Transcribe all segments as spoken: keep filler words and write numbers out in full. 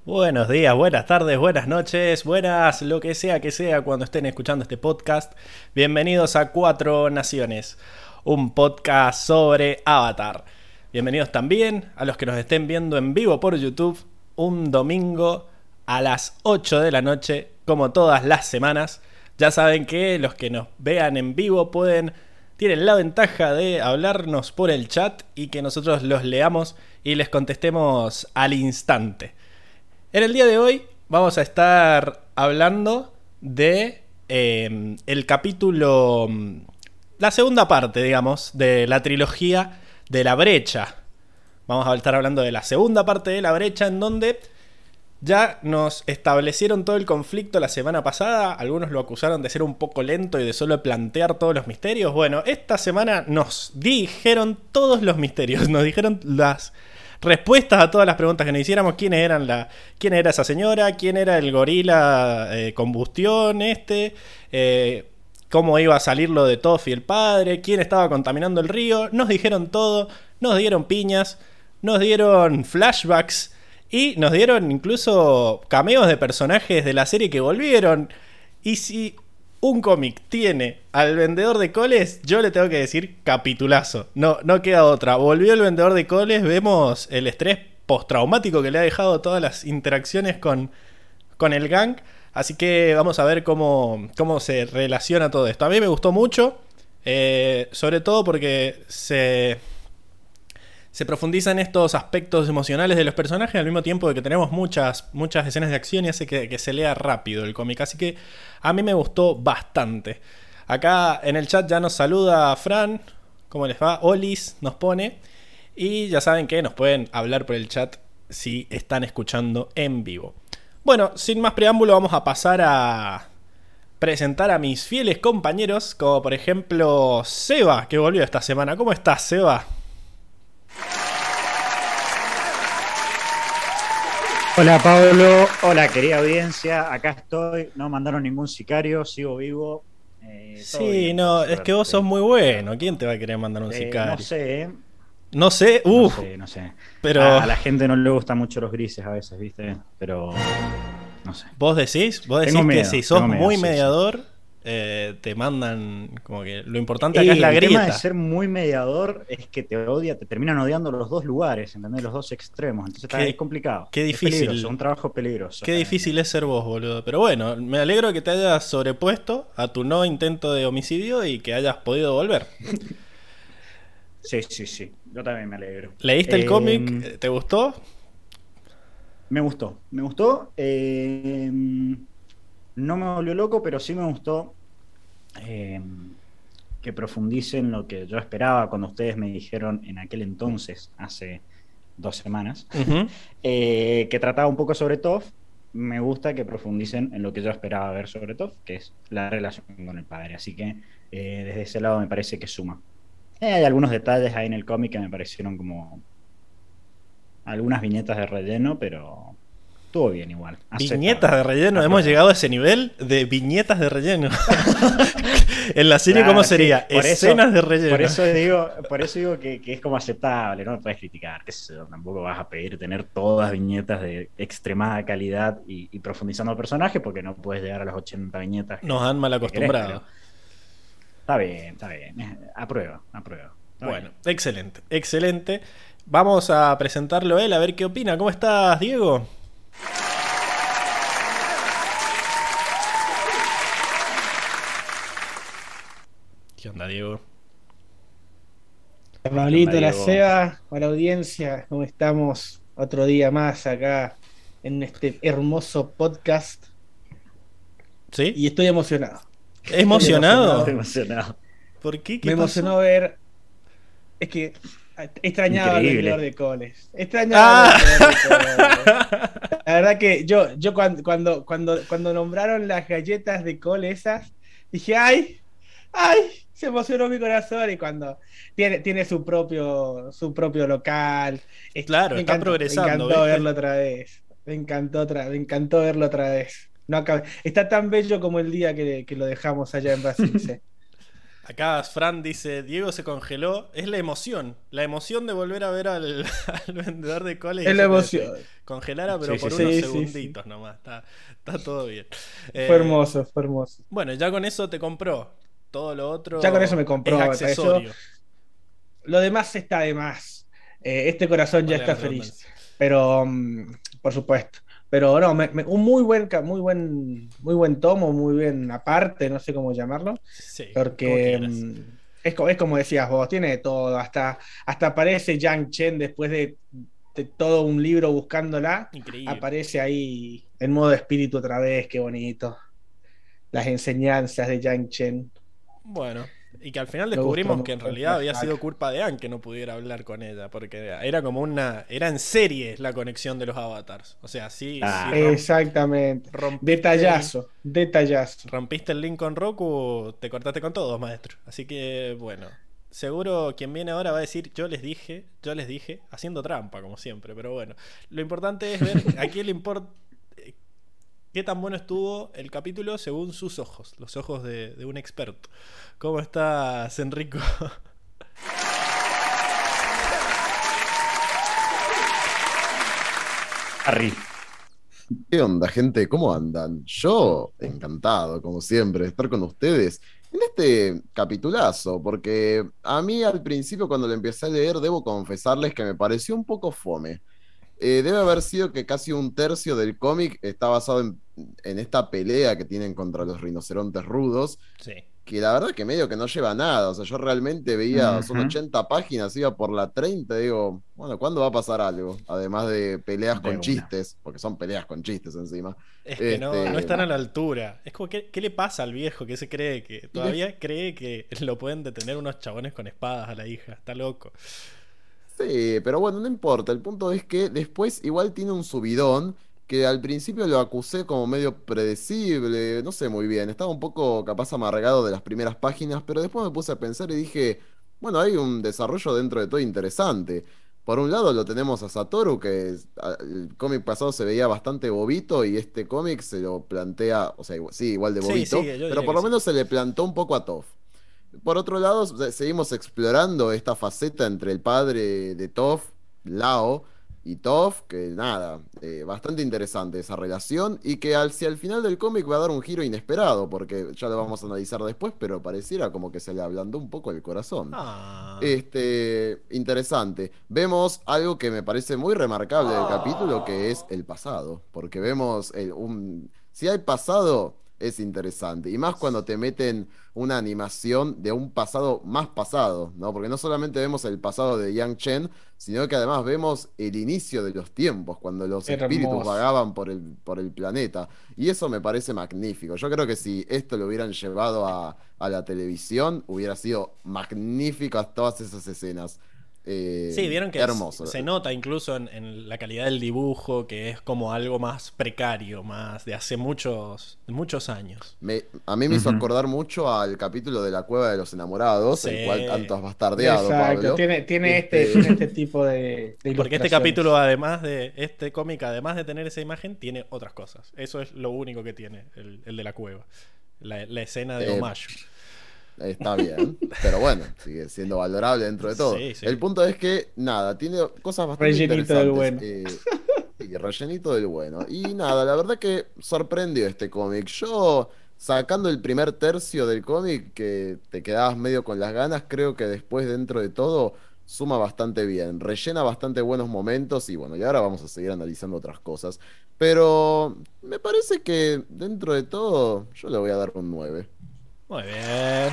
Buenos días, buenas tardes, buenas noches, buenas, lo que sea que sea cuando estén escuchando este podcast. Bienvenidos a Cuatro Naciones, un podcast sobre Avatar. Bienvenidos también a los que nos estén viendo en vivo por YouTube un domingo a las ocho de la noche, como todas las semanas. Ya saben que los que nos vean en vivo pueden, tienen la ventaja de hablarnos por el chat y que nosotros los leamos y les contestemos al instante. En el día de hoy vamos a estar hablando de eh, el capítulo, la segunda parte, digamos, de la trilogía de La Brecha. Vamos a estar hablando de la segunda parte de La Brecha, en donde ya nos establecieron todo el conflicto la semana pasada. Algunos lo acusaron de ser un poco lento y de solo plantear todos los misterios. Bueno, esta semana nos dijeron todos los misterios, nos dijeron las respuestas a todas las preguntas que nos hiciéramos. ¿Quién eran la, quién era esa señora? ¿Quién era el gorila eh, combustión este? Eh, ¿Cómo iba a salir lo de Toph y el padre? ¿Quién estaba contaminando el río? Nos dijeron todo, nos dieron piñas, nos dieron flashbacks y nos dieron incluso cameos de personajes de la serie que volvieron. Y si un cómic tiene al vendedor de coles, yo le tengo que decir capitulazo. No, no queda otra. Volvió el vendedor de coles, vemos el estrés postraumático que le ha dejado todas las interacciones con, con el gang. Así que vamos a ver cómo, cómo se relaciona todo esto. A mí me gustó mucho, eh, sobre todo porque se... Se profundiza en estos aspectos emocionales de los personajes al mismo tiempo de que tenemos muchas, muchas escenas de acción y hace que, que se lea rápido el cómic. Así que a mí me gustó bastante. Acá en el chat ya nos saluda Fran. ¿Cómo les va? Olis nos pone. Y ya saben que nos pueden hablar por el chat si están escuchando en vivo. Bueno, sin más preámbulo vamos a pasar a presentar a mis fieles compañeros. Como por ejemplo Seba, que volvió esta semana. ¿Cómo estás, Seba? Hola Pablo, hola querida audiencia, acá estoy, no mandaron ningún sicario, sigo vivo. Eh, sí, bien, no, es que vos sos muy bueno, ¿quién te va a querer mandar un eh, sicario? No sé, ¿eh? No sé, no uff, sé, no sé. pero... A, a la gente no le gustan mucho los grises a veces, ¿viste? Pero no sé. ¿Vos decís? ¿Vos decís Tengo que miedo, si sos tengo miedo, muy sí, mediador, sí. eh, te mandan como que lo importante acá Y es la el grieta? tema de ser muy mediador es que te odia, te terminan odiando los dos lugares, ¿entendés? Los dos extremos, entonces está, Qué, es complicado. qué Es difícil. peligroso, un trabajo peligroso. Qué difícil es ser vos, boludo. Pero bueno, me alegro que te hayas sobrepuesto a tu no intento de homicidio y que hayas podido volver. Sí, sí, sí, yo también me alegro. ¿Leíste el Eh, cómic? ¿Te gustó? Me gustó, me gustó. Eh, no me volvió loco, pero sí me gustó eh, que profundicen lo que yo esperaba cuando ustedes me dijeron en aquel entonces, hace dos semanas, Uh-huh. eh, que trataba un poco sobre Toph. Me gusta que profundicen en lo que yo esperaba ver sobre Toph, que es la relación con el padre. Así que eh, desde ese lado me parece que suma. Eh, hay algunos detalles ahí en el cómic que me parecieron como algunas viñetas de relleno, pero estuvo bien igual. Viñetas de relleno, Apruebo. hemos llegado a ese nivel de viñetas de relleno. En la serie, Claro, ¿cómo sí, sería? por Escenas eso, de relleno. Por eso digo, por eso digo que, que es como aceptable, no me puedes criticar, qué sé yo, tampoco vas a pedir tener todas viñetas de extremada calidad y, y profundizando el personaje, porque no puedes llegar a las ochenta viñetas. Que, Nos han mal que querés, acostumbrado. pero está bien, está bien. Apruebo, apruebo. Está Bueno, bien. excelente, excelente. Vamos a presentarlo a él, a ver qué opina. ¿Cómo estás, Diego? ¿Qué onda, Diego? Hola, Pablito, ¿Qué onda, la Diego? Seba, a la audiencia, ¿cómo estamos? Otro día más acá en este hermoso podcast ¿Sí? y estoy emocionado. ¿Emocionado? Estoy emocionado. ¿Por qué? ¿Qué Me pasó? emocionó ver, es que extrañaba al Increíble. vendedor de coles, extrañaba Ah. al vendedor de coles. La verdad que yo, yo cuando, cuando, cuando, cuando nombraron las galletas de cole esas, dije, ay, ay, se emocionó mi corazón. Y cuando tiene, tiene su propio, su propio local, es- Claro, me está encantó, progresando, me encantó ¿viste? verlo otra vez. Me encantó otra, me encantó verlo otra vez. No acabé- Está tan bello como el día que, que lo dejamos allá en Brasil. ¿Sí? Acá Fran dice, Diego se congeló. Es la emoción. La emoción de volver a ver al, al vendedor de coles. Es la emoción. Congelara, pero Sí, por sí, unos sí, segunditos sí. nomás. Está, está todo bien. Fue Eh, hermoso, fue hermoso. Bueno, ya con eso te compró. Todo lo Ya con eso otro me es compró, me pareció. accesorio. Lo demás está de más. Eh, este corazón ya Valga la está feliz. redundancia. Pero, um, por supuesto. Pero no, me, me, un muy buen, muy buen, muy buen tomo, muy bien aparte, no sé cómo llamarlo. Sí, como Porque quieras. um, es, es como decías vos, tiene de todo. Hasta, hasta aparece Yang Chen después de, de todo un libro buscándola. Increíble. Aparece ahí en modo espíritu otra vez, qué bonito. Las enseñanzas de Yang Chen. Bueno, y que al final Me gustó descubrimos que en mucho el realidad había flashback. sido culpa de Anne que no pudiera hablar con ella, porque era como una... Era en serie la conexión de los avatars. O sea, sí, Ah. sí romp- Exactamente. rompiste el, Detallazo, detallazo. rompiste el link con Roku, te cortaste con todos, maestro. Así que, bueno, seguro quien viene ahora va a decir, yo les dije, yo les dije, haciendo trampa, como siempre, pero bueno. Lo importante es ver a quién le importa... ¿Qué tan bueno estuvo el capítulo según sus ojos? Los ojos de, de un experto. ¿Cómo estás, Enrico? Harry. ¿Qué onda, gente? ¿Cómo andan? Yo, encantado, como siempre, de estar con ustedes en este capitulazo, porque a mí al principio cuando lo empecé a leer, debo confesarles que me pareció un poco fome. Eh, debe haber sido que casi un tercio del cómic está basado en, en esta pelea que tienen contra los rinocerontes rudos, Sí. que la verdad que medio que no lleva nada. O sea, yo realmente veía, son Ujú. ochenta páginas, iba por la treinta, digo, bueno, ¿cuándo va a pasar algo? Además de peleas De con una. chistes, porque son peleas con chistes encima. Es que no, Este, no están a la altura. Es como, ¿qué, qué le pasa al viejo que se cree que todavía cree que lo pueden detener unos chabones con espadas a la hija? Está loco. Sí, pero bueno, no importa. El punto es que después igual tiene un subidón que al principio lo acusé como medio predecible, no sé muy bien. Estaba un poco capaz amargado de las primeras páginas, pero después me puse a pensar y dije, bueno, hay un desarrollo dentro de todo interesante. Por un lado lo tenemos a Satoru, que es- a- el cómic pasado se veía bastante bobito y este cómic se lo plantea, o sea, igual- sí, igual de Sí, bobito, sí, yo pero diría por que lo sí. menos se le plantó un poco a Toph. Por otro lado, se- seguimos explorando esta faceta entre el padre de Toph, Lao, y Toph, que nada, eh, bastante interesante esa relación y que al, si al final del cómic va a dar un giro inesperado, porque ya lo vamos a analizar después, pero pareciera como que se le ablandó un poco el corazón. Ah. Este, interesante. Vemos algo que me parece muy remarcable del capítulo, que es el pasado, porque vemos el, un, si hay pasado, es interesante, y más cuando te meten una animación de un pasado más pasado, ¿no? Porque no solamente vemos el pasado de Yang Chen, sino que además vemos el inicio de los tiempos, cuando los espíritus Hermoso. vagaban por el, por el planeta. Y eso me parece magnífico. Yo creo que si esto lo hubieran llevado a, a la televisión, hubiera sido magníficas todas esas escenas. Eh, Sí, vieron que hermoso. se nota incluso en, en la calidad del dibujo que es como algo más precario, más de hace muchos, muchos años. Me- a mí me hizo Ujú. acordar mucho al capítulo de la Cueva de los Enamorados, Sí. el cual tanto has bastardeado, Exacto, Pablo. tiene, tiene, este, Este- tiene este tipo de, de Porque este ilustraciones. capítulo, además de este cómic, además de tener esa imagen, tiene otras cosas. Eso es lo único que tiene, el, el de la cueva. La, la escena de Eh, Omayo. Está bien, pero bueno, sigue siendo valorable dentro de todo. Sí, sí. El punto es que, nada, tiene cosas bastante Rellenito del interesantes. Eh, sí, rellenito del bueno. Y nada, la verdad que sorprendió este cómic. Yo, sacando el primer tercio del cómic, que te quedabas medio con las ganas, creo que después, dentro de todo, suma bastante bien. Rellena bastante buenos momentos y bueno, y ahora vamos a seguir analizando otras cosas. Pero me parece que, dentro de todo, yo le voy a dar un nueve. Muy bien.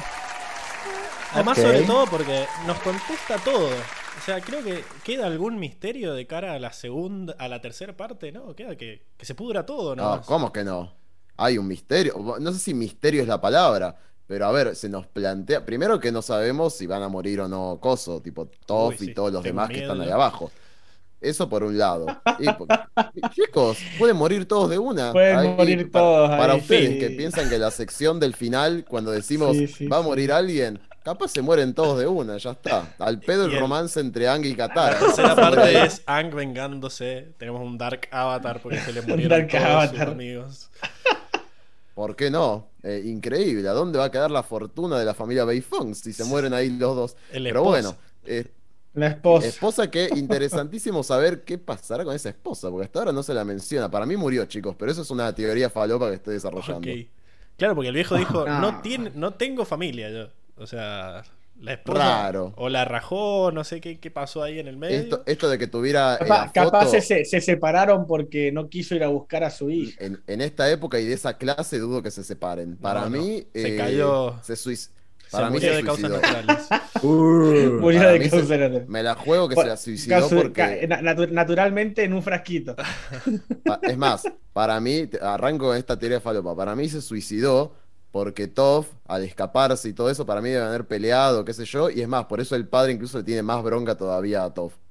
Además, Ok. sobre todo porque nos contesta todo. O sea, creo que queda algún misterio de cara a la segunda, a la tercera parte, ¿no? Queda que, que se pudra todo, ¿no? No, ¿cómo que no? Hay un misterio. No sé si misterio es la palabra, pero a ver, se nos plantea. Primero que no sabemos si van a morir o no Coso, tipo Toph Uy, y sí, todos los tengo demás que miedo están ahí ya. abajo. Eso por un lado. Y po- chicos, pueden morir todos de una. Pueden Ahí, morir para, todos para ahí, ustedes sí. que piensan que la sección del final, cuando decimos Sí, sí, va a sí. morir alguien, capaz se mueren todos de una, ya está. Al pedo Y el el- romance entre Aang y Katara. La tercera Se muere parte ahí. es Aang vengándose. Tenemos un Dark Avatar porque se le murieron Dark todos sus Avatar. amigos. ¿Por qué no? Eh, increíble. ¿A dónde va a quedar la fortuna de la familia Beifong si se mueren ahí los dos? El Pero esposo. bueno, eh, La esposa. esposa que interesantísimo saber qué pasará con esa esposa, porque hasta ahora no se la menciona. Para mí murió, chicos, pero eso es una teoría falopa que estoy desarrollando. Ok. Claro, porque el viejo dijo, No. no, tiene, no tengo familia yo. O sea, la esposa Raro. o la rajó, no sé qué, qué pasó ahí en el medio. Esto, esto de que tuviera eh, Capaz, la capaz foto se, se separaron porque no quiso ir a buscar a su hija. en, en esta época y de esa clase dudo que se separen. Para No, no. mí Se eh, cayó. se suic- Se para mí murió se de causas suicidó. naturales. Uh, Murió para de mí se- causa natural. me la juego que Por- se la suicidó Casu- porque ca- na- natu- naturalmente en un frasquito. Pa- Es más, para mí, te- arranco con esta teoría falopa. Para mí se suicidó porque Toph, al escaparse y todo eso, para mí deben haber peleado, qué sé yo. Y es más, por eso el padre incluso le tiene más bronca todavía a Toph.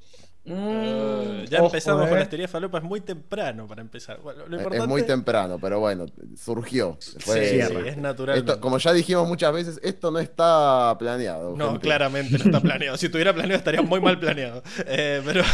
Eh, Mm, ya ojo, empezamos eh. con las teorías falopas muy temprano para empezar. Bueno, lo Eh, importante Es muy temprano, pero bueno, surgió. Fue- Sí, Cierra. sí, es natural. esto, como ya dijimos muchas veces, esto no está planeado. No, gente. claramente no está planeado. Si estuviera planeado estaría muy mal planeado. Eh, pero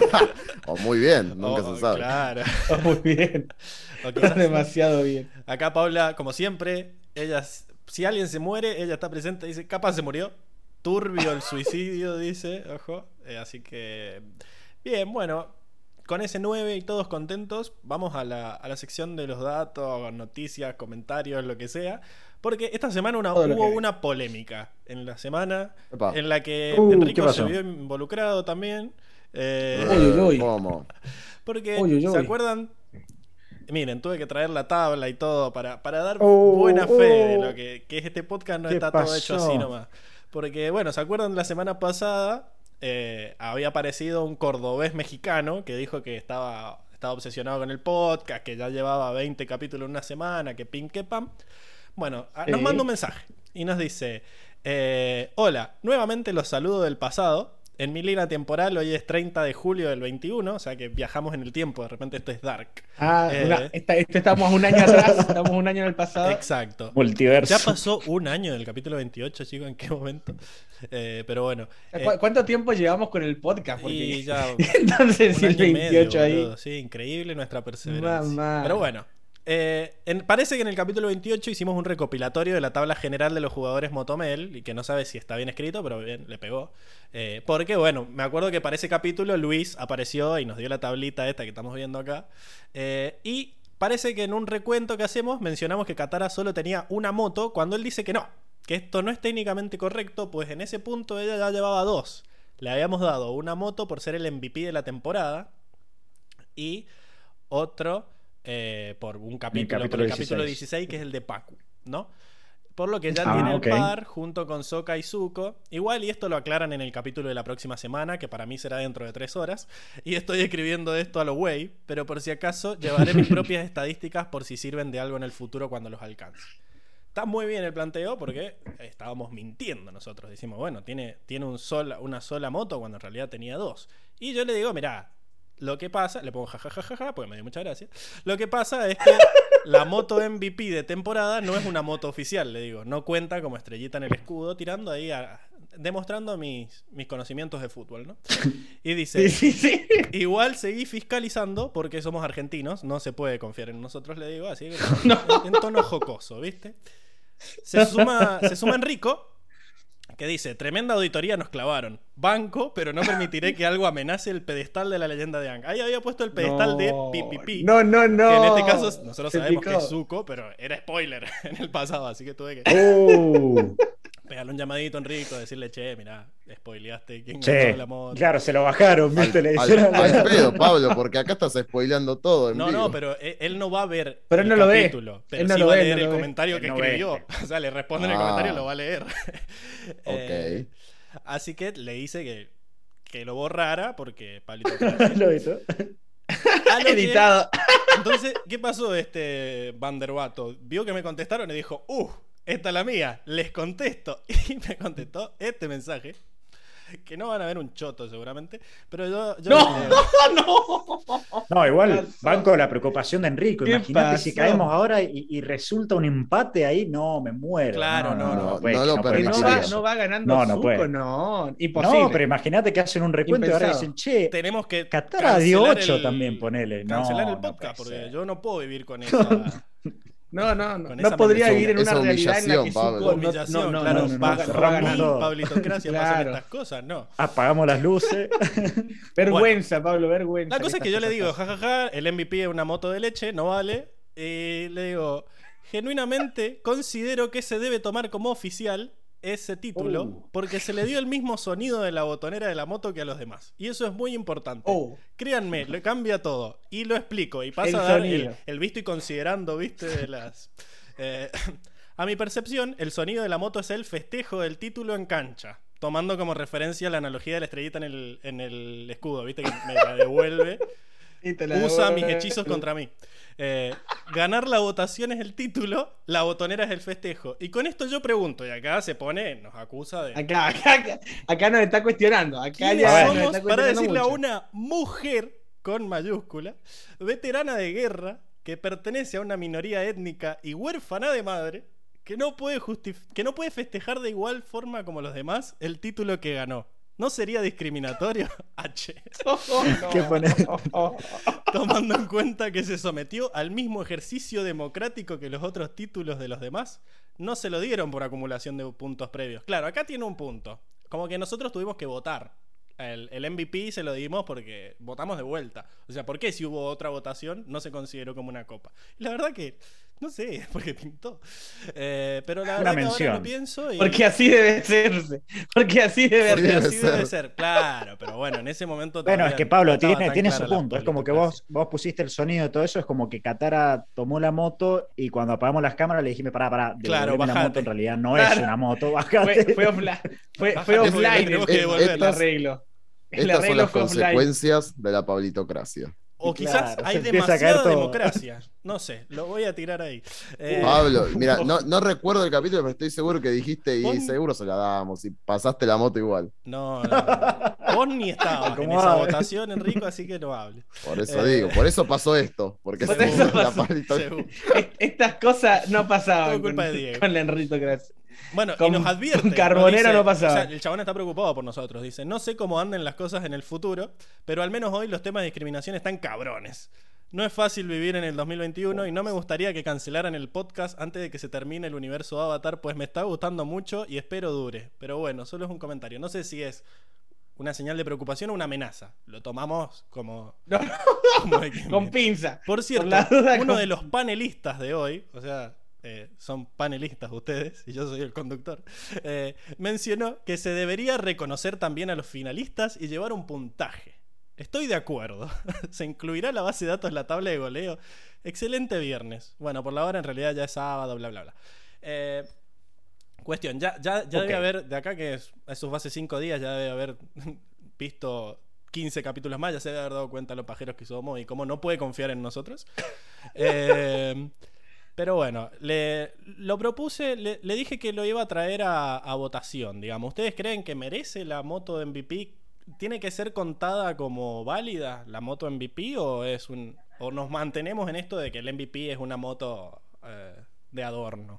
O muy bien, nunca Oh, se sabe. Claro. Oh, muy bien. O quizás- Demasiado bien. Acá Paula, como siempre, ella, si alguien se muere, ella está presente, dice, capaz se murió. Turbio el suicidio, dice, ojo. Eh, así que, bien, bueno, con ese nueve y todos contentos, vamos a la, a la sección de los datos, noticias, comentarios, lo que sea. Porque esta semana una, Todo lo hubo que hay. una polémica en la semana Epa. en la que Uh, ¿qué Enrico se pasó? vio involucrado también. Eh, Uy, uy, uy. ¿Cómo? porque, Uy, uy, ¿se uy. acuerdan? Miren, tuve que traer la tabla y todo para, para dar Oh, buena fe de oh. lo que, que este podcast no ¿Qué está todo hecho pasó? así nomás. Porque, bueno, ¿se acuerdan? La semana pasada eh, había aparecido un cordobés mexicano que dijo que estaba, estaba obsesionado con el podcast, que ya llevaba veinte capítulos en una semana, que pim, que pam. Bueno, a- nos Sí. manda un mensaje y nos dice: eh, Hola, nuevamente los saludo del pasado. En mi línea temporal hoy es treinta de julio del veintiuno, o sea que viajamos en el tiempo, de repente esto es Dark. Ah, Eh. una- esta- este estamos un año atrás, estamos un año en el pasado. Exacto. Multiverso. Ya pasó un año del capítulo veintiocho, chicos, ¿en qué momento? Eh, pero bueno. eh, ¿Cu- ¿Cuánto tiempo llevamos con el podcast? Porque y ya entonces un si el año y medio, veintiocho ahí. boludo. Sí, increíble nuestra perseverancia. Mamá. Pero bueno. eh, en- parece que en el capítulo veintiocho hicimos un recopilatorio de la tabla general de los jugadores Motomel y que no sabe si está bien escrito, pero bien, le pegó. Eh, porque, bueno, me acuerdo que para ese capítulo Luis apareció y nos dio la tablita esta que estamos viendo acá. Eh, y parece que en un recuento que hacemos mencionamos que Katara solo tenía una moto cuando él dice que no, que esto no es técnicamente correcto, pues en ese punto ella ya llevaba dos. Le habíamos dado una moto por ser el M V P de la temporada y otro eh, por un capítulo, por capítulo el capítulo dieciséis. dieciséis, que es el de Pacu, ¿no? Por lo que ya Ah, tiene ok. el par junto con Sokka y Zuko. Igual, y esto lo aclaran en el capítulo de la próxima semana, que para mí será dentro de tres horas. Y estoy escribiendo esto a lo güey, pero por si acaso llevaré mis propias estadísticas por si sirven de algo en el futuro cuando los alcance. Está muy bien el planteo porque estábamos mintiendo nosotros. Decimos, bueno, tiene, tiene un sola, una sola moto cuando en realidad tenía dos. Y yo le digo, mirá, lo que pasa, le pongo jajajaja, porque me dio mucha gracia. Lo que pasa es que la moto M V P de temporada no es una moto oficial, le digo. No cuenta como estrellita en el escudo, tirando ahí, a- demostrando mis, mis conocimientos de fútbol, ¿no? Y dice, Sí, sí, sí. igual seguí fiscalizando porque somos argentinos, no se puede confiar en nosotros, le digo, así que No. en, en tono jocoso, ¿viste? Se suma, se suma Enrico, que dice, tremenda auditoría nos clavaron. Banco, pero no permitiré que algo amenace el pedestal de la leyenda de Aang. Ahí había puesto el pedestal de Pipipi. No, no, no. Que en este caso nosotros Se sabemos picó. que es Zuko, pero era spoiler en el pasado, así que tuve que Uh, pegarle un llamadito a Enrico, decirle, che, mirá, spoileaste quién che, ganó la moto. claro, se lo bajaron, ¿viste? Le Al, hicieron- al pedo, Pablo, porque acá estás spoileando todo en No, vivo. no, pero él, él no va a ver Pero el él no lo ve. capítulo, pero Él no sí lo va a ve, leer no el lo ve. comentario Él que no ve. escribió. O sea, le responde en el Ah. comentario y lo va a leer. Ok. Eh, así que le dice que, que lo borrara porque Pablito... Lo hizo. A lo que- Editado. Entonces, ¿qué pasó este Vanderbato? Vio que me contestaron y dijo, uh, esta es la mía, les contesto. Y me contestó este mensaje, que no van a ver un choto seguramente, pero yo... yo No, les leo. no. No, igual, pasó? banco la preocupación de Enrico. ¿Qué Imagínate si pasó? caemos ahora y, y resulta un empate ahí, no, me muero. Claro, no, no, puede- no lo puede Que no pasar va, permitiría. eso. no va ganando No, no Zuko, puede. no. Imposible. No, pero imagínate que hacen un recuento y ahora Impensado. dicen, che, Tenemos que Katara dio cancelar ocho el- también, ponele. No, cancelar el no podcast, puede porque ser. yo no puedo vivir con esa No, no, no. Con No esa podría humillación. vivir en Esa una realidad en la que humillación, Pablo. Zuko no, Humillación, no, no, claro, no, no, no, bajo no, va mí, ganando. Pablitocracia, pasan Claro. estas cosas, no. Apagamos las luces. Vergüenza, Pablo, vergüenza. La cosa es que yo le estas digo, cosas. jajaja, el M V P es una moto de leche, no vale. Y le digo, genuinamente considero que se debe tomar como oficial ese título Uh. porque se le dio el mismo sonido de la botonera de la moto que a los demás. Y eso es muy importante. Oh. Créanme, le cambia todo. Y lo explico. Y pasa El a dar sonido. el, el visto y considerando, viste, de las... eh, a mi percepción, el sonido de la moto es el festejo del título en cancha. Tomando como referencia la analogía de la estrellita en el, en el escudo, viste, que me la devuelve. Y te la Usa devuelve. mis hechizos contra mí. Eh, ganar la votación es el título, la botonera es el festejo. Y con esto yo pregunto, y acá se pone, nos acusa de... Acá, acá, acá, acá nos está cuestionando. Acá ¿Quiénes ya nos somos está para cuestionando decirle a mucho. una mujer con mayúscula, veterana de guerra, que pertenece a una minoría étnica y huérfana de madre, que no puede justif- que no puede festejar de igual forma como los demás el título que ganó? ¿No sería discriminatorio? H. Oh, oh, no. ¿Qué pone? Oh, oh. Tomando en cuenta que se sometió al mismo ejercicio democrático que los otros títulos de los demás, no se lo dieron por acumulación de puntos previos. Claro, acá tiene un punto. Como que nosotros tuvimos que votar. El, el M V P se lo dimos porque votamos de vuelta. O sea, ¿por qué si hubo otra votación no se consideró como una copa? Y la verdad que, no sé, porque pintó. Eh, pero la Una verdad que ahora mención. lo pienso y... Porque así debe hacerse. Porque así debe porque Debe así ser. debe ser, claro. Pero bueno, en ese momento Bueno, todavía es que Pablo no estaba tiene, tan tiene clara su la punto. Es como que politocracia. vos, vos pusiste el sonido y todo eso. Es como que Katara tomó la moto y cuando apagamos las cámaras le dijimos, pará, pará, Claro, devolveme la bajate. moto. En realidad no Claro. es una moto, bajate. Fue, fue, offline, fue, fue Bájate porque offline tenemos el, que devolver. el arreglo. El Estas son arreglo las fue offline. consecuencias de la pablitocracia. O Y quizás claro, hay se empieza a caer demasiada todo. democracia. No sé, lo voy a tirar ahí. Eh, Pablo, mira, no, no recuerdo el capítulo, pero estoy seguro que dijiste y Vos- seguro se la damos y pasaste la moto igual. No, no, no. Vos ni estabas en ¿Cómo esa va? votación, Enrico, así que no hables. Por eso Eh, digo, por eso pasó esto, porque Por se eso puso la pasó. pablitocracia. Seguro. Est- Estas cosas no pasaban Todo culpa con, de Diego. con la enritocracia. Bueno, y Con- nos advierte. con nos Carbonero dice- no pasaba. O sea, el chabón está preocupado por nosotros. Dice, no sé cómo anden las cosas en el futuro, pero al menos hoy los temas de discriminación están cabrones. No es fácil vivir en el dos mil veintiuno y no me gustaría que cancelaran el podcast antes de que se termine el universo Avatar, pues me está gustando mucho y espero dure. Pero bueno, solo es un comentario. No sé si es una señal de preocupación o una amenaza. Lo tomamos como... No, como de que- con pinza. Por cierto, la duda, uno con- de los panelistas de hoy, o sea, eh, son panelistas ustedes y yo soy el conductor, eh, mencionó que se debería reconocer también a los finalistas y llevar un puntaje. Estoy de acuerdo. Se incluirá la base de datos en la tabla de goleo. Excelente viernes. Bueno, por la hora en realidad ya es sábado, bla, bla, bla. Eh, cuestión, ya, ya, ya Ok. debe haber, de acá que es, eso fue hace cinco días, ya debe haber visto quince capítulos más, ya se debe haber dado cuenta los pajeros que somos y cómo no puede confiar en nosotros. Eh, pero bueno, le, lo propuse, le, le dije que lo iba a traer a, a votación, digamos. ¿Ustedes creen que merece la moto M V P? ¿Tiene que ser contada como válida la moto M V P o es un o nos mantenemos en esto de que el M V P es una moto eh, de adorno?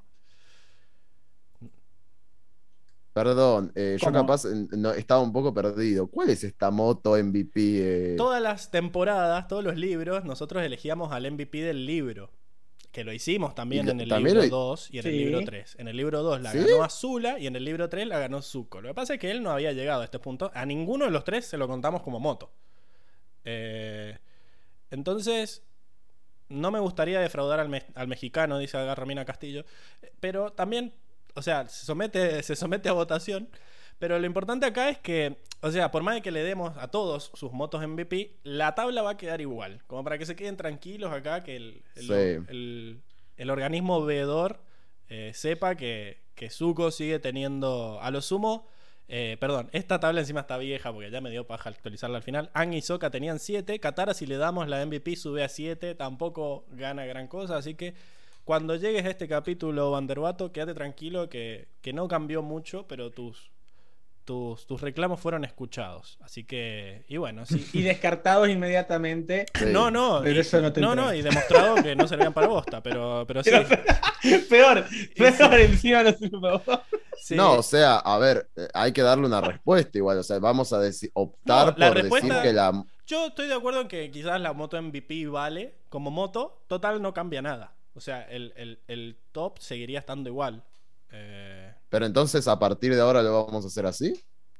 Perdón, eh, yo ¿Cómo? capaz eh, no, estaba un poco perdido. ¿Cuál es esta moto M V P? eh? Todas las temporadas, todos los libros, nosotros elegíamos al M V P del libro. Que lo hicimos también Y en el también libro lo- dos y en el Sí. libro tres. En el libro dos la ¿Sí? ganó Azula y en el libro tres la ganó Zuko. Lo que pasa es que él no había llegado a este punto. A ninguno de los tres se lo contamos como moto. Eh, entonces, no me gustaría defraudar al, me- al mexicano, dice Romina Castillo. eh, Pero también, o sea, se somete, se somete a votación. Pero lo importante acá es que, o sea, por más de que le demos a todos sus motos M V P, la tabla va a quedar igual. Como para que se queden tranquilos acá, que el, el, Sí. el- el organismo veedor eh, sepa que, que Zuko sigue teniendo, a lo sumo, eh, perdón, esta tabla encima está vieja porque ya me dio paja actualizarla al final. Aang y Sokka tenían siete, Katara si le damos la M V P sube a siete, tampoco gana gran cosa, así que cuando llegues a este capítulo, Vanderbato, quédate tranquilo que, que no cambió mucho, pero tus... Tus, tus reclamos fueron escuchados. Así que, y bueno, sí. Y descartados inmediatamente. Sí. No, no. Pero y, eso no te no, entra. no, y demostrado que no servían para bosta, pero, pero sí. Peor, peor sí. encima lo supo. sí. No, o sea, a ver, eh, hay que darle una respuesta igual. O sea, vamos a deci- optar No, la por respuesta- decir que la. Yo estoy de acuerdo en que quizás la moto M V P vale como moto. Total, no cambia nada. O sea, el, el, el top seguiría estando igual. Eh, Pero entonces, a partir de ahora lo vamos a hacer así.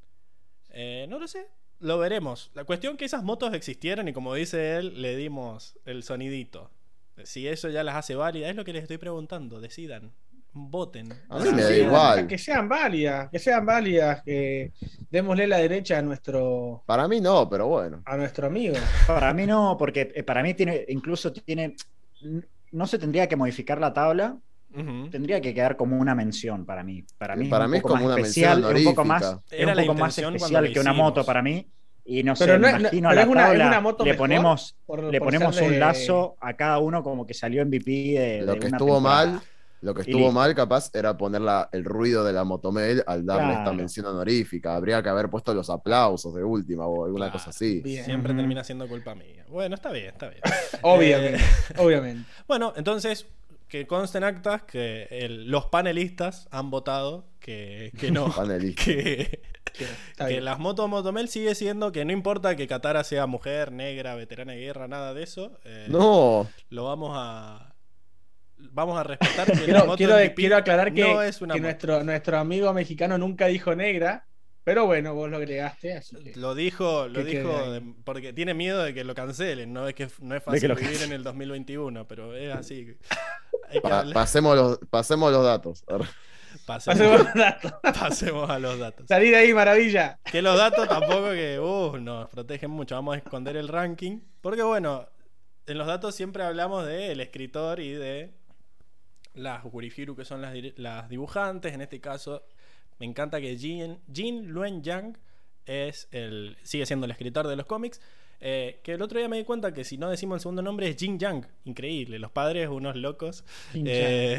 eh, no lo sé. Lo veremos. La cuestión que esas motos existieron y como dice él, le dimos el sonidito. Si eso ya las hace válidas, es lo que les estoy preguntando. Decidan. Voten. A mí me da Sí, igual. Que sean válidas, que sean válidas, que démosle la derecha a nuestro, Para mí no, pero bueno. a nuestro amigo. Para mí no, porque eh, para mí tiene, incluso tiene, no se tendría que modificar la tabla, Ujú. tendría que quedar como una mención para mí. Para mí Para es un mí es poco como más una mención especial, es un poco más, honorífica. es Era un la poco más intención cuando especial la que una hicimos. moto para mí. Y no sé, Pero no me es- no- imagino a pero la es una- es tabla, una moto le mejor ponemos, por- le por ponemos ser un de- lazo a cada uno como que salió M V P de, Lo de que una estuvo temporada. mal, lo que Y estuvo listo. mal capaz era poner la- el ruido de la motomel al darle esta Claro. mención honorífica. Habría que haber puesto los aplausos de última o alguna Claro. cosa así. Bien. Siempre Ujú. termina siendo culpa mía. Bueno, está bien, está bien. Obviamente, Eh, obviamente. Bueno, entonces, que consten actas que el- los panelistas han votado que, que no. Panelista. que, Sí, está que bien. las motos Motomel sigue siendo que no importa que Katara sea mujer, negra, veterana de guerra, nada de eso. eh, No, Lo vamos a. Vamos a respetar que la Quiero, moto quiero, M V P quiero aclarar que, no es una que moto. nuestro, nuestro amigo mexicano nunca dijo negra, pero bueno, vos lo agregaste, así que... Lo dijo, lo Que quede dijo ahí. de- porque tiene miedo de que lo cancelen. No es que no es De que fácil lo vivir cancelen. en el dos mil veintiuno, pero es así. Hay que pa- darle- pasemos, los, pasemos los datos. pasemos, Pasemos los datos. pasemos a los datos. Salí de ahí, maravilla. Que los datos tampoco que uh, nos protegen mucho. Vamos a esconder el ranking. Porque bueno, en los datos siempre hablamos del escritor y de las Gurihiru, que son las, dir- las dibujantes. En este caso, me encanta que Jin, Jin Luen Yang es el, sigue siendo el escritor de los cómics. Eh, que el otro día me di cuenta que si no decimos el segundo nombre es Jin Yang. Increíble. Los padres, unos locos. Eh,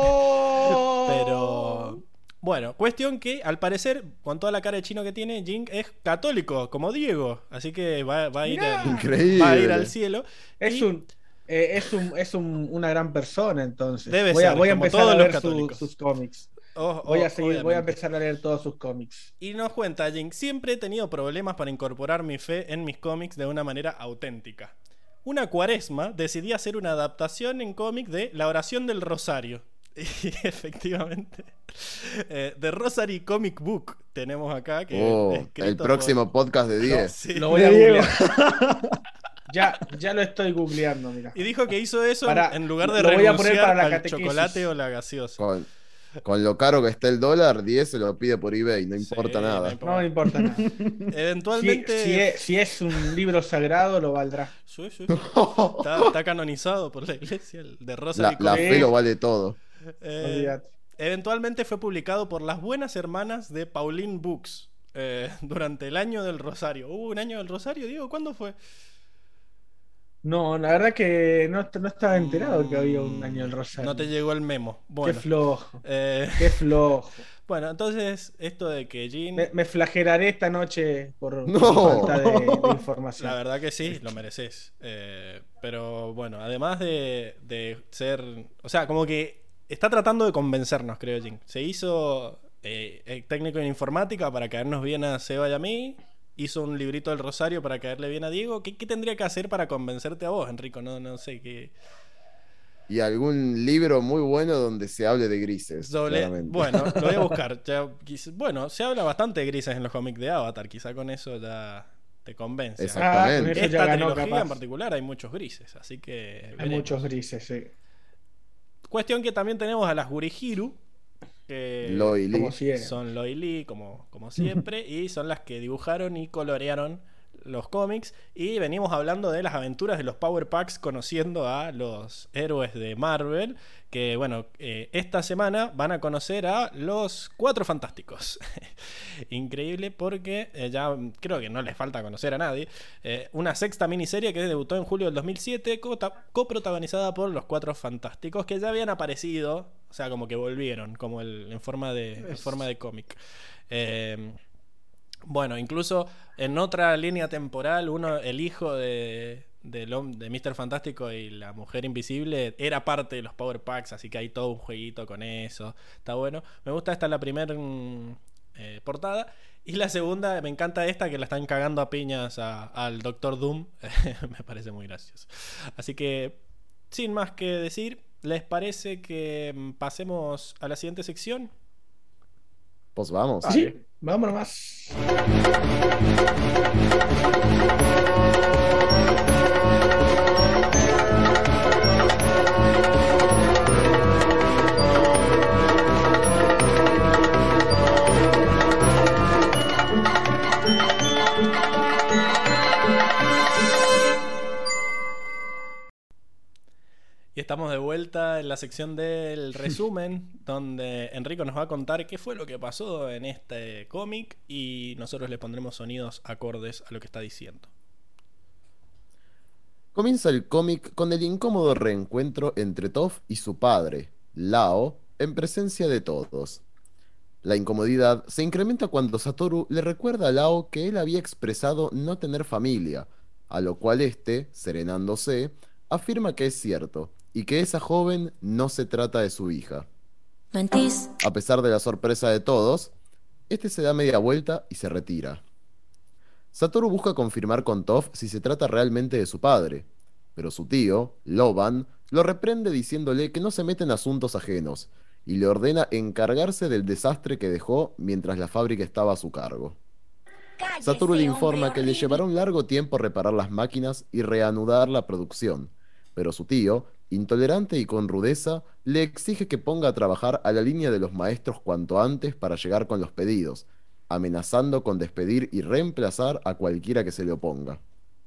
¡Oh! pero bueno, cuestión que al parecer, con toda la cara de chino que tiene, Jing es católico, como Diego. Así que va, va a, ir Mirá. al, Increíble. va a ir al cielo. Es Y un... eh, es un, es un- una gran persona, entonces. Debe voy a, ser, voy a como empezar todos a los ver su- católicos. sus cómics. oh, Voy oh, a seguir, voy a obviamente. empezar a leer todos sus cómics. Y nos cuenta Jing, siempre he tenido problemas para incorporar mi fe en mis cómics de una manera auténtica. Una cuaresma decidí hacer una adaptación en cómic de La oración del Rosario. Y efectivamente, eh, The Rosary Comic Book tenemos acá. Que Oh, escrito el por- próximo podcast de diez. Sí. Lo voy a De Diego. googlear. Ya, ya lo estoy googleando, mira. Y dijo que hizo eso Para- en lugar de lo voy a poner renunciar para la al catequesis. chocolate o la gaseosa. Con, con lo caro que está el dólar, diez se lo pide por eBay, no Sí, importa no nada. importa. No me importa nada. Si, Eventualmente. si es, si es un libro sagrado, lo valdrá. Sí, sí, sí. Está, está canonizado por la iglesia, el de Rosary La, la Comic. fe lo vale todo. Eh, Olvídate. eventualmente fue publicado por las buenas hermanas de Pauline Books eh, durante el año del Rosario. ¿Hubo un año del Rosario, Diego? ¿Cuándo fue? No, la verdad que no, no estaba enterado que había un año del Rosario. No te llegó el memo. Qué Bueno, flojo, eh, qué flojo. bueno, entonces esto de que Jean, Me, me flagelaré esta noche por, No. por falta de, de información. la verdad que sí, lo mereces. Eh, pero bueno, además de, de ser, o sea, como que está tratando de convencernos, creo, Jean. Se hizo eh, eh, técnico en informática para caernos bien a Seba y a mí. Hizo un librito del Rosario para caerle bien a Diego. ¿Qué, qué tendría que hacer para convencerte a vos, Enrico? No, no sé qué. Y algún libro muy bueno donde se hable de grises. Doble- claramente. Bueno, lo voy a buscar. Ya, quiz- bueno, se habla bastante de grises en los cómics de Avatar. Quizá con eso ya te convence. Exacto. Ah, con Exactamente. eso ya Esta ganó, trilogía capaz. en particular hay muchos grises, así que Hay veremos. muchos grises, sí. Cuestión que también tenemos a las Gurihiru, que Loy Lee. Como siempre. son Loy Lee, como, como siempre, y son las que dibujaron y colorearon los cómics. Y venimos hablando de las aventuras de los Power Packs, conociendo a los héroes de Marvel. Que bueno, eh, esta semana van a conocer a los Cuatro Fantásticos. Increíble, porque eh, ya creo que no les falta conocer a nadie. Eh, una sexta miniserie que debutó en julio del dos mil siete, cota- coprotagonizada por los Cuatro Fantásticos, que ya habían aparecido, o sea, como que volvieron, como el, en forma de, en forma de cómic. Eh, bueno, incluso en otra línea temporal, uno, el hijo de, del hom- de míster Fantástico y la Mujer Invisible era parte de los Power Packs, así que hay todo un jueguito con eso. Está bueno. Me gusta esta la primera eh, portada. Y la segunda, me encanta esta, que la están cagando a piñas a- al Doctor Doom. Me parece muy gracioso. Así que, sin más que decir, ¿les parece que mm, pasemos a la siguiente sección? Pues vamos. Sí, vámonos más. Y estamos de vuelta en la sección del resumen, donde Enrico nos va a contar qué fue lo que pasó en este cómic y nosotros le pondremos sonidos acordes a lo que está diciendo. Comienza el cómic con el incómodo reencuentro entre Toph y su padre, Lao, en presencia de todos. La incomodidad se incrementa cuando Satoru le recuerda a Lao que él había expresado no tener familia, a lo cual éste, serenándose, afirma que es cierto, y que esa joven no se trata de su hija. Mentís. A pesar de la sorpresa de todos, este se da media vuelta y se retira. Satoru busca confirmar con Toph si se trata realmente de su padre, pero su tío, Loban, lo reprende diciéndole que no se mete en asuntos ajenos, y le ordena encargarse del desastre que dejó mientras la fábrica estaba a su cargo. Satoru le informa que le llevará un largo tiempo reparar las máquinas y reanudar la producción, pero su tío, intolerante y con rudeza, le exige que ponga a trabajar a la línea de los maestros cuanto antes para llegar con los pedidos, amenazando con despedir y reemplazar a cualquiera que se le oponga.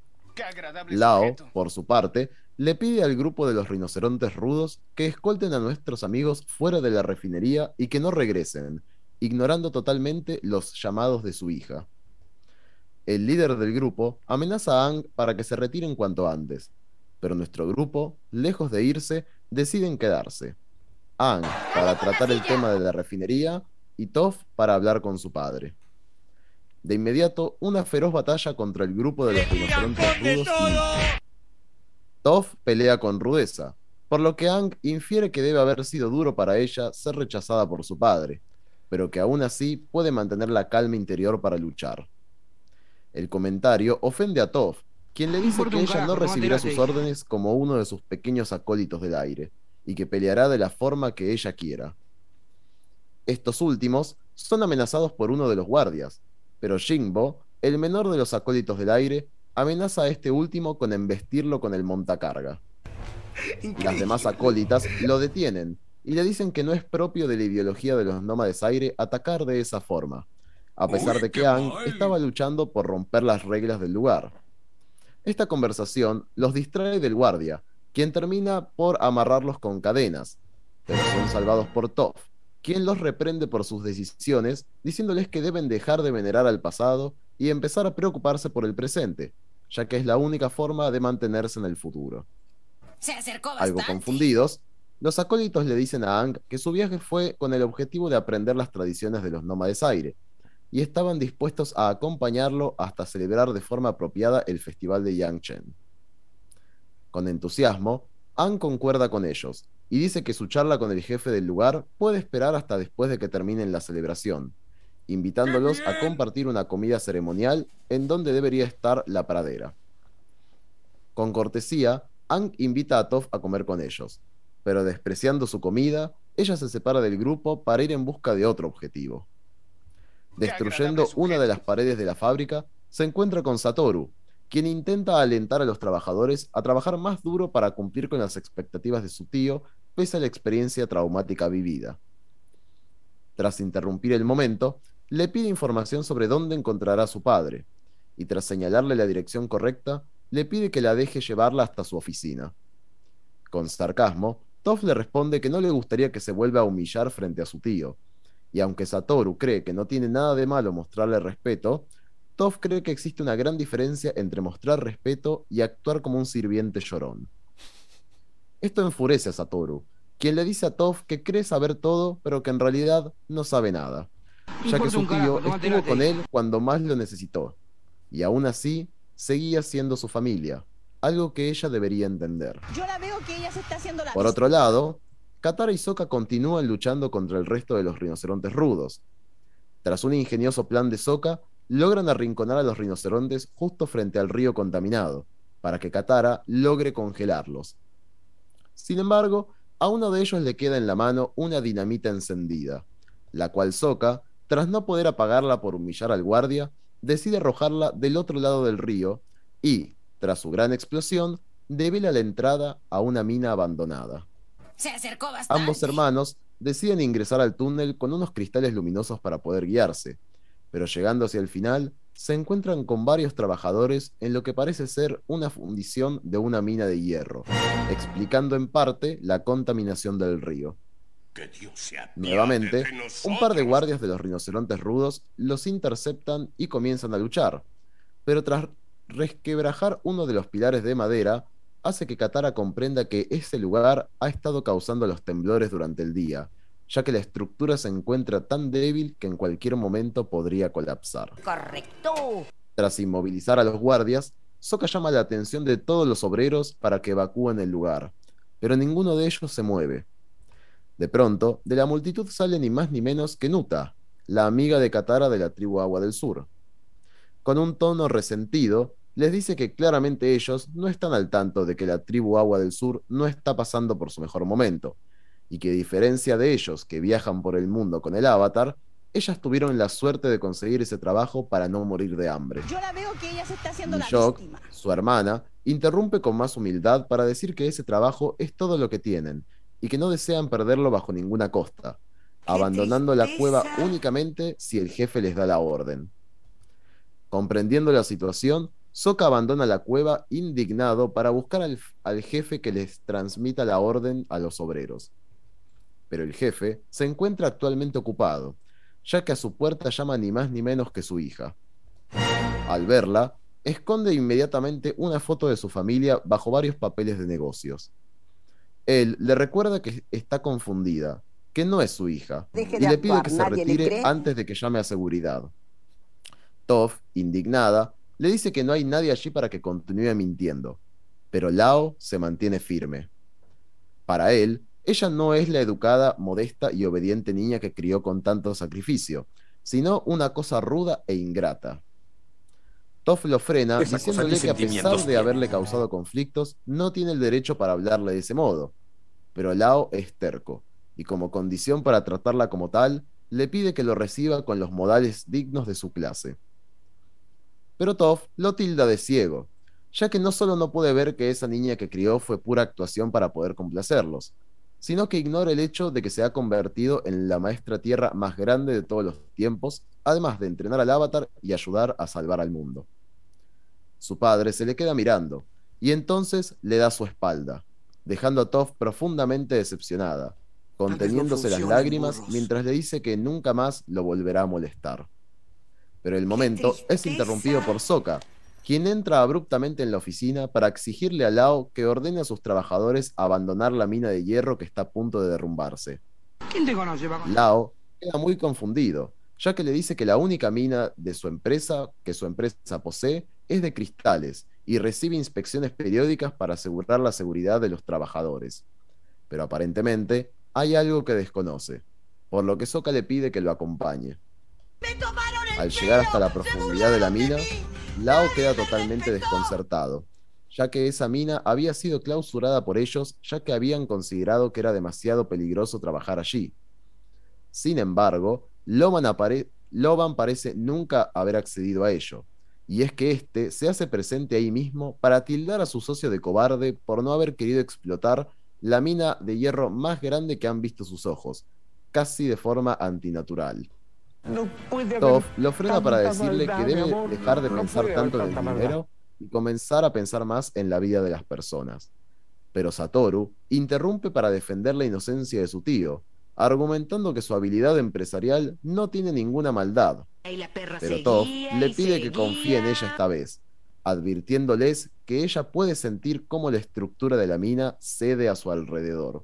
Lao, por su parte, le pide al grupo de los rinocerontes rudos que escolten a nuestros amigos fuera de la refinería y que no regresen, ignorando totalmente los llamados de su hija. El líder del grupo amenaza a Aang para que se retiren cuanto antes, pero nuestro grupo, lejos de irse, deciden quedarse. Aang para tratar el tema de la refinería y Toph para hablar con su padre. De inmediato, una feroz batalla contra el grupo de los rinocerontes rudos inicia. Toph pelea con rudeza, por lo que Aang infiere que debe haber sido duro para ella ser rechazada por su padre, pero que aún así puede mantener la calma interior para luchar. El comentario ofende a Toph, quien le dice que ella no recibirá sus órdenes como uno de sus pequeños acólitos del aire, y que peleará de la forma que ella quiera. Estos últimos son amenazados por uno de los guardias, pero Jingbo, el menor de los acólitos del aire, amenaza a este último con embestirlo con el montacarga. Las demás acólitas lo detienen y le dicen que no es propio de la ideología de los nómades aire atacar de esa forma, a pesar de que Aang estaba luchando por romper las reglas del lugar. Esta conversación los distrae del guardia, quien termina por amarrarlos con cadenas, pero son salvados por Toph, quien los reprende por sus decisiones, diciéndoles que deben dejar de venerar al pasado y empezar a preocuparse por el presente, ya que es la única forma de mantenerse en el futuro. Se acercó bastante. Algo confundidos, los acólitos le dicen a Aang que su viaje fue con el objetivo de aprender las tradiciones de los nómades aire, y estaban dispuestos a acompañarlo hasta celebrar de forma apropiada el festival de Yangchen. Con entusiasmo, Aang concuerda con ellos, y dice que su charla con el jefe del lugar puede esperar hasta después de que terminen la celebración, invitándolos a compartir una comida ceremonial en donde debería estar la pradera. Con cortesía, Aang invita a Toph a comer con ellos, pero despreciando su comida, ella se separa del grupo para ir en busca de otro objetivo. Destruyendo una de las paredes de la fábrica, se encuentra con Satoru, quien intenta alentar a los trabajadores a trabajar más duro para cumplir con las expectativas de su tío, pese a la experiencia traumática vivida. Tras interrumpir el momento, le pide información sobre dónde encontrará a su padre, y tras señalarle la dirección correcta, le pide que la deje llevarla hasta su oficina. Con sarcasmo, Toph le responde que no le gustaría que se vuelva a humillar frente a su tío, y aunque Satoru cree que no tiene nada de malo mostrarle respeto, Toph cree que existe una gran diferencia entre mostrar respeto y actuar como un sirviente llorón. Esto enfurece a Satoru, quien le dice a Toph que cree saber todo, pero que en realidad no sabe nada, ya que su tío estuvo con él cuando más lo necesitó, y aún así seguía siendo su familia, algo que ella debería entender. Yo la veo que ella se está haciendo la... Por otro lado, Katara y Sokka continúan luchando contra el resto de los rinocerontes rudos. Tras un ingenioso plan de Sokka, logran arrinconar a los rinocerontes justo frente al río contaminado, para que Katara logre congelarlos. Sin embargo, a uno de ellos le queda en la mano una dinamita encendida, la cual Sokka, tras no poder apagarla por humillar al guardia, decide arrojarla del otro lado del río y, tras su gran explosión, devela la entrada a una mina abandonada. Se acercó bastante. Ambos hermanos deciden ingresar al túnel con unos cristales luminosos para poder guiarse, pero llegando hacia el final, se encuentran con varios trabajadores en lo que parece ser una fundición de una mina de hierro, explicando en parte la contaminación del río. Que Dios se apiade Nuevamente, de nosotros. un par de guardias de los rinocerontes rudos los interceptan y comienzan a luchar, pero tras resquebrajar uno de los pilares de madera, hace que Katara comprenda que ese lugar ha estado causando los temblores durante el día, ya que la estructura se encuentra tan débil que en cualquier momento podría colapsar. Correcto. Tras inmovilizar a los guardias, Sokka llama la atención de todos los obreros para que evacúen el lugar, pero ninguno de ellos se mueve. De pronto, de la multitud sale ni más ni menos que Nuta, la amiga de Katara de la tribu Agua del Sur. Con un tono resentido, les dice que claramente ellos no están al tanto de que la tribu Agua del Sur no está pasando por su mejor momento, y que a diferencia de ellos que viajan por el mundo con el Avatar, ellas tuvieron la suerte de conseguir ese trabajo para no morir de hambre. Yo la veo que ella se está haciendo la Nijok, víctima. su hermana, interrumpe con más humildad para decir que ese trabajo es todo lo que tienen, y que no desean perderlo bajo ninguna costa, abandonando la cueva únicamente si el jefe les da la orden. Comprendiendo la situación, Sokka abandona la cueva indignado para buscar al, al jefe que les transmita la orden a los obreros. Pero el jefe se encuentra actualmente ocupado, ya que a su puerta llama ni más ni menos que su hija. Al verla, esconde inmediatamente una foto de su familia bajo varios papeles de negocios. Él le recuerda que está confundida, que no es su hija, Deje y de le pide actuar, que se ¿nadie le retire cree? antes de que llame a seguridad. Toph, indignada, le dice que no hay nadie allí para que continúe mintiendo, pero Lao se mantiene firme. Para él, ella no es la educada, modesta y obediente niña que crió con tanto sacrificio, sino una cosa ruda e ingrata. Toph lo frena, Esa cosa diciéndole ni que a pesar sentimientos de tiene. haberle causado conflictos, no tiene el derecho para hablarle de ese modo. Pero Lao es terco, y como condición para tratarla como tal, le pide que lo reciba con los modales dignos de su clase. Pero Toph lo tilda de ciego, ya que no solo no puede ver que esa niña que crió fue pura actuación para poder complacerlos, sino que ignora el hecho de que se ha convertido en la maestra tierra más grande de todos los tiempos, además de entrenar al Avatar y ayudar a salvar al mundo. Su padre se le queda mirando, y entonces le da su espalda, dejando a Toph profundamente decepcionada, conteniéndose las funcionan, lágrimas burros. mientras le dice que nunca más lo volverá a molestar. Pero el momento es tristeza! interrumpido por Sokka, quien entra abruptamente en la oficina para exigirle a Lao que ordene a sus trabajadores abandonar la mina de hierro que está a punto de derrumbarse. ¿Quién te conoce, papá? Lao queda muy confundido, ya que le dice que la única mina de su empresa que su empresa posee es de cristales y recibe inspecciones periódicas para asegurar la seguridad de los trabajadores. Pero aparentemente hay algo que desconoce, por lo que Sokka le pide que lo acompañe. Al llegar hasta la profundidad de la mina, Lao queda totalmente desconcertado, ya que esa mina había sido clausurada por ellos, ya que habían considerado que era demasiado peligroso trabajar allí. Sin embargo, Loban, apare- Loban parece nunca haber accedido a ello, y es que éste se hace presente ahí mismo para tildar a su socio de cobarde por no haber querido explotar la mina de hierro más grande que han visto sus ojos, casi de forma antinatural. No puede haber Toph lo frena para tanta decirle maldad, que mi debe amor. dejar de No pensar puede haber tanto en el tanta dinero y comenzar a pensar más en la vida de las personas. Pero Satoru interrumpe para defender la inocencia de su tío, argumentando que su habilidad empresarial no tiene ninguna maldad. Y la perra Pero Toph seguía le y pide que seguía. confíe en ella esta vez, advirtiéndoles que ella puede sentir cómo la estructura de la mina cede a su alrededor.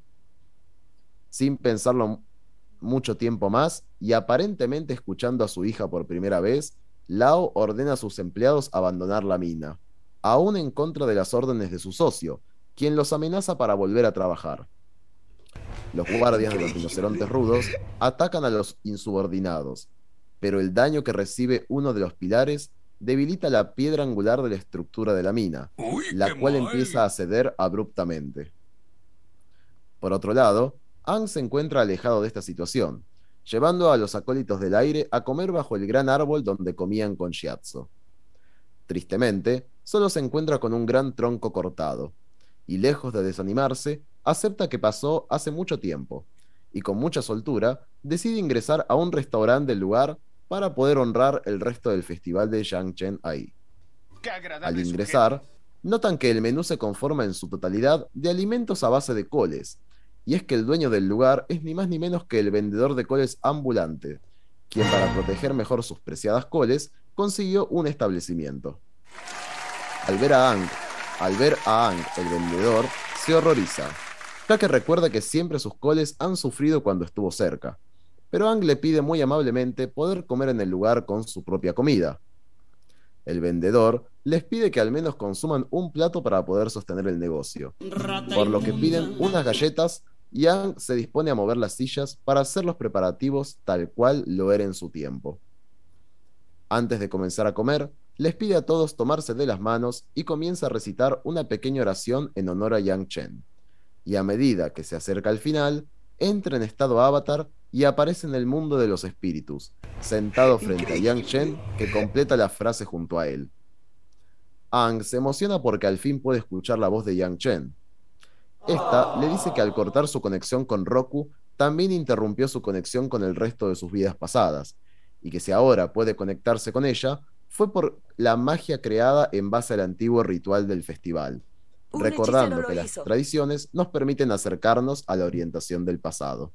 Sin pensarlo mucho tiempo más, y aparentemente escuchando a su hija por primera vez, Lao ordena a sus empleados abandonar la mina, aún en contra de las órdenes de su socio, quien los amenaza para volver a trabajar. Los guardias de los rinocerontes rudos atacan a los insubordinados, pero el daño que recibe uno de los pilares debilita la piedra angular de la estructura de la mina, Uy, la qué cual mal. empieza a ceder abruptamente. Por otro lado, Aang se encuentra alejado de esta situación, llevando a los acólitos del aire a comer bajo el gran árbol donde comían con Shiatsu. Tristemente, solo se encuentra con un gran tronco cortado, y lejos de desanimarse, acepta que pasó hace mucho tiempo, y con mucha soltura, decide ingresar a un restaurante del lugar para poder honrar el resto del festival de Yangchen ahí. Al ingresar, notan que el menú se conforma en su totalidad de alimentos a base de coles, y es que el dueño del lugar es ni más ni menos que el vendedor de coles ambulante, quien para proteger mejor sus preciadas coles, consiguió un establecimiento. Al ver a Aang, al ver a Aang, el vendedor, se horroriza, ya que recuerda que siempre sus coles han sufrido cuando estuvo cerca, pero Aang le pide muy amablemente poder comer en el lugar con su propia comida. El vendedor les pide que al menos consuman un plato para poder sostener el negocio, por lo que piden unas galletas y Aang se dispone a mover las sillas para hacer los preparativos tal cual lo era en su tiempo. Antes de comenzar a comer, les pide a todos tomarse de las manos y comienza a recitar una pequeña oración en honor a Yang Chen. Y a medida que se acerca al final, entra en estado avatar y aparece en el mundo de los espíritus, sentado frente a Yang Chen, que completa la frase junto a él. Aang se emociona porque al fin puede escuchar la voz de Yang Chen. Esta le dice que al cortar su conexión con Roku, también interrumpió su conexión con el resto de sus vidas pasadas, y que si ahora puede conectarse con ella, fue por la magia creada en base al antiguo ritual del festival, Un recordando hechicero que lo las hizo. tradiciones nos permiten acercarnos a la orientación del pasado.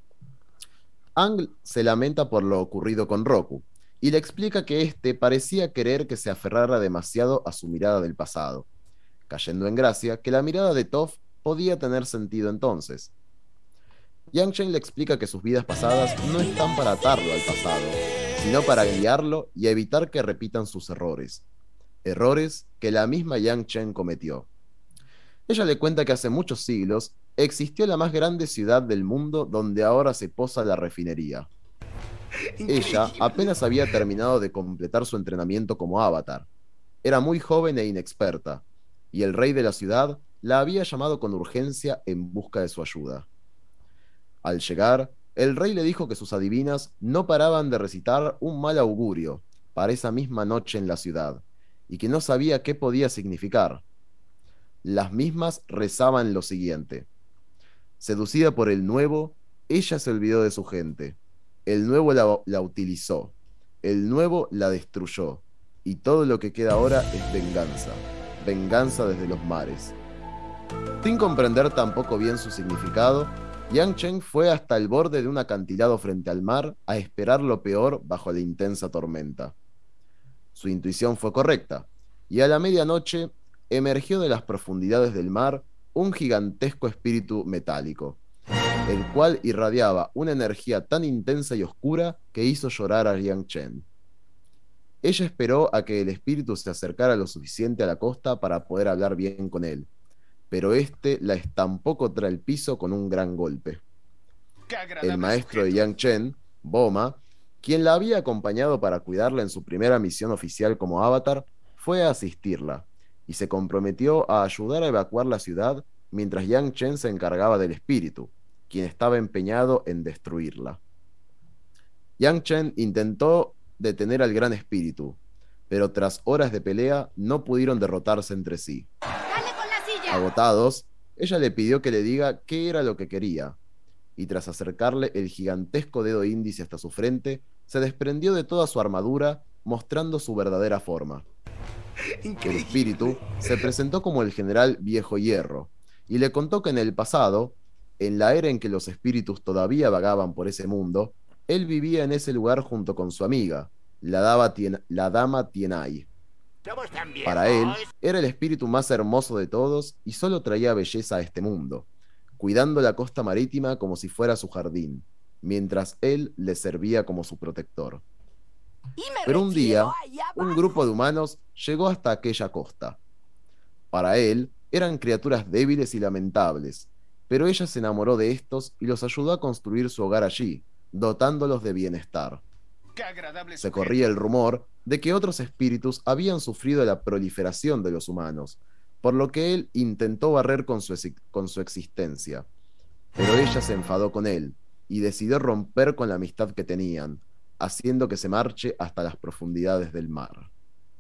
Aang se lamenta por lo ocurrido con Roku, y le explica que éste parecía querer que se aferrara demasiado a su mirada del pasado, cayendo en gracia que la mirada de Toph podía tener sentido entonces. Yang Chen le explica que sus vidas pasadas no están para atarlo al pasado, sino para guiarlo y evitar que repitan sus errores. Errores que la misma Yang Chen cometió. Ella le cuenta que hace muchos siglos existió la más grande ciudad del mundo donde ahora se posa la refinería. Ella apenas había terminado de completar su entrenamiento como avatar. Era muy joven e inexperta, y el rey de la ciudad la había llamado con urgencia en busca de su ayuda. Al llegar, el rey le dijo que sus adivinas no paraban de recitar un mal augurio para esa misma noche en la ciudad, y que no sabía qué podía significar. Las mismas rezaban lo siguiente: seducida por el nuevo, ella se olvidó de su gente. El nuevo la, la utilizó. El nuevo la destruyó. Y todo lo que queda ahora es venganza. Venganza desde los mares. Sin comprender tampoco bien su significado, Yang Chen fue hasta el borde de un acantilado frente al mar a esperar lo peor bajo la intensa tormenta. Su intuición fue correcta, y a la medianoche emergió de las profundidades del mar un gigantesco espíritu metálico, el cual irradiaba una energía tan intensa y oscura que hizo llorar a Yang Chen. Ella esperó a que el espíritu se acercara lo suficiente a la costa para poder hablar bien con él, pero este la estampó contra el piso con un gran golpe. El maestro de Yang Chen, Boma, quien la había acompañado para cuidarla en su primera misión oficial como avatar, fue a asistirla, y se comprometió a ayudar a evacuar la ciudad mientras Yang Chen se encargaba del espíritu, quien estaba empeñado en destruirla. Yang Chen intentó detener al gran espíritu, pero tras horas de pelea no pudieron derrotarse entre sí. ¡Dale con la silla! Agotados, ella le pidió que le diga qué era lo que quería, y tras acercarle el gigantesco dedo índice hasta su frente, se desprendió de toda su armadura, mostrando su verdadera forma. El espíritu se presentó como el general Viejo Hierro, y le contó que en el pasado, en la era en que los espíritus todavía vagaban por ese mundo, él vivía en ese lugar junto con su amiga, la dama, Tien- la dama Tienai. Para él, era el espíritu más hermoso de todos y solo traía belleza a este mundo, cuidando la costa marítima como si fuera su jardín, mientras él le servía como su protector. Y me Pero un refiero día, allá un abajo. grupo de humanos llegó hasta aquella costa. Para él, eran criaturas débiles y lamentables, pero ella se enamoró de estos y los ayudó a construir su hogar allí, dotándolos de bienestar. Se corría el rumor de que otros espíritus habían sufrido la proliferación de los humanos, por lo que él intentó barrer con su, exi- con su existencia, pero ella se enfadó con él y decidió romper con la amistad que tenían, haciendo que se marche hasta las profundidades del mar.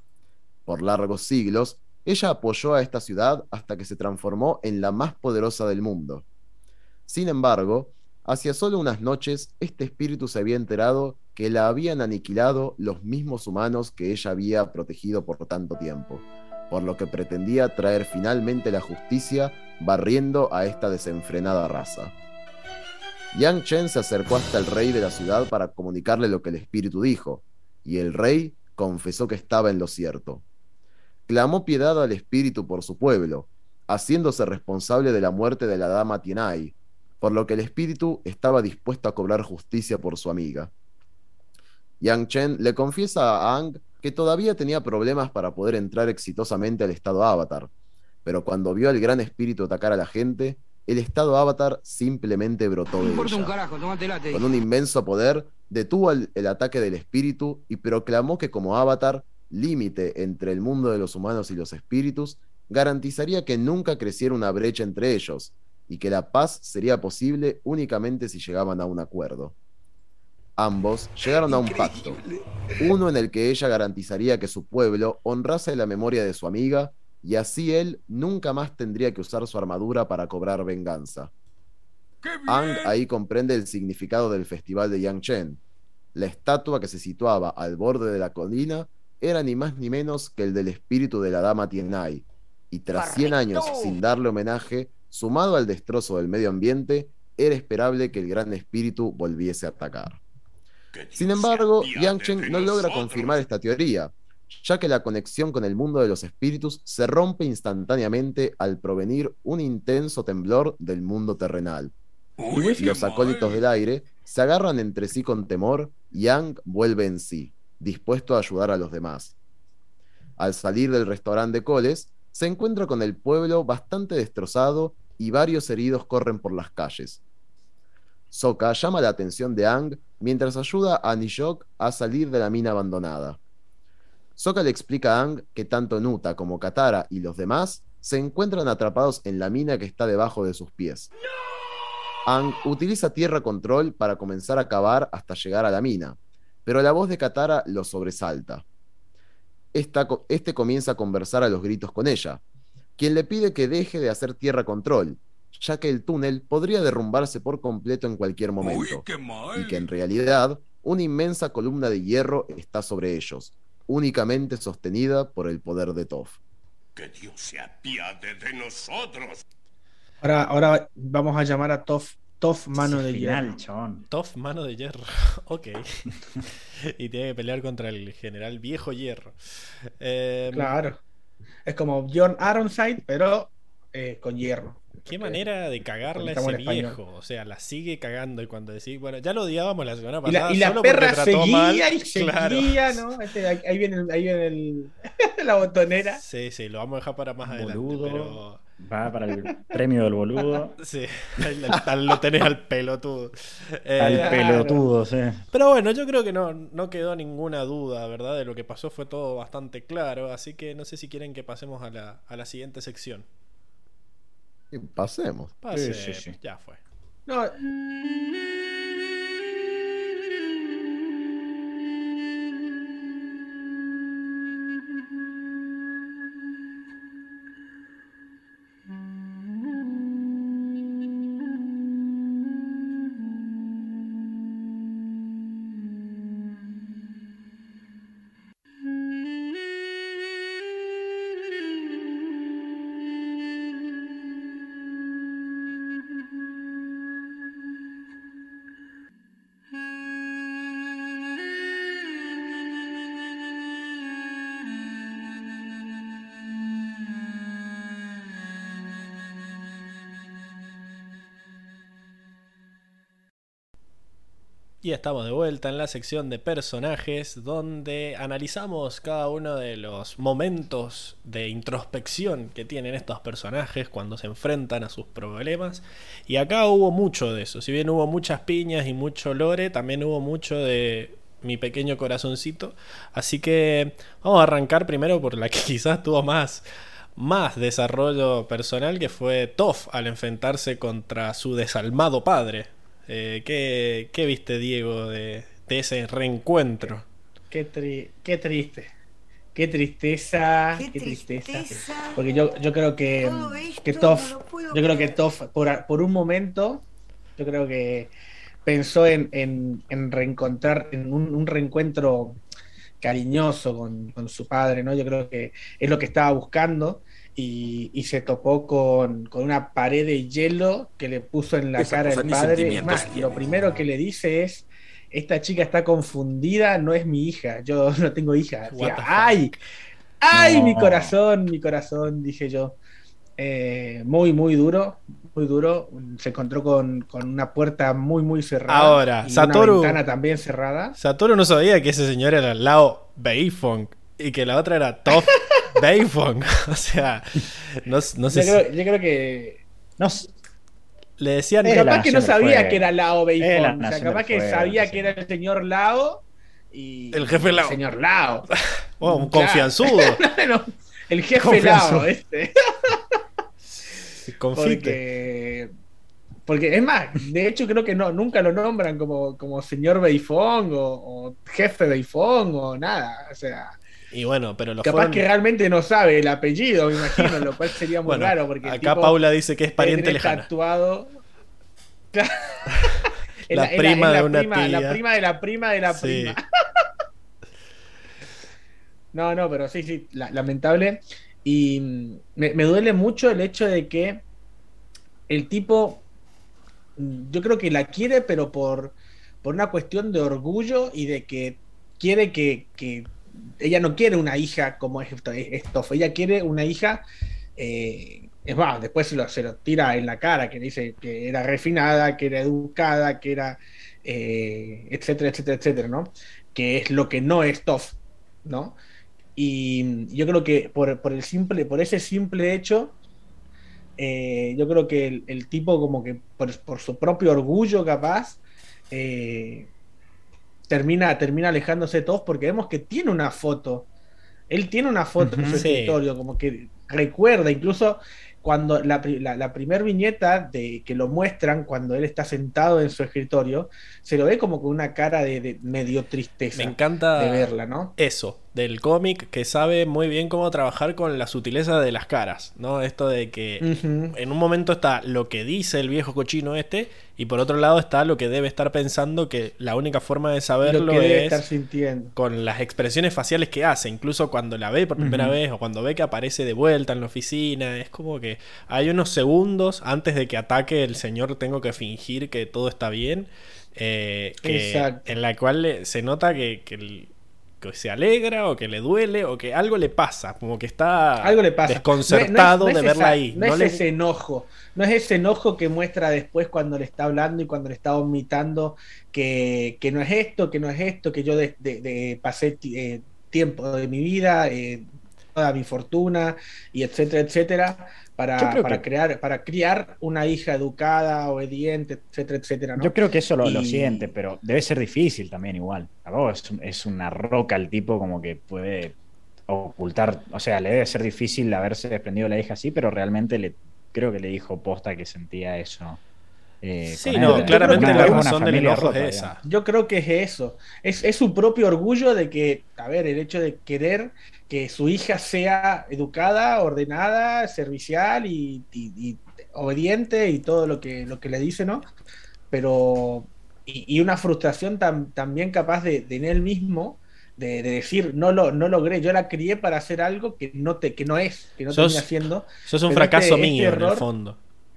Por largos siglos, ella apoyó a esta ciudad hasta que se transformó en la más poderosa del mundo. Sin embargo, hacia solo unas noches, este espíritu se había enterado que la habían aniquilado los mismos humanos que ella había protegido por tanto tiempo, por lo que pretendía traer finalmente la justicia barriendo a esta desenfrenada raza. Yang Chen se acercó hasta el rey de la ciudad para comunicarle lo que el espíritu dijo, y el rey confesó que estaba en lo cierto. Clamó piedad al espíritu por su pueblo, haciéndose responsable de la muerte de la dama Tianai, por lo que el espíritu estaba dispuesto a cobrar justicia por su amiga. Yang Chen le confiesa a Aang que todavía tenía problemas para poder entrar exitosamente al estado Avatar, pero cuando vio al gran espíritu atacar a la gente, el estado Avatar simplemente brotó de importa un ella. carajo, tómatela, te Con dije. un inmenso poder, detuvo el, el ataque del espíritu y proclamó que como Avatar, límite entre el mundo de los humanos y los espíritus, garantizaría que nunca creciera una brecha entre ellos, y que la paz sería posible únicamente si llegaban a un acuerdo. Ambos llegaron a un pacto, uno en el que ella garantizaría que su pueblo honrase la memoria de su amiga, y así él nunca más tendría que usar su armadura para cobrar venganza. Aang ahí comprende el significado del festival de Yang Chen. La estatua que se situaba al borde de la colina era ni más ni menos que el del espíritu de la dama Tianai, y tras cien años sin darle homenaje, sumado al destrozo del medio ambiente, era esperable que el gran espíritu volviese a atacar. Sin embargo, Yang Chen no logra confirmar esta teoría, ya que la conexión con el mundo de los espíritus se rompe instantáneamente al provenir un intenso temblor del mundo terrenal. Uy, Los acólitos del aire se agarran entre sí con temor y Aang vuelve en sí, dispuesto a ayudar a los demás. Al salir del restaurante de Coles, se encuentra con el pueblo bastante destrozado y varios heridos corren por las calles. Sokka llama la atención de Aang mientras ayuda a Nihok a salir de la mina abandonada. Sokka le explica a Aang que tanto Nuta como Katara y los demás se encuentran atrapados en la mina que está debajo de sus pies. Aang utiliza tierra control para comenzar a cavar hasta llegar a la mina, pero la voz de Katara lo sobresalta. Esta, este comienza a conversar a los gritos con ella, quien le pide que deje de hacer tierra control, ya que el túnel podría derrumbarse por completo en cualquier momento, Uy, qué mal. y que en realidad una inmensa columna de hierro está sobre ellos, únicamente sostenida por el poder de Toph. Que Dios se apiade de nosotros. Ahora, ahora vamos a llamar a Toph, Toph Mano de final, Hierro. chabón. Toph, mano de hierro. Ok. Y tiene que pelear contra el general viejo hierro. Eh, Claro. Es como John Ironside, pero eh, con hierro. Qué manera de cagarla Estamos ese en español. viejo. O sea, la sigue cagando. Y cuando decís, bueno, ya lo odiábamos la semana Y la, pasada. y la solo porque perra trató seguía mal. y seguía, Claro. ¿no? Este, ahí, ahí viene, el- ahí viene el, la botonera. Sí, sí, lo vamos a dejar para más adelante. Boludo. Pero. Va para el premio del boludo. Sí, ahí al- lo tenés al pelotudo. Eh, Al pelotudo, sí. Pero bueno, yo creo que no, no quedó ninguna duda, ¿verdad? De lo que pasó fue todo bastante claro. Así que no sé si quieren que pasemos a la, a la siguiente sección. Y pasemos. Pase, Sí, sí, sí. ya fue. No, Y estamos de vuelta en la sección de personajes, donde analizamos cada uno de los momentos de introspección que tienen estos personajes cuando se enfrentan a sus problemas. Y acá hubo mucho de eso. Si bien hubo muchas piñas y mucho lore, también hubo mucho de mi pequeño corazoncito. Así que vamos a arrancar primero por la que quizás tuvo más, más desarrollo personal, que fue Toph al enfrentarse contra su desalmado padre. Eh, ¿qué, ¿Qué viste, Diego, de, de ese reencuentro? Qué, tri- qué triste. Qué tristeza, Qué qué, tristeza. tristeza. Porque yo, yo creo que, Todo esto que Toph, no lo puedo yo creo que creer. Toph, por, por un momento, yo creo que pensó en, en, en reencontrar, en un, un reencuentro cariñoso con, con su padre, ¿no? Yo creo que es lo que estaba buscando y, y se topó con, con una pared de hielo que le puso en la Esa cara cosa el ni padre. Es sentimientos más, tiene. lo primero que le dice es: esta chica está confundida, no es mi hija, yo no tengo hija. What the fuck. ¡Ay! ¡Ay, No. mi corazón, mi corazón! Dije yo. Eh, muy, muy duro, muy duro. Se encontró con, con una puerta muy, muy cerrada. Ahora, y Satoru- una ventana también cerrada. Satoru no sabía que ese señor era Lao Beifong y que la otra era Toph Beifong. O sea, no, no sé Yo si creo, yo creo que. No, s- le decían. Eh, Capaz la que no nación del sabía fuego. que era Lao Eh, la Beifong. O sea, nación capaz del que fuego, sabía sí. que era el señor Lao y. El jefe Lao. El señor Lao. Oh, un Claro. confianzudo. Bueno, el jefe Confianzudo. Lao, este. Confite. Porque. Porque es más, de hecho creo que no, nunca lo nombran como, como señor Beifong o, o jefe Beifong o nada. O sea, Y bueno, pero lo capaz fueron- que realmente no sabe el apellido, me imagino, lo cual sería muy Bueno, raro. Porque el acá tipo Paula dice que es debe pariente tener lejana. tatuado. Es La es prima es de la una prima, tía. La prima de la prima de la Sí. prima. No, no, pero sí, sí, la- lamentable. Y mm, me, me duele mucho el hecho de que el tipo, mm, yo creo que la quiere, pero por, por una cuestión de orgullo y de que quiere que, que ella no quiere una hija como es esto, es esto, ella quiere una hija, eh, es más, después se lo, se lo tira en la cara, que dice que era refinada, que era educada, que era, eh, etcétera, etcétera, etcétera, ¿no? Que es lo que no es Toph, ¿no? Y yo creo que por, por el simple, por ese simple hecho, eh, yo creo que el, el tipo como que por, por su propio orgullo capaz, eh, termina, termina alejándose de todos porque vemos que tiene una foto. Él tiene una foto en Ujú. su Sí. escritorio, como que recuerda, incluso cuando la, pri- la, la primer viñeta de que lo muestran cuando él está sentado en su escritorio, se lo ve como con una cara de, de medio tristeza Me encanta de verla, ¿no? eso del cómic, que sabe muy bien cómo trabajar con la sutileza de las caras, ¿no? Esto de que Ujú. en un momento está lo que dice el viejo cochino este y por otro lado está lo que debe estar pensando, que la única forma de Y saberlo lo que debe es estar sintiendo. con las expresiones faciales que hace, incluso cuando la ve por primera Ujú. vez o cuando ve que aparece de vuelta en la oficina, es como que hay unos segundos antes de que ataque el señor, tengo que fingir que todo está bien, eh, que- Exacto. en la cual le- se nota que, que, el- que se alegra o que le duele o que algo le pasa, como que está Algo le pasa. desconcertado No es- no es de verla esa- ahí. No, No es le- ese enojo. No es ese enojo que muestra después cuando le está hablando y cuando le está vomitando que, que no es esto, que no es esto, que yo de, de- de- pasé ti- eh, tiempo de mi vida, eh, toda mi fortuna, y etcétera, etcétera, Yo para, creo para que- crear, para criar una hija educada, obediente, etcétera, etcétera, ¿no? Yo creo que eso lo, lo Y- siente, pero debe ser difícil también igual. Tampoco es, un- es una roca el tipo como que puede ocultar, o sea, le debe ser difícil haberse desprendido de la hija así, pero realmente le creo que le dijo posta que sentía eso. eh, Sí, con no, él. claramente Una- la una razón del familia enojo rota, es digamos. esa. Yo creo que es eso. Es, es su propio orgullo de que, a ver, el hecho de querer que su hija sea educada, ordenada, servicial y, y- y obediente y todo lo que, lo que le dice, ¿no? Pero, y, y una frustración tam- también capaz de, de en él mismo, de, de decir, no lo, no logré, yo la crié para hacer algo que no, te, que no es, que no Sos- termina siendo. Eso es un Pero fracaso este- este mío en el error- fondo.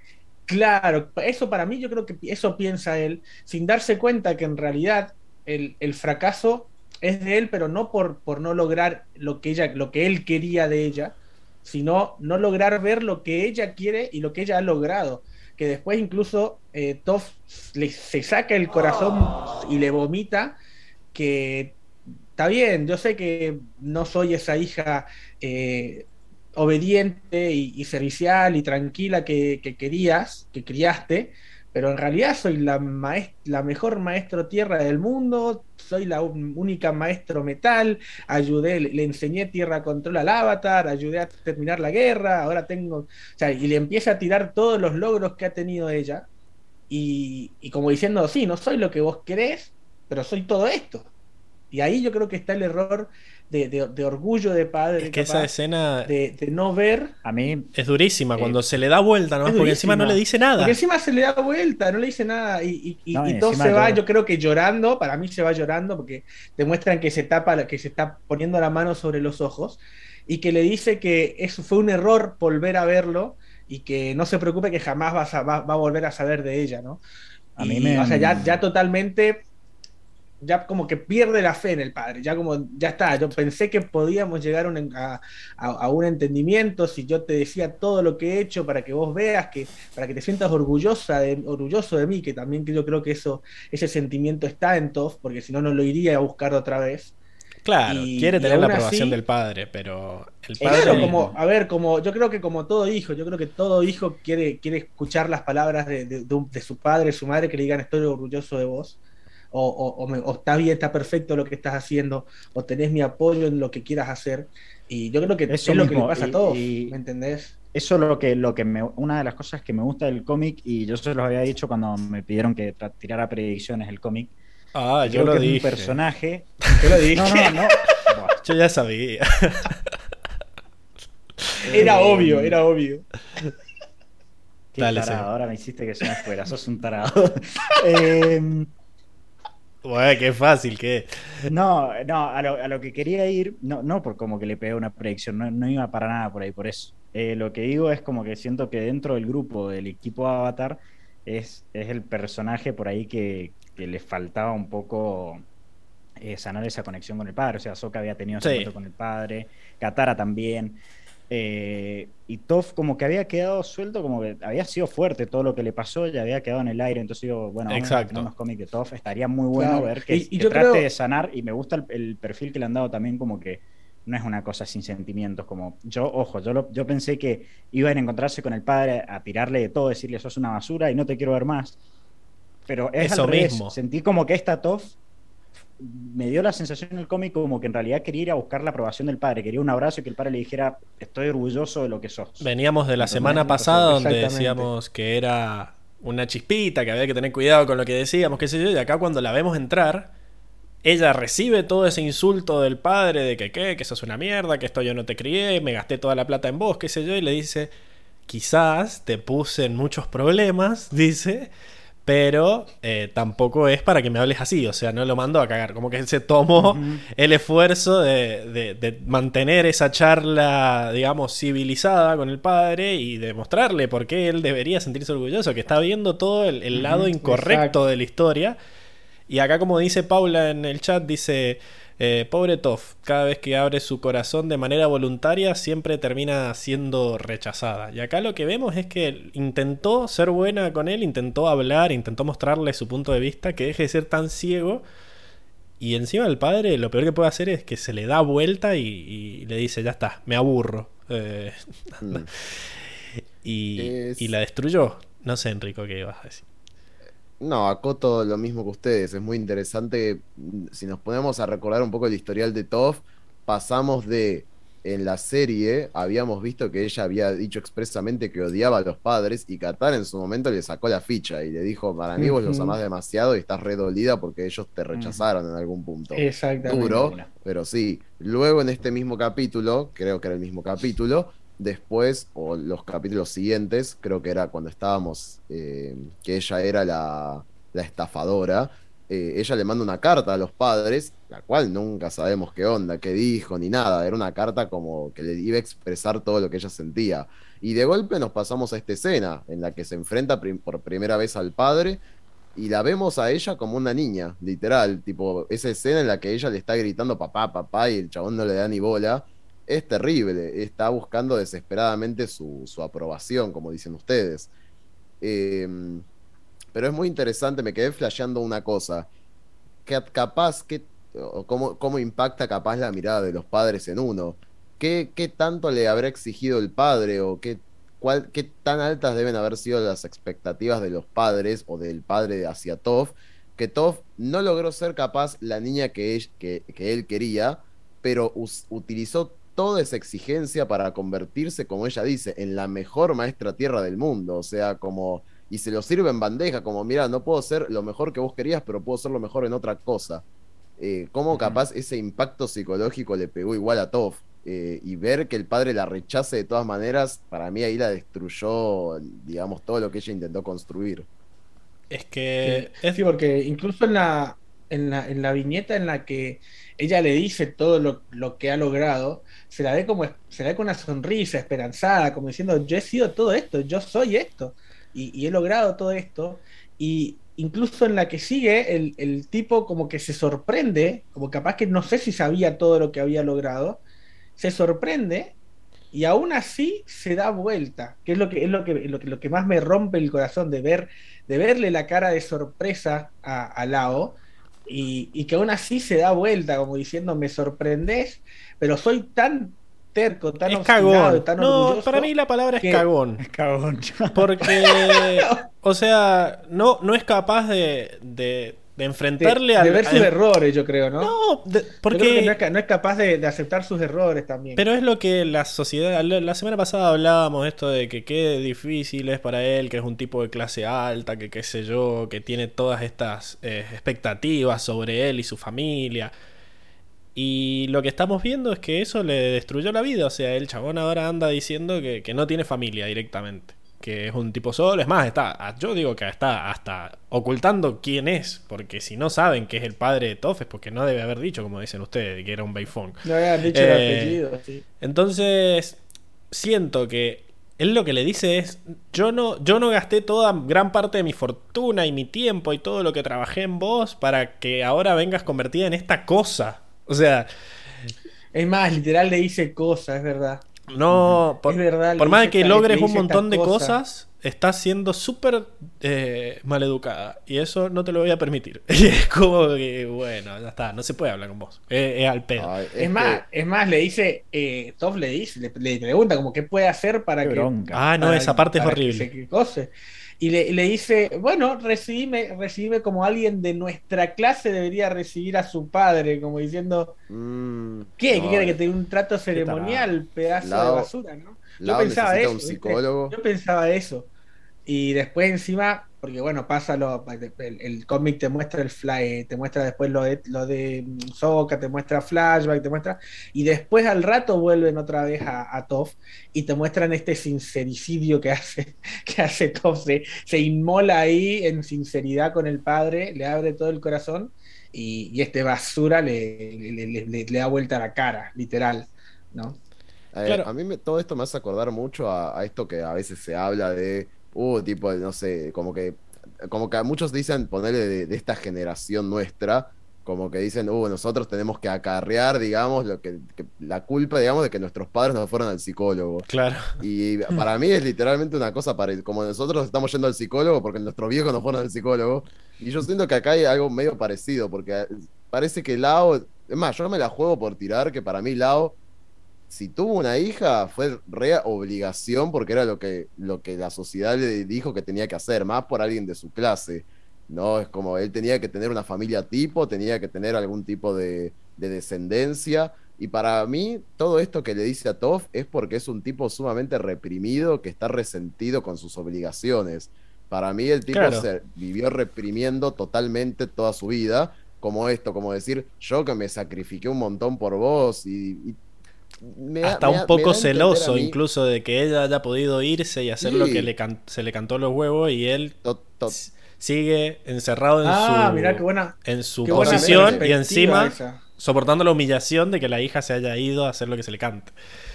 Claro, eso para mí yo creo que eso piensa él, sin darse cuenta que en realidad el, el fracaso es de él, pero no por, por no lograr lo que ella, lo que él quería de ella, sino no lograr ver lo que ella quiere y lo que ella ha logrado. Que después incluso eh, Toph le, se saca el corazón y le vomita que está bien, yo sé que no soy esa hija eh, obediente y, y servicial y tranquila que, que querías, que criaste, pero en realidad soy la, maest- la mejor maestro tierra del mundo, soy la un- única maestro metal, ayudé, le, le enseñé tierra control al avatar, ayudé a terminar la guerra, ahora tengo, o sea, y le empieza a tirar todos los logros que ha tenido ella, y, y como diciendo, sí, no soy lo que vos querés, pero soy todo esto. Y ahí yo creo que está el error de, de- de orgullo de padre, Es que esa capaz, escena de, de no ver. A mí, es durísima, eh, cuando se le da vuelta nomás, Es porque encima no le durísima. dice nada. Porque encima se le da vuelta, no le dice nada. Y, y, No, y, y y todo encima se va, yo- yo creo que llorando. Para mí se va llorando porque demuestran que se tapa, que se está poniendo la mano sobre los ojos. Y que le dice que eso fue un error volver a verlo. Y que no se preocupe que jamás vas a- va, va a volver a saber de ella, ¿no? a mí Y, me... o sea, ya, ya totalmente, ya como que pierde la fe en el padre, ya como, ya está, yo pensé que podíamos llegar a un, a, a- a un entendimiento si yo te decía todo lo que he hecho para que vos veas, que, para que te sientas orgullosa de, orgulloso de mí, que también que yo creo que eso, ese sentimiento está en Toph, porque si no, no lo iría a buscar otra vez. Claro, Y, quiere y tener la aún aprobación así, del padre, pero el Eso claro, padre... mismo. como, a ver, como yo creo que como todo hijo, yo creo que todo hijo quiere, quiere escuchar las palabras de, de, de un- de su padre, su madre, que le digan estoy orgulloso de vos, o, o, o me- o está bien, está perfecto lo que estás haciendo, o tenés mi apoyo en lo que quieras hacer. Y yo creo que Eso es lo que le mismo, pasa a y- todos, y- ¿me entendés? Eso es lo que, lo que me, una de las cosas que me gusta del cómic, y yo se los había dicho cuando me pidieron que tra- tirara predicciones del cómic, Ah, que yo creo lo que es un dije. personaje. Yo lo dije, No, no, no. Buah. Yo ya sabía. era Eh, obvio, era obvio. Qué Dale, tarado, Seba. ahora me hiciste que se me fuera, sos un tarado. Eh, Bueno, qué fácil que es. no, no, a lo, a lo que quería ir, no, no por como que le pegué una predicción, no, no iba para nada por ahí, por eso. Eh, lo que digo es como que siento que dentro del grupo del equipo Avatar es, es el personaje por ahí que, que le faltaba un poco eh, sanar esa conexión con el padre. O sea, Sokka había tenido ese Sí. encuentro con el padre, Katara también. Eh, y Toph como que había quedado suelto, como que había sido fuerte todo lo que le pasó, ya había quedado en el aire. Entonces digo, bueno, vamos a Exacto. tener unos cómics de Toph, estaría muy bueno Claro. ver que, Y- y que yo trate creo- de sanar. Y me gusta el, el perfil que le han dado también, como que no es una cosa sin sentimientos. Como yo, ojo, yo, lo- yo pensé que iban a encontrarse con el padre a tirarle de todo, decirle sos una basura y no te quiero ver más. Pero es Eso al revés. mismo. Sentí como que esta Toph me dio la sensación en el cómic como que en realidad quería ir a buscar la aprobación del padre, quería un abrazo y que el padre le dijera estoy orgulloso de lo que sos. Veníamos de la ¿Entendés? semana pasada donde Exactamente. decíamos que era una chispita, que había que tener cuidado con lo que decíamos, qué sé yo, y acá cuando la vemos entrar, ella recibe todo ese insulto del padre de que qué, que sos una mierda, que esto yo no te crié, me gasté toda la plata en vos, qué sé yo, y le dice, quizás te puse en muchos problemas, dice, pero eh, tampoco es para que me hables así, o sea, no lo mandó a cagar, como que él se tomó Ujú. el esfuerzo de, de- de mantener esa charla, digamos, civilizada con el padre y demostrarle por qué él debería sentirse orgulloso, que está viendo todo el, el lado Ujú, incorrecto exacto. de la historia. Y acá, como dice Paula en el chat, dice, eh, pobre Toph, cada vez que abre su corazón de manera voluntaria siempre termina siendo rechazada. Y acá lo que vemos es que intentó ser buena con él, intentó hablar, intentó mostrarle su punto de vista, que deje de ser tan ciego. Y encima el padre lo peor que puede hacer es que se le da vuelta y, y le dice, ya está, me aburro. Eh, Mm. y, Es- y la destruyó. No sé, Enrico, qué ibas a decir. No, acoto lo mismo que ustedes. Es muy interesante. mm, Si nos ponemos a recordar un poco el historial de Toph, pasamos de. En la serie habíamos visto que ella había dicho expresamente que odiaba a los padres y Katara en su momento le sacó la ficha y le dijo, para mí vos los Ujú. amás demasiado y estás re dolida porque ellos te rechazaron en algún punto. Exactamente. Duro, pero sí. Luego en este mismo capítulo, creo que era el mismo capítulo, después, o los capítulos siguientes, creo que era cuando estábamos, eh, que ella era la, la estafadora, eh, ella le manda una carta a los padres, la cual nunca sabemos qué onda, qué dijo, ni nada, era una carta como que le iba a expresar todo lo que ella sentía. Y de golpe nos pasamos a esta escena, en la que se enfrenta prim- por primera vez al padre, y la vemos a ella como una niña, literal, tipo, esa escena en la que ella le está gritando papá, papá, y el chabón no le da ni bola, es terrible, está buscando desesperadamente su, su aprobación, como dicen ustedes. Eh, pero es muy interesante, me quedé flasheando una cosa, que capaz, que, o cómo, cómo impacta capaz la mirada de los padres en uno. ¿Qué, qué tanto le habrá exigido el padre o qué, cuál, qué tan altas deben haber sido las expectativas de los padres o del padre hacia Toph, que Toph no logró ser capaz la niña que él, que, que él quería, pero us, utilizó toda esa exigencia para convertirse, como ella dice, en la mejor maestra tierra del mundo. O sea, como... Y se lo sirve en bandeja, como, mira, no puedo ser lo mejor que vos querías, pero puedo ser lo mejor en otra cosa. Eh, cómo capaz ese impacto psicológico le pegó igual a Toph. Eh, y ver que el padre la rechace de todas maneras, para mí ahí la destruyó, digamos, todo lo que ella intentó construir. Es que... Sí, es... sí, porque incluso en la, en la, en la viñeta en la que ella le dice todo lo, lo que ha logrado, se la ve como se la ve con una sonrisa esperanzada, como diciendo, yo he sido todo esto, yo soy esto, y, y he logrado todo esto, y incluso en la que sigue, el, el tipo como que se sorprende, como capaz que no sé si sabía todo lo que había logrado, se sorprende y aún así se da vuelta, que es lo que es lo que, lo que, lo que más me rompe el corazón de ver, de verle la cara de sorpresa a, a Lao, y, y que aún así se da vuelta, como diciendo, me sorprendes, pero soy tan terco, tan Es obstinado, cagón. tan No, orgulloso. para mí la palabra que- es cagón. Es cagón. Porque, o sea, no, no es capaz de, de, de de, enfrentarle de al... ver sus al- errores, yo creo, ¿no? No, de- Yo creo que no porque... es, ca- no es capaz de, de aceptar sus errores también. Pero es lo que la sociedad... La, la semana pasada hablábamos esto de que qué difícil es para él, que es un tipo de clase alta, que qué sé yo, que tiene todas estas eh, expectativas sobre él y su familia. Y lo que estamos viendo es que eso le destruyó la vida. O sea, el chabón ahora anda diciendo que, que no tiene familia directamente. Que es un tipo solo. Es más, está, yo digo que está hasta ocultando quién es. Porque si no saben que es el padre de Toph, es porque no debe haber dicho, como dicen ustedes, que era un Beifong. No habían dicho el Eh, apellido, sí. Entonces, siento que él lo que le dice es, yo no, yo no gasté toda gran parte de mi fortuna y mi tiempo y todo lo que trabajé en vos para que ahora vengas convertida en esta cosa. O sea, Es más, literal le dice cosas, es verdad. no, por, Es verdad, por le más de dice que esta- logres le un dice montón de esta cosa. cosas, estás siendo súper eh, maleducada. Y eso no te lo voy a permitir. Y es como que, bueno, ya está, no se puede hablar con vos. Es, es al pedo. Ay, Es más, es más, le dice, eh, Toph le dice, le, le pregunta como qué puede hacer para Qué que. bronca. Ah, no, para- esa parte es para que horrible. se que cose. Y le, le dice, bueno, recibime, recibime como alguien de nuestra clase debería recibir a su padre, como diciendo, Mm, ¿qué? ¿Qué no, quiere que eh, te dé un trato ceremonial, pedazo de Lao- basura, ¿no? Yo Lao pensaba necesita eso, un ¿viste? psicólogo. Yo pensaba eso. Y después encima, porque bueno, pasa lo, el, el cómic te muestra el fly, te muestra después lo de lo de mm, Sokka, te muestra flashback, te muestra, y después al rato vuelven otra vez a, a Toph y te muestran este sincericidio que hace, que hace Toph, se, se inmola ahí en sinceridad con el padre, le abre todo el corazón y, y este basura le, le, le, le, le da vuelta la cara, literal, ¿no? Eh, Claro. A mí me- todo esto me hace acordar mucho a, a esto que a veces se habla de, uh, tipo, no sé, como que, como que a muchos dicen, ponerle de, de esta generación nuestra, como que dicen, uh, nosotros tenemos que acarrear, digamos, lo que, que- la culpa, digamos, de que nuestros padres no fueron al psicólogo. Claro. Y para mí es literalmente una cosa para, como nosotros estamos yendo al psicólogo porque nuestros viejos no fueron al psicólogo. Y yo siento que acá hay algo medio parecido, porque parece que Lao, es más, yo me la juego por tirar, que para mí Lao, si tuvo una hija, fue re obligación porque era lo que, lo que la sociedad le dijo que tenía que hacer, más por alguien de su clase. No, es como él tenía que tener una familia tipo, tenía que tener algún tipo de, de descendencia. Y para mí, todo esto que le dice a Toph es porque es un tipo sumamente reprimido que está resentido con sus obligaciones. Para mí, el tipo Claro. se vivió reprimiendo totalmente toda su vida, como esto, como decir, yo que me sacrifiqué un montón por vos y. y me da- Hasta me un da- me poco da a entender celoso a mí- incluso de que ella haya podido irse y hacer Sí. lo que le can- se le cantó los huevos y él to- to- s- sigue encerrado en Ah, su mirá qué buena, en su qué buena posición y perspectiva encima esa. soportando la humillación de que la hija se haya ido a hacer lo que se le cante.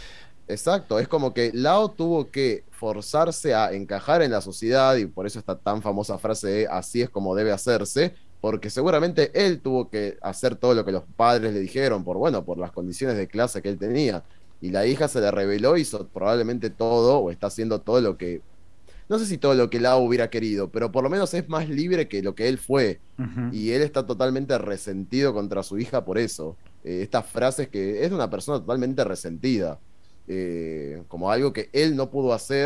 Exacto, es como que Lao tuvo que forzarse a encajar en la sociedad y por eso está tan famosa frase de así es como debe hacerse, porque seguramente él tuvo que hacer todo lo que los padres le dijeron, por bueno, por las condiciones de clase que él tenía. Y la hija se le rebeló, hizo probablemente todo, o está haciendo todo lo que, no sé si todo lo que Lao hubiera querido, pero por lo menos es más libre que lo que él fue. Ujú. Y él está totalmente resentido contra su hija por eso. Eh, estas frases que es de una persona totalmente resentida. Eh, como algo que él no pudo hacer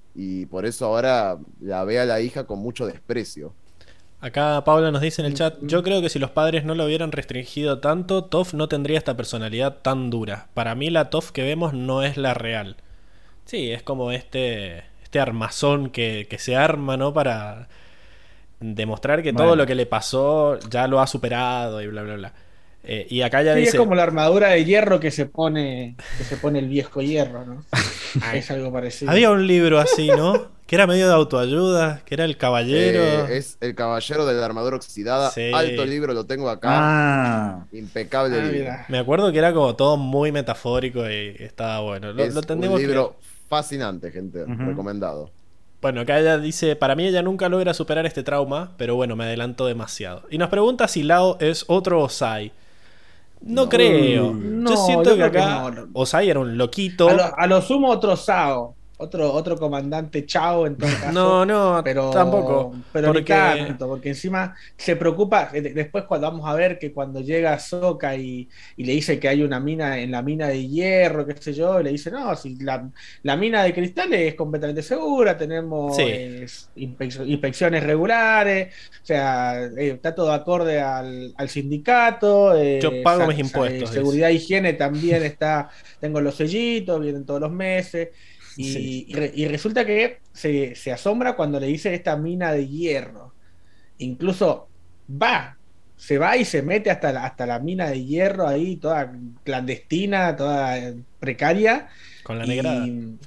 y por eso ahora la ve a la hija con mucho desprecio. Acá Paula nos dice en el chat, yo creo que si los padres no lo hubieran restringido tanto, Toph no tendría esta personalidad tan dura. Para mí la Toph que vemos no es la real. Sí, es como este, este armazón que, que se arma, ¿no? Para demostrar que Bueno. todo lo que le pasó ya lo ha superado y bla, bla, bla. Eh, y acá ya Sí, dice... es como la armadura de hierro que se pone, que se pone el viejo hierro, ¿no? Es algo parecido. Había un libro así, ¿no? Que era medio de autoayuda, que era El Caballero. Eh, es El Caballero de la Armadura Oxidada. Sí. Alto libro, lo tengo acá. Ah, Impecable Ah, libro. mira. Me acuerdo que era como todo muy metafórico y estaba bueno. Lo, Es lo un tendremos que- libro fascinante, gente. Ujú. Recomendado. Bueno, acá ella dice, para mí ella nunca logra superar este trauma, pero bueno, me adelanto demasiado. Y nos pregunta si Lao es otro Osai. No, No. creo. No, yo siento yo que creo que acá no, no. Osai era un loquito. A lo, a lo sumo otro Sao, otro, otro comandante Chao en todo caso. No, no, pero tampoco. Pero porque ni tanto, porque encima se preocupa. eh, Después, cuando vamos a ver que cuando llega Sokka y, y le dice que hay una mina en la mina de hierro, qué sé yo, le dice: No, si la, la mina de cristales es completamente segura, tenemos Sí. eh, inspec- inspecciones regulares, o sea, eh, está todo acorde al, al sindicato. eh, Yo pago sa- mis sa- impuestos, eh, seguridad e higiene también está, tengo los sellitos, vienen todos los meses. Y, Sí. y re- y resulta que se, se asombra cuando le dice esta mina de hierro. Incluso va, se va y se mete hasta la, hasta la mina de hierro ahí, toda clandestina, toda eh, precaria. Con la Y, negrada.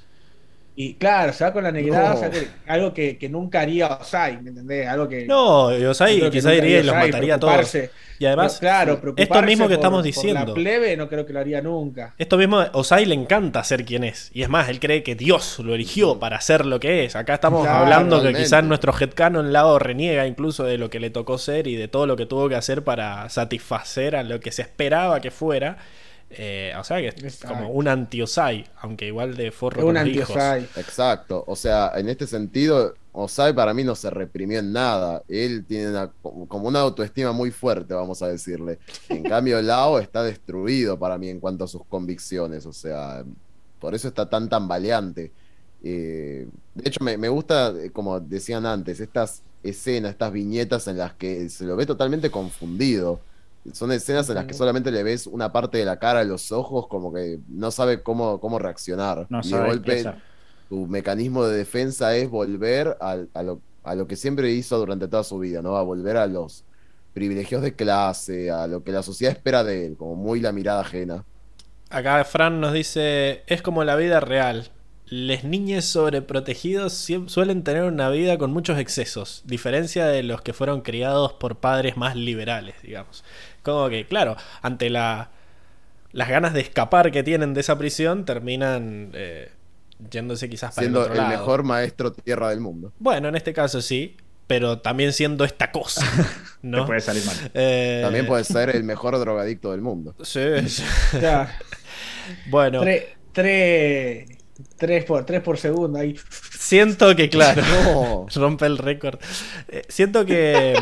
y claro, se va con la negrada, No. o sea, que- algo que, que nunca haría Osai, ¿me entendés? Algo que. No, y yo Osai creo que quizá nunca iría y haría los Osai, mataría a todos. preocuparse. Y además, Pero, claro, esto preocuparse mismo que por- estamos por diciendo. la plebe no creo que lo haría nunca. Esto mismo, Osai le encanta ser quien es. Y es más, él cree que Dios lo eligió para ser lo que es. Acá estamos Claro, hablando que realmente. quizás nuestro headcanon lado reniega incluso de lo que le tocó ser y de todo lo que tuvo que hacer para satisfacer a lo que se esperaba que fuera. Eh, o sea que es Exacto. como un anti-Osai, aunque igual de forro Es un con los hijos. anti-Osai. Exacto. O sea, en este sentido, Osai para mí no se reprimió en nada. Él tiene una- como una autoestima muy fuerte, vamos a decirle. En cambio, Lao está destruido para mí en cuanto a sus convicciones. O sea, por eso está tan tambaleante. Eh, de hecho, me, me gusta, eh, como decían antes, estas escenas, estas viñetas en las que se lo ve totalmente confundido. Son escenas en las que solamente le ves una parte de la cara, los ojos, como que no sabe cómo, cómo reaccionar. no y de sabe qué golpe hacer. tu mecanismo de defensa es volver al- a, lo, a lo que siempre hizo durante toda su vida, ¿no? A volver a los privilegios de clase, a lo que la sociedad espera de él, como muy la mirada ajena. Acá Fran nos dice, es como la vida real. Les niñes sobreprotegidos siem- suelen tener una vida con muchos excesos, diferencia de los que fueron criados por padres más liberales, digamos. Como que, claro, ante la, las ganas de escapar que tienen de esa prisión, terminan eh, yéndose quizás para Siendo el el, otro lado. mejor maestro tierra del mundo. Bueno, en este caso sí, pero también siendo esta cosa, ¿no? Te puede salir mal. Eh, También puede ser el mejor drogadicto del mundo. Sí, sí. O sea, Bueno, tres, tres, tres por, tres por segundo ahí. siento que, claro, No. rompe el récord. Eh, siento que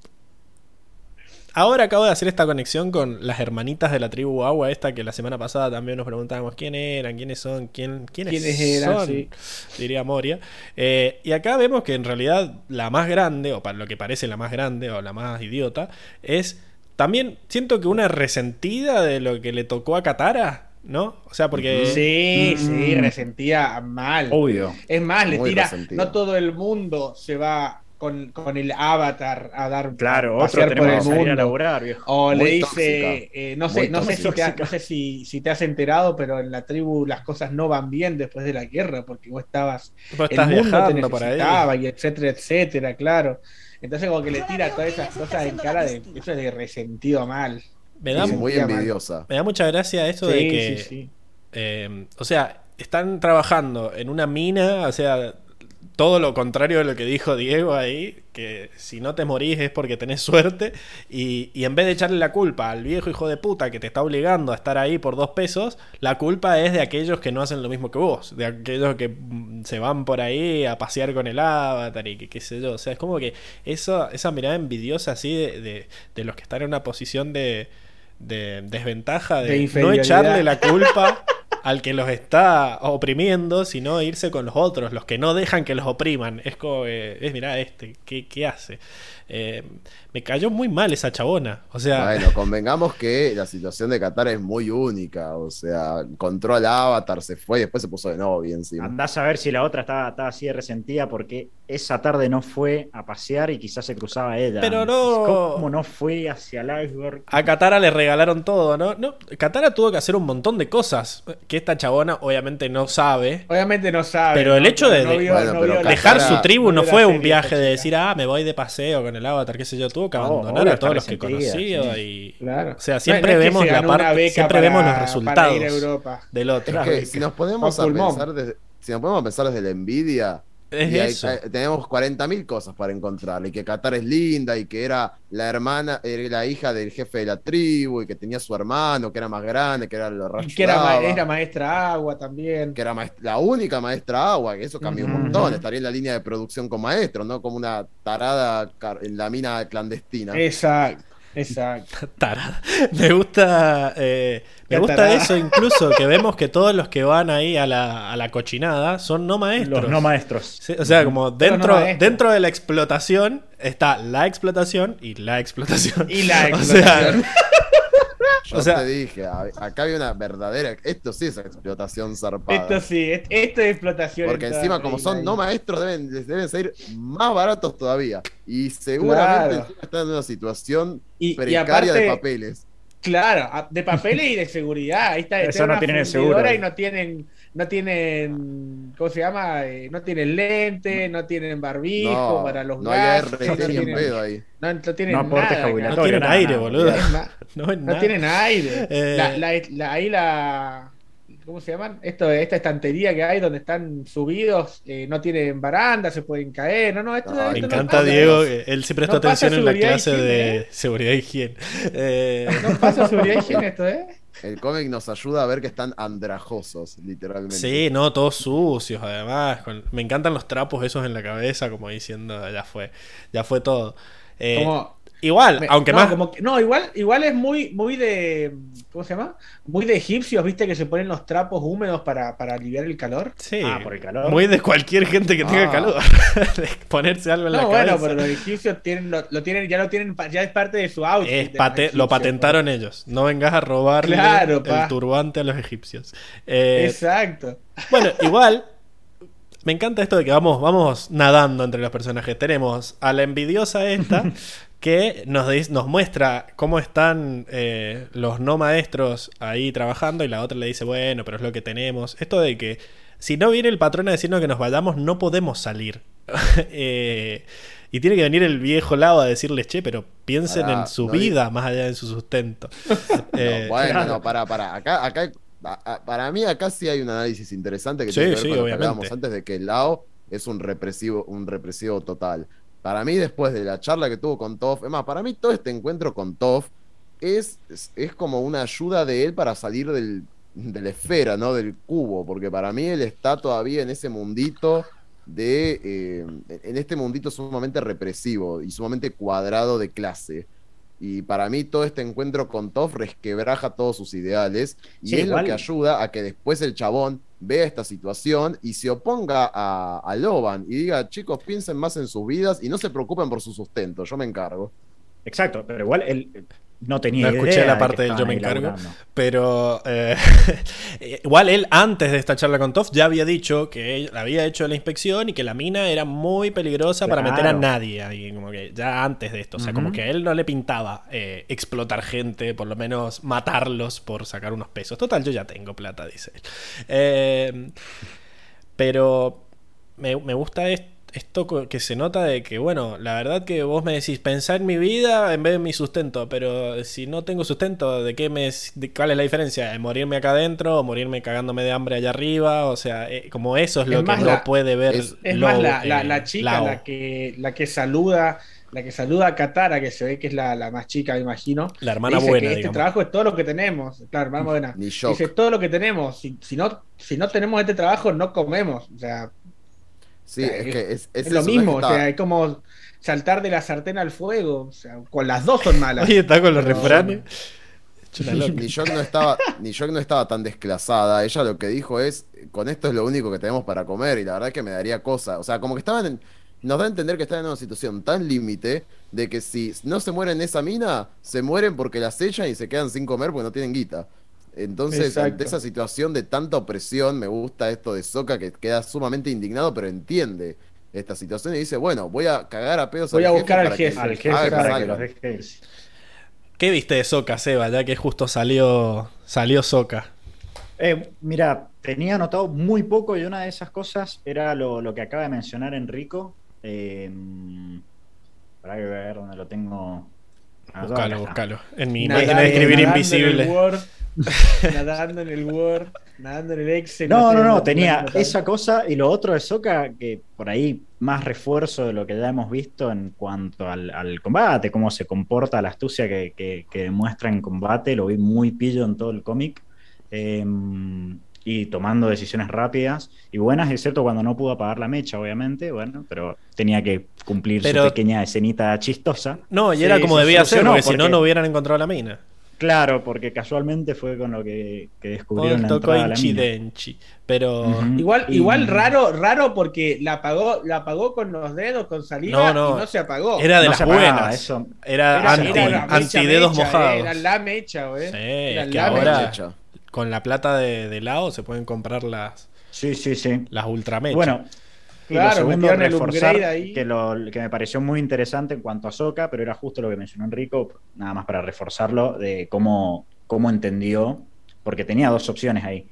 ahora acabo de hacer esta conexión con las hermanitas de la tribu Agua, esta que la semana pasada también nos preguntábamos quién eran, quiénes son, quién, quiénes, ¿Quiénes eran? son, Sí. diría Moria. Eh, y acá vemos que en realidad la más grande, o para lo que parece la más grande, o la más idiota, es también, siento que una resentida de lo que le tocó a Katara, ¿no? O sea, porque... Sí, sí, Mm. resentía mal. Obvio. Es más, le Muy tira, resentida. no todo el mundo se va con, con el avatar a dar Claro, a otro pasear por tenemos el que salir a mundo. laburar, viejo. O le Muy dice, tóxica. eh, no Muy sé, no sé, si te, tóxica. no sé si, si te has enterado, pero en la tribu las cosas no van bien después de la guerra, porque vos estabas, Vos el estás mundo te viajando por ahí. necesitaba, y etcétera, etcétera, claro. Entonces como que le tira todas esas cosas en cara de, eso es de resentido mal. Me da, Sí, Sí, muy sentía mal. envidiosa. me da mucha gracia esto Sí, de que... sí, sí. Eh, o sea, están trabajando en una mina, o sea, todo lo contrario de lo que dijo Diego ahí, que si no te morís es porque tenés suerte, y, y en vez de echarle la culpa al viejo hijo de puta que te está obligando a estar ahí por dos pesos, la culpa es de aquellos que no hacen lo mismo que vos, de aquellos que mm, se van por ahí a pasear con el avatar y que qué sé yo, o sea, es como que eso, esa mirada envidiosa así de, de, de los que están en una posición de, de desventaja, de, De no inferioridad. echarle la culpa al que los está oprimiendo, sino irse con los otros, los que no dejan que los opriman. Es como, eh, es mirá este, ¿qué, qué hace? Eh, me cayó muy mal esa chabona. O sea, Bueno, convengamos que la situación de Qatar es muy única. O sea, encontró al Avatar, se fue y después se puso de novia encima. Andás a ver si la otra estaba, estaba así de resentida porque esa tarde no fue a pasear y quizás se cruzaba ella. Pero no- ¿Cómo no fue hacia el iceberg? a Katara le regalaron todo, ¿no? No, Katara tuvo que hacer un montón de cosas que esta chabona obviamente no sabe. Obviamente no sabe. Pero el ¿no? hecho de- No vio- Bueno, no pero vio la- Dejar Katara- su tribu no no vio la fue un serie viaje esta de chica. decir, ah, me voy de paseo con el Avatar, qué sé yo. Tuvo que No, abandonar obvio, a todos está los que resentida, conocía sí. y... Claro. O sea, No, siempre no es que vemos se la ganó una parte, beca siempre para- vemos los para resultados ir a Europa. del otro. Es que si nos ponemos Con a pulmón. pensar desde, si nos ponemos a pensar desde la envidia, Es y hay- eso. hay- tenemos cuarenta mil cosas para encontrar, y que Qatar es linda, y que era la hermana, era la hija del jefe de la tribu, y que tenía su hermano, que era más grande, que era lo Y que era, ma- ayudaba, era maestra agua también. que era maest- la única maestra agua, que eso cambió un Ujú. montón, estaría en la línea de producción con maestro, no como una tarada car- en la mina clandestina. Exacto, exacto. Tarada. Me gusta, eh, me Qué gusta tarada. eso incluso, que vemos que todos los que van ahí a la, a la cochinada son no maestros. Los no maestros. Sí, o sea, como Pero no dentro, maestros. dentro de la explotación está la explotación y la explotación. Y la O sea, explotación. Yo o sea- te dije, a- acá había una verdadera, esto sí es explotación zarpada. Esto sí, es- esto es explotación. Porque en toda encima, como regla son ahí. no maestros, deben, les deben salir más baratos todavía. Y seguramente Claro. encima están en una situación Y- y precaria aparte- de papeles. Claro, a- de papeles y de seguridad. Ahí está, Eso está no una tienen el fundidora seguro. y no tienen, no tienen, ¿cómo se llama? Eh, no tienen lente, no tienen barbijo No, para los no hay gases, R T no ni en tienen, pedo ahí. no, no tienen No aporte nada, jubilatorio. no cabrón. tienen nada, aire, nada, boludo. Es más, No, es no nada. tienen aire. Eh, La, la- la- ahí la. ¿Cómo se llaman? Esto, esta estantería que hay donde están subidos, eh, no tienen baranda, se pueden caer. No, no, esto, No, esto Me no encanta pasa. Diego, que él sí prestó No pasa atención en la seguridad y clase higiene, de ¿eh? seguridad y higiene. Eh, No pasa seguridad y higiene esto, ¿eh? El cómic nos ayuda a ver que están andrajosos, literalmente. sí, no, todos sucios además. con- me encantan los trapos esos en la cabeza, como diciendo, ya fue, ya fue todo. Eh, Como, igual, me- aunque no, más... como que- no, igual, igual es muy, muy de. ¿Cómo se llama? Muy de egipcios, ¿viste? Que se ponen los trapos húmedos para, para aliviar el calor. Sí, Ah, por el calor. muy de cualquier gente que tenga Ah. calor. De ponerse algo en la No, bueno, cabeza. pero los egipcios tienen, lo, lo tienen, ya lo tienen, pa- ya es parte de su outfit. Es de pate- los lo egipcios, patentaron ellos. No vengas a robarle Claro, el pa. turbante a los egipcios. pues. Eh, Exacto. Bueno, igual, me encanta esto de que vamos, vamos nadando entre los personajes. Tenemos a la envidiosa esta que nos, dis- nos muestra cómo están eh, los no maestros ahí trabajando y la otra le dice, bueno, pero es lo que tenemos. Esto de que si no viene el patrón a decirnos que nos vayamos, no podemos salir. Eh, y tiene que venir el viejo Lao a decirles, che, pero piensen Pará, en su no vida más allá de su sustento. Eh, No, bueno, claro. no, para, para. Acá, acá, a- a- para mí acá sí hay un análisis interesante que Sí, tiene que ver sí, con lo que obviamente. hablábamos antes de que Lao es un represivo, un represivo total. Para mí, después de la charla que tuvo con Toph, es más, para mí todo este encuentro con Toph es, es, es como una ayuda de él para salir del, de la esfera, ¿no? Del cubo, porque para mí él está todavía en ese mundito de, eh, en este mundito sumamente represivo y sumamente cuadrado de clase. Y para mí todo este encuentro con Toph resquebraja todos sus ideales y Sí, es igual- lo que ayuda a que después el chabón vea esta situación y se oponga a, a Loban y diga, chicos, piensen más en sus vidas y no se preocupen por su sustento, yo me encargo. Exacto, pero igual él eh, no tenía No idea escuché de la que parte del yo estaban me ahí encargo, laburando. pero eh, igual él antes de esta charla con Toph ya había dicho que él había hecho la inspección y que la mina era muy peligrosa para meter a Claro. nadie ahí, como que ya antes de esto, o sea, Ujú. como que a él no le pintaba eh, explotar gente, por lo menos matarlos por sacar unos pesos. Total, yo ya tengo plata, dice él. Eh, pero me, me gusta esto. Esto co- que se nota de que, bueno, la verdad que vos me decís, pensá en mi vida en vez de en mi sustento, pero si no tengo sustento, ¿de qué me, de, cuál es la diferencia? ¿De morirme acá adentro o morirme cagándome de hambre allá arriba? O sea, eh, como eso es lo Es que más no la- puede ver es- Es Lo- más la, la, eh, la chica Lao. la que, la que saluda, la que saluda a Katara, que se ve que es la, la más chica, me imagino. La hermana dice buena, que este digamos. trabajo es todo lo que tenemos. Claro, hermana buena. Ni shock. Dice todo lo que tenemos. Si, si no, si no tenemos este trabajo, no comemos. O sea, Sí, O sea, es es- que es, es es, eso, lo no es mismo. que O está- sea, es como saltar de la sartén al fuego. O sea, con las dos son malas. Oye, está con los Pero- refranes. Una loca. Ni York no estaba, ni York no estaba tan desclasada. Ella lo que dijo es, con esto es lo único que tenemos para comer, y la verdad es que me daría cosa. O sea, como que estaban en- nos da a entender que están en una situación tan límite de que si no se mueren en esa mina, se mueren porque las echan y se quedan sin comer porque no tienen guita. Entonces, Exacto. ante esa situación de tanta opresión, me gusta esto de Sokka, que queda sumamente indignado, pero entiende esta situación y dice, bueno, voy a cagar a pedos Voy al a jefe buscar al para que jefe. Al haga jefe que para que salgan. los deje irse. ¿Qué viste de Sokka, Seba? Ya que justo salió, salió Sokka. Eh, mira, tenía anotado muy poco y una de esas cosas era lo, lo que acaba de mencionar Enrico. Eh, para ver dónde lo tengo. anotado. Acá Búscalo, está. búscalo. En mi Nadando- máquina de escribir nadando en el invisible. Word, nadando en el Word, nadando en el Excel. No, sé, no, no, lo tenía anotado. esa cosa y lo otro de Sokka, que por ahí más refuerzo de lo que ya hemos visto en cuanto al, al combate, cómo se comporta, la astucia que, que, que demuestra en combate, lo vi muy pillo en todo el cómic. Eh, y tomando decisiones rápidas y buenas, excepto cuando no pudo apagar la mecha, obviamente, bueno, pero tenía que cumplir Pero- su pequeña escenita chistosa. No, y Sí, era como se debía ser, solucionó porque si no, porque- no hubieran encontrado la mina. Claro, porque casualmente fue con lo que, que descubrieron la Molto entrada a la mina. coincidenci. Pero. Ujú. Igual, Y- igual raro, raro porque la apagó, la apagó con los dedos, con saliva No, no. y no se apagó. Era de No las se apagaba, buenas. eso. Era, Era- anti, era la mecha, antidedos mecha, mojados. eh, Era la mecha, güey. Sí, Era es que la ahora mecha. Mecha. con la plata de, de Lao se pueden comprar las, Sí, sí, sí. las ultramechas. Bueno, y Claro, lo segundo, metieron el reforzar upgrade ahí. que, lo, que me pareció muy interesante en cuanto a Sokka, pero era justo lo que mencionó Enrico, nada más para reforzarlo, de cómo, cómo entendió, porque tenía dos opciones ahí.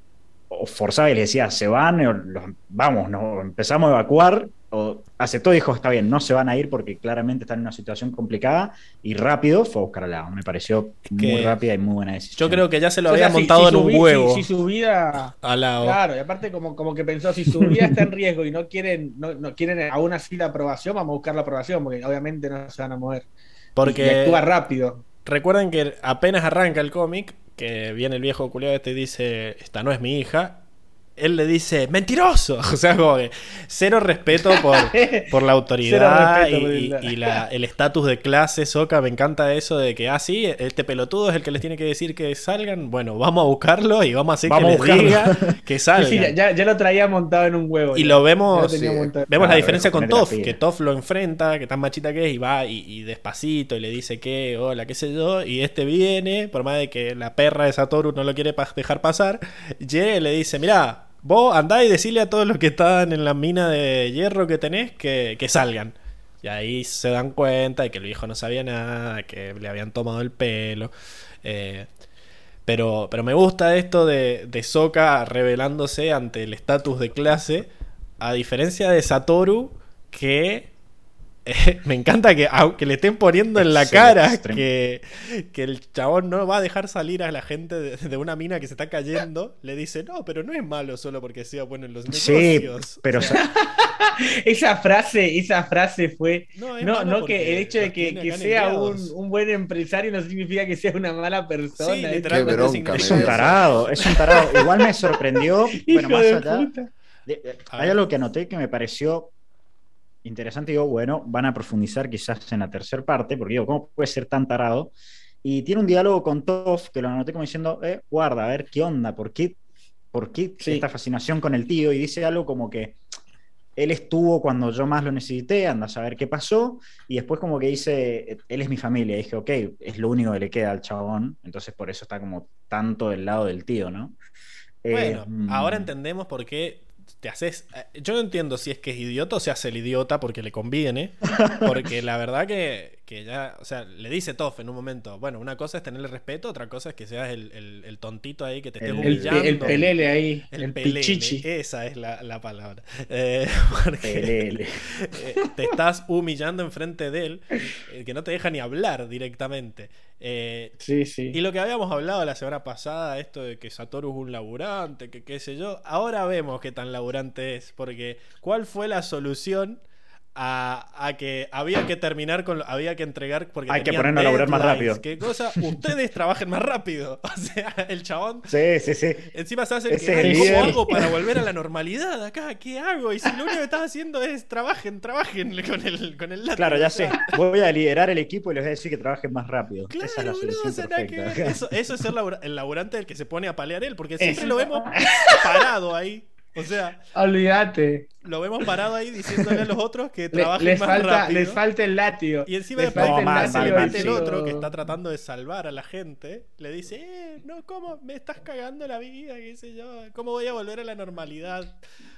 O forzaba y le decía, se van, o los- vamos, no, empezamos a evacuar, o aceptó y dijo, está bien, no se van a ir porque claramente están en una situación complicada, y rápido fue a buscar al lado. Me pareció muy que rápida y muy buena decisión. Yo creo que ya se lo O sea, había si- montado si en su un vi- huevo. Si, si su vida. A Lao. Claro, y aparte como, como que pensó, si su vida está en riesgo y no quieren, no, no quieren aún así la aprobación, vamos a buscar la aprobación, porque obviamente no se van a mover. Porque Y, y actúa rápido. recuerden que apenas arranca el cómic, que viene el viejo culiado este y dice, esta no es mi hija. Él le dice, ¡mentiroso! O sea, como que cero respeto por, por la autoridad Cero respeto por y, el- y- y la- el estatus de clase. Sokka, me encanta eso de que, ah, sí, este pelotudo es el que les tiene que decir que salgan. Bueno, vamos a buscarlo y vamos a hacer Vamos a que les buscarlo. diga que Sí, salgan. sí, ya, ya- ya lo traía montado en un huevo. Y ya. lo Ya vemos, tenía sí. montado. vemos la Claro, diferencia con ponerle la Toph, pila. que Toph lo enfrenta, que tan machita que es, y va y, y despacito y le dice que, hola, qué sé yo, y este viene, por más de que la perra de Satoru no lo quiere pa- dejar pasar, llega y le dice, mirá, vos andá y decirle a todos los que están en la mina de hierro que tenés que, que salgan. Y ahí se dan cuenta de que el viejo no sabía nada, que le habían tomado el pelo. eh, pero, pero me gusta esto de, de Sokka revelándose ante el estatus de clase, a diferencia de Satoru, que eh, me encanta que aunque le estén poniendo en la Es el cara extremo. que, que el chabón no va a dejar salir a la gente de, de una mina que se está cayendo, le dice, no, pero no es malo solo porque sea bueno en los Sí, negocios. pero O sea, Esa frase, esa frase fue. no, es No, malo no porque que el hecho de los que, tiene que acá sea un, negreados. un buen empresario no significa que sea una mala persona. Sí, ¿eh? literalmente bronca, significa es me un dio. tarado, es un tarado. Igual me sorprendió, bueno, Hijo más de allá. puta. de- de- A hay ver. algo que anoté que me pareció interesante. Digo, bueno, van a profundizar quizás en la tercera parte, porque digo, ¿cómo puede ser tan tarado? Y tiene un diálogo con Toph que lo anoté como diciendo, eh, guarda, a ver qué onda, por qué, por qué Sí. esta fascinación con el tío. Y dice algo como que él estuvo cuando yo más lo necesité, anda a saber qué pasó. Y después como que dice, él es mi familia. Y dije, ok, es lo único que le queda al chabón. Entonces por eso está como tanto del lado del tío, ¿no? Bueno, Eh, ahora mm, entendemos por qué te haces. eh, Yo no entiendo si es que es idiota o se hace el idiota porque le conviene. Porque la verdad que, que ya. O sea, le dice Toph en un momento. Bueno, una cosa es tenerle respeto, otra cosa es que seas el, el- el tontito ahí que te estés El- El, humillando. el pelele ahí, El el, pelele, pichichi. esa es la, la palabra. Eh, porque pelele. eh, te estás humillando enfrente de él, eh, que no te deja ni hablar directamente. Eh, Sí, sí. y lo que habíamos hablado la semana pasada, esto de que Satoru es un laburante, que qué sé yo, ahora vemos qué tan laburante es, porque ¿cuál fue la solución a, a que había que terminar con... Había que entregar porque Hay que tenían ponernos a laburar más deadlines. rápido. ¿Qué cosa? Ustedes trabajen más rápido. O sea, el chabón... Sí, sí, sí. Encima se hace Ese que, es el "Ay, ¿cómo líder". hago para volver a la normalidad acá? ¿Qué hago? Y si lo único que estás haciendo es trabajen, trabajen con el, con el látigo". Claro, O ya sea, sé. Voy a liderar el equipo y les voy a decir que trabajen más rápido. Claro, Esa es la boludo, solución o sea, nada que perfecta. ver. Eso, eso es ser labura- el laburante del que se pone a palear él, porque siempre Eso. lo vemos parado ahí. O sea, Olvídate. lo vemos parado ahí diciéndole a los otros que Le- trabajen les, más falta, rápido. les falta el látigo. Y encima Les después falta el No, mal, se mal, le mal, mete el sí. otro que está tratando de salvar a la gente. Le dice, eh, no, ¿cómo? Me estás cagando la vida, qué sé yo. ¿Cómo voy a volver a la normalidad?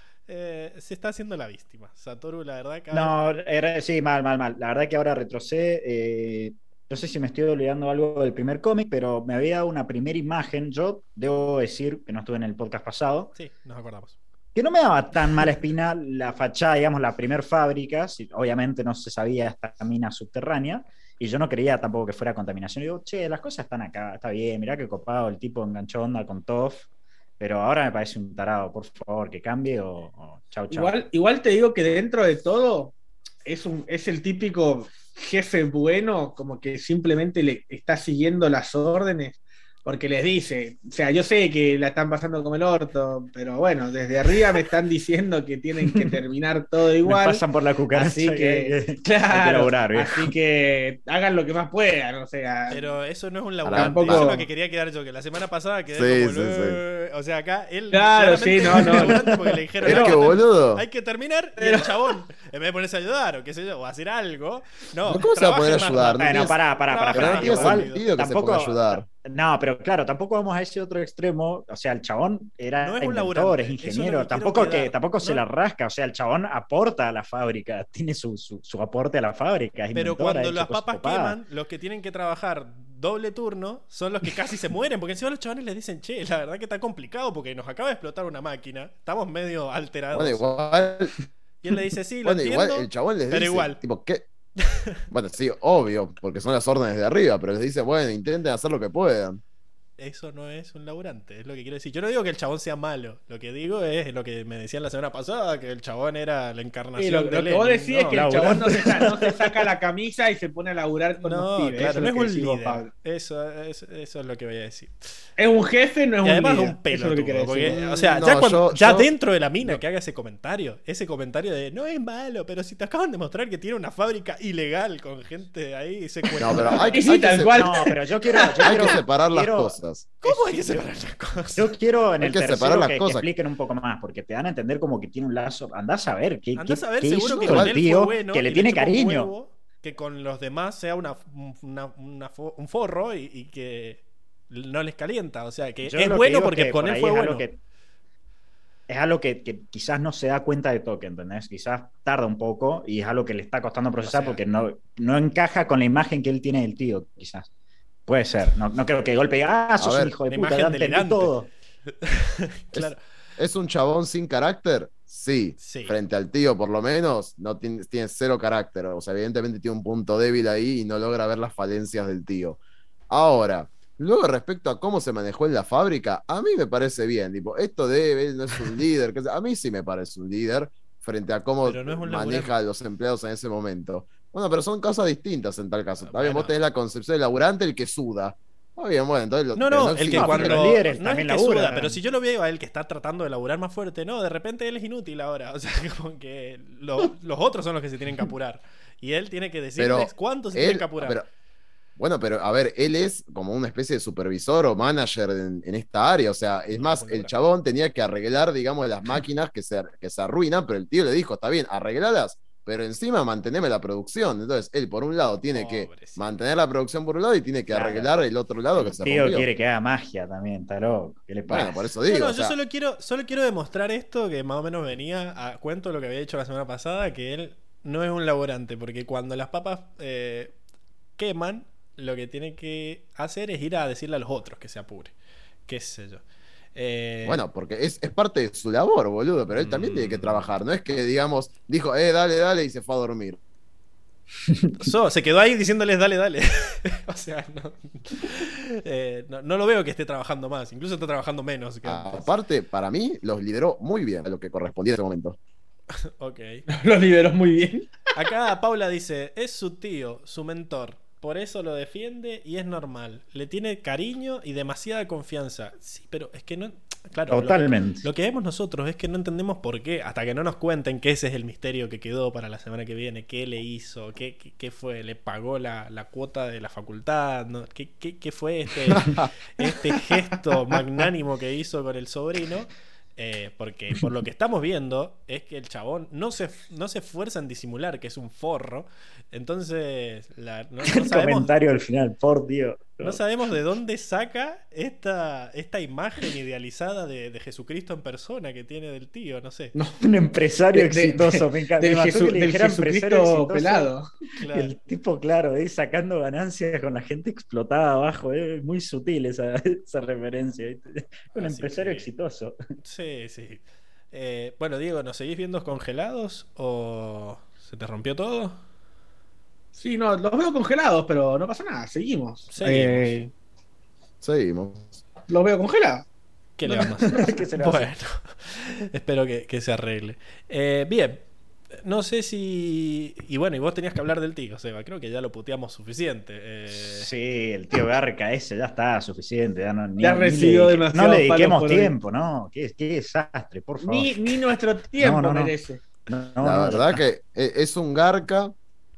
Eh, se está haciendo la víctima. Satoru, la verdad, cada No, era- sí, mal, mal, mal. La verdad que ahora retrocede. eh, no sé si me estoy olvidando algo del primer cómic, pero me había dado una primera imagen. Yo debo decir que no estuve en el podcast pasado, Sí, nos acordamos. que no me daba tan mala espina la fachada, digamos, la primer fábrica. Si- obviamente no se sabía esta mina subterránea. Y yo no creía tampoco que fuera contaminación. Y digo, che, las cosas están acá, está bien, mirá qué copado, el tipo enganchó onda con Toph. Pero ahora me parece un tarado, por favor, que cambie o, o chau, chau. Igual, igual te digo que dentro de todo es, un, es el típico jefe bueno, como que simplemente le está siguiendo las órdenes, porque les dice, o sea, yo sé que la están pasando como el orto, pero bueno, desde arriba me están diciendo que tienen que terminar todo Me igual. pasan por la cucaracha. Así que, que- hay que claro, laburar, viejo. así que hagan lo que más puedan, o sea, Pero eso no es un laburante. Tampoco- Eso es lo que quería quedar yo, que la semana pasada quedé Sí, como... sí, sí. "Eh". O sea, acá él Claro, claramente sí, no, es un no. laburante porque le dijeron Es "Hay que, ter- boludo. hay que terminar", y el chabón, en vez de ponerse a ayudar o qué sé yo, o hacer algo, no, ¿Pero cómo se va a poder trabajen más ayudar? rápido. Bueno, pará, pará, pará. Pero no pará. tiene Igual, sentido que se tampoco- ponga a ayudar. No, pero claro, tampoco vamos a ese otro extremo. O sea, el chabón era No es un inventor, laburante, es eso es lo ingeniero. que quiero tampoco quedar. que tampoco se No. la rasca. O sea, el chabón aporta a la fábrica, tiene su, su, su aporte a la fábrica. Es Pero inventor, ha cuando hecho las cosas papas copadas. queman, los que tienen que trabajar doble turno son los que casi se mueren, porque encima los chavales les dicen, che, la verdad que está complicado porque nos acaba de explotar una máquina, estamos medio alterados. Bueno, igual, Y él le dice, sí, lo bueno, entiendo, igual el chabón les pero dice, igual. tipo, ¿qué? Bueno, sí, obvio, porque son las órdenes de arriba, pero les dice, bueno, intenten hacer lo que puedan. Eso no es un laburante, es lo que quiero decir. Yo no digo que el chabón sea malo, lo que digo es lo que me decían la semana pasada, que el chabón era la encarnación sí, lo, de lo que vos Lenin, decís es ¿no? que el laburante. chabón no se, sa- no se saca la camisa y se pone a laburar con No, los pibes. claro, Eso no es lo que un decís vos, líder. Pablo. Eso, es- eso es lo que voy a decir. Es un jefe, no es Y además un es líder. un Eso es lo que pelotudo. querés Porque, decir. o sea, No, ya, cuando- yo- ya yo- dentro de la mina que haga ese comentario, ese comentario de no es malo, pero si te acaban de mostrar que tiene una fábrica ilegal con gente ahí secuestrada. No, pero hay, Y sí, hay que tal se- cual. No, pero yo quiero. Yo hay quiero- que separar las quiero- cosas. ¿Cómo hay que separar las cosas? Yo quiero en Hay el que separar tercero las que, que cosas. expliquen un poco más, porque te dan a entender como que tiene un lazo. Andás a ver qué, Andás qué- a ver, qué seguro hizo que el con él tío fue bueno. que y le tiene chupa un cariño. huevo, que con los demás sea una, una- una fo- un forro y, y que no les calienta. O sea, que Yo es lo que bueno digo porque que con por él ahí fue es bueno. algo que- es algo que, que quizás no se da cuenta de toque, ¿entendés? Quizás tarda un poco y es algo que le está costando procesar O sea- porque no, no encaja con la imagen que él tiene del tío, quizás. Puede ser. No, no creo que de golpe diga, ah, sos ver, un hijo de una puta, imagen ya entendí delirante. todo. Claro. ¿Es un chabón sin carácter? Sí. Sí. Frente al tío, por lo menos, no tiene, tiene cero carácter. O sea, evidentemente tiene un punto débil ahí y no logra ver las falencias del tío. Ahora, luego respecto a cómo se manejó en la fábrica, a mí me parece bien. Tipo, esto de él no es un líder. que- A mí sí me parece un líder frente a cómo Pero no es un maneja laburante. a los empleados en ese momento. Bueno, pero son cosas distintas en tal caso. Está bien, Bueno. vos tenés la concepción del laburante, el que suda. Está bien, bueno, entonces... lo- No, pero no, el que significa- cuando. pero los líderes no es también que laburan. suda, pero si yo lo veo a él que está tratando de laburar más fuerte, no, de repente él es inútil ahora. O sea, como que lo- los otros son los que se tienen que apurar. Y él tiene que decirles Pero cuánto se él- tienen que apurar. pero- bueno, pero a ver, él es como una especie de supervisor o manager en, en esta área. O sea, es No, más, boludo. el chabón tenía que arreglar, digamos, las máquinas que se, que se arruinan, pero el tío le dijo, está bien, arreglalas, pero encima manteneme la producción. Entonces, él por un lado tiene que Pobrecito. mantener la producción por un lado y tiene que Claro. arreglar el otro lado que El se tío rompió. quiere que haga magia también, está loco. ¿Qué le pasa? Bueno, por eso No, digo. no, o yo sea, solo quiero, solo quiero demostrar esto que más o menos venía a cuento de lo que había dicho la semana pasada, que él no es un laborante, porque cuando las papas eh, queman, lo que tiene que hacer es ir a decirle a los otros que se apure. Qué sé yo. Eh, Bueno, porque es, es parte de su labor, boludo, pero él también Mm. tiene que trabajar. No es que, digamos, dijo, eh, dale, dale, y se fue a dormir. So, se quedó ahí diciéndoles dale, dale. O sea, no, eh, no, no lo veo que esté trabajando más. Incluso está trabajando menos que antes. Aparte, para mí, los lideró muy bien a lo que correspondía en ese momento. Ok. Los liberó muy bien. Acá Paula dice, es su tío, su mentor. Por eso lo defiende y es normal. Le tiene cariño y demasiada confianza. Sí, pero es que no... Claro, Totalmente. Lo, lo que vemos nosotros es que no entendemos por qué, hasta que no nos cuenten que ese es el misterio que quedó para la semana que viene, qué le hizo, qué, qué, qué fue, le pagó la, la cuota de la facultad, ¿no? ¿Qué, qué, qué fue este, este gesto magnánimo que hizo con el sobrino. Eh, porque por lo que estamos viendo es que el chabón no se, no se esfuerza en disimular que es un forro. Entonces la, no, no El sabemos, comentario al final, por Dios. no sabemos de dónde saca esta, esta imagen idealizada de, de Jesucristo en persona que tiene del tío, no sé. No, Un empresario De- de- exitoso, me encanta. del, Me mató Jesu- que le del dijera empresario Jesucristo exitoso. pelado. Claro. El tipo, claro, ahí sacando ganancias con la gente explotada abajo. Es muy sutil esa, esa referencia. ¿viste? Un Así empresario que- exitoso. Sí, sí. Eh, bueno, Diego, ¿nos seguís viendo congelados o se te rompió todo? Sí, no, los veo congelados, pero no pasa nada, seguimos. Seguimos. Eh, Seguimos. los veo congelados. ¿Qué le vamos a hacer? ¿Qué se le va a Bueno, hacer? espero que, que se arregle. Eh, bien, no sé si... Y bueno, y vos tenías que hablar del tío, Seba. Creo que ya lo puteamos suficiente. Eh, Sí, el tío Garca ese ya está suficiente. Ya no, ni, Ya ni recibió le, demasiados no le palos dediquemos por hoy. tiempo, ¿no? Qué, qué desastre, por favor. Ni, ni nuestro tiempo No, no, no. merece. No, no, La no, verdad ya que e- es un garca,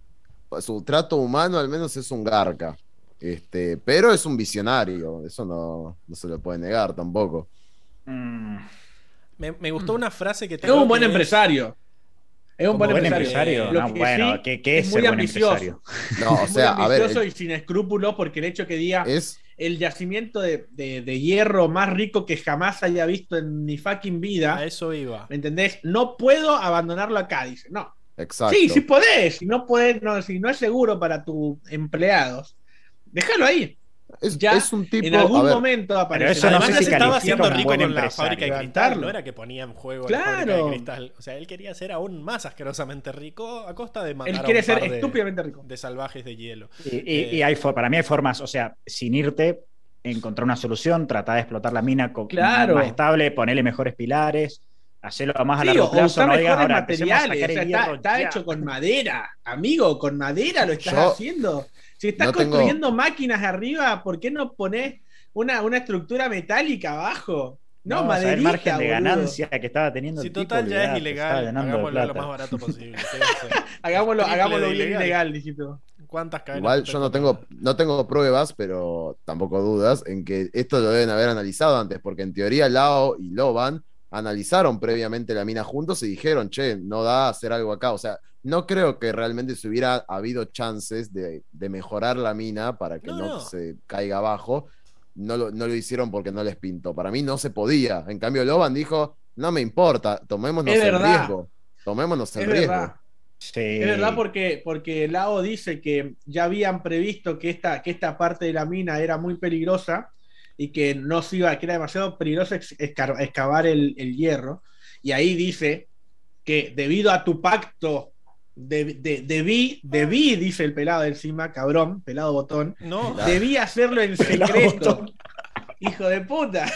su trato humano al menos es un garca, este, pero es un visionario, eso no, no se lo puede negar tampoco. está. Mm, me, me gustó una frase que Es tengo un buen que empresario. Es un Como buen buen empresario. empresario. Lo No, que bueno, sí, ¿qué, qué es, es ser muy buen ambicioso. empresario? No, o sea, muy a ver, ambicioso el- y sin escrúpulos porque el hecho que diga es, el yacimiento de, de- de hierro más rico que jamás haya visto en mi fucking vida, A eso iba. ¿me entendés? No puedo abandonarlo acá, dice. No. exacto. Sí, sí podés. Si no podés, no, si no es seguro para tus empleados, déjalo ahí. Es, Ya es un tipo, en algún a ver, momento aparece. eso no Además sé ya si se estaba califica haciendo como rico buen con la empresario. fábrica de cristal. Levantarlo. No era que ponía en juego Claro. la fábrica de cristal. O sea, él quería ser aún más asquerosamente rico a costa de matar Él a quiere un ser par de, estúpidamente rico. de salvajes de hielo. Y, y- Eh, y hay, for- para mí hay formas, o sea, sin irte, encontrar una solución, tratar de explotar la mina con, Claro. más estable, ponerle mejores pilares, hacerlo más a Sí, largo o plazo, usar no digas mejores ahora empecemos a materiales. sacar O sea, el está hierro está ya. hecho con madera. Amigo, con madera lo estás Yo haciendo. Si estás no tengo- construyendo máquinas arriba, ¿por qué no pones una, una estructura metálica abajo? No, No, o sea, el maderita, margen de boludo. ganancia que estaba teniendo si el tipo, total ya es olvidate, estaba ilegal, llenando de hagámoslo lo plata. más barato posible. Quédense. Hagámoslo, Triple hagámoslo de bien ilegal. ilegal, dijiste. ¿Cuántas cadenas? igual te yo no tocan? tengo, no tengo pruebas, pero tampoco dudas en que esto lo deben haber analizado antes, porque en teoría Lao y Loban analizaron previamente la mina juntos y dijeron, che, no da hacer algo acá. O sea, no creo que realmente se hubiera habido chances de, de mejorar la mina para que No, no, no. se caiga abajo. No lo, no lo hicieron porque no les pintó. Para mí no se podía. En cambio, Loban dijo, no me importa, tomémonos Es el verdad. riesgo. Tomémonos el Es riesgo. verdad. Sí. Es verdad porque, porque Lao dice que ya habían previsto que esta, que esta parte de la mina era muy peligrosa y que no se iba, que era demasiado peligroso ex- escar- excavar el, el hierro. Y ahí dice que debido a tu pacto, de, de- debí, debí, dice el pelado de encima, cabrón, pelado botón, No, debí hacerlo en Pelado secreto. botón. Hijo de puta.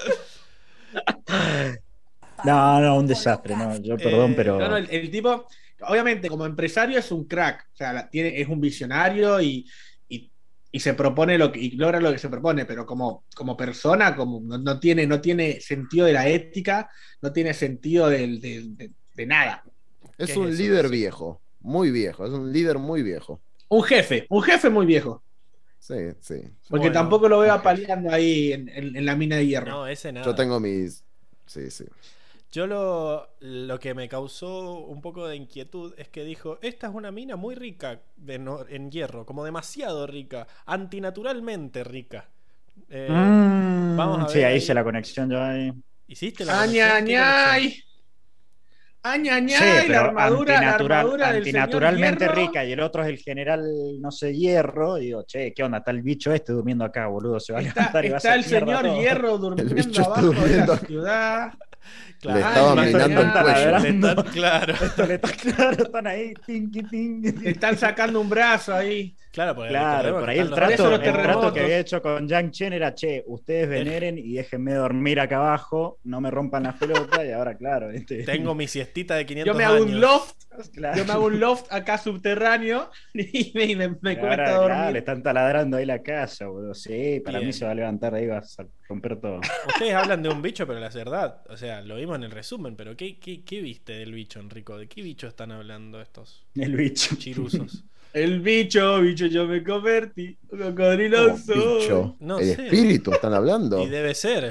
No, no, un desastre, no, yo perdón, Eh, pero No, no, el, el tipo, obviamente, como empresario es un crack, o sea, la- tiene, es un visionario y, y, y se propone lo que, y logra lo que se propone, pero como, como persona, como no, no tiene, no tiene sentido de la ética, no tiene sentido del- del- de, de nada. Es ¿Qué un es eso? líder Sí. viejo, muy viejo, es un líder muy viejo. Un jefe, un jefe muy viejo, Sí, sí. porque Bueno, tampoco lo veo un jefe. apaleando ahí en, en- en la mina de hierro. no, ese nada. Yo tengo mis. Sí, sí. Yo lo, lo que me causó un poco de inquietud es que dijo, esta es una mina muy rica de no- en hierro, como demasiado rica, antinaturalmente rica. Eh, Mm, vamos a sí, ver ahí ahí. hice la conexión yo ahí. ¿Hiciste la conexión? ¿Qué ¡Añañay! ¡Añañay! Sí, la pero armadura, la antinatural- armadura del señor antinaturalmente Hierro. rica y el otro es el general, no sé, Hierro. Y digo, che, ¿qué onda? Está el bicho este durmiendo acá, boludo. Se va a Está, levantar y va a está hacer el mierda señor todo. Hierro bicho durmiendo está abajo de durmiendo. la ciudad. Claro. Le estaban Ay, minando el está cuello. ladrando. Le están- claro. Esto le está claro, están ahí, tinqui, ting. Te están sacando un brazo ahí. Claro, porque Claro, recordemos por que ahí el están los trato, Por eso el los trato terremotos. que había hecho con Yang Chen era, che, ustedes veneren y déjenme dormir acá abajo, no me rompan las pelotas, y ahora, claro, este, Tengo mi siestita de quinientos Yo me hago años. un loft, claro. yo me hago un loft acá subterráneo y me, y me, me Y cuesta ahora, dormir. claro, le están taladrando ahí la casa, boludo. Sí, para Bien. mí se va a levantar de ahí, va a romper todo. Ustedes hablan de un bicho, pero la verdad, o sea, lo vimos en el resumen, pero ¿qué, qué, qué viste del bicho, Enrico? ¿De qué bicho están hablando estos El bicho. chirusos? El bicho, bicho, yo me convertí. Un cocodrilo ¿Cómo soy. bicho? No ¿El sé. espíritu están hablando? Y debe ser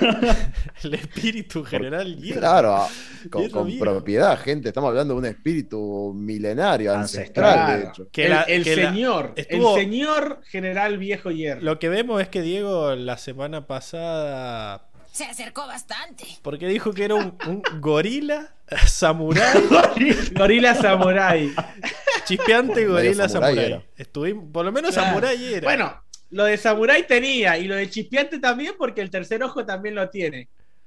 el espíritu general hierro. Claro, a- con, Hierro con viejo. propiedad, gente. Estamos hablando de un espíritu milenario, ancestral, Ancestral. de Claro. hecho. Que el la- el que la- señor, estuvo- el señor general viejo hierro. Lo que vemos es que Diego la semana pasada, Se acercó bastante. porque dijo que era un, un gorila samurái, Gorila Samurai. chispeante Medio gorila samurái samurái. era. Estuvimos, por lo menos Claro. samurái era. Bueno, lo de Samurai tenía y lo de Chispeante también porque el tercer ojo también lo tiene.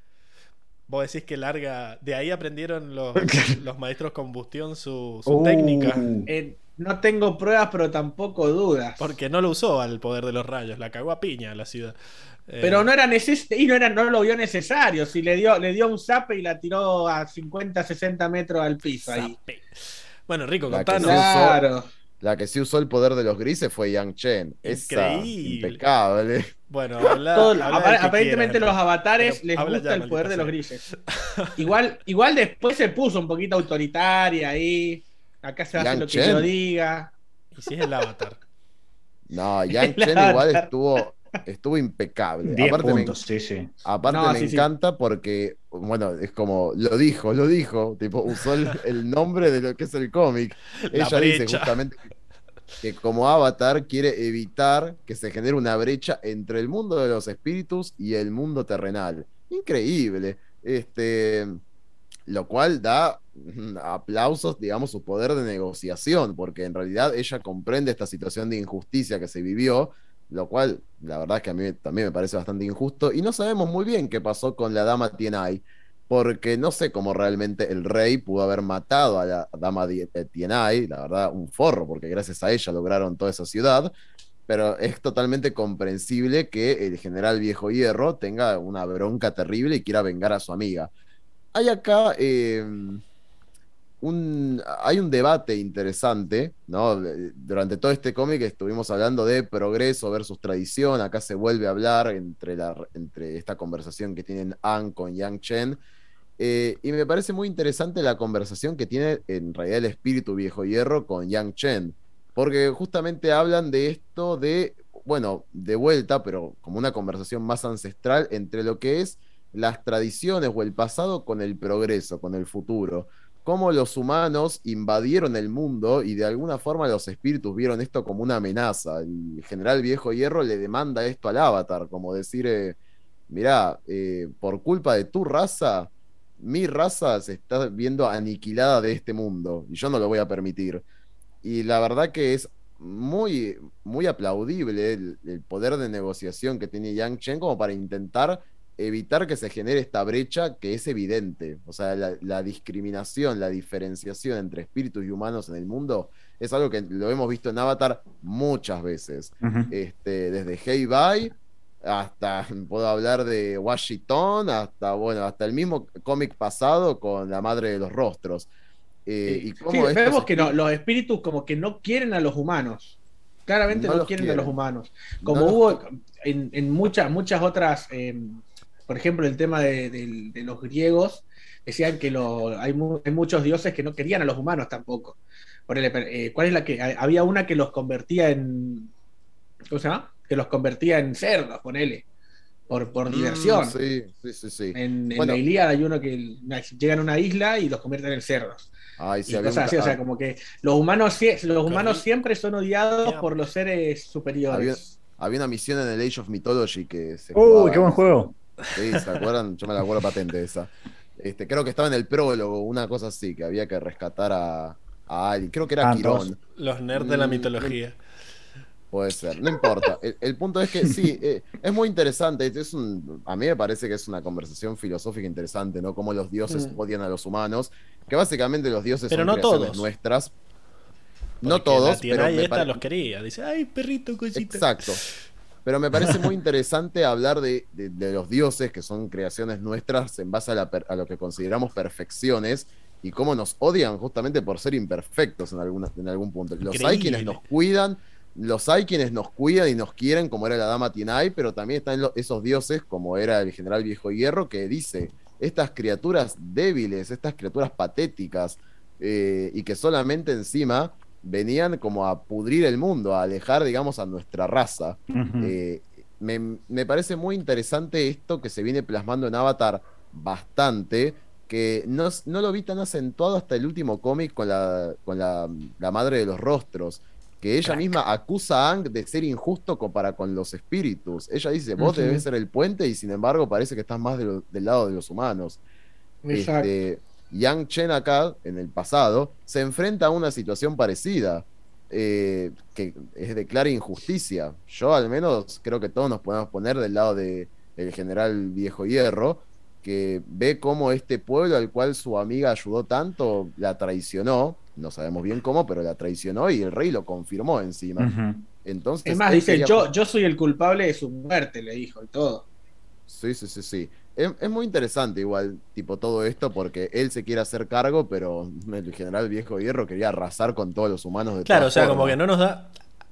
Vos decís que larga. De ahí aprendieron los, los maestros combustión su, su Uh, técnica. Eh, no tengo pruebas, pero tampoco dudas. Porque no lo usó al poder de los rayos, la cagó a piña a la ciudad. Eh, Pero no era necesario y no, era, no lo vio necesario. Si le dio, le dio un zape y la tiró a cincuenta, sesenta metros al piso ahí. Zape. Bueno, Rico, La que contanos. se usó- Claro. La que sí usó el poder de los grises fue Yang Chen. Esa, Increíble. impecable. Bueno, habla, Todo- habla apar- del que aparentemente quieras, los avatares Pero les habla gusta ya, el poder de los maldita grises. Igual, igual después se puso un poquito autoritaria ahí. Acá se hace Yang lo que Chen. yo diga. Y si es el avatar. No, Yang La Chen igual verdad. estuvo, estuvo impecable. diez Aparte me, puntos, sí, sí. aparte No, me sí, sí. encanta porque, bueno, es como, lo dijo, lo dijo, tipo, usó el, el nombre de lo que es el cómic. La Ella dice brecha. justamente que, que como Avatar quiere evitar que se genere una brecha entre el mundo de los espíritus y el mundo terrenal. Increíble. Este, lo cual da mm, aplausos, digamos, su poder de negociación, porque en realidad ella comprende esta situación de injusticia que se vivió, lo cual la verdad es que a mí también me parece bastante injusto, y no sabemos muy bien qué pasó con la dama Tienai, porque no sé cómo realmente el rey pudo haber matado a la dama Di- eh, Tienai, la verdad, un forro, porque gracias a ella lograron toda esa ciudad, pero es totalmente comprensible que el general Viejo Hierro tenga una bronca terrible y quiera vengar a su amiga. Hay acá eh, un, hay un debate interesante, ¿no? Durante todo este cómic estuvimos hablando de progreso versus tradición. Acá se vuelve a hablar entre, la, entre esta conversación que tienen An con Yang Chen. Eh, y me parece muy interesante la conversación que tiene en realidad el espíritu Viejo Hierro con Yang Chen. Porque justamente hablan de esto de, bueno, de vuelta, pero como una conversación más ancestral entre lo que es las tradiciones o el pasado con el progreso, con el futuro. Cómo los humanos invadieron el mundo y de alguna forma los espíritus vieron esto como una amenaza. El general Viejo Hierro le demanda esto al Avatar, como decir, eh, mirá, eh, por culpa de tu raza, mi raza se está viendo aniquilada de este mundo y yo no lo voy a permitir. Y la verdad que es muy, muy aplaudible el, el poder de negociación que tiene Yang Chen como para intentar evitar que se genere esta brecha que es evidente. O sea, la, la discriminación, la diferenciación entre espíritus y humanos en el mundo es algo que lo hemos visto en Avatar muchas veces. Ujú. Este, desde Hey Bye hasta, puedo hablar de Washington, hasta, bueno, hasta el mismo cómic pasado con La Madre de los Rostros. Eh, y Sí, cómo estos vemos que no, espíritus- los espíritus como que no quieren a los humanos. Claramente No no, los quieren, quieren. a los humanos. No Como los hubo en, en muchas, muchas otras, eh, por ejemplo, el tema de, de- de los griegos, decían que lo, hay, mu- hay muchos dioses que no querían a los humanos tampoco. Ponele, eh, ¿cuál es la que? Había una que los convertía en. ¿Cómo se llama? Que los convertía en cerdos, ponele. Por, por Mm, diversión. sí, sí, sí, sí. En, en Bueno. la Ilíada hay uno que llegan a una isla y los convierten en cerdos. Ay, sí, Y había un cosas así, ca- o sea, como que los humanos, sie- los humanos rico. siempre son odiados Ya. por los seres superiores. había una misión en el Age of Mythology que se Uy, jugaba- qué buen juego. Sí, ¿se acuerdan? Yo me la acuerdo patente esa. Este, creo que estaba en el prólogo, una cosa así, que había que rescatar a, a alguien. Creo que era Ah, Quirón. todos. Los nerds de la Mm, mitología. Puede ser, no importa. El, el punto es que sí, eh, es muy interesante. Es un, a mí me parece que es una conversación filosófica interesante, ¿no? Cómo los dioses Mm. odian a los humanos, que básicamente los dioses Pero son no creaciones todos. nuestras. No Porque todos, la Tienai pero me esta pare- los quería. Dice, ay, perrito, cosita. Exacto. Pero me parece muy interesante hablar de, de- de los dioses, que son creaciones nuestras en base a, la per- a lo que consideramos perfecciones, y cómo nos odian justamente por ser imperfectos en, alguna, en algún punto. Los hay quienes Increíble. nos cuidan, los hay quienes nos cuidan y nos quieren, como era la dama Tienai, pero también están lo- esos dioses, como era el general Viejo Hierro, que dice, estas criaturas débiles, estas criaturas patéticas, eh, y que solamente encima venían como a pudrir el mundo, a alejar, digamos, a nuestra raza. Ujú. Eh, me, me parece muy interesante esto que se viene plasmando en Avatar bastante, que no, no lo vi tan acentuado hasta el último cómic con la, con la, la madre de los rostros, que ella Crack. misma acusa a Aang de ser injusto co- para con los espíritus. Ella dice, vos Ujú. debés ser el puente y sin embargo parece que estás más de lo- del lado de los humanos. Exacto. Este, Yang Chen acá, en el pasado, se enfrenta a una situación parecida, eh, que es de clara injusticia. Yo al menos creo que todos nos podemos poner del lado de el general Viejo Hierro, que ve cómo este pueblo al cual su amiga ayudó tanto la traicionó, no sabemos bien cómo, pero la traicionó y el rey lo confirmó encima. Ujú. Entonces, Es más, él dice, quería- yo, yo soy el culpable de su muerte, le dijo y todo. Sí, sí, sí, sí. Es, es muy interesante igual, tipo, todo esto, porque él se quiere hacer cargo, pero el general Viejo Hierro quería arrasar con todos los humanos de Claro, o todas sea, como formas. que no nos da.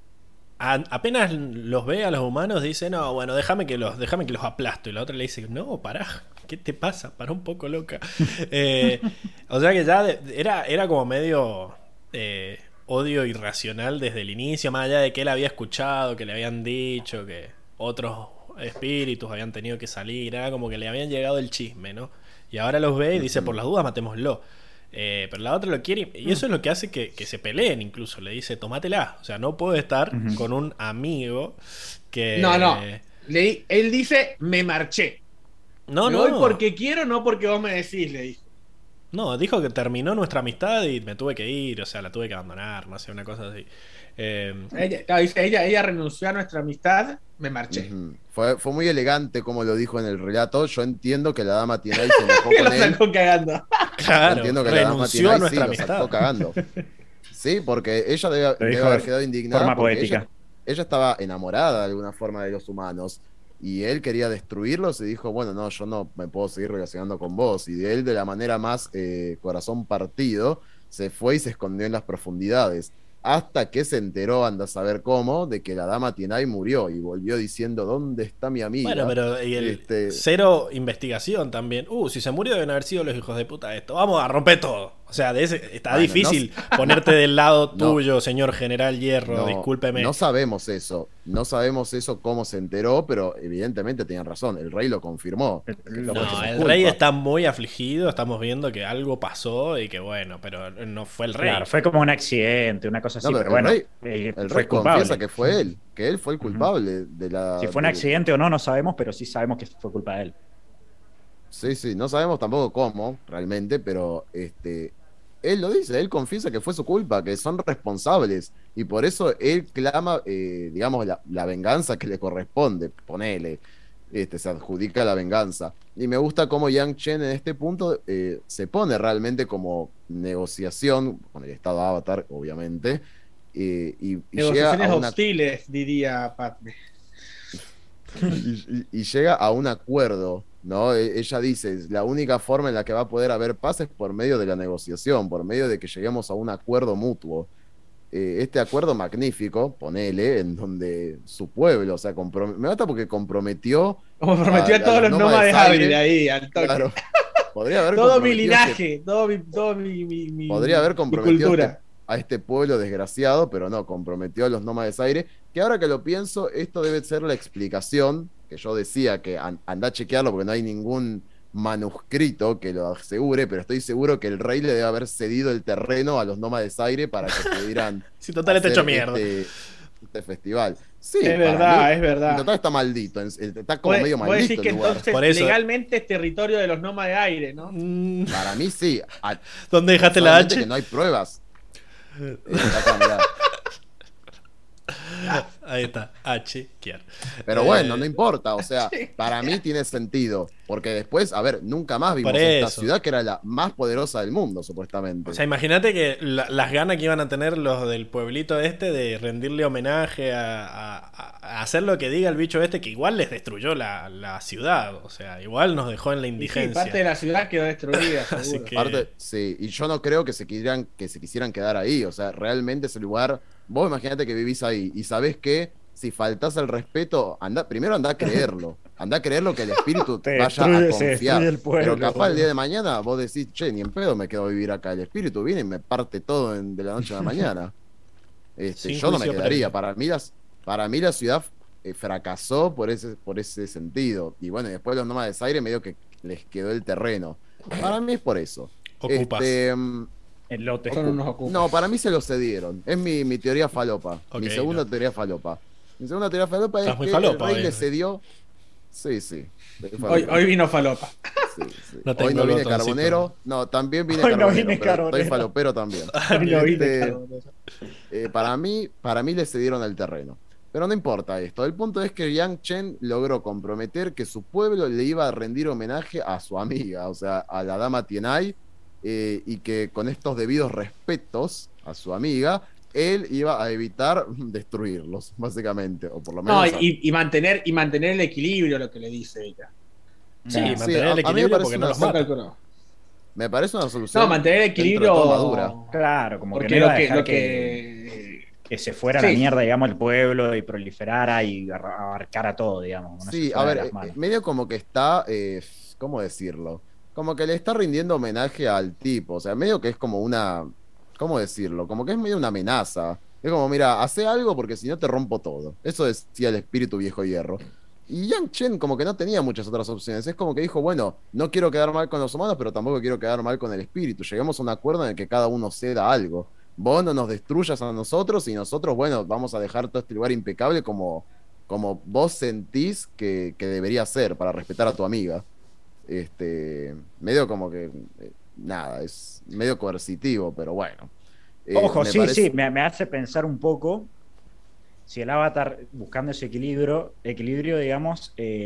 a- apenas los ve a los humanos, dice, no, bueno, déjame que los, déjame que los aplasto. Y la otra le dice, no, pará, ¿qué te pasa? Pará un poco, loca. Eh, o sea que ya de- era, era como medio eh, odio irracional desde el inicio, más allá de que él había escuchado, que le habían dicho, que otros espíritus habían tenido que salir, era como que le habían llegado el chisme, ¿no? Y ahora los ve y dice, Ujú. por las dudas, matémoslo. Eh, pero la otra lo quiere y eso es lo que hace que, que se peleen incluso. Le dice, tomátela. O sea, no puedo estar Ujú. con un amigo que... No, no. Le- él dice, me marché. No, me no. voy porque quiero, no porque vos me decís, le dijo. No, dijo que terminó nuestra amistad y me tuve que ir. O sea, la tuve que abandonar, no sé, una cosa así. Eh, Ella, no, dice, ella, ella renunció a nuestra amistad, me marché. Ujú. Fue, fue muy elegante como lo dijo en el relato. Yo entiendo que la dama Tienai se enojó Que lo con él. sacó cagando. Yo claro, entiendo que la dama renunció a Tienai sí nuestra lo amistad. sacó cagando. Sí, porque ella debe, Lo debe dijo haber de quedado indignada forma porque poética. ella, ella estaba enamorada de alguna forma de los humanos y él quería destruirlos y dijo, bueno, no, yo no me puedo seguir relacionando con vos. Y de él, de la manera más eh, corazón partido, se fue y se escondió en las profundidades. Hasta que se enteró, anda a saber cómo, de que la dama Tienai murió y volvió diciendo, ¿dónde está mi amiga? Bueno, pero y el Este, cero investigación también. Uh, si se murió deben haber sido los hijos de puta esto. Vamos a romper todo. O sea, de ese, está Bueno, difícil ponerte del lado No. tuyo, señor General Hierro. No, discúlpeme. no sabemos eso, no sabemos eso cómo se enteró, pero evidentemente tenían razón, el rey lo confirmó. Lo Que que No, fue fue su el culpa. rey está muy afligido. Estamos viendo que algo pasó y que bueno, pero no fue el rey. Claro, fue como un accidente, una cosa así, No, pero, pero el bueno, rey- eh, El fue rey culpable. confiesa que fue él, que él fue el culpable de la... Si fue un de- accidente o no, no sabemos, pero sí sabemos que fue culpa de él. Sí, sí, no sabemos tampoco cómo realmente, pero este, él lo dice, él confiesa que fue su culpa, que son responsables, y por eso él clama, eh, digamos, la, la venganza que le corresponde, ponele, este, se adjudica la venganza. Y me gusta cómo Yang Chen en este punto eh, se pone realmente como negociación, con el estado Avatar, obviamente, eh, y, y llega Negociaciones a una hostiles, diría Padme. y, y- y llega a un acuerdo, ¿no? E- Ella dice, la única forma en la que va a poder haber paz es por medio de la negociación, por medio de que lleguemos a un acuerdo mutuo. Eh, este acuerdo magnífico, ponele, en donde su pueblo, o sea, comprom- me mata porque comprometió, Como prometió A- a, todos a los los nómades nómades hábiles aire. ahí, al toque. claro, podría haber Todo mi comprometido linaje, todo mi, todo mi, mi, mi- Podría haber mi comprometido cultura. este- a este pueblo desgraciado, pero no, comprometió a los nómades aire, que ahora que lo pienso, esto debe ser la explicación, que yo decía que an- anda a chequearlo porque no hay ningún manuscrito que lo asegure, pero estoy seguro que el rey le debe haber cedido el terreno a los nómades aire para que pudieran Si total está hacer hecho mierda. Este, este festival. Sí, Es para verdad, mí, es verdad. en total está maldito, en- está como Vos- medio vos maldito decís que el lugar. entonces Por eso- legalmente es territorio de los nómades aire, ¿no? Mm, Para mí sí. A- ¿Dónde dejaste la solamente H? que no hay pruebas. Eh, acá, mirá. Ahí está, H. Kier. Pero Eh, bueno, no importa, o sea, para mí tiene sentido, porque después, a ver, nunca más vimos Por esta eso. ciudad que era la más poderosa del mundo, supuestamente. O sea, imagínate que la- las ganas que iban a tener los del pueblito este de rendirle homenaje a, a- a hacer lo que diga el bicho este, que igual les destruyó la, la ciudad. O sea, igual nos dejó en la Y sí, indigencia. parte de la ciudad quedó destruida, Así seguro. que- Aparte, sí, y yo no creo que se quisieran, que se quisieran quedar ahí, o sea, realmente ese lugar, vos imagínate que vivís ahí y sabés que si faltás el respeto, anda, primero anda a creerlo, anda a creerlo que el espíritu Te vaya destruye- a se confiar, destruye el pueblo, pero capaz el día boludo. de mañana vos decís, che, ni en pedo me quedo a vivir acá, el espíritu viene y me parte todo en- de la noche a la mañana. Este, Sin yo no me juicio quedaría, previo. para mí, las, para mí la ciudad eh, fracasó por ese, por ese sentido, y bueno, y después los nómadas de Zaire medio que les quedó el terreno, para mí es por eso. Ocupas. Este, mm, El lote. Son unos ocupas. no, para mí se lo cedieron. Es mi, mi teoría falopa. Ok, mi segunda no. teoría falopa. Mi segunda teoría falopa es Estás muy que falopa el rey hoy, le eh. cedió. Sí, sí. Hoy, hoy vino Falopa. Sí, sí. No Hoy tengo no el vine botoncito. carbonero. No, también vine Hoy no carbonero. vine pero carbonero. Estoy falopero también. Hoy no vine, Este, cabrón. eh, para mí, para mí le cedieron el terreno. Pero no importa esto. El punto es que Yang Chen logró comprometer que su pueblo le iba a rendir homenaje a su amiga, o sea, a la dama Tienai, eh, y que con estos debidos respetos a su amiga, él iba a evitar destruirlos, básicamente, o por lo No, menos. a- y, y mantener, y mantener el equilibrio, lo que le dice ella. Sí, Nah. mantener Sí, a- a el mí me equilibrio parece porque no una los No mata. calculó. me parece una solución. No, mantener el dentro de equilibrio. todo madura. Claro, como que Porque no lo iba a que, dejar lo que, que. que se fuera a Sí. la mierda, digamos, el pueblo y proliferara y ar- abarcara todo, digamos. no se Sí, fuera a de ver, las eh, manos. medio como que está, eh, ¿cómo decirlo? Como que le está rindiendo homenaje al tipo, o sea, medio que es como una, ¿cómo decirlo? Como que es medio una amenaza. Es como, mira, hace algo porque si no te rompo todo. Eso decía el espíritu viejo hierro. Y Yang Chen como que no tenía muchas otras opciones. Es como que dijo, bueno, no quiero quedar mal con los humanos, pero tampoco quiero quedar mal con el espíritu. Lleguemos a un acuerdo en el que cada uno ceda algo. Vos no nos destruyas a nosotros y nosotros, bueno, vamos a dejar todo este lugar impecable como, como vos sentís que, que debería ser para respetar a tu amiga. Este, medio como que, eh, nada, es medio coercitivo, pero bueno. Eh, Ojo, me sí, parece- sí, me, me hace pensar un poco si el avatar, buscando ese equilibrio, equilibrio, digamos, eh,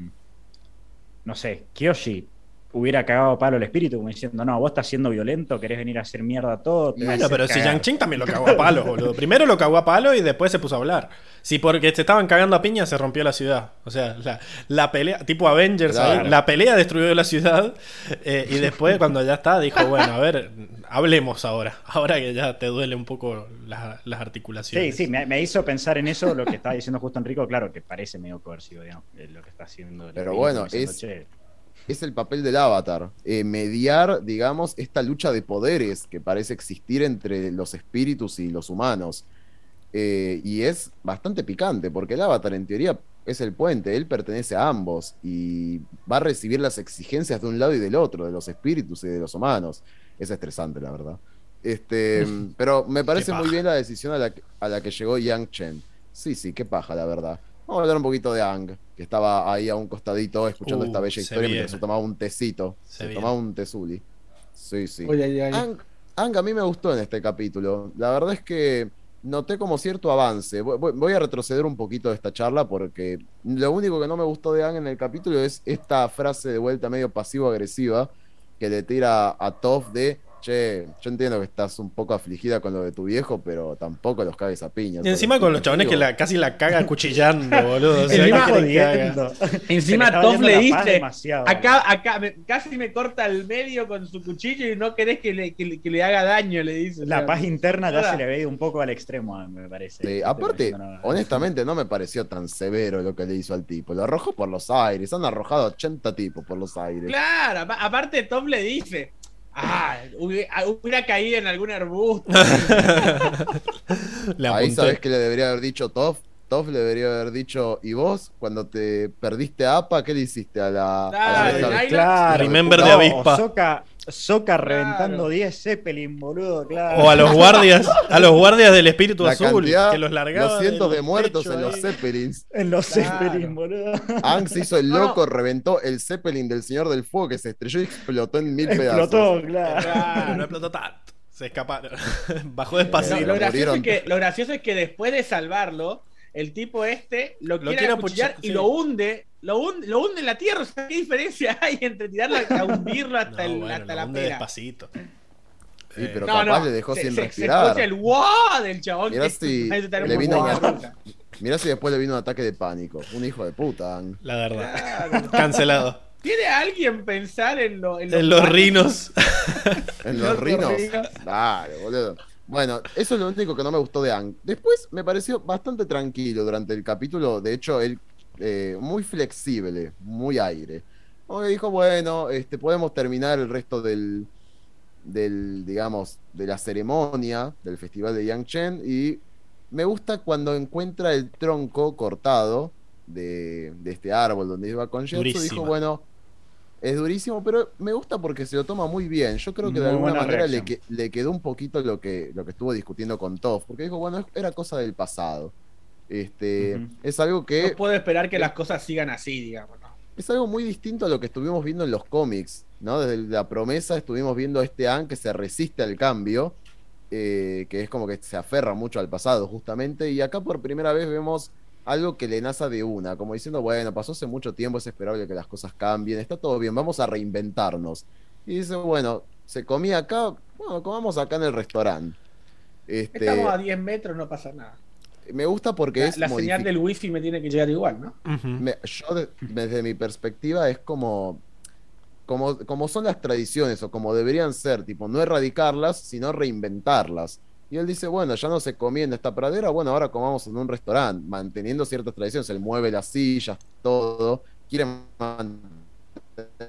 no sé, Kyoshi hubiera cagado a palo el espíritu, como diciendo, no, vos estás siendo violento, querés venir a hacer mierda todo. te voy a Bueno, hacer pero si cagar". Yang Ching también lo cagó a palos, boludo. Primero lo cagó a palos y después se puso a hablar. Si porque se estaban cagando a piña se rompió la ciudad. O sea, la, la pelea, tipo Avengers ahí, Claro. la pelea destruyó la ciudad. eh, y después, cuando ya está, dijo, bueno, a ver, hablemos ahora. Ahora que ya te duele un poco la- las Sí, articulaciones. sí, me, me hizo pensar en eso lo que estaba diciendo justo Enrico, claro, que parece medio coercivo, digamos, eh, lo que está haciendo. el Pero espíritu, bueno, diciendo, es- "Che, es el papel del avatar, eh, mediar, digamos, esta lucha de poderes que parece existir entre los espíritus y los humanos. Eh, y es bastante picante, porque el avatar en teoría es el puente, él pertenece a ambos y va a recibir las exigencias de un lado y del otro, de los espíritus y de los humanos. Es estresante, la verdad. Este, pero me parece Qué muy paja. bien la decisión a la, que- a la que llegó Yang Chen. Sí, sí, qué paja, la verdad. Vamos a hablar un poquito de Ang, que estaba ahí a un costadito escuchando Uh, esta bella se historia mientras viene. se tomaba un tecito. Se Se, viene. tomaba un tezuli. Sí, sí. Oye, ay, ay. Ang, Ang a mí me gustó en este capítulo. La verdad es que noté como cierto avance. Voy, voy- voy a retroceder un poquito de esta charla porque lo único que no me gustó de Ang en el capítulo es esta frase de vuelta medio pasivo-agresiva que le tira a Toph de, che, yo entiendo que estás un poco afligida con lo de tu viejo, pero tampoco los cagues a piñas. Y encima con los chabones que la, casi la caga cuchillando, boludo. O sea, Encima- que le caga. Encima Se le estaba Toph yendo le la paz dice, demasiado. acá, acá, me- casi me corta el medio con su cuchillo y no querés que le, que le, que le haga daño, le dice. La paz interna ya Hola. se le había ido un poco al extremo, me parece. Sí, aparte, No, no, no. honestamente, no me pareció tan severo lo que le hizo al tipo. Lo arrojó por los aires. Han arrojado ochenta tipos por los aires. Claro, apa- aparte Tom le dice, ah, hubiera, hubiera caído en algún arbusto. Le Ahí apunté. sabes que le debería haber dicho Toph. Toph le debería haber dicho, ¿y vos? Cuando te perdiste a APA, ¿qué le hiciste a la, a la Claro, esa- ahí- Claro, Remember no, de avispa. Soca, Soca Claro. reventando diez Zeppelin, boludo, claro. O a los guardias, a los guardias del espíritu la azul, cantidad, que los largaban. los cientos del de muertos techo en los ahí. Zeppelins. En los Claro. Zeppelin, boludo. Ang se hizo el No, no. loco, reventó el Zeppelin del Señor del Fuego que se estrelló y explotó en mil pedazos. Explotó, claro. Pero no Claro. explotó tanto. Se escaparon. Bajó No, despacito. lo, gracioso murieron. es que, lo gracioso es que después de salvarlo, el tipo este lo, Lo quiere quiere acuchillar apuchar- y sí. lo hunde, lo hunde, lo hunde en la tierra. O sea, ¿qué diferencia hay entre tirarlo a hundirlo hasta, No, el, bueno, hasta lo la hunde pera? despacito. Sí, Eh, pero No, capaz no, le dejó se, sin se- se respirar. escucha el wow del chabón. Mirá que si parece estar en le un vino montaña una- rusa. Mirá si después le vino un ataque de pánico. Un hijo de puta. La verdad. Claro. Cancelado. ¿Quiere alguien pensar en, lo, en los, En los humanos? rinos. En Los los rinos. rinos. Dale, boludo. Bueno, eso es lo único que no me gustó de Aang. Después me pareció bastante tranquilo durante el capítulo. De hecho, él eh, muy flexible, muy aire. Como que dijo, bueno, este, podemos terminar el resto del, del, digamos, de la ceremonia del festival de Yangchen. Y me gusta cuando encuentra el tronco cortado de, de este árbol donde iba con Jetsu. Durísima. Dijo, bueno, es durísimo, pero me gusta porque se lo toma muy bien. Yo creo que de Muy alguna buena manera le, reacción. que- le quedó un poquito lo que, lo que estuvo discutiendo con Toph, porque dijo, bueno, era cosa del pasado. Este, Ujú. es algo que No puedo esperar que las cosas sigan así, digamos, ¿no? es algo muy distinto a lo que estuvimos viendo en los cómics, ¿no? Desde la promesa estuvimos viendo a este Aang que se resiste al cambio, eh, que es como que se aferra mucho al pasado, justamente, y acá por primera vez vemos algo que le nace de una, como diciendo, bueno, pasó hace mucho tiempo, es esperable que las cosas cambien, está todo bien, vamos a reinventarnos. Y dice, bueno, se comía acá, bueno, comamos acá en el restaurante. Este, Estamos a diez metros, no pasa nada. me gusta porque La, es la señal modific- del wifi me tiene que llegar igual, ¿no? Ujú. me- yo de- desde mi perspectiva es como, como, como son las tradiciones o como deberían ser, tipo, no erradicarlas, sino reinventarlas. Y él dice, bueno, ya no se comía en esta pradera, bueno, ahora comamos en un restaurante, manteniendo ciertas tradiciones, él mueve las sillas, todo, quiere mantener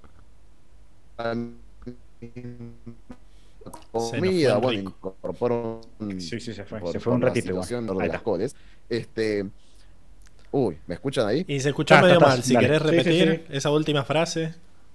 comida, fue bueno, Enrico. incorpora un, Sí, sí, se fue. por- Se fue por un la ratito igual. situación de Ahí las está. coles. Este, uy, ¿me escuchan ahí? Y se escuchó Ah, medio está, mal. está, Si dale. querés Sí, sí, repetir sí. esa última frase.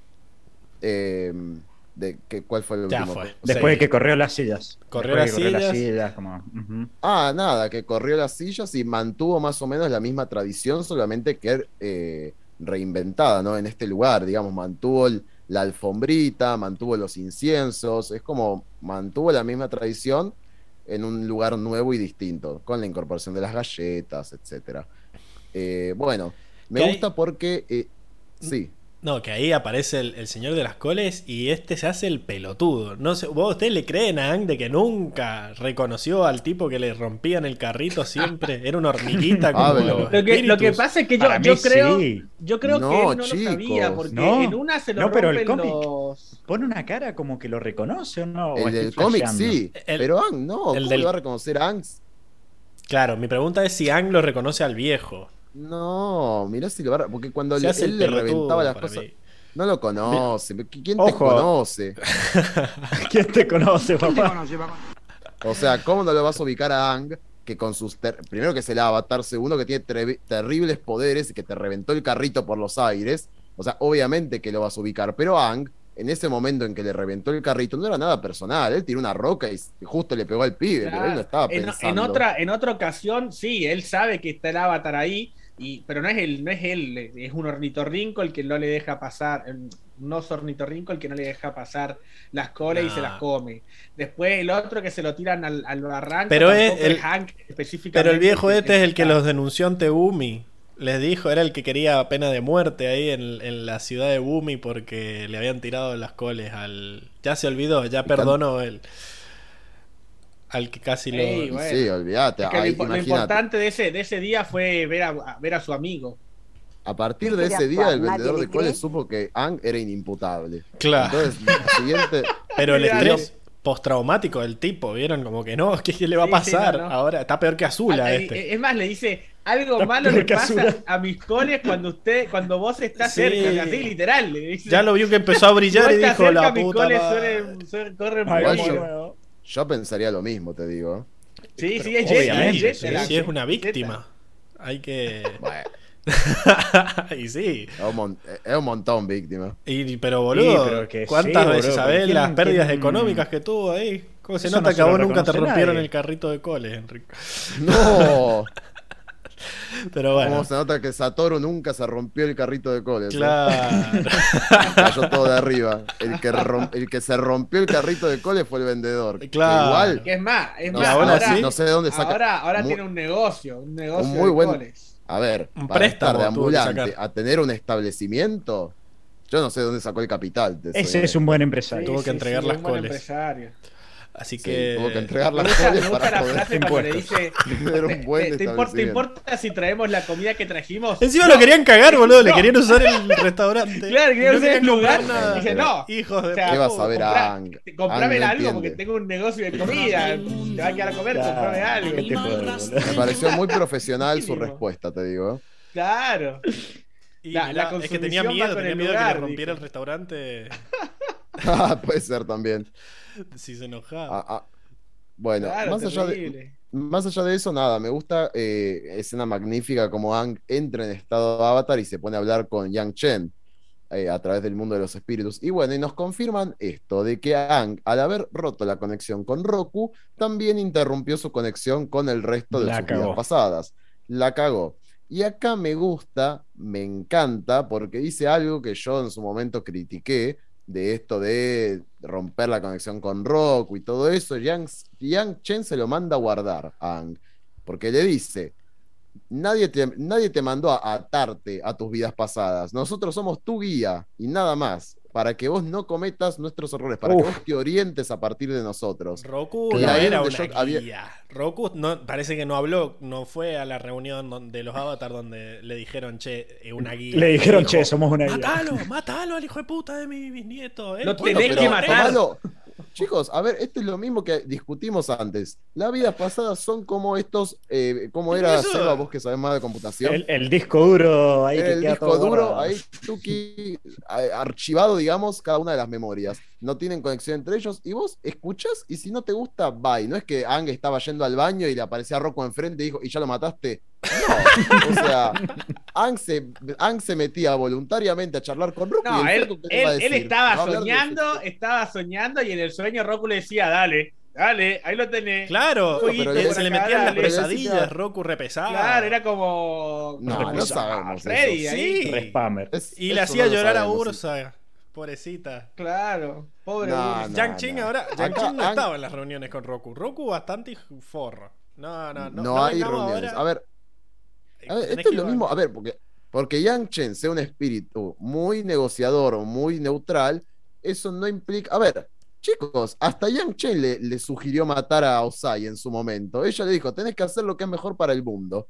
Eh, de que, ¿cuál fue el Ya último? fue. O sea, Después Sí. de que corrió las sillas. Corrió Después de las que sillas. como. Ujú. Ah, nada, que corrió las sillas y mantuvo más o menos la misma tradición, solamente que eh, reinventada, ¿no? En este lugar, digamos, mantuvo el- la alfombrita, mantuvo los inciensos, es como mantuvo la misma tradición en un lugar nuevo y distinto, con la incorporación de las galletas, etcétera. Eh, bueno, me Que hay- gusta porque, eh, sí, No, que ahí aparece el, el señor de las coles y este se hace el pelotudo. No sé, ¿vos ustedes le creen a Aang de que nunca reconoció al tipo que le rompían el carrito siempre? Era una hormiguita como Pablo. los Lo que, lo que espíritus. pasa es que yo, Para yo mí creo, sí. yo creo No, que él no lo chicos, sabía, porque no. en una se lo No, pero el rompen cómic. los... Pone una cara como que lo reconoce o no. ¿O el estoy del cómic flasheando? sí, El- pero Aang no, el ¿cómo del- le va a reconocer a Aang? Claro, mi pregunta es si Aang lo reconoce al viejo. No, mirá si lo va a... Porque cuando Se le- hace el él le pelotudo reventaba las para cosas... mí. No lo conoce. ¿Quién te Ojo. conoce? ¿Quién te conoce, ¿Quién te papá? conoce, papá? O sea, ¿cómo no lo vas a ubicar a Aang? Que con sus... ter- Primero que es el avatar, segundo que tiene tre- terribles poderes y que te reventó el carrito por los aires. O sea, obviamente que lo vas a ubicar. Pero Aang, en ese momento en que le reventó el carrito, no era nada personal. Él tiró una roca y justo le pegó al pibe, pero él no estaba en, pensando. en otra, en otra ocasión, sí, él sabe que está el avatar ahí, y, pero no es él, no es él, es un ornitorrinco el que no le deja pasar, un oso ornitorrinco el que no le deja pasar las colas y Nah. se las come. Después el otro que se lo tiran al, al barranco, Pero es tampoco el- Hank específicamente. Pero el viejo que- este es el que está- los denunció ante Bumi. Les dijo, era el que quería pena de muerte ahí en, en la ciudad de Bumi porque le habían tirado las coles al... Ya se olvidó, ya perdonó el... Al que casi lo... Ey, Y bueno. sí, olvídate. Es que lo, Ay, impo- lo imagínate. importante de ese, de ese día fue ver a, a ver a su amigo. A partir de Este ese de día, actuar, el nadie vendedor le de coles cree. supo que Aang era inimputable. Claro. Entonces, el siguiente... Pero el Mira, estrés postraumático del tipo, ¿vieron? Como que no, ¿qué, qué le va a Sí, sí, pasar? no, no. Ahora está peor que Azula Ah, este. Es más, le dice, algo Está malo peor le que pasa Azula. a mis coles cuando usted, cuando vos estás Sí. cerca, así literal. Le dice, Ya lo vio que empezó a si brillar vos y estás dijo, cerca, la mis puta coles madre". suelen- suelen- corren Ay, Igual peligro. yo- bueno. Yo pensaría lo mismo, te digo. Sí, sí, Pero es Jetta, obviamente, es Jetta, Sí, la- sí, es una Jetta. víctima. Hay que... Bueno, y sí. es un, mon- es un montón víctima. Y, pero boludo, Sí, pero que ¿cuántas sí, veces boludo, sabés ¿quién- las pérdidas quién- económicas que tuvo ahí? ¿Cómo se Eso nota no que se a lo vos nunca te reconoce rompieron nadie. el carrito de coles, Enrique? No, Pero bueno. Como se nota que Satoru nunca se rompió el carrito de coles. ¿eh? Claro. Cayó todo de arriba. El que, rom- el que se rompió el carrito de coles fue el vendedor. Que Claro. igual, Que es más, es no, más, aún ahora, así- no sé de dónde saca. ahora, ahora Mu- tiene un negocio, un negocio un muy de buen. coles. A ver, Un para préstamo estar de tuvo que ambulante sacar. a tener un establecimiento, yo no sé de dónde sacó el capital. te soy Ese es honesto. un buen empresario. Tuvo que entregar las un buen coles. empresario. Así Sí, que. tuvo que entregar Me las gusta, coles me gusta para la poder frase cuando le impuestos. dice: tener un buen ¿Te, te importa, ¿Te establecimiento. importa si traemos la comida que trajimos? Encima No. lo querían cagar, boludo. Le No. querían usar el restaurante. Claro, querían No usar el querían comprar lugar. nada. Dice, no. Hijos de O sea, ¿Qué vas a ver comprá- a Ang? Comprame Ang no algo entiende. porque tengo un negocio de comida. Te va a quedar a comer, Claro, comprame algo. ¿qué te jode, boludo? Me pareció muy profesional su Mínimo. respuesta, te digo. Claro. Y La- mirá, la es que tenía consumición va miedo, con tenía el miedo lugar, que le rompiera dijo. el restaurante Ah, puede ser también. si se enojaba. Ah, ah. Bueno, Claro, más allá de, terrible. más allá de eso, nada, me gusta eh, escena magnífica como Ang entra en estado de avatar y se pone a hablar con Yang Chen eh, a través del mundo de los espíritus. Y bueno, y nos confirman esto, de que Ang, al haber roto la conexión con Roku, también interrumpió su conexión con el resto de La sus cagó. vidas pasadas. La cagó. Y acá me gusta, me encanta, porque dice algo que yo en su momento critiqué, de esto de romper la conexión con Roku y todo eso. Yang, Yang Chen se lo manda a guardar a Ang, porque le dice, nadie te, nadie te mandó a atarte a tus vidas pasadas, nosotros somos tu guía y nada más, para que vos no cometas nuestros errores, para Uf. que vos te orientes a partir de nosotros. Roku Y no ahí era donde una yo había- guía. Roku no, parece que no habló, no fue a la reunión don- de los Avatar donde le dijeron, che, eh, una guía. Le dijeron, Dijo, che, somos una guía. Matalo, matalo al hijo de puta de mi bisnieto. eh". Lo Bueno, tenés pero- que matar. tomalo. Chicos, a ver, esto es lo mismo que discutimos antes. Las vidas pasadas son como estos, eh, como era Eso- Seba, vos que sabés más de computación. El, el disco duro ahí que el queda disco todo duro, guardado. ahí tuki, a- archivado, digamos, cada una de las memorias. No tienen conexión entre ellos. Y vos escuchás y si no te gusta, bye. No es que Ang estaba yendo al baño y le aparecía Rocco enfrente y dijo, ¿y ya lo mataste? No. O sea, Ang se, Ang se metía voluntariamente a charlar con Rocco. y No, el él, flaco, ¿qué le va a él, él decir? estaba Va a hablar de soñando, eso. estaba soñando y en el sueño Roku le decía, dale, dale, ahí lo tenés. Claro, Bueno, pero y le- se le por acá, metían las dale. pesadillas, Roku repesaba. Claro, era como... No, como no sabemos Freddy eso. ahí. Sí. Respammer. Es- Y le eso hacía no lo llorar a sabemos. Ursa, pobrecita. Claro, pobre No, Ursa. no. Yang Chen ahora, Yang Acá Chen no Ang- estaba en las reuniones con Roku. Roku bastante forro. No, no, no. No, no hay vengamos reuniones. ahora- A ver, a ver, Tenés esto que es lo ir- mismo. A ver, porque, porque Yang Chen sea un espíritu muy negociador o muy neutral, eso no implica. A ver, chicos, hasta Yang Chen le, le sugirió matar a Osai en su momento. Ella le dijo: tenés que hacer lo que es mejor para el mundo.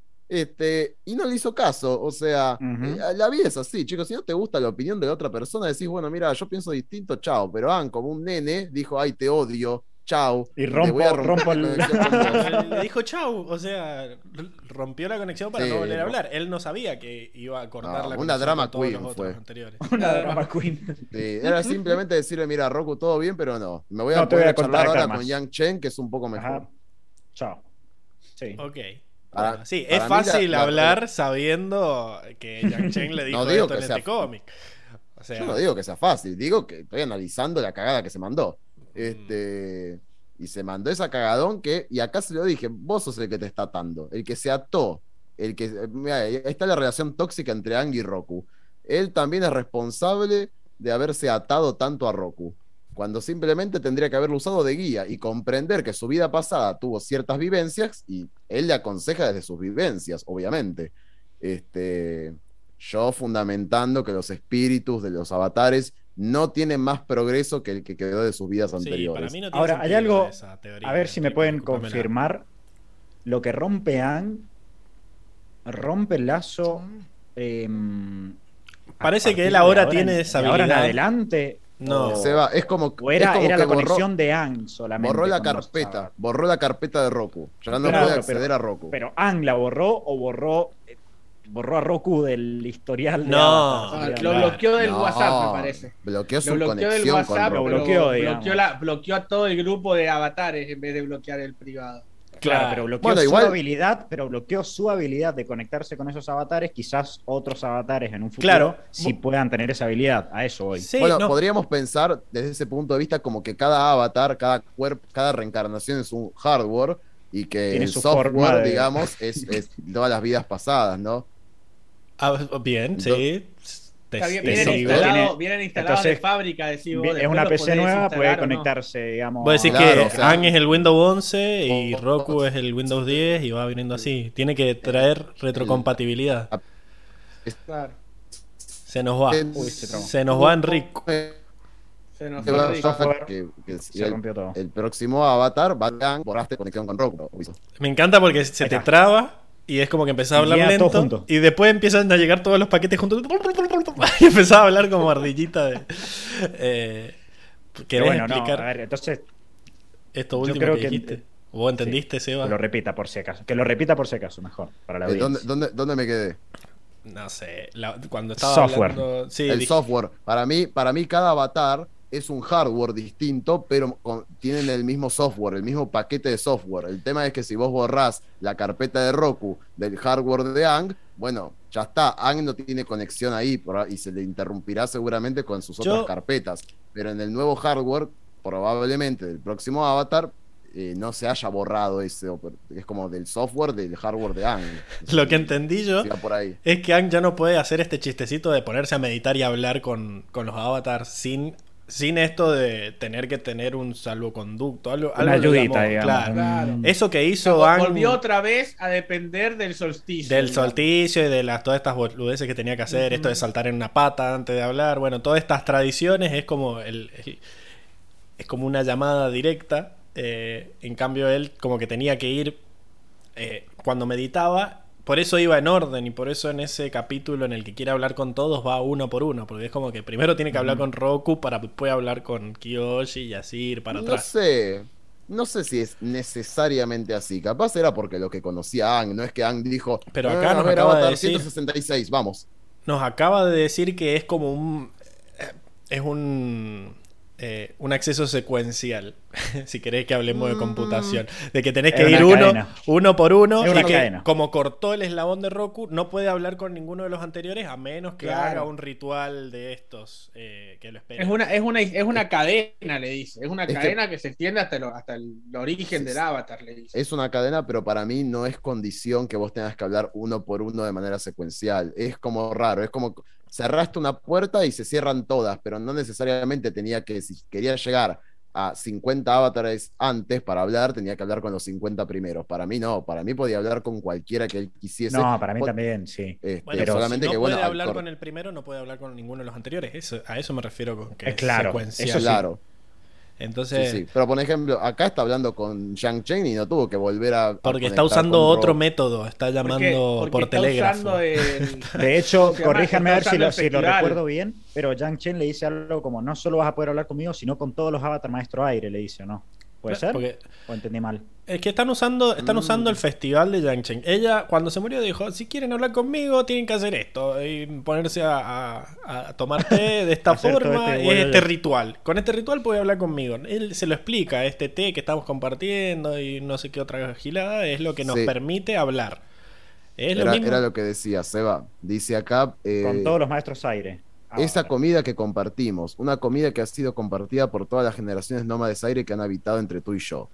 Este, y no le hizo caso. O sea, Ujú. eh, la vida es así, chicos. Si no te gusta la opinión de la otra persona, decís, bueno, mira, yo pienso distinto, chao. Pero Ang, como un nene, dijo: ay, te odio, chao. Y te rompo- voy a romper rompo la el- conexión con vos". Le dijo chau, o sea, r- rompió la conexión para Sí, no volver a no. hablar. Él no sabía que iba a cortar No, la una conexión drama con todos queen los otros fue. anteriores. Una drama queen. Sí, era simplemente decirle, mira, Roku, todo bien, pero no. Me voy a No te voy poner a a charlar contactar ahora más. con Yang Chen, que es un poco mejor. Ajá. Chao. Sí. Ok. Para- Bueno, sí, para es mí fácil la- la- hablar sabiendo que Yang Chen le dijo No digo esto que en sea- este cómic. O sea, Yo no digo que sea fácil, digo que estoy analizando la cagada que se mandó. Este, y se mandó esa cagadón que, y acá se lo dije, vos sos el que te está atando, el que se ató, el que, mira, ahí está la relación tóxica entre Ang y Roku. Él también es responsable de haberse atado tanto a Roku, cuando simplemente tendría que haberlo usado de guía y comprender que su vida pasada tuvo ciertas vivencias y él le aconseja desde sus vivencias, obviamente. Este, yo fundamentando que los espíritus de los avatares no tienen más progreso que el que quedó de sus vidas sí, anteriores. para mí no tiene Ahora, hay sentido algo. esa teoría. A ver si me Tipo, pueden discúlpamela. confirmar. Lo que rompe Ang rompe el lazo. em, Parece a que él partir de ahora tiene en- esa de ahora en habilidad. adelante. No. o- Se va, es como, O era, es como era que la borró, conexión de Ang solamente. borró la con los carpeta, Avatar. borró la carpeta de Roku. Ya no Claro, puede acceder pero- a Roku. Pero Ang la borró o borró. eh, borró a Roku del historial de No, Avatar, Ah, sería. lo Claro. bloqueó del No, WhatsApp, me parece. Bloqueó su Lo bloqueó del conexión WhatsApp, con Lo Roku. pero bloqueó, bloqueó, digamos. la- bloqueó a todo el grupo de avatares en vez de bloquear el privado. Claro, Claro. pero bloqueó Bueno, su igual- habilidad, pero bloqueó su habilidad de conectarse con esos avatares. Quizás otros avatares en un futuro Claro. sí puedan tener esa habilidad. A eso voy. Sí, Bueno, no. podríamos pensar desde ese punto de vista como que cada avatar, cada cuerpo, cada reencarnación es un hardware, y que Tiene el su forma software, de- digamos, es, es todas las vidas pasadas, ¿no? Ah, bien, sí. Te, Está bien, te vienen, sigo. Tiene- instalados, vienen instalados de Entonces, fábrica, decís vos, es después una los P C podés nueva, puede instalar o no. conectarse, digamos. Vos decís Claro, que o sea- A N es el Windows once y Oh, Roku es el Windows diez y va viniendo así. Tiene que traer retrocompatibilidad. Claro, Se nos va. Uy, se trabó. Se nos va Enrico. se nos Que fue va- Rick. software. que- que Se el, rompió todo. el próximo avatar va a borraste conexión con Roku. Me encanta porque se Ahí te está. traba y es como que empezás a hablar Y ya todo lento junto. y después empiezan a llegar todos los paquetes juntos y empezás a hablar como ardillita de... Eh, Pero ¿Querés bueno, no, explicar a ver, entonces esto yo último creo que que- dijiste? ¿Vos entendiste, Seba? que lo repita por si acaso. Que lo repita por si acaso, mejor, para la Eh, ¿Dónde, audiencia. dónde, ¿Dónde me quedé? No sé, la- cuando estaba Software. hablando... Sí, El dije- software. Para mí, para mí, cada avatar es un hardware distinto, pero con- tienen el mismo software, el mismo paquete de software. El tema es que si vos borrás la carpeta de Roku del hardware de A N G, bueno, ya está. A N G no tiene conexión ahí por- y se le interrumpirá seguramente con sus Yo- otras carpetas. Pero en el nuevo hardware, probablemente del próximo avatar, eh, no se haya borrado ese. oper- Es como del software del hardware de A N G. No sé Lo si- que entendí yo si va por ahí. es que Ang ya no puede hacer este chistecito de ponerse a meditar y hablar con, con los avatars sin, sin esto de tener que tener un salvoconducto. Algo, Una algo le ayudita, llamó, digamos. claro. Claro. Mm. Eso que hizo Vol- Ang Volvió otra vez a depender del solsticio. del digamos. solsticio y de las, todas estas boludeces que tenía que hacer, Ujú. esto de saltar en una pata antes de hablar, bueno, todas estas tradiciones es como el, el- es como una llamada directa. Eh, en cambio él como que tenía que ir eh, cuando meditaba, por eso iba en orden y por eso en ese capítulo en el que quiere hablar con todos va uno por uno, porque es como que primero tiene que hablar con Roku para después hablar con Kiyoshi y así ir para No atrás. sé. No sé si es necesariamente así. Capaz era porque lo que conocía a Ang. No es que Ang dijo. Pero "Ah, acá a nos ver, acaba de Avatar decir- ciento sesenta y seis, vamos. Nos acaba de decir que es como un eh, es un eh, un acceso secuencial, si queréis que hablemos de computación, de que tenés Es que una ir uno, cadena. uno por uno Es y una que cadena. como cortó el eslabón de Roku no puede hablar con ninguno de los anteriores a menos que Claro. haga un ritual de estos eh, que lo esperen. Es una, es, una, es una cadena, le dice. Es una Es que- cadena que, se extiende hasta, lo- hasta el origen Sí, del sí. avatar, le dice. Es una cadena, pero para mí no es condición que vos tengas que hablar uno por uno de manera secuencial. Es como raro, es como cerraste una puerta y se cierran todas, pero no necesariamente tenía que, si quería llegar a cincuenta avatares antes para hablar, tenía que hablar con los cincuenta primeros. Para mí no, para mí podía hablar con cualquiera que él quisiese. No, para mí Po- también, sí. este, Bueno, pero solamente si no que puede bueno, al hablar cor- con el primero, no puede hablar con ninguno de los anteriores. Eso, a eso me refiero con que Eh, es claro, secuencial. eso sí. claro. Entonces, Sí, sí. Pero por ejemplo, acá está hablando con Yang Chen y no tuvo que volver a. a porque está conectar usando con otro Rob. método, está Porque- llamando porque por está telégrafo. usando el- De hecho, Se llama- corríjanme a ver está si usando lo, el si lo festival. recuerdo bien, pero Yang Chen le dice algo como: no solo vas a poder hablar conmigo, sino con todos los avatar maestro aire, le dice, ¿o no? ¿Puede ser? Porque ¿O entendí mal? es que están usando, están Mm. usando el festival de Yangchen. Ella, cuando se murió, dijo: si quieren hablar conmigo, tienen que hacer esto. Y ponerse a, a- a tomar té de esta Hacer todo forma. este y vuelo este de- ritual. Con este ritual puede hablar conmigo. Él se lo explica. Este té que estamos compartiendo y no sé qué otra gilada es lo que nos Sí. permite hablar. Es lo Era, mismo. era lo que decía Seba. Dice acá. eh, Con todos los maestros aire. Esa Ahora. comida que compartimos, una comida que ha sido compartida por todas las generaciones nómades aire que han habitado entre tú y yo.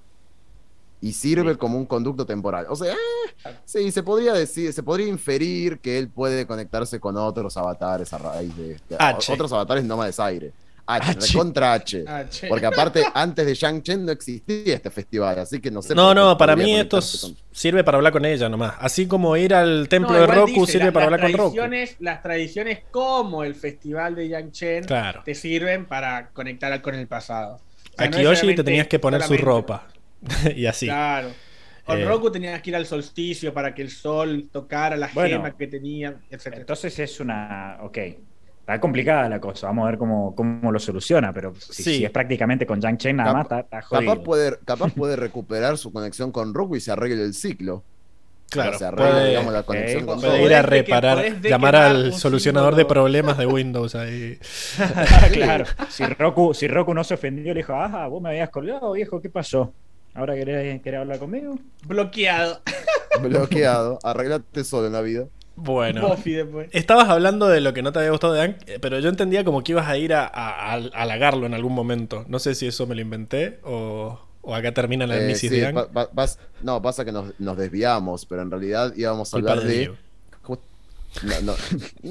Y sirve como un conducto temporal. O sea, eh, sí, se podría decir, se podría inferir que él puede conectarse con otros avatares a raíz de, de- H. otros avatares nómades aire. H, H. contra H. Ah, che. Porque aparte, antes de Yang Chen no existía este festival, así que no sé. No, por qué no, para podría mí esto conectarse con- sirve para hablar con ella nomás. Así como ir al templo No, de igual Roku dice, sirve la- para las hablar con Roku. tradiciones- Las tradiciones como el festival de Yangchen Claro. te sirven para conectar con el pasado. O sea, A no Kiyoshi te solamente- tenías que poner su solamente- ropa. y así. Claro. Con Eh. Roku tenías que ir al solsticio para que el sol tocara las Bueno. gemas que tenían, etcétera. Entonces es una. Ok. Está complicada la cosa. Vamos a ver cómo, cómo lo soluciona. Pero si, Sí. si es prácticamente con Yang Chen nada Cap- más, está, está jodido. Capaz puede, capaz puede recuperar su conexión con Roku y se arregle el ciclo. Claro, O sea, se arregla, puede- digamos, la conexión con Puede Podés ir a de que- reparar, podés de llamar quemar al un solucionador de símbolo. problemas de Windows ahí. Claro. Si Roku, si Roku no se ofendió, le dijo: ajá, vos me habías colgado, viejo, ¿qué pasó? ¿Ahora querés, querés hablar conmigo? Bloqueado. Bloqueado. Arreglate solo en la vida. Bueno, Buffy después. estabas hablando de lo que no te había gustado de Hank, eh, pero yo entendía como que ibas a ir a, a- a halagarlo en algún momento. No sé si eso me lo inventé o, ¿O acá termina la Eh, Missis sí, de Ang? pa- pa- pas- no, pasa que nos, nos desviamos, pero en realidad íbamos a Culpa hablar de de... Diego. ju- No, no,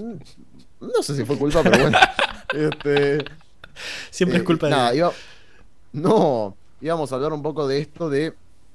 no sé si fue culpa, pero bueno. Este, Siempre es eh, culpa de nada, Diego. iba- no, íbamos a hablar un poco de esto de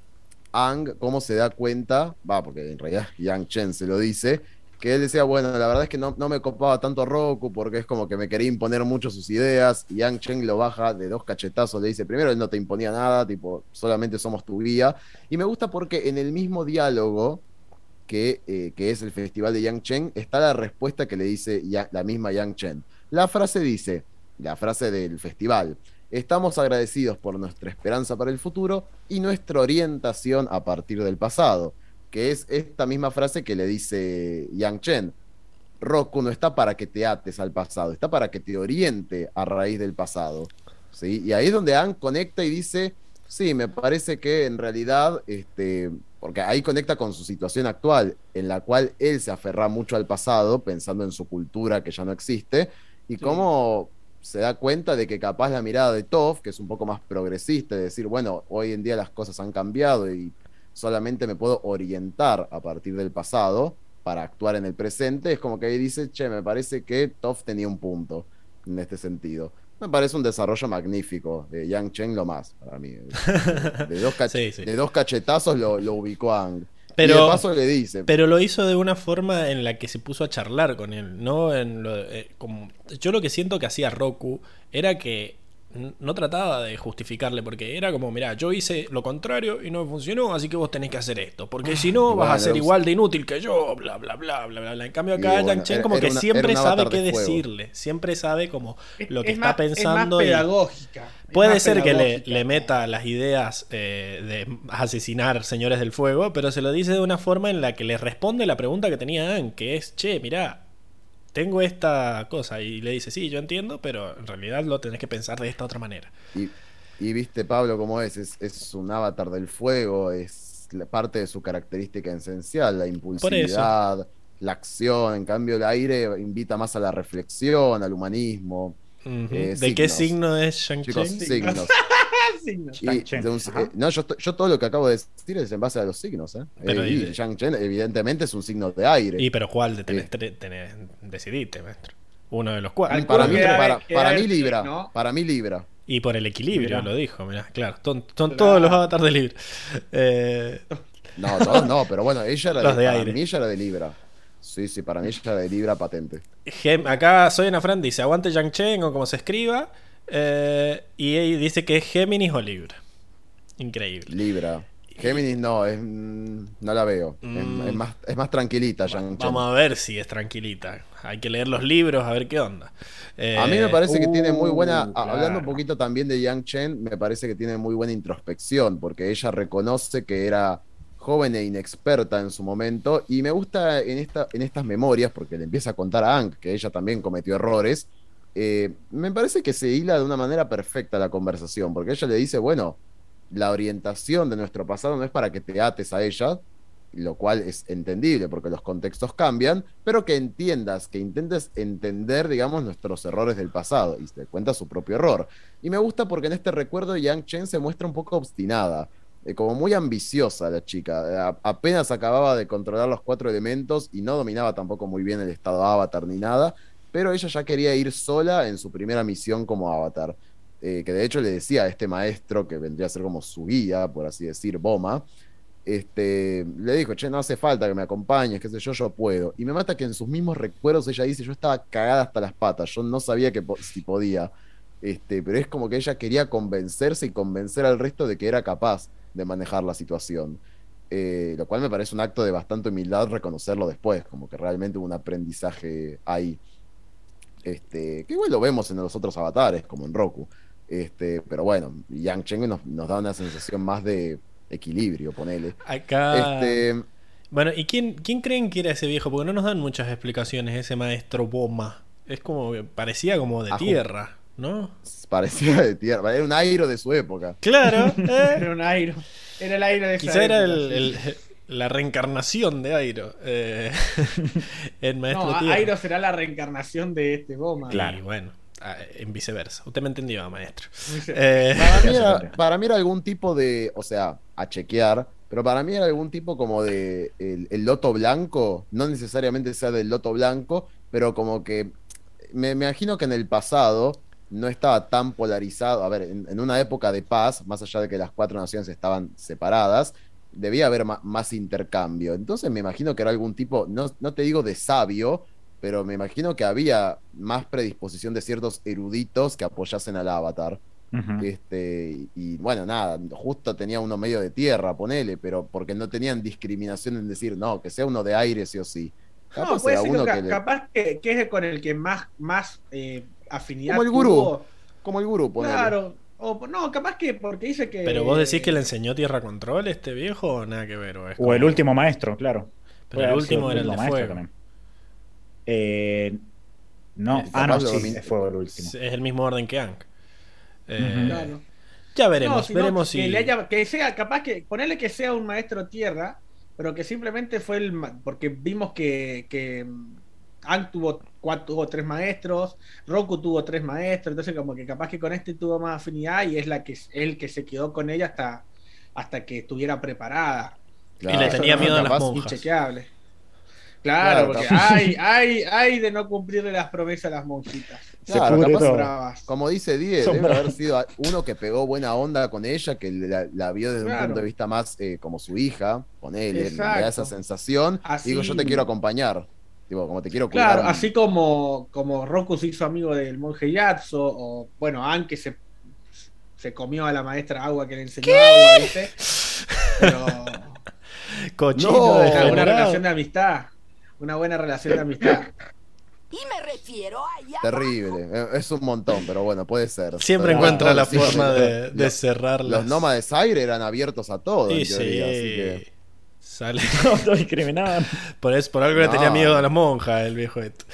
Ang, cómo se da cuenta, va, porque en realidad Yang Chen se lo dice, que él decía, bueno, la verdad es que no, no me copaba tanto Roku porque es como que me quería imponer mucho sus ideas, y Yang Chen lo baja de dos cachetazos, le dice, primero él no te imponía nada, tipo, solamente somos tu guía, y me gusta porque en el mismo diálogo que, eh, que es el festival de Yang Chen, está la respuesta que le dice ya, la misma Yang Chen. La frase dice, la frase del festival, estamos agradecidos por nuestra esperanza para el futuro y nuestra orientación a partir del pasado, que es esta misma frase que le dice Yang Chen. Roku no está para que te ates al pasado, está para que te oriente a raíz del pasado. ¿Sí? Y ahí es donde Ang conecta y dice, sí, me parece que en realidad, este, porque ahí conecta con su situación actual, en la cual él se aferra mucho al pasado, pensando en su cultura que ya no existe, y Sí. cómo se da cuenta de que capaz la mirada de Toph, que es un poco más progresista, de decir, bueno, hoy en día las cosas han cambiado y solamente me puedo orientar a partir del pasado para actuar en el presente, es como que ahí dice, che, me parece que Toph tenía un punto en este sentido. Me parece un desarrollo magnífico de Yang Chen, lo más para mí. De, de dos, cach Sí, sí. de dos cachetazos lo, lo ubicó a Ang. Pero- y de paso le dice, Pero lo hizo de una forma en la que se puso a charlar con él, ¿no? En lo, eh, como, yo lo que siento que hacía Roku era que n- no trataba de justificarle, porque era como, mirá, yo hice lo contrario y no me funcionó, así que vos tenés que hacer esto, porque si no y vas a bueno, ser era un- igual de inútil que yo, bla, bla, bla, bla, bla, bla. En cambio Y acá bueno, Yang Chen era- como era que una- siempre era un sabe avatar qué de fuego. decirle, siempre sabe como Es- lo que es está más- pensando es y... más pedagógica. es Puede más ser que le, pedagógica. le meta las ideas eh, de asesinar señores del fuego, pero se lo dice de una forma en la que le responde la pregunta que tenía Anne, que es, che, mirá, tengo esta cosa. Y le dice, sí, yo entiendo, pero en realidad lo tenés que pensar de esta otra manera. y, y viste Pablo cómo es, es, es un avatar del fuego, es la parte de su característica esencial, la impulsividad, la acción, en cambio el aire invita más a la reflexión, al humanismo. Ujú. Eh, ¿De qué signos. signo es Shang Chicos, Chen? signos. Sí, no. Y Yang Chen, de un- ajá. eh, no, yo, estoy- yo todo lo que acabo de decir es en base a los signos, ¿eh? Pero Eh, y y de- Yang Chen evidentemente es un signo de aire. Y pero ¿cuál de tenés, Sí. tre- tenés- decidite, maestro? Uno de los cuatro. Calculo para mí, que debe- para, que para debe mí ser, Libra, ¿no? para mí Libra. Y por el equilibrio, Libra. lo dijo, mirá, claro. Son, son Claro. todos los avatars de Libra. Eh, No, todos no, pero bueno, ella era Los de para aire. mí ella era de Libra. Sí, sí, para mí ella era de Libra patente. Gem- acá Soy Fran dice, aguante Yang Chen o como se escriba. eh, y ella dice que es Géminis o Libra. Increíble. Libra. Géminis no, es, mm, no la veo. Es- Mm. Es, más, es más tranquilita, Yang Chen. Vamos a ver si es tranquilita. Hay que leer los libros a ver qué onda. Eh, A mí me parece que tiene muy buena, uh, a- hablando un claro. poquito también de Yang Chen, me parece que tiene muy buena introspección, porque ella reconoce que era joven e inexperta en su momento, y me gusta en, esta, en estas memorias, porque le empieza a contar a Ang que ella también cometió errores, eh, me parece que se hila de una manera perfecta la conversación, porque ella le dice, bueno, la orientación de nuestro pasado no es para que te ates a ella, lo cual es entendible porque los contextos cambian, pero que entiendas, que intentes entender, digamos, nuestros errores del pasado, y te cuenta su propio error. Y me gusta porque en este recuerdo Yang Chen se muestra un poco obstinada, eh, como muy ambiciosa la chica. A- apenas acababa de controlar los cuatro elementos y no dominaba tampoco muy bien el estado avatar ni nada, pero ella ya quería ir sola en su primera misión como avatar. Eh, que de hecho le decía a este maestro, que vendría a ser como su guía, por así decir, Boma, este, le dijo, che, no hace falta que me acompañes, qué sé yo, yo puedo. Y me mata que en sus mismos recuerdos ella dice, yo estaba cagada hasta las patas, yo no sabía que po- si podía. Este, pero es como que ella quería convencerse y convencer al resto de que era capaz de manejar la situación. Eh, lo cual me parece un acto de bastante humildad reconocerlo después, como que realmente hubo un aprendizaje ahí. Este, que igual lo vemos en los otros avatares, como en Roku. Este, pero bueno, Yang Chen nos, nos da una sensación más de equilibrio, ponele. Acá... Este, Bueno, ¿y quién, quién creen que era ese viejo? Porque no nos dan muchas explicaciones, ese maestro Boma. Es como que parecía como de Ajú. tierra, ¿no? parecía de tierra, era un airo de su época. Claro, ¿eh? Era un aire. Era el aire de esa Quizá era época, el, sí. el- la reencarnación de Airo. Eh, en Maestro No, Tierra. Airo será la reencarnación de este Boma. Y bueno, ah, en viceversa. Usted me entendió, maestro. Muy bien. Eh, Para mí, Ya se era, entendió. para mí era algún tipo de, o sea, a chequear, pero para mí era algún tipo como de el, el loto blanco, no necesariamente sea del loto blanco, pero como que me, me imagino que en el pasado no estaba tan polarizado. A ver, en, en una época de paz, más allá de que las cuatro naciones estaban separadas, debía haber ma- más intercambio. Entonces me imagino que era algún tipo, no, no te digo de sabio, pero me imagino que había más predisposición de ciertos eruditos que apoyasen al Avatar. Ujú. Este, y, y bueno, nada, justo tenía uno medio de tierra, ponele, pero porque no tenían discriminación en decir, no, que sea uno de aire sí o sí. No, Capaz puede era ser que uno ca- que le- capaz que, que es el con el que más, más eh, afinidad Como el gurú, tuvo. como el gurú, ponele. Claro. O, no, capaz que porque dice que. Pero vos decís que le enseñó Tierra Control este viejo o nada que ver. O, es O el como- último maestro, claro. Pero Puede el haber sido último era el de último maestro fuego. también. Eh, no, Eh, ah, no, capaz lo sí, domi- es fuego el último. Es el mismo orden que Aang. Eh, Ujú. Claro. Ya veremos, No, sino veremos que si. le haya- que sea capaz que ponerle que sea un maestro tierra, pero que simplemente fue el ma- porque vimos que, que mm, Aang tuvo cuatro, tuvo tres maestros, Roku tuvo tres maestros, entonces como que capaz que con este tuvo más afinidad y es la que el que se quedó con ella hasta hasta que estuviera preparada. Claro, Y le tenía eso miedo a las capaz- monjas. Inchequeable. Claro, Claro, porque capaz- hay, hay, hay de no cumplirle las promesas a las monjitas. Se Claro, pudre capaz- todo. Bravas. Como dice Die, Son debe haber bravos. sido uno que pegó buena onda con ella, que la, la vio desde un Claro. punto de vista más eh, como su hija, ponele, le da Exacto. esa sensación. Así- Digo, yo te quiero acompañar. Tipo, como te quiero cuidar. Claro, un- así como, como Roku se hizo amigo del monje Yatso, o bueno, Aang que se, se comió a la maestra agua que le enseñó agua, ¿viste? Pero Cochino No, una buena degenerado. relación de amistad. Una buena relación de amistad. Y me refiero a allá Terrible. Eh, Es un montón, pero bueno, puede ser. Siempre Pero encuentra todos la los hijos forma de, de los- cerrar Los nómades Aire eran abiertos a todo, Y en teoría, así sí. que. Sale. No, lo discriminaban. Por, eso, por algo le tenía No. miedo a las monjas, el viejo este.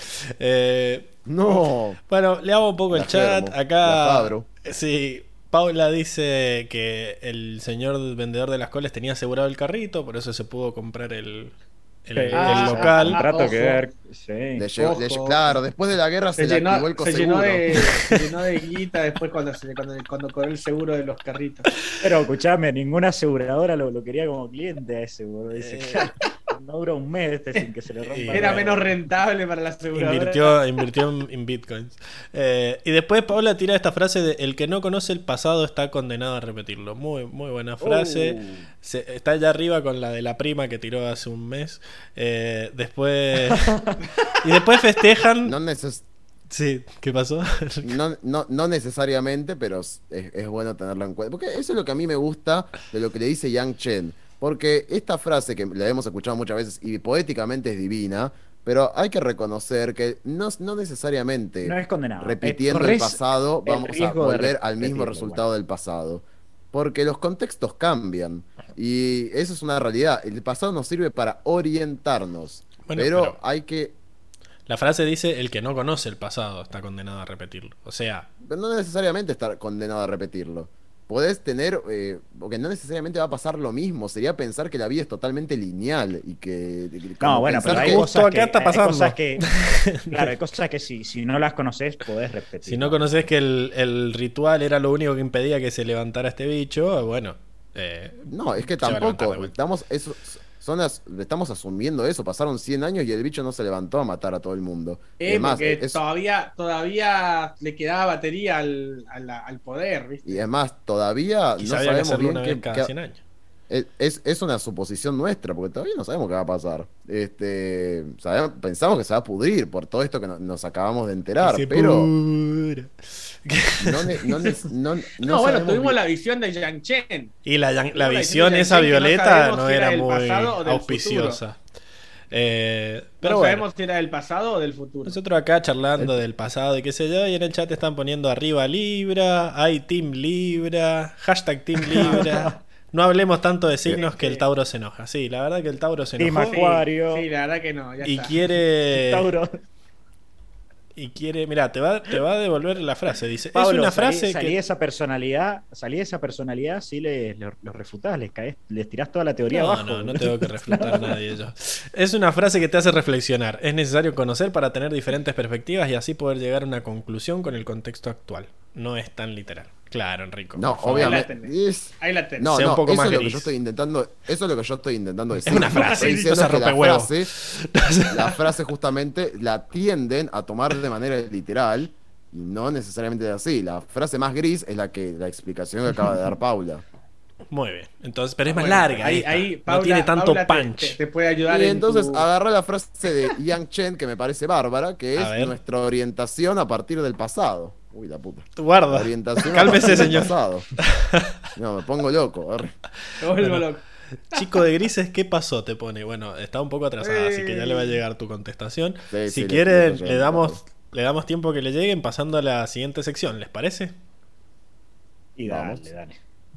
Eh, No. bueno, le hago un poco La el chat. Germo, la Acá. Fabro. Sí. Paula dice que el señor vendedor de las coles tenía asegurado el carrito, por eso se pudo comprar el, el, Sí, el Ah, local. ah, Contrato ojo. que ver. Sí. Le llegó- le- Ojo. claro, después de la guerra se, Se le llenó, activó el se, llenó coseguro. de, se llenó de guita después cuando, se, cuando, cuando cobró el seguro de los carritos. Pero escuchame, ninguna aseguradora lo, lo quería como cliente a ese, boludo. Dice, Eh. "Claro, no dura un mes este sin que se le rompa. Era la- menos rentable para la aseguradora. Invirtió, invirtió en, en bitcoins. Eh, y después Paula tira esta frase de el que no conoce el pasado está condenado a repetirlo. Muy, muy buena frase. Uh. Se- está allá arriba con la de la prima que tiró hace un mes. Eh, después. y después festejan. No, neces- Sí, ¿qué pasó? no, no, no necesariamente, pero es, es bueno tenerlo en cuenta. Porque eso es lo que a mí me gusta de lo que le dice Yang Chen. Porque esta frase que la hemos escuchado muchas veces y poéticamente es divina, pero hay que reconocer que no, no necesariamente No es condenado. repitiendo Eh, el corres pasado el vamos a riesgo de volver al mismo repetirlo, resultado del pasado. Porque los contextos cambian. Y eso es una realidad. El pasado nos sirve para orientarnos. Bueno, pero, pero- hay que... La frase dice el que no conoce el pasado está condenado a repetirlo. O sea, Pero no necesariamente estar condenado a repetirlo. Podés tener, eh, porque no necesariamente va a pasar lo mismo. Sería pensar que la vida es totalmente lineal y que... que- como No, bueno, pensar pero hay que- justo cosas acá que, está hay pasando. cosas que, claro, hay cosas que si, si no las conoces podés repetir. si no conoces que el, el ritual era lo único que impedía que se levantara este bicho, bueno. eh, No, es que se va a levantar tampoco. de vuelta. Estamos, eso, son las- estamos asumiendo eso. Pasaron cien años y el bicho no se levantó a matar a todo el mundo. Eh, Además, porque es- todavía, todavía le quedaba batería al, a la- al poder, ¿viste? y además, todavía Quizá no había que sabemos hacerlo bien una qué, vez cada qué- cien años. Es, es- es una suposición nuestra, porque todavía no sabemos qué va a pasar. Este, sabemos- pensamos que se va a pudrir por todo esto que no- nos acabamos de enterar, Que se pero pudra. no, ne- no ne- no- no No, bueno, sabemos tuvimos bien- la visión de Yang Chen. Y la, la la visión visión de esa Yang Chen, que no violeta sabemos no si era era del muy pasado o del auspiciosa. Eh, Pero pero no bueno, sabemos si era del pasado o del futuro. nosotros acá charlando del pasado y qué sé yo, y en el chat están poniendo arriba Libra, hay Team Libra, hashtag Team Libra. No hablemos tanto de signos que el Tauro se enoja. Sí, la verdad que el Tauro se Team enojó Acuario. Sí, la verdad que no, ya y está. quiere Tauro. y quiere, mira, te va, te va a devolver la frase. Dice, Pablo, es una salí, frase salí que... de esa personalidad, salí de esa personalidad, sí les, les- los refutás, les caes, les tirás toda la teoría No, abajo. no, no boludo. tengo que refutar a nadie yo. Es una frase que te hace reflexionar. Es necesario conocer para tener diferentes perspectivas y así poder llegar a una conclusión con el contexto actual. No es tan literal. Claro, Enrico. No, por favor. obviamente. Ahí la tenés. es- Ahí la tenés. No, Sea un no, poco eso más es lo que gris. yo estoy intentando, eso es lo que yo estoy intentando decir. una frase, Estoy no diciendo se que la rompehuevo. frase, la frase justamente la tienden a tomar de manera literal y no necesariamente así. La frase más gris es la que la explicación que acaba de dar Paula. Muy bien. Entonces, pero es más Bueno, larga. Ahí, esta. ahí no Paula- tiene tanto Paula te- punch. Te, te puede ayudar Y en entonces tu- agarré la frase de Yang Chen que me parece bárbara, que A es ver. nuestra orientación a partir del pasado. Uy, la puta. Guarda. Orientación a Cálmese, partir del señor. pasado. No, me pongo loco. arre. Me vuelvo Bueno. loco. Chico de grises, ¿qué pasó? Te pone. Bueno, está un poco atrasada, así que ya le va a llegar tu contestación. Sí, si sí, le- quieren, le- le, le- damos, le damos tiempo que le lleguen pasando a la siguiente sección, ¿les parece? Y dale, Vamos. dale.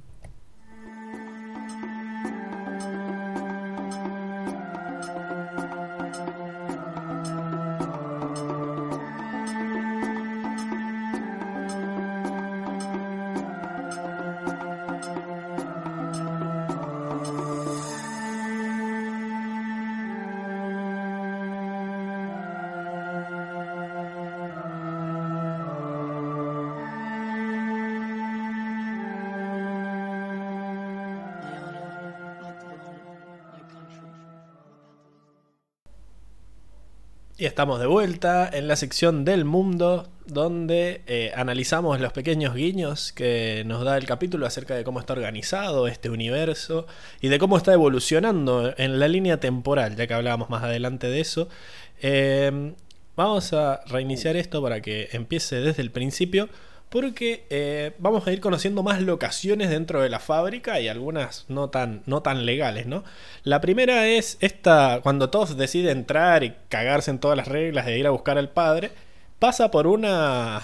Y estamos de vuelta en la sección del mundo donde eh, analizamos los pequeños guiños que nos da el capítulo acerca de cómo está organizado este universo y de cómo está evolucionando en la línea temporal, ya que hablábamos más adelante de eso. Eh, vamos a reiniciar esto para que empiece desde el principio, porque eh, vamos a ir conociendo más locaciones dentro de la fábrica y algunas no tan, no tan legales, ¿no? La primera es esta, cuando Toph decide entrar y cagarse en todas las reglas de ir a buscar al padre, pasa por una,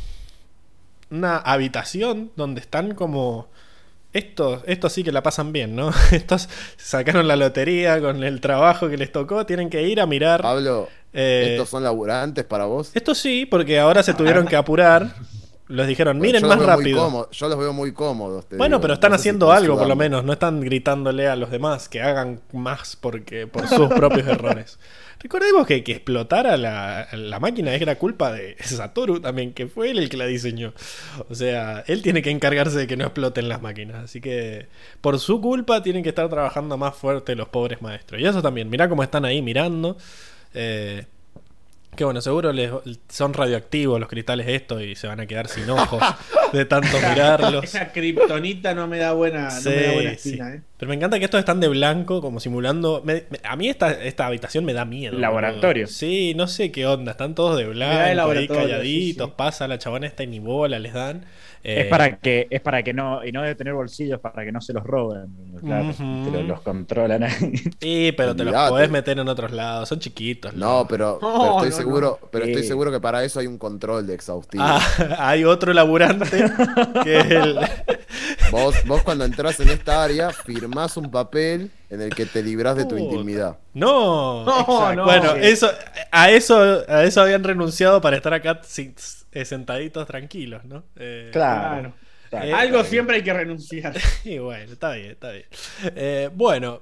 una habitación donde están como... Estos, estos sí que la pasan bien, ¿no? Estos sacaron la lotería con el trabajo que les tocó, tienen que ir a mirar... Pablo, eh, ¿estos son laburantes para vos? Estos sí, porque ahora se tuvieron que apurar. Les dijeron, Bueno, miren yo más los veo muy rápido. cómodos, yo los veo muy cómodos. te Bueno, digo. pero están No sé si haciendo están algo por lo sudando. menos, no están gritándole a los demás que hagan más porque por sus propios errores. Recordemos que, que explotara la, la máquina era culpa de Satoru también, que fue él el que la diseñó. O sea, él tiene que encargarse de que no exploten las máquinas. Así que por su culpa tienen que estar trabajando más fuerte los pobres maestros. Y eso también, mirá cómo están ahí mirando. Eh, que bueno, seguro les, son radioactivos los cristales estos y se van a quedar sin ojos de tanto mirarlos. Esa kriptonita no me da buena, Sí, no me da buena sí. espina, ¿eh? Pero me encanta que estos están de blanco, como simulando. me- me- a mí esta, esta habitación me da miedo. Laboratorio. boludo. Sí, no sé qué onda. Están todos de da de blanco, ahí laboratorio, calladitos. sí, sí. Pasa la chabona esta y ni bola les dan. Eh, Es para que, es para que no, y no debe tener bolsillos para que no se los roben. Claro, Ujú. te lo- los controlan ahí. Sí, pero te los Olvídate. podés meter en otros lados. Son chiquitos. No, pero, pero No, estoy no, seguro, pero estoy Sí. seguro que para eso hay un control de exhaustivo. Ah, hay otro laburante que es el. Vos, vos cuando entras en esta área, firmás un papel en el que te librás de tu Puta. intimidad. No, No, Exacto. no. Bueno, Sí. eso, a eso, a eso habían renunciado para estar acá sin- eh, sentaditos tranquilos, ¿no? Eh, Claro. Eh, Algo siempre hay que renunciar. Y bueno, está bien, está bien. Eh, bueno,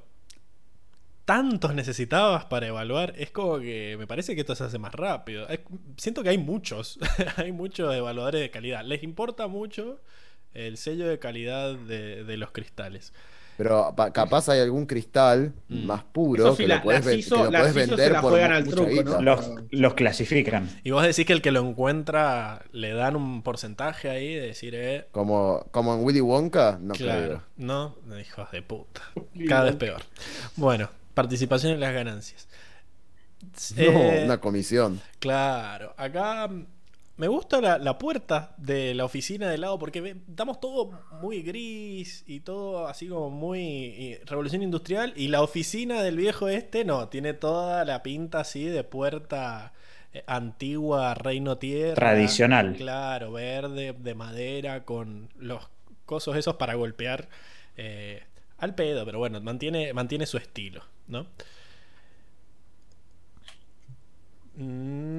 tantos necesitabas para evaluar. Es como que me parece que esto se hace más rápido. Es- siento que hay muchos, hay muchos evaluadores de calidad. Les importa mucho el sello de calidad de, de los cristales. Pero pa- capaz hay algún cristal Mm. más puro Eso sí, que la- lo podés, las ven- ISO que lo las podés ISO se vender la por juegan mu- al mucha truco, guita. ¿no? Los, los clasifican. Y vos decís que el que lo encuentra le dan un porcentaje ahí de decir, eh, Como, como en Willy Wonka, no claro, creo. no, hijos de puta. Cada vez peor. Bueno, participación en las ganancias. No, Eh, una comisión. Claro, acá mm, me gusta la, la puerta de la oficina de lado porque ve- estamos todo muy gris y todo así como muy y, revolución industrial y la oficina del viejo este no, tiene toda la pinta así de puerta eh, antigua, reino tierra. Tradicional. Claro, verde, de madera, con los cosos esos para golpear eh, al pedo, pero bueno, mantiene, mantiene su estilo, ¿no? Mm, ah,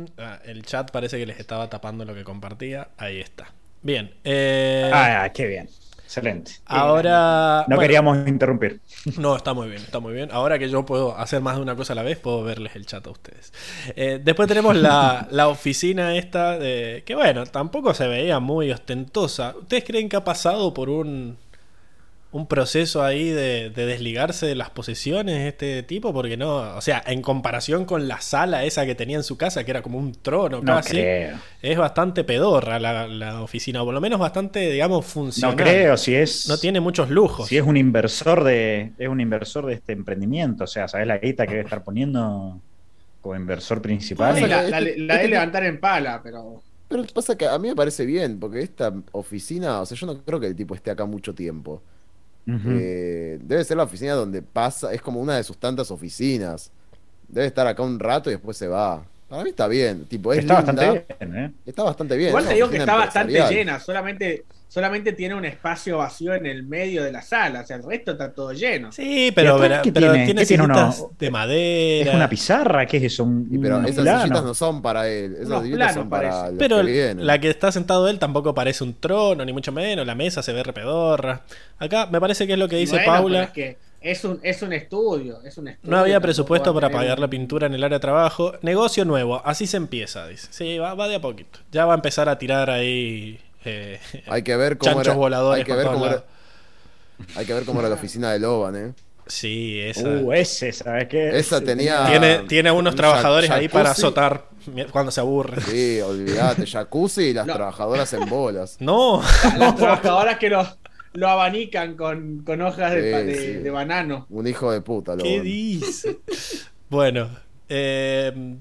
el chat parece que les estaba tapando lo que compartía. Ahí está. Bien. Eh, Ah, qué bien. Excelente. ahora. No bueno, queríamos interrumpir. No, está muy bien, está muy bien. Ahora que yo puedo hacer más de una cosa a la vez, puedo verles el chat a ustedes. Eh, después tenemos la, la oficina esta de. Que bueno, tampoco se veía muy ostentosa. ¿Ustedes creen que ha pasado por un. un proceso ahí de, de desligarse de las posesiones este tipo? Porque no. O sea, en comparación con la sala esa que tenía en su casa, que era como un trono No casi. creo. Es bastante pedorra la, la oficina, o por lo menos bastante, digamos, funcional. No creo, si es. No tiene muchos lujos. Si es un inversor de. Es un inversor de este emprendimiento. O sea, ¿sabes la guita que debe estar poniendo como inversor principal? Sí, Pasa la, que la, este- la de este- levantar en pala, pero. Pero pasa que a mí me parece bien, porque esta oficina, o sea, yo no creo que el tipo esté acá mucho tiempo. Ujú. Eh, debe ser la oficina donde pasa, es como una de sus tantas oficinas. Debe estar acá un rato y después se va. Para mí está bien, tipo, es Está linda, bastante bien, ¿eh? está bastante bien. Igual es te una digo que oficina está bastante empresarial. llena, solamente, solamente tiene un espacio vacío en el medio de la sala, o sea, el resto está todo lleno. Sí, pero, ¿Y atrás pero, qué pero tiene? tiene ¿Qué tiene sillitas uno? de madera. ¿Es una pizarra? ¿Qué es eso? Un, Y pero unos esas planos. sillitas no son para él, esas Unos sillitas son planos para parece. los Pero que vienen. la que está sentado él tampoco parece un trono, ni mucho menos. La mesa se ve repedorra. Acá me parece que es lo que dice Bueno, pero Paula. es que es un, es un estudio, es un estudio. No había tampoco presupuesto va a para tener pagar la un- pintura en el área de trabajo. Negocio nuevo, así se empieza, dice. Sí, va, va de a poquito. Ya va a empezar a tirar ahí eh, Hay que ver cómo chanchos era, voladores hay que por ver todos cómo era, lados. hay que ver cómo era la oficina de Loban, eh. Sí, esa. Uh, ese, ¿sabes qué? Esa Ese tenía- tiene, tiene unos un trabajadores jac- ahí para jacuzzi. azotar cuando se aburre. Sí, olvídate, jacuzzi y las No. trabajadoras en bolas. No, Las trabajadoras que lo, lo abanican con, con hojas de, Sí, pa- de, sí. de banano. Un hijo de puta, ¿qué Loban. dice? Bueno, eh,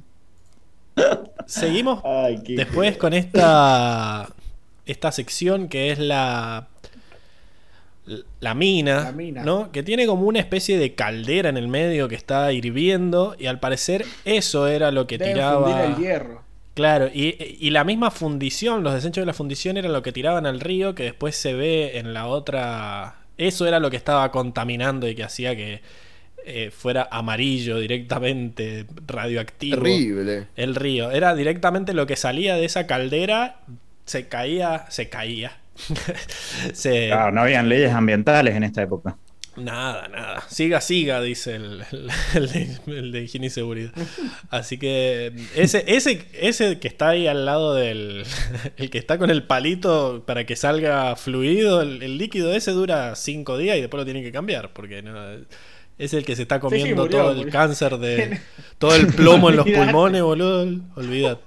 seguimos Ay, qué- después con esta esta sección que es la la mina, La mina. ¿no? Que tiene como una especie de caldera en el medio que está hirviendo y al parecer eso era lo que Deben tiraba. fundir el hierro. Claro, y, y la misma fundición, los desechos de la fundición era lo que tiraban al río, que después se ve en la otra. Eso era lo que estaba contaminando y que hacía que eh, fuera amarillo directamente, radioactivo. Terrible. El río. Era directamente lo que salía de esa caldera, se caía, se caía. se... Claro, no habían leyes ambientales en esta época. Nada, nada. Siga, siga, dice el, el, el de, el de higiene y seguridad. Así que ese, ese, ese que está ahí al lado del. El que está con el palito para que salga fluido, el, el líquido ese dura cinco días y después lo tienen que cambiar. Porque no, es el que se está comiendo murió, todo el murió. cáncer de. Todo el plomo en los Olvídate. pulmones, boludo. Olvídate.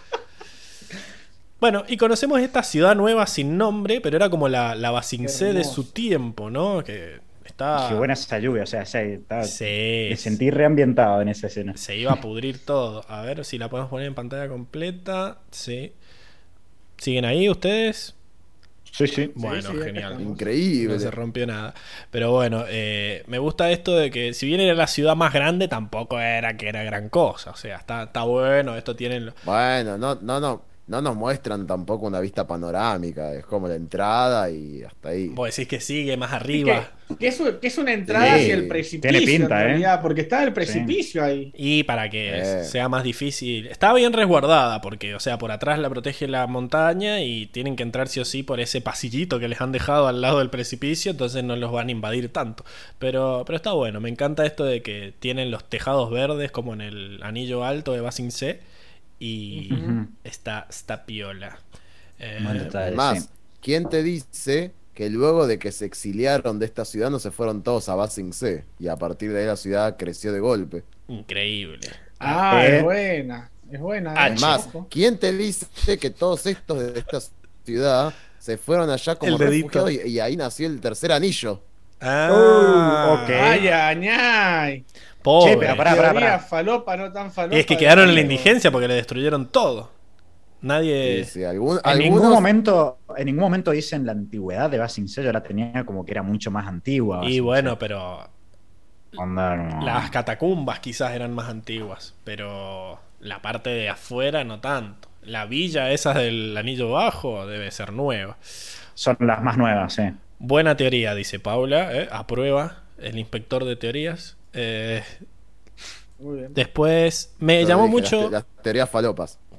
Bueno, y conocemos esta ciudad nueva sin nombre, pero era como la, la Basincé de hermoso. su tiempo, ¿no? Que está. Qué buena esa lluvia, o sea, ya está- Sí, me sentí reambientado en esa escena. se iba a pudrir todo. A ver si la podemos poner en pantalla completa. Sí. ¿Siguen ahí ustedes? Sí, sí. Bueno, sí, acá genial. estamos. Increíble. No se rompió nada. Pero bueno, eh, me gusta esto de que si bien era la ciudad más grande, tampoco era que era gran cosa. O sea, está, está bueno, esto tienen... lo- Bueno, no, no, no, no nos muestran tampoco una vista panorámica, es como la entrada y hasta ahí. Vos decís que sigue más Que, arriba. que es, un- que es una entrada Sí, hacia el precipicio, tiene pinta, en ¿eh? realidad, porque está el precipicio ahí. Y para que Eh. sea más difícil. Está bien resguardada, porque, o sea, por atrás la protege la montaña y tienen que entrar sí o sí por ese pasillito que les han dejado al lado del precipicio, entonces no los van a invadir tanto. Pero, pero está bueno, me encanta esto de que tienen los tejados verdes como en el anillo alto de Basincé y Ujú. está, está piola. Eh, Buen detalle, Además, sí. ¿quién te dice que luego de que se exiliaron de esta ciudad no se fueron todos a Basincé? Y a partir de ahí la ciudad creció de golpe. increíble. Ah, Eh. es buena. Es buena. Ah, eh, Además, ojo. ¿quién te dice que todos estos de esta ciudad se fueron allá como El dedito. refugiados y, y ahí nació el tercer anillo? Ah, ok. Ay, ay, ay. pobre. Che, pero pará, pará, Teoría pará. falopa, no tan falopa. Y es que de quedaron en la juego. indigencia porque le destruyeron todo. Nadie... Sí, sí, algún- En ningún algunos- momento, en ningún momento dicen la antigüedad de Basincé, yo la tenía como que era mucho más antigua. Y Basincé. bueno, pero Onda, no. las catacumbas quizás eran más antiguas, pero la parte de afuera no tanto. La villa esa del Anillo Bajo debe ser nueva. Son las más nuevas, sí. Buena teoría, dice Paula, ¿eh? Aprueba el inspector de teorías. Eh, Muy bien. después me Yo llamó dije, mucho... Las, te- las teorías falopas.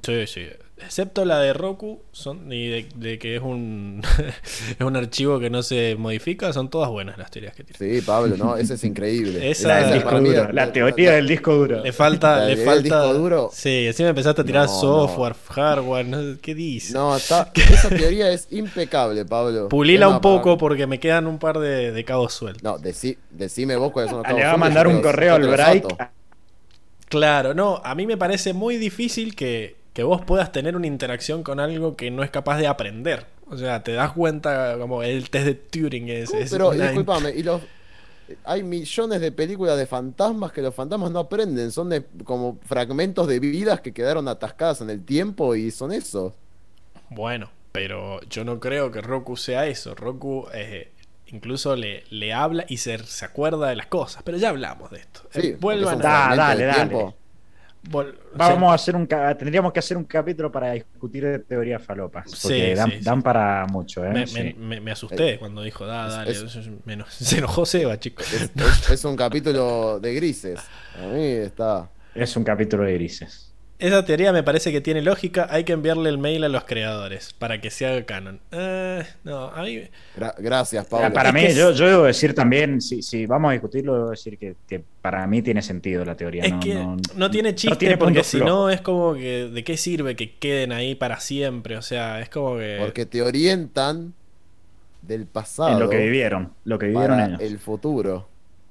Sí, sí. Excepto la de Roku, son, y de, de que es un es un archivo que no se modifica, son todas buenas las teorías que tiene. Sí, Pablo, no, ese es increíble. Esa- La del Esa disco para mí, duro, la teoría del disco duro. Le falta, La le del falta. disco duro. Sí, encima empezaste a tirar No, software, hardware, no sé, ¿qué dice? No, está, esa teoría es impecable, Pablo. Pulila Es un más, poco para- porque me quedan un par de, de cabos sueltos. No, decí- decime vos cuáles son los Ah, le cabos va a sueltos, mandar yo un te los- correo yo al te los break. ato. Claro, no, a mí me parece muy difícil que, que vos puedas tener una interacción con algo que no es capaz de aprender. O sea, te das cuenta como el test de Turing es... ¿Cómo? es Pero, una- discúlpame, y los, hay millones de películas de fantasmas que los fantasmas no aprenden, son de, como fragmentos de vidas que quedaron atascadas en el tiempo y son esos. Bueno, pero yo no creo que Roku sea eso. Roku eh, incluso le, le habla y se, se acuerda de las cosas. Pero ya hablamos de esto. Sí, Eh, vuelvan porque a... son Da, fragmentos dale, de dale. tiempo. vol- Vamos a hacer un ca- tendríamos que hacer un capítulo para discutir de teorías falopas. Porque Sí, dan, sí, sí. dan para mucho, ¿eh? Me, Sí. me- me- me asusté cuando dijo, da, es- dale. es- eso es menos- se enojó Seba, chicos. Es, es- es un capítulo de grises. A mí está. Es un capítulo de grises. Esa teoría me parece que tiene lógica. Hay que enviarle el mail a los creadores para que se haga canon. Eh, no, a mí... Gra- gracias, Ah, Pablo. para Es mí, que yo, es- yo debo decir también, si, si vamos a discutirlo, debo decir que, que para mí tiene sentido la teoría. Es no, que no, no, tiene chiste tiene porque puntos si flojos. no es como que de qué sirve que queden ahí para siempre. O sea, es como que... Porque te orientan del pasado En lo que vivieron, lo que vivieron para ellos. el futuro.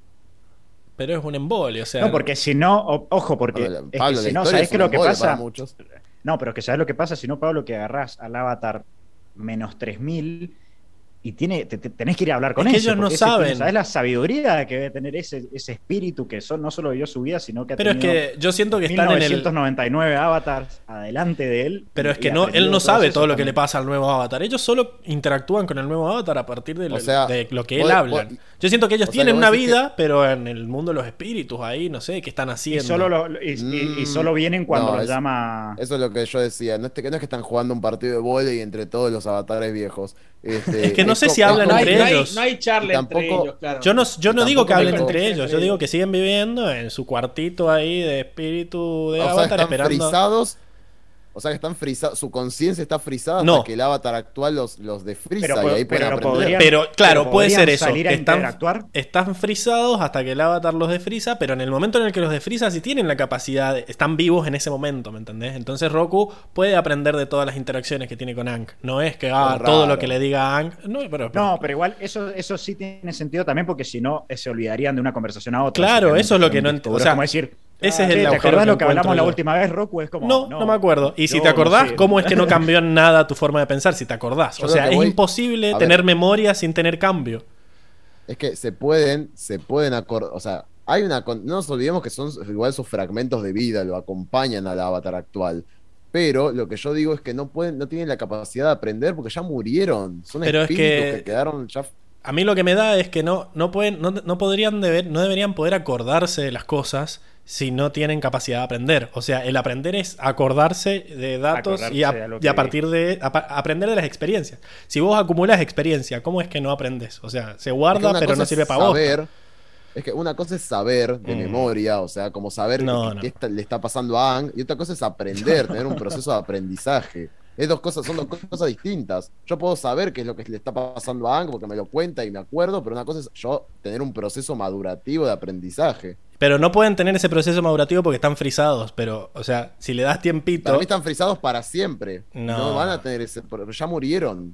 Pero es un embole, o sea... No, porque si no, o- ojo, porque Pablo, es Pablo, que la si no, historia ¿sabés es qué un es lo que embole para pasa? muchos. No, pero que ¿sabés lo que pasa? Si no, Pablo, que agarrás al Avatar menos tres mil y tiene, te- te- tenés que ir a hablar con Es que ese, ellos no porque ese tiene- saben. ¿sabés la sabiduría que debe tener ese, ese espíritu que son, no solo vivió su vida, sino que ha Pero es tenido que yo siento que están en el... mil novecientos noventa y nueve avatars adelante de él? Pero es y que no, aprendió él no todo sabe eso todo lo que también. le pasa al nuevo avatar. Ellos solo interactúan con el nuevo avatar a partir de lo, O sea, de lo que él vos- habla. vos- Yo siento que ellos o sea, tienen que una vos decís vida, pero en el mundo de los espíritus ahí, no sé, ¿qué están Y haciendo? solo, lo- lo- y, y- y Mm, solo vienen cuando no, los es- llama. Eso es lo que yo decía. No es, que no es que están jugando un partido de vóley entre todos los avatares viejos. Este, Es que no sé co- si hablan No hay, entre no hay- ellos. no hay charla Y entre tampoco- ellos, claro. Yo no, yo no Y digo que tampoco hablen me entre conecta ellos, entre yo digo ellos. que siguen viviendo en su cuartito ahí de espíritu de O sea, avatar están esperando. frisados. O sea, que están frisados. Su conciencia está frisada No. hasta que el avatar actual los, los desfrisa Pero y po- ahí pueden pero aprender. podrían- Pero claro, pero puede ser podrían eso. salir a Están, interactuar. están frisados hasta que el avatar los desfrisa, pero en el momento en el que los desfrisa sí tienen la capacidad, de- están vivos en ese momento, ¿me entendés? Entonces Roku puede aprender de todas las interacciones que tiene con Aang. No es que haga Es todo lo raro. que le diga Aang. No, pero, No, pero igual eso, eso sí tiene sentido también porque si no eh, se olvidarían de una conversación a otra. Claro, Simplemente eso es lo son que no discos ent- o duros. sea, como decir, ese es "Ah, el che, ¿te agujero acordás que lo que hablamos encuentro la yo". última vez, Roku? Es como, No, no, me acuerdo. Y si yo te no acordás, sé. ¿cómo es que no cambió en nada tu forma de pensar si te acordás? Yo O creo sea, que es voy- imposible a tener ver. memoria sin tener cambio. Es que se pueden, se pueden acordar, o sea, hay una, con- no nos olvidemos que son igual sus fragmentos de vida, lo acompañan al avatar actual. Pero lo que yo digo es que no pueden, no tienen la capacidad de aprender porque ya murieron. Son Pero es espíritus que- que... quedaron ya. A mí lo que me da es que no, no pueden, no, no podrían deber, no deberían poder acordarse de las cosas si no tienen capacidad de aprender. O sea, el aprender es acordarse de datos y a, Acordarse de lo y que a partir de a pa- aprender de las experiencias. Si vos acumulas experiencia, ¿cómo es que no aprendes? O sea, se Es que guarda, una pero cosa no es sirve para vos. saber, Es que una cosa es saber de Mm. memoria, o sea, como saber No, qué, no. qué está- le está pasando a Aang, y otra cosa es aprender, tener un proceso de aprendizaje. Es dos cosas, son dos cosas distintas. Yo puedo saber qué es lo que le está pasando a Aang porque me lo cuenta y me acuerdo, pero una cosa es yo tener un proceso madurativo de aprendizaje. Pero no pueden tener ese proceso madurativo porque están frisados. Pero, o sea, si le das tiempito. Para mí están frisados para siempre. No. No, van a tener ese, pero ya murieron.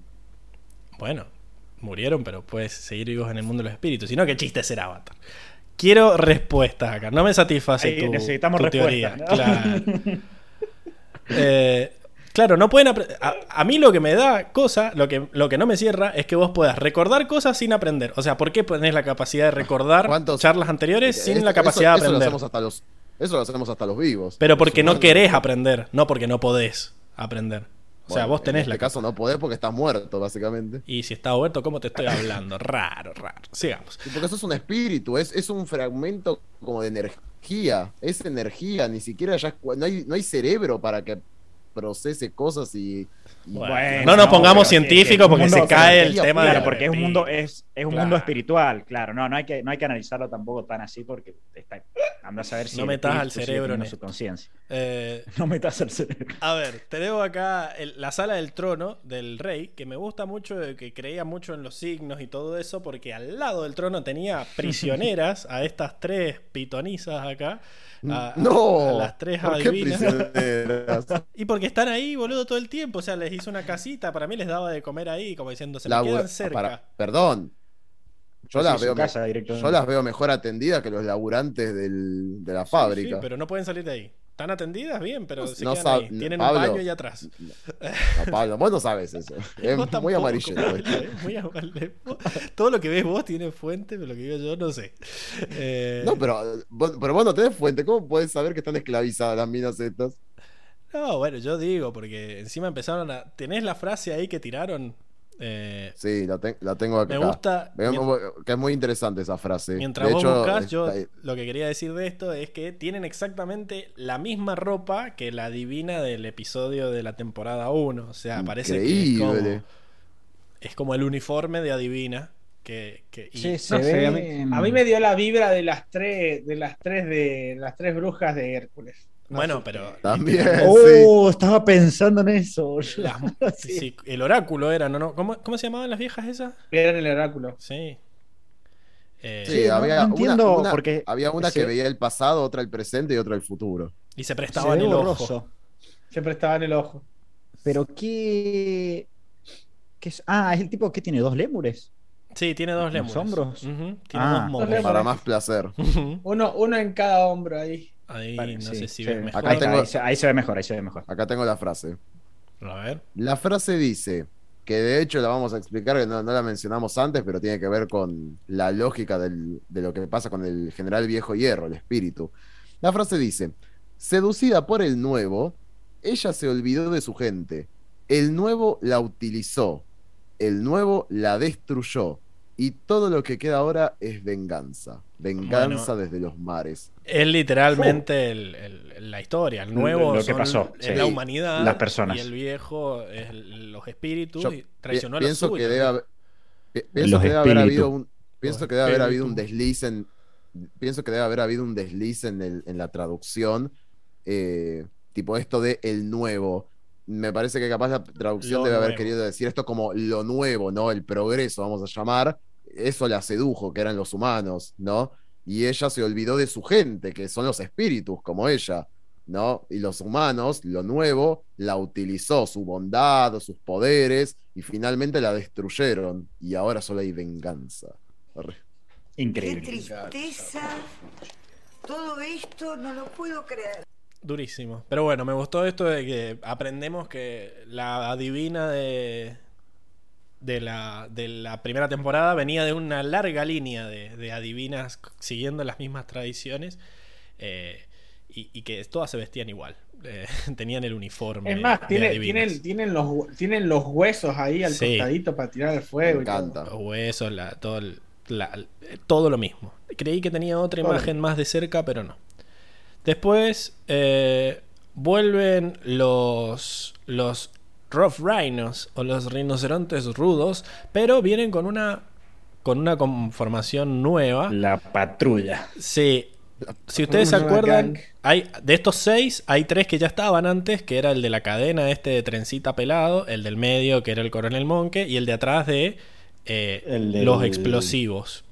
Bueno, murieron, pero puedes seguir vivos en el mundo de los espíritus. Si no, qué chiste es ser Avatar. Quiero respuestas acá. No me satisface Ahí tu, necesitamos tu respuestas, teoría. ¿no? Claro. Eh, claro, no pueden apre- a, a mí lo que me da cosa, lo que, lo que no me cierra es que vos puedas recordar cosas sin aprender. O sea, ¿por qué tenés la capacidad de recordar ¿Cuántos- charlas anteriores sin Esto- la capacidad eso, de eso aprender? Lo hacemos hasta los, eso lo hacemos hasta los vivos. Pero Los porque no humanos. querés aprender, no porque no podés aprender. O sea, Bueno, vos tenés en la este caso no podés porque estás muerto, básicamente. Y si está Huerto, ¿cómo te estoy hablando? Raro, raro. Sigamos. Y porque eso es un espíritu, es, es un fragmento como de energía. Es energía, ni siquiera ya es cu- no hay, no hay cerebro para que procese cosas y... y- Bueno, no nos pongamos pero científicos es que porque es un se mundo- cae el claro, tema Claro, de porque es un mundo, es, es un Claro. mundo espiritual, claro. No, no hay que, no hay que analizarlo tampoco tan así porque está, anda a saber si No el metas al espíritu sigue cerebro en teniendo esto. su conciencia. Eh, No metas al cerebro. A ver, tenemos acá el- la sala del trono del rey, que me gusta mucho, de que creía mucho en los signos y todo eso, porque al lado del trono tenía prisioneras a estas tres pitonizas acá. A, a- No, a las tres ¿por qué adivinas. prisioneras? Y porque están ahí, boludo, todo el tiempo. O sea, les hizo una casita, para mí les daba de comer ahí, como diciendo, se me Labura- quedan cerca. para- perdón. Yo, Sí, las su veo, me- casa directamente. yo las veo mejor atendidas que los laburantes del- de la Sí, fábrica. sí, pero no pueden salir de ahí. Están atendidas bien, pero No- se no quedan sab- ahí. Tienen Pablo, un baño allá atrás. No, Pablo, vos no sabes eso. Es Vos muy tampoco, amarillento. Pablo, ¿eh? Muy amarillento. Todo lo que ves vos tiene fuente, pero lo que digo yo no sé. Eh, No, pero vos, pero vos no tenés fuente. ¿Cómo podés saber que están esclavizadas las minas estas? no, bueno, yo digo, porque encima empezaron a... ¿Tenés la frase ahí que tiraron? Eh, Sí, la, te- la tengo acá. me gusta... Me- que es muy interesante esa frase. Mientras De vos hecho, buscás, yo está- lo que quería decir de esto es que tienen exactamente la misma ropa que la divina del episodio de la temporada uno. O sea, parece que es como, Increíble. es como el uniforme de adivina. Que, que, y- Sí, se No sé, ve. a, mí, a mí me dio la vibra de las tres, de las tres de las tres brujas de Hércules. No bueno, sé. pero... También, Oh, estaba pensando en eso. boludo. las- Sí. sí, el oráculo era, ¿no? no ¿Cómo, ¿Cómo se llamaban las viejas esas? Eran el oráculo. Sí. Eh, sí. Sí, no- había, no una, entiendo una- porque había una ese- que veía el pasado, otra el presente y otra el futuro. y se Se prestaban ve el ojo. borroso. Siempre estaba en el ojo. Pero qué. ¿Qué es? Ah, es el tipo que tiene dos lémures. Sí, tiene dos ¿Los lémures. hombros? Ujú, tiene Ah. dos momos. Lémures. Para más placer. Ujú. Uno, uno en cada hombro ahí. Ahí Vale, no sí, sé si sí. ves mejor. Acá Ahí, está, tengo- ahí se, ahí se ve mejor, ahí se ve mejor. Acá tengo la frase. A ver. La frase dice, que de hecho la vamos a explicar, que no, no la mencionamos antes, pero tiene que ver con la lógica del- de lo que pasa con el general viejo hierro, el espíritu. La frase dice, seducida por el nuevo, ella se olvidó de su gente. El nuevo la utilizó. El nuevo la destruyó. Y todo lo que queda ahora es venganza. Venganza desde los mares. Es literalmente el- el- la historia. El nuevo Lo que son- pasó, es sí. la humanidad. Las personas. Y el viejo es el- los espíritus. Yo y traicionó pi- a los pienso que suyos. debe haber, pi- pienso Los que debe haber espíritus. habido un pienso Los que debe haber habido un espíritus. desliz en pienso que debe haber habido un desliz en, el- en la traducción, eh, tipo esto de el nuevo. Me parece que capaz la traducción Lo debe haber nuevo. querido decir esto como lo nuevo, ¿no? El progreso, vamos a llamar. Eso la sedujo, que eran los humanos, ¿no? Y ella se olvidó de su gente, que son los espíritus, como ella, ¿no? Y los humanos, lo nuevo, la utilizó, su bondad, sus poderes, y finalmente la destruyeron. Y ahora solo hay venganza. Arre. Qué Increíble. tristeza. Todo esto no lo puedo creer. Durísimo. Pero bueno, me gustó esto de que aprendemos que la adivina de, de, la, de la primera temporada venía de una larga línea de, de adivinas siguiendo las mismas tradiciones, eh, y, y que todas se vestían igual. Eh, tenían el uniforme. Es más, de tiene, adivinas. tienen, tienen, los, hu- tienen los huesos ahí al Sí. costadito para tirar el fuego. Me y todo. encanta. Los huesos, la, todo, el- la- todo lo mismo. Creí que tenía otra Todo. imagen más de cerca, pero no. Después eh, vuelven los, los Rough Rhinos o los rinocerontes rudos, pero vienen con una, con una conformación nueva. La patrulla. Sí. Si ustedes se Una acuerdan, gang. hay, de estos seis, hay tres que ya estaban antes, que era el de la cadena, este de trencita pelado, el del medio, que era el coronel Monke, y el de atrás de, eh, El del- los explosivos.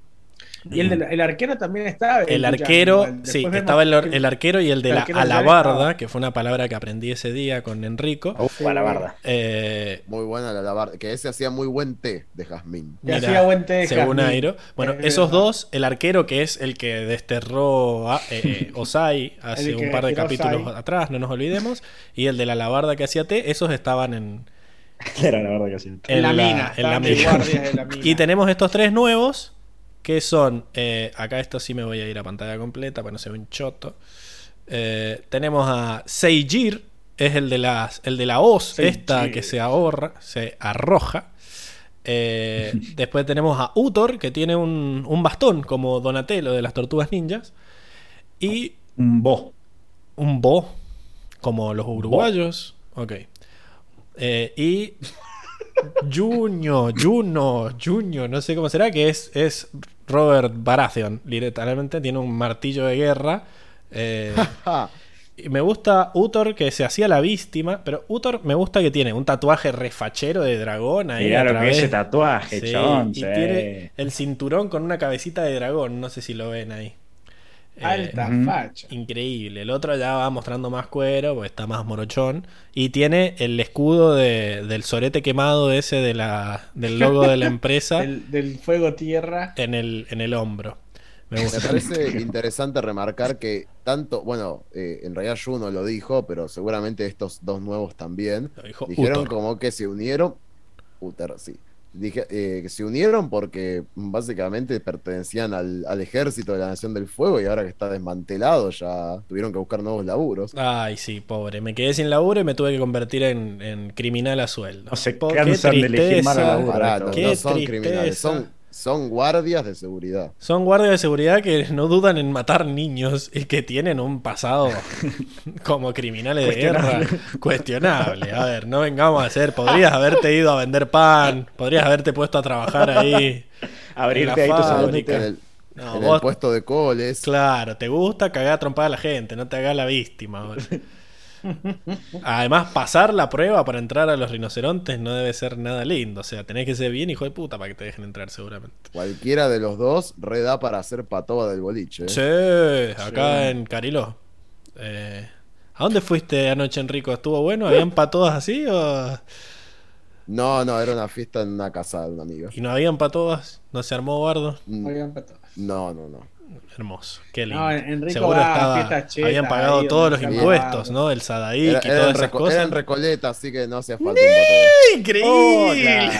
Y el, del- el arquero también estaba. El en arquero, Django. Después sí, vemos estaba el, que- el arquero y el de el la arquero ya alabarda, estaba. que fue una palabra que aprendí ese día con Enrico. Uf, a la barda. Eh, Muy buena la lavar. Que ese hacía muy buen té de jazmín. Que mira, hacía buen té de según jazmín. Airo. Bueno, Es esos verdad. dos, el arquero que es el que desterró a eh, Osai hace El que un par de desterró capítulos Osai. atrás, no nos olvidemos, y el de la alabarda que hacía té, esos estaban en, Era la verdad que sí. En la mina, en la estaban de mina. guardias de la mina. Y tenemos estos tres nuevos, que son, eh, acá esto sí me voy a ir a pantalla completa para no se ve un choto. Eh, tenemos a Seijir, es el de las, el de la hoz, Seijir. esta que se ahorra, se arroja. Eh, después tenemos a Utor, que tiene un, un bastón como Donatello de las Tortugas Ninjas. Y Un bo. un bo. Como los uruguayos. Ok. Eh, y Juno, Juno, Juno, no sé cómo será, que es, es Robert Baratheon. Literalmente tiene un martillo de guerra. Eh, y me gusta Uthor, que se hacía la víctima. Pero Uthor me gusta que tiene un tatuaje refachero de dragón ahí. Mirá a lo que través. es ese tatuaje, Sí, chabón. y sí. tiene el cinturón con una cabecita de dragón. No sé si lo ven ahí. Eh, Alta ujú. facha. Increíble. El otro ya va mostrando más cuero, porque está más morochón. Y tiene el escudo de, del sorete quemado ese de la, del logo de la empresa Del, del fuego tierra. en el, en el hombro. Me Me gusta. parece interesante remarcar que tanto, bueno, eh, en realidad Juno lo dijo, pero seguramente estos dos nuevos también, Lo dijo dijeron Uthor. como que se unieron, Uther, sí, Dije, eh, que se unieron porque básicamente pertenecían al, al ejército de la Nación del Fuego y ahora que está desmantelado ya tuvieron que buscar nuevos laburos. Ay, sí, pobre. Me quedé sin laburo y me tuve que convertir en, en criminal a sueldo. No se Po- cansan de elegir mal tristeza. laburo. Pará, no, Qué no son tristeza. criminales, son, son guardias de seguridad. Son guardias de seguridad que no dudan en matar niños y que tienen un pasado como criminales de guerra cuestionable. A ver, no vengamos a hacer. Podrías haberte ido a vender pan, podrías haberte puesto a trabajar ahí. Abrirte en la ahí tu fábrica. En el, No, en vos- el puesto de coles. Claro, te gusta cagar a trompada a la gente, no te hagas la víctima. Boludo. Además, pasar la prueba para entrar a los rinocerontes no debe ser nada lindo. O sea, tenés que ser bien hijo de puta para que te dejen entrar seguramente. Cualquiera de los dos reda para hacer patoba del boliche. ¿eh? Sí, acá en Cariló. Eh, ¿A dónde fuiste anoche, Enrico? ¿Estuvo bueno? ¿Habían patodas así o...? No, no, era una fiesta en una casa de una amiga. ¿Y no habían patodas? ¿No se armó bardo? Mm, Oigan, pato. No, no, no. Hermoso, qué lindo. No, Enrico Seguro va a estaba, fiestas chetas habían pagado ahí todos donde los se impuestos, armaba. ¿no? El Sadaik Era, y era todas en esas Reco- cosas. era en Recoleta, así que no hacía falta un patoba. ¡Increíble!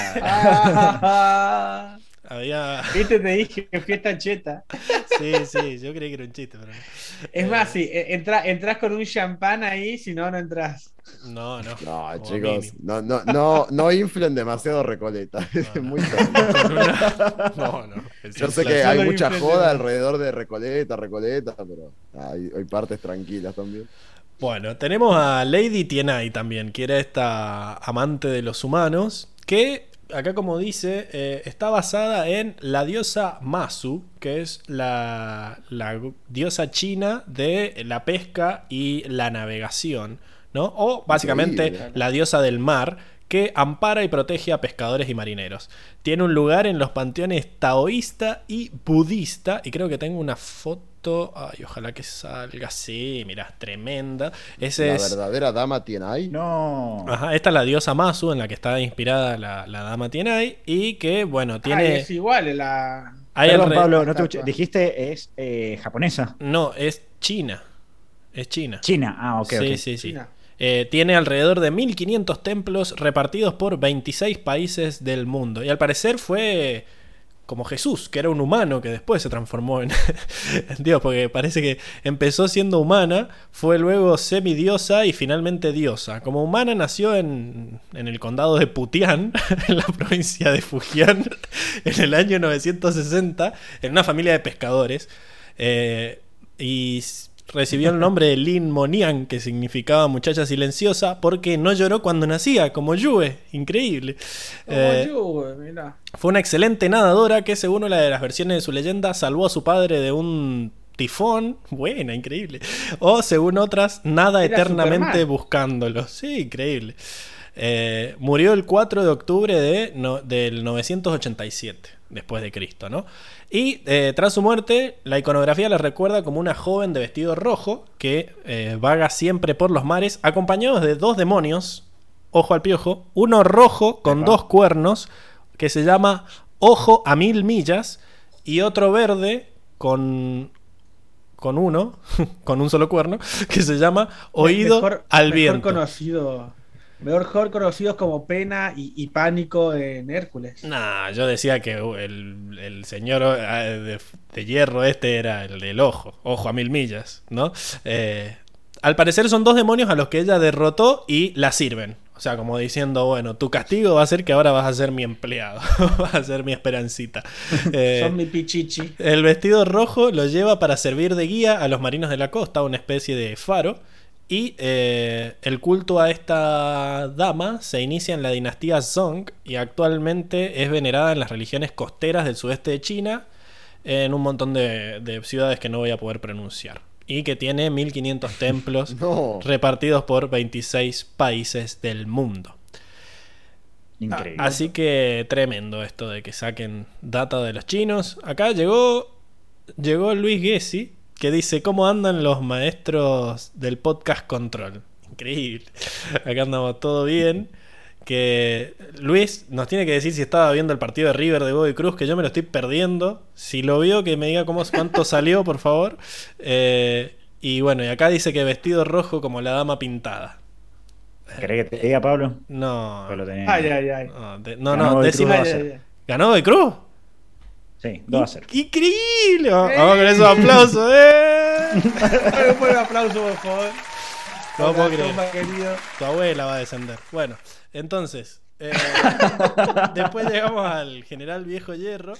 Ah, Había... Viste, te dije que fiesta cheta. Sí, sí, yo creí que era un chiste, pero no. Es Eh, más, si eh, entra, entras con un champán ahí, si no, no entras. No, no. No, como chicos, mínimo. no, no, no, no inflen demasiado Recoleta. Es No, no. muy tarde. Con una- No, no. Es Yo sé inflación. que hay Solo mucha inflen joda de- alrededor de Recoleta, Recoleta, pero hay, hay partes tranquilas también. Bueno, tenemos a Lady Tienai también, que era esta amante de los humanos, que acá como dice, eh, está basada en la diosa Masu, que es la, la diosa china de la pesca y la navegación, ¿no? O básicamente Increíble. la diosa del mar, que ampara y protege a pescadores y marineros. Tiene un lugar en los panteones taoísta y budista, y creo que tengo una foto, ay, ojalá que salga, sí, mirá, tremenda. Ese La es... verdadera dama tiene ahí. No. Ajá, esta es la diosa Masu, en la que está inspirada la, la dama Tienai, y que, bueno, Ah, tiene... es igual la. hay Perdón, alre- Pablo, no te Estatua. escuché. Dijiste es eh, japonesa. No, es China. Es China. China. Ah, ok, sí, ok. sí, sí. China. Eh, tiene alrededor de mil quinientos templos repartidos por veintiséis países del mundo. Y al parecer fue como Jesús, que era un humano que después se transformó en, en Dios, porque parece que empezó siendo humana, fue luego semidiosa y finalmente diosa. Como humana nació en, en el condado de Putian, en la provincia de Fujian, en el año novecientos sesenta, en una familia de pescadores. Eh, y recibió el nombre de Lin Monian, que significaba muchacha silenciosa, porque no lloró cuando nacía, como Yue. Increíble. Como Eh, yo, güey, mirá. fue una excelente nadadora que, según una de las versiones de su leyenda, salvó a su padre de un tifón. Buena, increíble. O, según otras, nada Era eternamente Superman. buscándolo. Sí, increíble. Eh, murió el cuatro de octubre de, no, del novecientos ochenta y siete, después de Cristo, ¿no? Y eh, tras su muerte, la iconografía la recuerda como una joven de vestido rojo que eh, vaga siempre por los mares, acompañados de dos demonios, ojo al piojo, uno rojo con Epa. dos cuernos, que se llama Ojo a Mil Millas, y otro verde con, con uno, con un solo cuerno, que se llama Oído Mejor- al mejor Viento. Conocido, mejor conocidos como Pena y, y Pánico en Hércules. Nah, yo decía que uh, el, el señor eh, de, de hierro este era el del ojo, ojo a mil millas, ¿no? Eh, al parecer son dos demonios a los que ella derrotó y la sirven. O sea, como diciendo, bueno, tu castigo va a ser que ahora vas a ser mi empleado, vas a ser mi esperancita. Eh, Son mi pichichi. el vestido rojo lo lleva para servir de guía a los marinos de la costa, una especie de faro. Y eh, el culto a esta dama se inicia en la dinastía Song y actualmente es venerada en las religiones costeras del sudeste de China, en un montón de, de ciudades que no voy a poder pronunciar. Y que tiene mil quinientos templos No. repartidos por veintiséis países del mundo. Increíble. Ah, así que tremendo esto de que saquen data de los chinos. Acá llegó, llegó Luis Gessi, que dice: ¿cómo andan los maestros del podcast Control? Increíble. Acá andamos todo bien. Que Luis nos tiene que decir si estaba viendo el partido de River de Godoy Cruz, que yo me lo estoy perdiendo. Si lo vio, que me diga cómo, cuánto salió, por favor. Eh, y bueno, y acá dice que vestido rojo como la dama pintada. ¿Querés que te diga, Pablo? No. Pues lo tenés. Ay, ay, ay. No, de- no, Ganó no, Godoy decime. Cruz Ay, dos a ay, cero. ay. ¿Ganó Godoy Cruz? Sí, dos a cero. ¡Increíble! Vamos vamos con esos aplausos, ¿eh? Un buen aplauso, por favor. No puedo Hola, creer. Toma, querido. Tu abuela va a descender. Bueno, entonces, eh, después llegamos al general Viejo Hierro,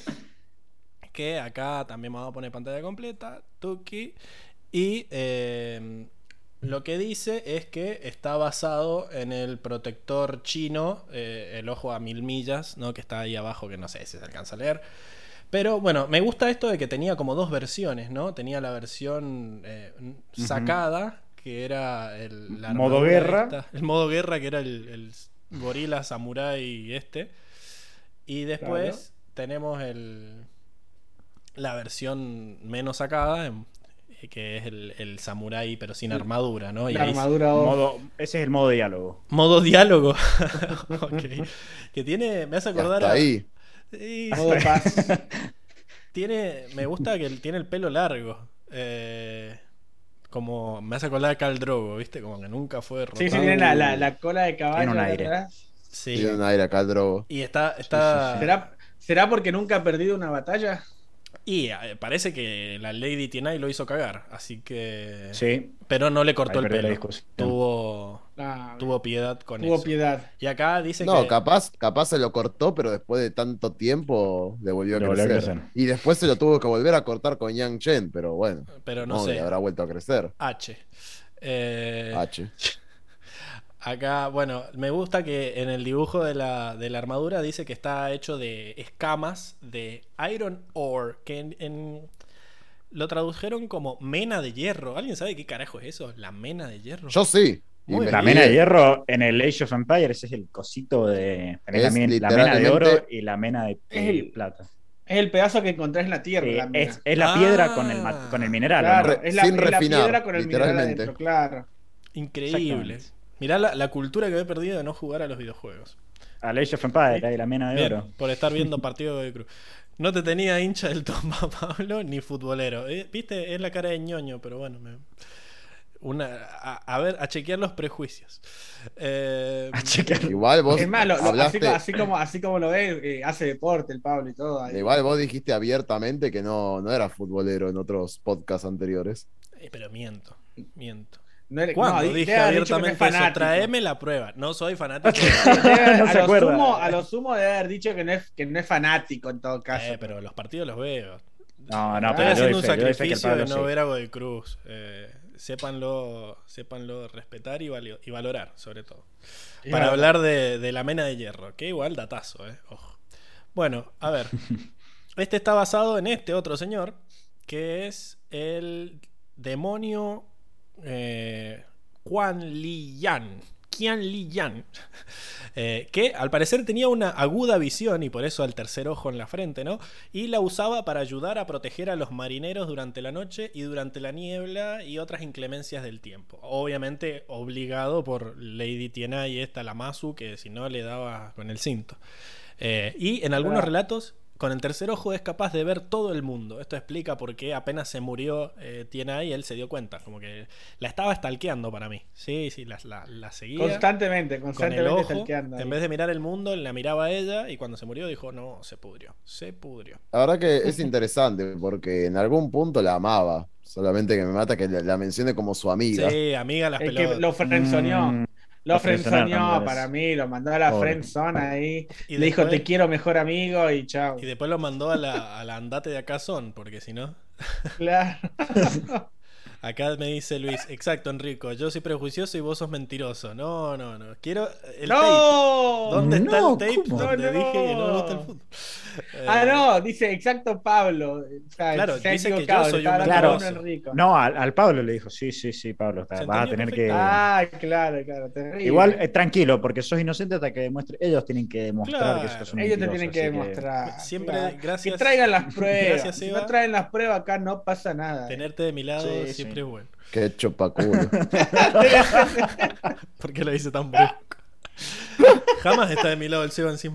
que acá también vamos a poner pantalla completa, Tuki, y eh, lo que dice es que está basado en el protector chino, eh, el ojo a mil millas, ¿no? Que está ahí abajo, que no sé si se alcanza a leer. Pero bueno, me gusta esto de que tenía como dos versiones, ¿no? Tenía la versión eh, sacada, que era el la Modo armadura guerra. esta, el modo guerra, que era el, el gorila samurái este. Y después Claro. tenemos el la versión menos sacada, em, que es el, el samurái pero sin armadura, ¿no? Y La ahí- armadura o- Modo, ese es el modo diálogo. modo diálogo. Ok. Que tiene, me hace Y acordar hasta a- ahí. Sí, modo paz. tiene, me gusta que él tiene el pelo largo. Eh, como me hace acordar a Khal Drogo, ¿viste? Como que nunca fue derrotado. Sí, sí, tiene la, la, la cola de caballo Tiene un acá aire. atrás. Sí. Tiene un aire acá el drogo. Y está, está... ¿Será, ¿Será porque nunca ha perdido una batalla? Y eh, parece que la Lady Tienai lo hizo cagar, así que... Sí. Pero no le cortó Ahí el perdió la pelo. discusión. Tuvo, Ah, tuvo piedad con tuvo eso. piedad. Y acá dice No, que... capaz, capaz se lo cortó, pero después de tanto tiempo le volvió a Le volvió a crecer. crecer. Y después se lo tuvo que volver a cortar con Yang Chen, pero bueno. Pero no no, sé. le habrá vuelto a crecer. H. Eh, H. Acá, bueno, me gusta que en el dibujo de la, de la armadura dice que está hecho de escamas de iron ore, que en, en- lo tradujeron como mena de hierro. ¿Alguien sabe qué carajo es eso? La mena de hierro. Yo sí. Y Muy me La bien. mena de crié. hierro en el Age of Empires es el cosito de. tenés Es la, men- la mena de literalmente- oro y la mena de, Es de el- plata. Es el pedazo que encontrás en la tierra. Sí, la mina. es, es la Ah. piedra con el, ma- con el mineral. ¿o no? Claro, Re- es la, sin es la refinar, piedra con el mineral literalmente. adentro, claro. Increíble. Exactamente. Mirá la, la cultura que he perdido de no jugar a los videojuegos. Al Age of Empires, ahí la mena de Bien, oro. por estar viendo partido de Cruz. No te tenía hincha del Tomba, Pablo, ni futbolero. Eh, Viste, es la cara de ñoño, pero bueno. me- Una, a, a ver, a chequear los prejuicios. Eh, A chequear. Igual vos Es más, lo- lo- así, hablaste. co- así como, así como lo ves, eh, hace deporte el Pablo y todo. ahí. Igual vos dijiste abiertamente que no, no era futbolero en otros podcasts anteriores. eh, pero miento, miento. No eres- ¿Cuándo no, di- dije debe haber dicho que no abiertamente es eso? fanático. Traeme la prueba. No soy fanático. Debe- No a, se lo acuerda. sumo, a lo sumo debe haber dicho que no es, que no es fanático en todo caso. Eh, pero los partidos los veo. No, no, Estoy pero haciendo yo un doy fe, yo doy fe que el sacrificio de Pablo no sí. ver a Godoy Cruz. Eh, sépanlo, sépanlo respetar y, vali- y valorar, sobre todo. Y Para bueno, hablar de, de la mena de hierro, que igual datazo, eh. Ojo. Bueno, a ver. Este está basado en este otro señor, que es el demonio eh, Quan Li Yan. Qian Li Yan. Eh, que al parecer tenía una aguda visión y por eso el tercer ojo en la frente, ¿no? Y la usaba para ayudar a proteger a los marineros durante la noche y durante la niebla y otras inclemencias del tiempo. Obviamente obligado por Lady Tienai, esta la Masu, que si no le daba con el cinto. Eh, y en algunos Claro. relatos, con el tercer ojo es capaz de ver todo el mundo. Esto explica por qué apenas se murió eh, Tienai, él se dio cuenta. Como que la estaba stalkeando para mí. Sí, sí, la, la, la seguía. constantemente, Con el constantemente ojo, stalkeando ahí. en vez de mirar el mundo, la miraba a ella y cuando se murió dijo, no, se pudrió, se pudrió. La verdad que es interesante porque en algún punto la amaba. Solamente que me mata que la la mencione como su amiga. Sí, amiga, las Es que pelotas. lo frenzoneó. Mm, Lo lo frenzonearon, frenzoneó Andrés. para mí, lo mandó a la Pobre. friendzone ahí. Y le dijo, después- te quiero mejor amigo y chao. Y después lo mandó a la, a la andate de acá son, porque si no... Claro. Acá me dice Luis, exacto, Enrico, yo soy prejuicioso y vos sos mentiroso. No, no, no. Quiero el ¡No! tape. ¿Dónde No, está el tape ¿cómo? donde No, no. dije que no me gusta el fútbol? Ah, Eh, no, dice exacto Pablo. O sea, Claro, se ha dice que yo equivocado, soy le estaba un hablando mentiroso. a uno Enrico. No, al, al Pablo le dijo, sí, sí, sí, Pablo, está- Se vas a entendió tener que... perfecto. Ah, claro, claro. Terrible. Igual, eh, tranquilo, porque sos inocente hasta que demuestre. Ellos tienen que demostrar que Claro. sos un Ellos te mentiroso, tienen que así demostrar. Siempre, claro. gracias. Que traigan las pruebas. Gracias, Si Eva. no traen las pruebas, acá no pasa nada. ¿eh? Tenerte de mi lado Sí, siempre sí. es bueno. Qué chupaculo. ¿Por qué lo dice tan brusco? Jamás está de mi lado el Seba encima.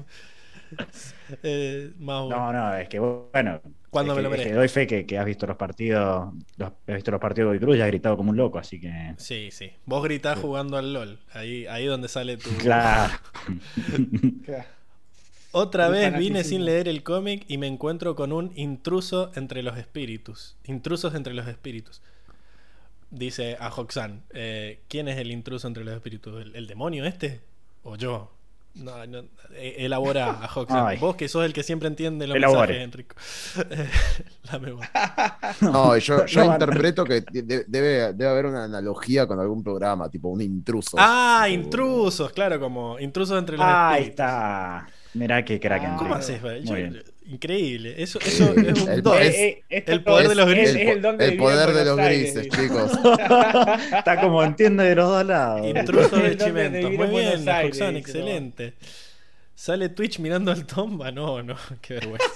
Eh, más bueno. No, no, es que bueno. Cuando es me que, lo es que merezca. doy fe que, que has visto los partidos, los, has visto los partidos de Cruz y has gritado como un loco, así que. Sí, sí. Vos gritás jugando al LOL. Ahí, ahí donde sale tu. Claro. Claro. Otra El vez vine fanatismo. sin leer el cómic y me encuentro con un intruso entre los espíritus. Intrusos entre los espíritus. Dice a Hoxan. Eh, ¿Quién es el intruso entre los espíritus? ¿El, el demonio este? ¿O yo? No, no, eh, elabora a Hoxan. Ay. Vos que sos el que siempre entiende los Elabore. mensajes, Enrico. La memoria. No, yo, yo No, interpreto que de- debe, debe haber una analogía con algún programa, tipo un intruso. Ah, Tipo, intrusos, claro, como intrusos entre los Ahí espíritus. está. Mirá qué crack. Ah, Enrico. ¿Cómo haces? Muy Yo- bien. increíble. Eso, eso es un El- don. es- Eh, eh, esto el poder es- de los es- grises. Es el, don de el vivir en poder de Buenos los Aires, grises, dice. chicos. Está como entiende de los dos lados. Intrusos de El don de Chimentos. vivir Muy en Buenos bien, Aires, Hoxan, dice, excelente. Sale Twitch mirando al Tomba. No, no, qué vergüenza.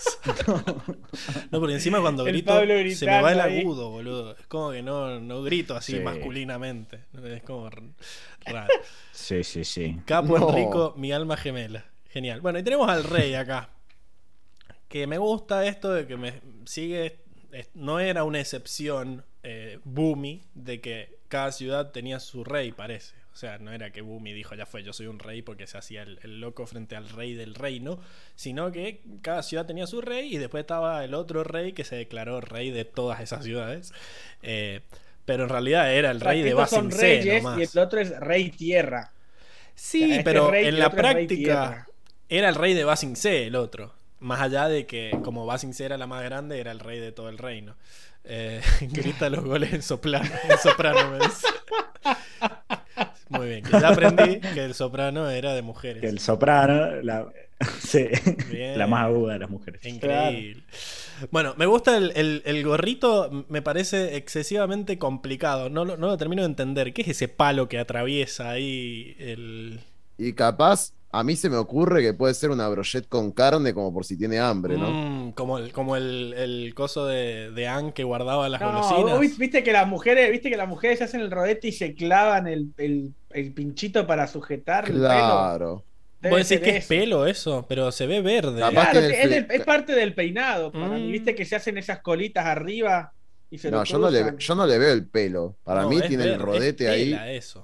No, porque encima cuando El grito Pablo se me va el gritando ahí. agudo, boludo. Es como que no, no grito así Sí. masculinamente. Es como r- raro. Sí, sí, sí. Capo No. Enrico, mi alma gemela. Genial. Bueno, y tenemos al rey acá. Que me gusta esto de que me sigue. es- No era una excepción eh, Boomy de que cada ciudad tenía su rey, parece. O sea, no era que Boomy dijo ya fue, yo soy un rey porque se hacía el, el loco frente al rey del reino, sino que cada ciudad tenía su rey y después estaba el otro rey que se declaró rey de todas esas ciudades. Eh, pero en realidad era el O sea, rey que de estos son Basing C reyes nomás. y el otro es rey tierra. Sí, O sea, este pero es rey y en el la otro es rey práctica tierra. era el rey de Basing C el otro. Más allá de que como Basing C era la más grande, era el rey de todo el reino. Eh, grita los goles en soprano, en soprano me dice. Muy bien, que ya aprendí que el soprano era de mujeres. Que el soprano, la, sí, Bien. la más aguda de las mujeres. Increíble. Bueno, me gusta el, el- el gorrito, me parece excesivamente complicado. No, lo- no lo termino de entender. ¿Qué es ese palo que atraviesa ahí el... Y capaz, a mí se me ocurre que puede ser una brochette con carne, como por si tiene hambre, ¿no? Mm, como el, como el, el coso de, de Anne que guardaba las No, golosinas. vos viste que las mujeres, viste que las mujeres se hacen el rodete y se clavan el, el, el pinchito para sujetar el pelo. Claro. Debe Vos decís ser que es eso. pelo eso, pero se ve verde. Capaz Claro, que en el es, fle- del- es parte del peinado. Para Mm. mí, viste que se hacen esas colitas arriba y se No, lo yo no, le, cruzan. yo no le veo el pelo. Para No, mí es tiene el verde, rodete es ahí. tela eso.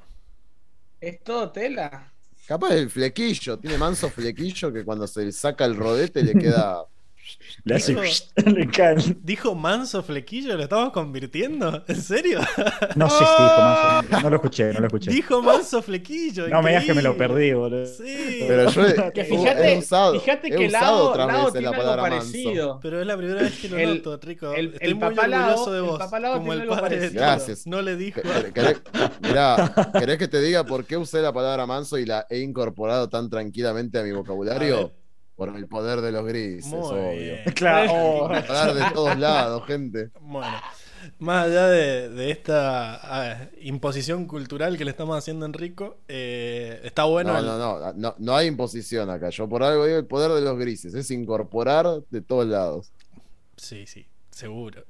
Es todo tela. Capaz el flequillo, tiene manso flequillo que cuando se le saca el rodete le queda. Le hace Dijo- le cae. ¿Dijo manso flequillo? ¿Lo estamos convirtiendo? ¿En serio? No sé si dijo más. No lo escuché, no lo escuché. Dijo manso flequillo. No me digas que me lo increíble. perdí, boludo. Sí. Pero yo he, Que he fíjate, usado, fíjate he que usado Lao, otras Lao veces tiene la algo palabra manso. parecido. Pero es la primera vez que lo El- noto, Rico. el- Estoy el muy papá Lao- orgulloso de el vos. papá Lao como tiene el algo padre de parecido. todos. Gracias. No le dijo. ¿Querés, querés- mirá, ¿querés que te diga por qué usé la palabra manso y la he incorporado tan tranquilamente a mi A vocabulario? ver. Por el poder de los grises, Muy obvio. bien. Claro. oh. Hablar de todos lados, gente. Bueno, más allá de, de esta ah, imposición cultural que le estamos haciendo a Enrico, eh, está bueno. No, el- no, no, no, no hay imposición acá. Yo por algo digo el poder de los grises, es incorporar de todos lados. Sí, sí, seguro.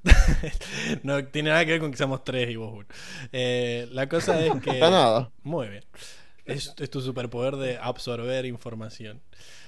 No tiene nada que ver con que seamos tres y vos uno. Eh, la cosa es que. Para nada. Muy bien. Es, es tu superpoder de absorber información.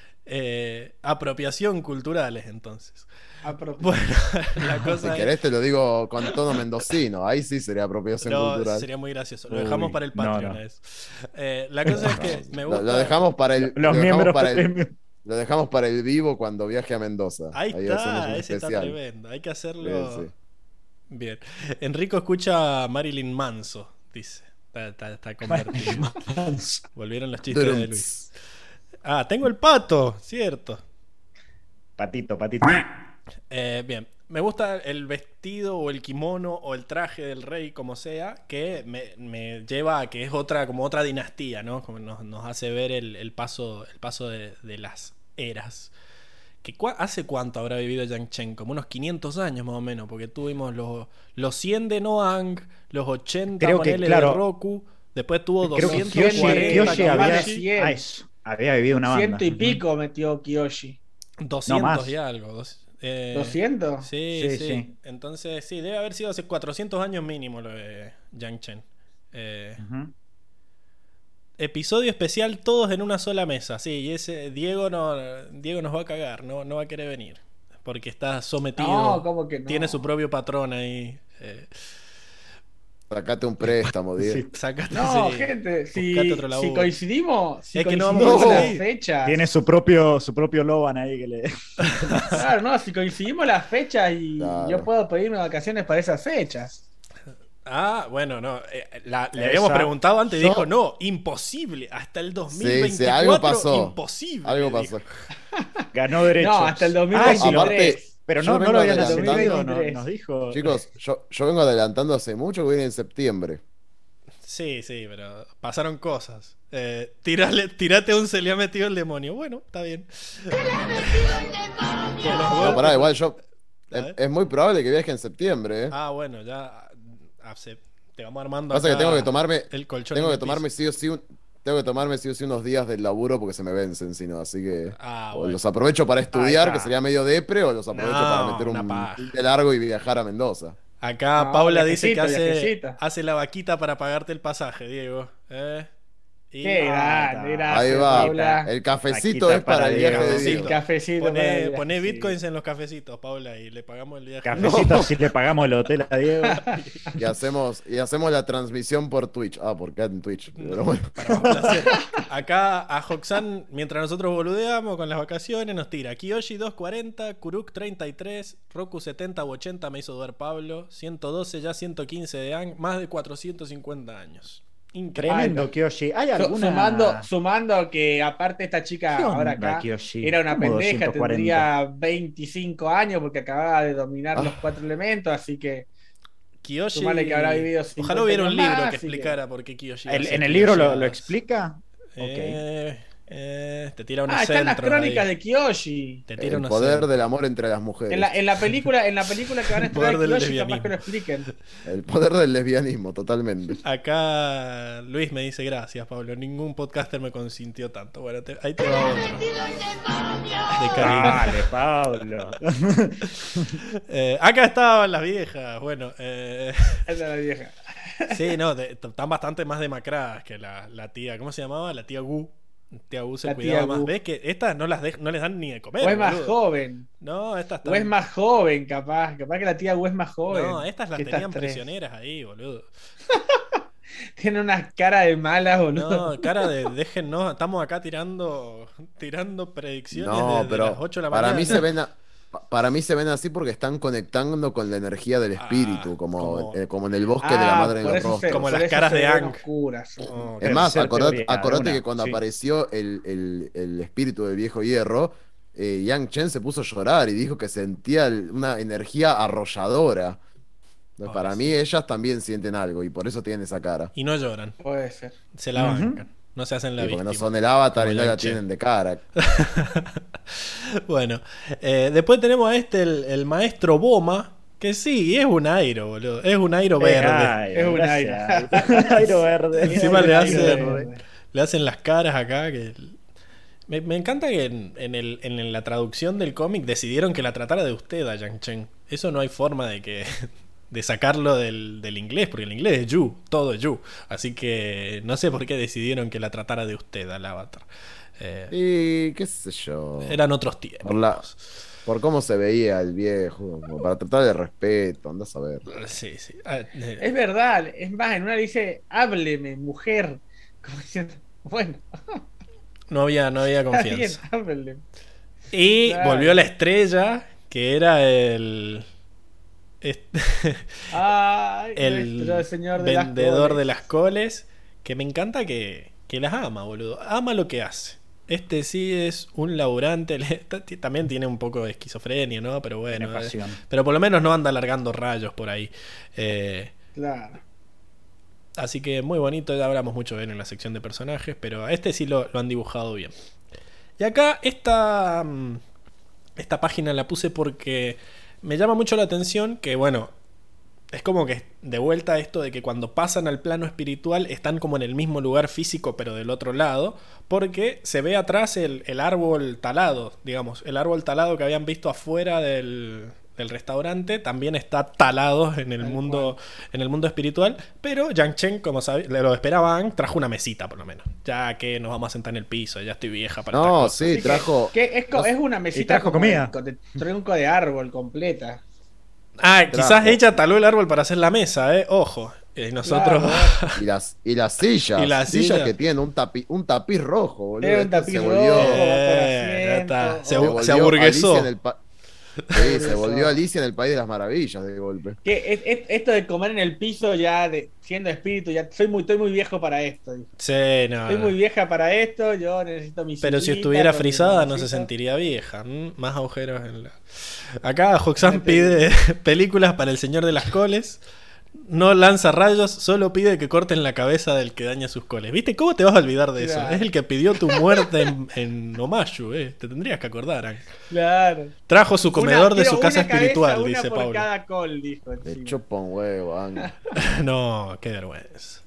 Eh, apropiación culturales, entonces. Apro- Bueno, la Si cosa es. querés te lo digo con tono mendocino, ahí sí sería apropiación No, cultural. sería muy gracioso. Lo Uy, dejamos para el no, Patreon. no. eso. Eh, la cosa es que me Lo, gusta. lo dejamos para el, Los lo dejamos miembros para el, premium. lo dejamos para el vivo cuando viaje a Mendoza. Ahí, hacemos está, un ese está especial. tremendo. Hay que hacerlo. Sí, sí. Bien. Enrico escucha a Marilyn Manso, dice. Está, está, está convertido. Volvieron los chistes de Luis. Ah, tengo el pato, cierto. Patito, patito. Eh, bien. me gusta el vestido o el kimono o el traje del rey, como sea, que me, me lleva a que es otra, como otra dinastía, ¿no? Como nos, nos hace ver el, el paso, el paso de, de las eras. Que cua- ¿Hace cuánto habrá vivido Yang Chen? Como unos quinientos años más o menos, porque tuvimos los, los cien de Noang, los ochenta Creo que, ponele, claro, de Roku, después tuvo Creo que doscientos Kyoshi, cuarenta Kyoshi Kiyoshi había, cien. ah, eso, había vivido una banda. Ciento y Ujú. pico metió Kiyoshi. doscientos más. y algo. dos- eh, ¿doscientos? Sí, Sí, sí, sí. Entonces, sí, debe haber sido hace cuatrocientos años mínimo lo de Yang Chen. Eh, Ujú. Episodio especial todos en una sola mesa. Sí, y ese Diego no Diego nos va a cagar, no, no va a querer venir. Porque está sometido. No, ¿cómo que no? Tiene su propio patrón ahí. Eh, Sacate un préstamo, Diego. Sí. sacate, No, sí, gente, si, buscate otro si laburo. coincidimos, si Es que no coincidimos vamos a las coincidir. fechas, Tiene su propio, su propio Loban ahí que le. claro, no, si coincidimos las fechas y Claro. yo puedo pedirme vacaciones para esas fechas. Ah, bueno, no. eh, la- le Esa- habíamos preguntado antes y Yo- dijo, no, imposible. Hasta el dos mil Sí, veinticuatro, sí, algo pasó. imposible. Algo dijo. pasó. Ganó derechos. No, hasta el dos mil Ah, sí, veintitrés. aparte- pero Yo no, no vengo lo habían adelantando. anunciado, no, dos mil veintitrés. nos dijo. Chicos, yo, yo vengo adelantando hace mucho que viene en septiembre. Sí, sí, pero pasaron cosas. Eh, tirale, tirate un se le ha metido el demonio. Bueno, está bien. Por los No, golpes- pará, igual yo. A Es, ver. es muy probable que viaje en septiembre, ¿eh? Ah, bueno, ya hace- te vamos armando Pasa que acá tengo que tomarme. el colchón Tengo en que el tomarme piso. sí o sí un- Tengo que tomarme sí o sí unos días del laburo porque se me vencen, si no. Así que. Ah, o bueno. los aprovecho para estudiar, está. que sería medio depre, o los aprovecho No, para meter una un paja. fin de largo y viajar a Mendoza. Acá No, Paula dice que viajecito, hace, viajecito. hace la vaquita para pagarte el pasaje, Diego. ¿Eh? Y Qué Ah, grande, está. gracias, Ahí va. Paula. El cafecito Vaquita es para para el viaje Diego. de Sí, Diego. cafecito. para Poné, el- poné sí. bitcoins en los cafecitos, Paula, y le pagamos el viaje. Cafecito si le pagamos el hotel a Diego. Y hacemos, y hacemos la transmisión por Twitch. Ah, por acá en Twitch. Pero bueno. Para más placer. Acá a Hoxan, mientras nosotros boludeamos con las vacaciones, nos tira Kiyoshi doscientos cuarenta, Kuruk treinta y tres, Roku setenta u ochenta me hizo dudar Pablo, ciento doce, ya ciento quince de Ang, más de cuatrocientos cincuenta años. Increíble. Tremendo, Kyoshi. ¿Hay Su- alguna. Sumando, sumando que aparte esta chica ¿Qué ahora onda, acá Kyoshi? era una ¿Cómo pendeja, doscientos cuarenta? tendría veinticinco años porque acababa de dominar Ah. los cuatro elementos, así que Kiyoshi. Sumale que habrá vivido cincuenta Ojalá hubiera un años libro más, que así que- explicara por qué Kiyoshi. El- hace ¿En el libro lo, lo Kiyoshiadas. explica? Eh, eh, te tira unos Ah, están las centros crónicas ahí. de Kiyoshi. Te tira El unos poder centros. del amor entre las mujeres. En la, en la película, en la película que van a El poder estrenar de del Kiyoshi, capaz lesbianismo. que lo expliquen. El poder del lesbianismo, totalmente. Acá Luis me dice gracias, Pablo. Ningún podcaster me consintió tanto. Bueno, te- ahí te va otro. De cariño. Dale, Pablo. Eh, acá estaban las viejas. Bueno, eh, Esa es la vieja. sí, no, de- están bastante más demacradas que la, la tía. ¿Cómo se llamaba? La tía Gu. Tía Gu se La cuidaba tía más. Gu. ¿Ves que estas no las dej- no les dan ni de comer? O es más boludo? joven. No, estas O es están- más joven, capaz. Capaz que la tía Gu es más joven. No, estas las que tenían tres. prisioneras ahí, boludo. Tiene unas caras de malas, boludo. No, cara de déjennos, estamos acá tirando tirando predicciones No, de, de pero las ocho de la para mañana. mí se ven a- pa- para mí se ven así porque están conectando con la energía del espíritu, Ah, como, como- eh, como en el bosque de la Ah, madre de por los eso se- rostros. Como por las eso caras se de ven Aang. oscuras. Oh, Es más, Tercer acordate, teoría, acordate una, que cuando sí. apareció el, el- el espíritu del viejo hierro, eh, Yang Chen se puso a llorar y dijo que sentía el- una energía arrolladora. Ay, Para sí. mí ellas también sienten algo y por eso tienen esa cara. Y no lloran, Puede ser. se la Ujú. bancan, no se hacen la Sí, porque víctima. no son el avatar Como y no la Yang Chen. tienen de cara. Bueno, eh, después tenemos a este, el, el maestro Boma, que sí, es un airo, boludo, es un airo verde. Ay, Es un gracias. Airo verde. Encima le Airo hacen, verde. le hacen las caras acá. Que me, me encanta que en, en el, en la traducción del cómic decidieron que la tratara de usted a Yang Chen. Eso no hay forma de que de sacarlo del, del inglés, porque el inglés es you, todo es you. Así que no sé por qué decidieron que la tratara de usted al avatar. Eh, Y qué sé yo. eran otros tiempos. Por, la, por cómo se veía el viejo, como para tratar de respeto, andás a ver. Sí, sí. Ah, eh, Es verdad. Es más, en una dice, hábleme, mujer. Como diciendo, bueno, no había, no había está bien, confianza. hábleme. Y Claro. volvió la estrella, que era el. este- Ay, el nuestro señor de las vendedor coles. de las coles, que me encanta que, que las ama, boludo. Ama lo que hace. Este sí es un laburante. le- t- También tiene un poco de esquizofrenia, ¿no? Pero bueno. Tiene eh, pasión. pero por lo menos no anda largando rayos por ahí. Eh, Claro. Así que muy bonito. Ya hablamos mucho de él en la sección de personajes. Pero a este sí lo, lo han dibujado bien. Y acá esta, mm, esta página la puse porque me llama mucho la atención que, bueno, es como que de vuelta esto de que cuando pasan al plano espiritual están como en el mismo lugar físico pero del otro lado, porque se ve atrás el, el árbol talado, digamos, el árbol talado que habían visto afuera del, del restaurante también está talado en el Tal mundo en el mundo espiritual, pero Yang Chen, como sabe, lo esperaban, trajo una mesita por lo menos, ya que nos vamos a sentar en el piso, ya estoy vieja para estas No, cosas. sí, Así que- trajo. que es, co- es una mesita trajo como comida. De, con- de tronco de árbol completa. Ah, quizás Trajo. ella taló el árbol para hacer la mesa, eh, ojo. Y nosotros Claro. Y las, y las sillas. Y las sillas sillas. que tienen un, tapi- un tapiz rojo, boludo. Era un Esto tapiz se rojo. volvió, Eh, ya está. Se, se abu- volvió se aburguesó. Alicia en el pa- Sí, se volvió Alicia en el País de las Maravillas de golpe. Que es- es- esto de comer en el piso ya de, siendo espíritu, ya soy muy, estoy muy viejo para esto. dijo. Sí, no, Estoy no. muy vieja para esto, yo necesito mi Pero si sillita estuviera con mi frisada no se silloncito. sentiría vieja. ¿m? Más agujeros en la... Acá Hoxan Mete- pide películas para el señor de las coles. No lanza rayos, solo pide que corten la cabeza del que daña sus coles. ¿Viste? ¿Cómo te vas a olvidar de eso? Claro. Es el que pidió tu muerte en, en Omayu, eh. Te tendrías que acordar. Ang. Claro. Trajo su comedor Una- de su quiero casa una cabeza, espiritual, una dice por Pablo. cada col, dijo. Te encima. chupa un huevo, Ángel. No, qué vergüenza.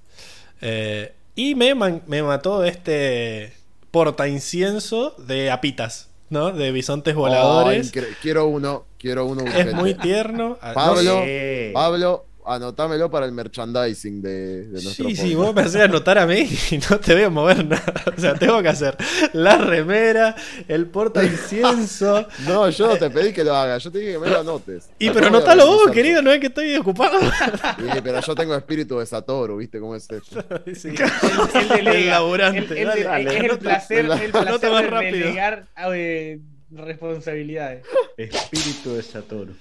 Eh, y me, man- me mató este porta incienso de apitas, ¿no? De bisontes voladores. Oh, incre- quiero uno, quiero uno Es urgente. muy tierno. Ah, no Pablo, sé. Sí. Pablo, anotámelo para el merchandising de, de nuestro Sí, sí, podcast. vos me hacés anotar a mí y no te veo mover nada. O sea, tengo que hacer la remera, el porta incienso. No, yo no te pedí que lo hagas, yo te dije que me lo anotes. Y Lo pero acabo de anotalo vos, organizar querido, no es que estoy ocupado. yo. Sí, pero yo tengo espíritu de Satoru, ¿viste cómo es esto? Sí. El, delega, El laburante, el- el- dale, el- dale, es el anota. placer, el Anota placer más de rápido. delegar eh, responsabilidades. Espíritu de Satoru.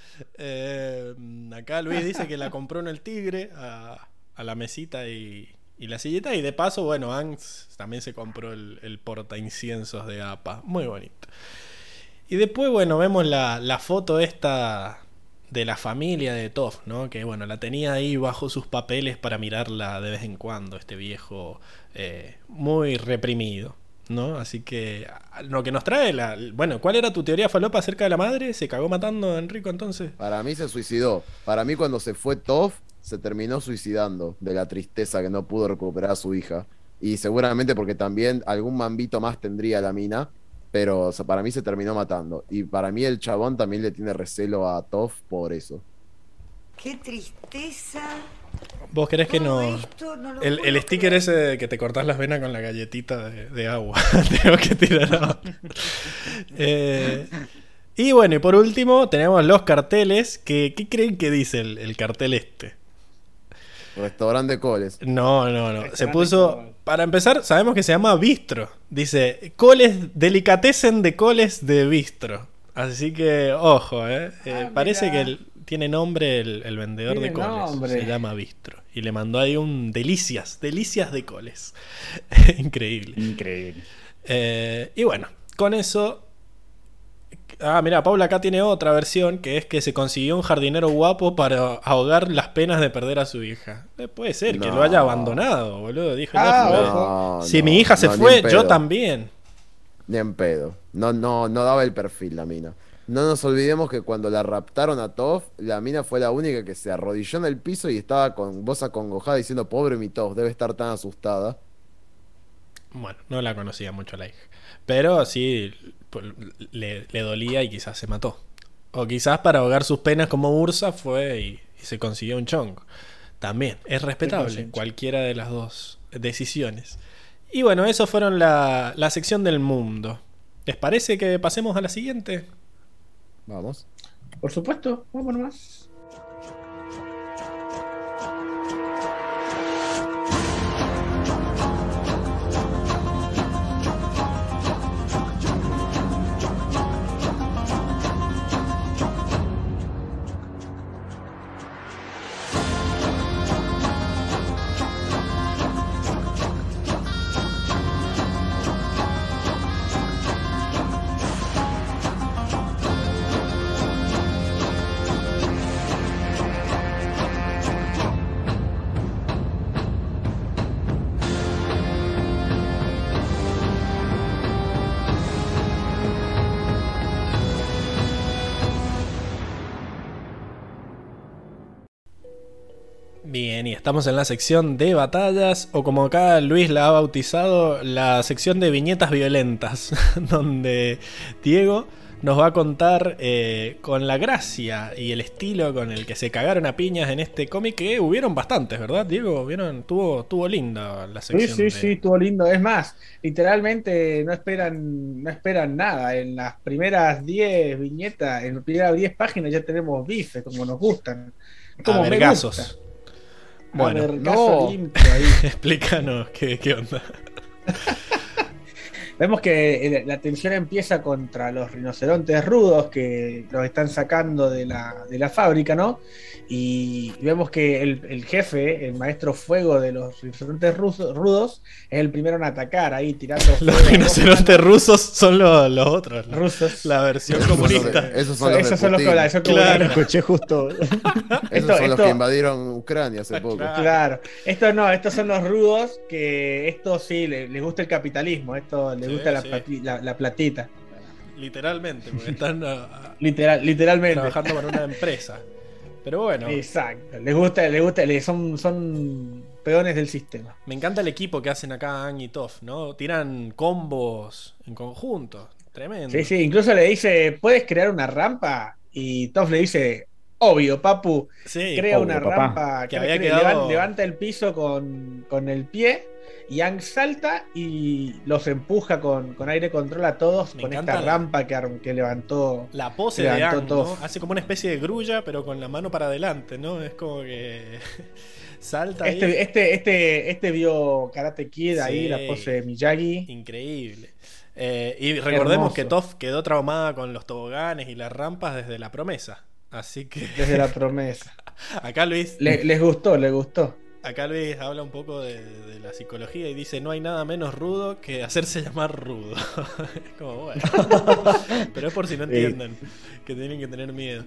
Eh, acá Luis dice que la compró en el Tigre a, a la mesita y, y la sillita. Y de paso, bueno, Ans también se compró el, el porta inciensos de A P A. Muy bonito. Y después, bueno, vemos la, la foto esta de la familia de Toph, ¿no? Que bueno, la tenía ahí bajo sus papeles para mirarla de vez en cuando, este viejo eh, muy reprimido, ¿no? Así que a- lo que nos trae, la, bueno, ¿cuál era tu teoría falopa acerca de la madre? ¿Se cagó matando a Enrico entonces? Para mí se suicidó. Para mí cuando se fue Toph, se terminó suicidando de la tristeza que no pudo recuperar a su hija. Y seguramente porque también algún mambito más tendría la mina. Pero o sea, para mí se terminó matando. Y para mí el chabón también le tiene recelo a Toph por eso. Qué tristeza. ¿Vos querés que Todo no...? esto no lo El, el puedo sticker creer. ese de que te cortás las venas con la galletita de, de agua. Tengo que tirar abajo. Eh, y bueno, y por último tenemos los carteles. Que, ¿Qué creen que dice el, el cartel este? Restaurante Coles. No, no, no. Se Restaurante puso... Coles. Para empezar, sabemos que se llama Bistro. Dice, coles, delicatessen de coles de Bistro. Así que, ojo, ¿eh? Eh, Ah, parece mirá. que el- tiene nombre el, el vendedor Tiene de coles. nombre. Se llama Bistro. Y le mandó ahí un delicias, delicias de coles. Increíble. Increíble. Eh, y bueno, con eso... Ah, mira, Paula acá tiene otra versión, que es que se consiguió un jardinero guapo para ahogar las penas de perder a su hija. Eh, puede ser que No. lo haya abandonado, boludo. Dijo, ya Ah, fue. ojo. No, Si no, mi hija se no, ni fue, en yo pedo. también. Ni en pedo. No, no, no daba el perfil la mina. No nos olvidemos que cuando la raptaron a Toph, la mina fue la única que se arrodilló en el piso y estaba con voz acongojada diciendo, pobre mi Toph, debe estar tan asustada. Bueno, no la conocía mucho la hija. Pero sí, pues, le, le dolía y quizás se mató. O quizás para ahogar sus penas como Ursa fue y, y se consiguió un chongo. También, es respetable cien por ciento. cualquiera de las dos decisiones. Y bueno, eso fueron la, la sección del mundo. ¿Les parece que pasemos a la siguiente? Vamos. Por supuesto, vamos nomás. Bien, y estamos en la sección de batallas, o como acá Luis la ha bautizado, la sección de viñetas violentas, donde Diego nos va a contar eh, con la gracia y el estilo con el que se cagaron a piñas en este cómic, que hubieron bastantes, ¿verdad, Diego? ¿Vieron? Tuvo, tuvo linda la Sí, sección. sí, de... sí, estuvo lindo. Es más, literalmente no esperan, no esperan nada. En las primeras diez viñetas, en las primeras diez páginas ya tenemos bifes, como nos gustan. Como A me vergazos. gusta. Bueno, A vergazo no. limpio ahí. explícanos qué, qué onda. Vemos que eh, la tensión empieza contra los rinocerontes rudos que los están sacando de la, de la fábrica, ¿no? Y vemos que el, el jefe, el maestro fuego de los rinocerontes rusos, rudos, es el primero en atacar ahí, tirando fuego Los a rinocerontes rusos son los, los otros, dos ¿no? rusos. La versión Esos son los comunista. de- Esos son los Esos de son los que Putin. la son Claro. Lo comunistas. escuché justo. Esos Esto- son los esto- que invadieron Ucrania hace poco. Claro. Claro, estos no, estos son los rudos que esto sí le- les gusta el capitalismo, esto les Sí, gusta la, sí. plati- la- la platita, Literalmente, porque están ah, literal, literalmente. trabajando para una empresa. Pero bueno, Exacto, les gusta, les gusta, les- son, son peones del sistema. me encanta el equipo que hacen acá Ang y Toph, ¿no? Tiran combos en conjunto. Tremendo. Sí, sí, incluso le dice, ¿puedes crear una rampa? Y Toph le dice, obvio, papu, Sí, crea obvio, una papá. rampa, Que cre- había cre- quedado- levan- levanta el piso con, con el pie, y Ang salta y los empuja con, con aire control a todos Me con encanta esta la- rampa que, ar- que levantó. La pose Levantó de Ang, ¿no? Toph. Hace como una especie de grulla, pero con la mano para adelante, ¿no? Es como que salta ahí. Este, este, este, este vio Karate Kid ahí, Sí. la pose de Miyagi. Increíble. Eh, y recordemos Hermoso. que Toph quedó traumada con los toboganes y las rampas desde la promesa. Así que Desde la promesa. acá Luis, Le- les gustó, les gustó. acá Luis habla un poco de, de la psicología y dice: no hay nada menos rudo que hacerse llamar rudo. Es como bueno. Pero es por si no Sí. entienden que tienen que tener miedo.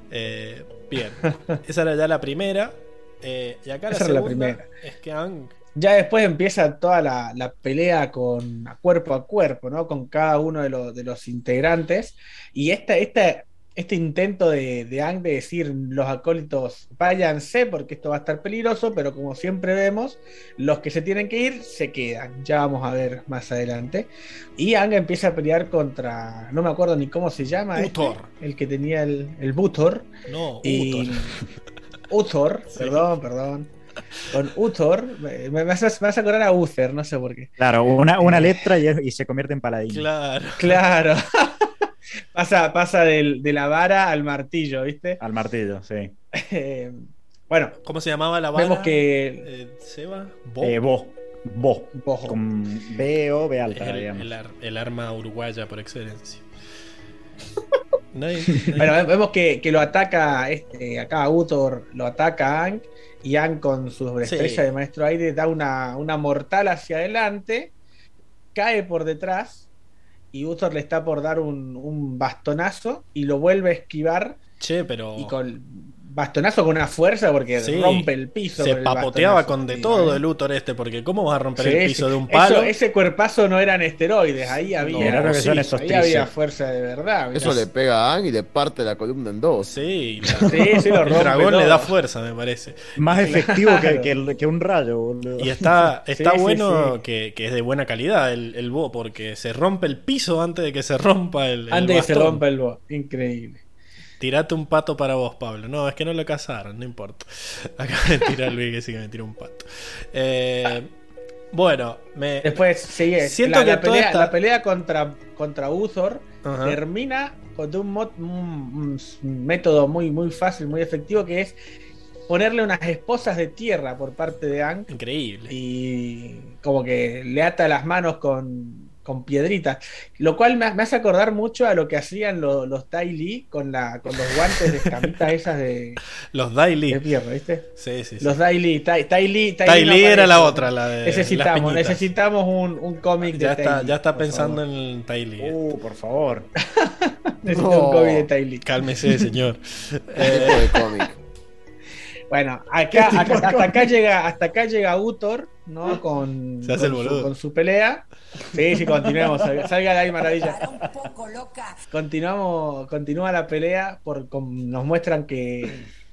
Eh, bien, esa era ya la primera. Eh, y acá la Esa era la segunda primera. es que Ang. Ya después empieza toda la, la pelea con a cuerpo a cuerpo, ¿no? Con cada uno de los, de los integrantes. Y esta, esta, este intento de, de Aang de decir los acólitos váyanse porque esto va a estar peligroso, pero como siempre vemos, los que se tienen que ir se quedan. Ya vamos a ver más adelante. Y Aang empieza a pelear contra, no me acuerdo ni cómo se llama, este, Uthor. el que tenía el, el Butor. No, Y Uthor. Uthor, Sí. perdón, perdón. Con Uthor, me, me vas a, me vas a acordar a Uther, no sé por qué. Claro, una, una letra y, y se convierte en paladín. Claro. Claro. pasa pasa del- de la vara al martillo, ¿viste? Al martillo, sí. Eh, bueno, ¿Cómo se llamaba la vara? vemos que Eh, ¿Seba? ¿Bo? Eh, Bo. Bo. Bojo. Con B o B Es alta, el, digamos. el ar- el arma uruguaya por excelencia. Nadie- nadie- Bueno, ve- vemos que, que lo ataca este, acá Uthor, lo ataca a Aang, y Aang con su estrella Sí. de maestro aire da una, una mortal hacia adelante, cae por detrás, y Uthor le está por dar un, un bastonazo y lo vuelve a esquivar, Che, pero y con bastonazo con una fuerza porque Sí. rompe el piso. se con el papoteaba bastonazo. con de Sí, todo ¿eh? el Uthor este, porque ¿cómo vas a romper Sí, el piso sí. de un palo? Eso- ese cuerpazo no eran esteroides, ahí había, No, Mirá lo que sí, son esos ahí había tríceps. fuerza de verdad. mirá. Eso le pega a Aang y le parte la columna en dos. Sí, la- Sí, sí, lo el rompe dragón le todo. da fuerza, me parece. Más efectivo que, Claro. que, el- que un rayo, boludo. Y está, está Sí, sí, bueno sí. Que, que es de buena calidad el, el Bo, porque se rompe el piso antes de que se rompa el, el Antes que se bastón. rompa el bo. Increíble. Tirate un pato para vos, Pablo. No, es que no lo cazaron, no importa. Acá me tira Luis que sí que me tira un pato. Eh, bueno, me. Después sigue. Siento la, que la toda pelea, esta- la pelea contra, contra Uthor Ajá. termina con un, mo- un- un método muy, muy fácil, muy efectivo, que es ponerle unas esposas de tierra por parte de Aang Increíble. y como que le ata las manos con, con piedritas, lo cual me, me hace acordar mucho a lo que hacían lo- los Tai Li con, la, con los guantes de escamitas esas de, Los Daily. de tierra, ¿viste? Sí, sí, sí. Los Tai Li, Tai, Tai Li, Tai Tai no Li era aparece. la otra, la de. Necesitamos, las piñitas. necesitamos un, un cómic de Ya Tai está, Li, ya está por pensando favor. en el Tai Li. Uh, por favor. Necesito No. un cómic de Tai Li. Cálmese, señor. ¿Qué Eh, tipo de cómic? Bueno, acá, acá- hasta acá llega, hasta acá llega Uthor, ¿no? Con, Se hace el con, su, boludo. con su pelea. Sí, sí, continuemos. Salga, salga de ahí, maravilla. Para un poco loca. Continuamos, continúa la pelea, por, con- nos muestran que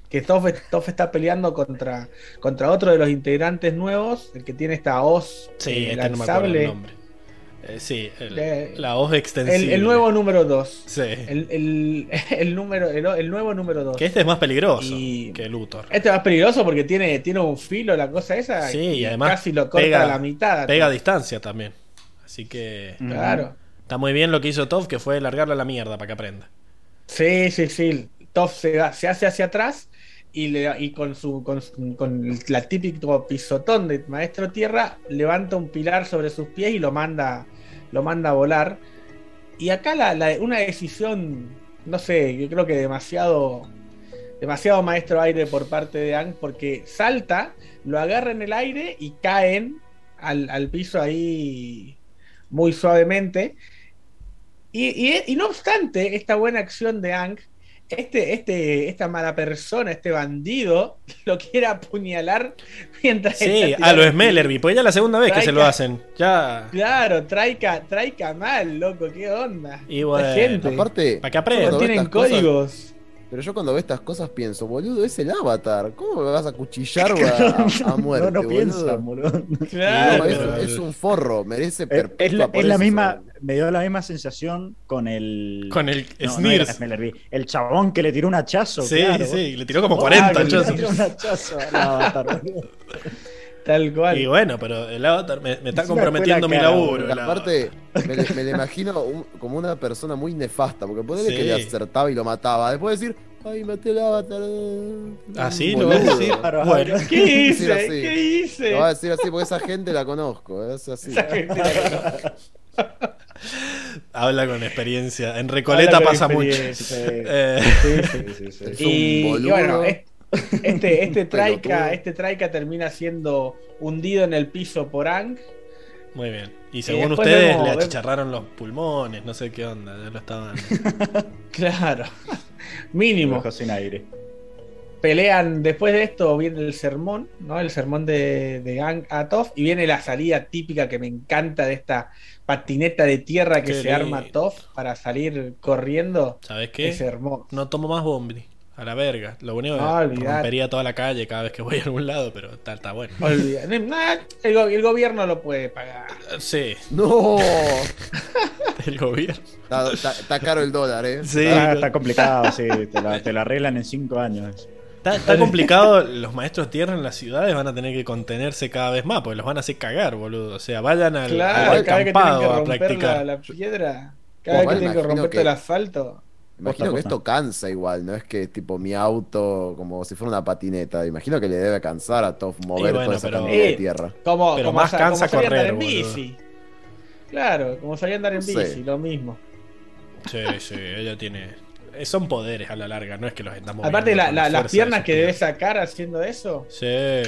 que Toph, Toph está peleando contra, contra otro de los integrantes nuevos, el que tiene esta hoz Sí, eh, este no me acuerdo el lanzable. nombre. Eh, sí, el- Eh, la hoz extensible. El, el nuevo número dos. Sí. El, el, el número, el, el nuevo número dos. Que este es más peligroso Y- que Luthor. Este es más peligroso porque tiene, tiene un filo, la cosa esa. Sí, y además casi lo corta pega- a la mitad. Pega a distancia también. Así que Claro. está muy bien lo que hizo Toph, que fue largarle a la mierda para que aprenda. Sí, sí, sí. Toph se, da- se hace hacia atrás y, le, y con su con, su- con la típico pisotón de Maestro Tierra levanta un pilar sobre sus pies y lo manda, lo manda a volar. Y acá la, la- una decisión, no sé, yo creo que demasiado, demasiado Maestro Aire por parte de Aang, porque salta, lo agarra en el aire y caen al, al piso ahí muy suavemente. Y, y- y no obstante, esta buena acción de Aang, este, este, esta mala persona, este bandido, lo quiere apuñalar mientras Sí, está a lo tirando- Smellerby, pues ya la segunda vez que se lo Traica. hacen. Ya. Claro, traica, traica mal, loco, qué onda. Y Esta bueno, gente Aparte, Para que yo aprenda. cuando no veo tienen estas cosas- códigos. pero yo cuando veo estas cosas pienso, boludo, es el Avatar. ¿Cómo me vas a cuchillar a, a- a muerte, no, no boludo? piensan, boludo. Claro. No, es, pero es el- un forro, merece Es, perpetua es la, por es la eso misma, solo. me dio la misma sensación con el. Con el no, no era Sneers. Smellerby, el chabón que le tiró un hachazo. Sí, claro. sí, le tiró como Oh, cuarenta que le hachazos. tiró un hachazo al Avatar, boludo. Tal cual. Y bueno, pero el Avatar me, me está Encima comprometiendo mi fue la cara, laburo. Porque el Avatar. aparte, me, le- me lo imagino un- como una persona muy nefasta, porque ponele Sí. que le acertaba y lo mataba. Después decir, ay, maté al Avatar. Así Boludo. lo voy a decir. Claro, Bueno, ¿Qué Sí, hice? así. ¿Qué hice? Lo voy a decir así porque esa gente la conozco, es así. Esa gente la conozco. habla con experiencia. En Recoleta Habla con pasa mucho. experiencia. Eh, Sí, sí. Sí, sí, sí. Es Y, un y boludo. bueno, es- este, este Traika, Pelotudo. este Traika termina siendo hundido en el piso por Aang. muy bien. Y según después ustedes, vemos- le vemos- achicharraron los pulmones, no sé qué onda. Ya lo estaban. Claro. Mínimo. Dejó sin aire. Pelean, después de esto viene el sermón, ¿no? El sermón de, de Aang a Toph, y viene la salida típica que me encanta de esta patineta de tierra que Qué se arma lindo. Toph para salir corriendo. ¿Sabes qué? Es hermoso. No tomo más Bombri. A la verga. Lo único que No, olvidate. rompería toda la calle cada vez que voy a algún lado, pero está, está bueno. Olvida- Nah, el, go- el gobierno lo puede pagar. Sí, No, el gobierno. está, está- está caro el dólar, eh. Sí. Ah, está complicado, sí. Te la, te la arreglan en cinco años. Está, está complicado. Los maestros tierra en las ciudades van a tener que contenerse cada vez más, porque los van a hacer cagar, boludo. O sea, vayan al, Claro, al cada vez que tienen que acampado a romper practicar. la, la piedra, cada vez Igual que tienen que imagino romper que- todo el asfalto. Imagino que Posta, esto cansa igual, no es que tipo mi auto como si fuera una patineta. Imagino que le debe cansar a Toph mover Y bueno, toda esa pero- cantidad de Eh, tierra. Como, Pero como más sa- cansa como salir a andar correr, en boludo. bici. Claro, como salir a andar en No sé. bici, lo mismo. Sí, sí, ella tiene. eh, Son poderes a la larga, no es que los estamos. Aparte, viendo la- con la- las fuerza piernas de que sus debe piernas. sacar haciendo eso. Sí.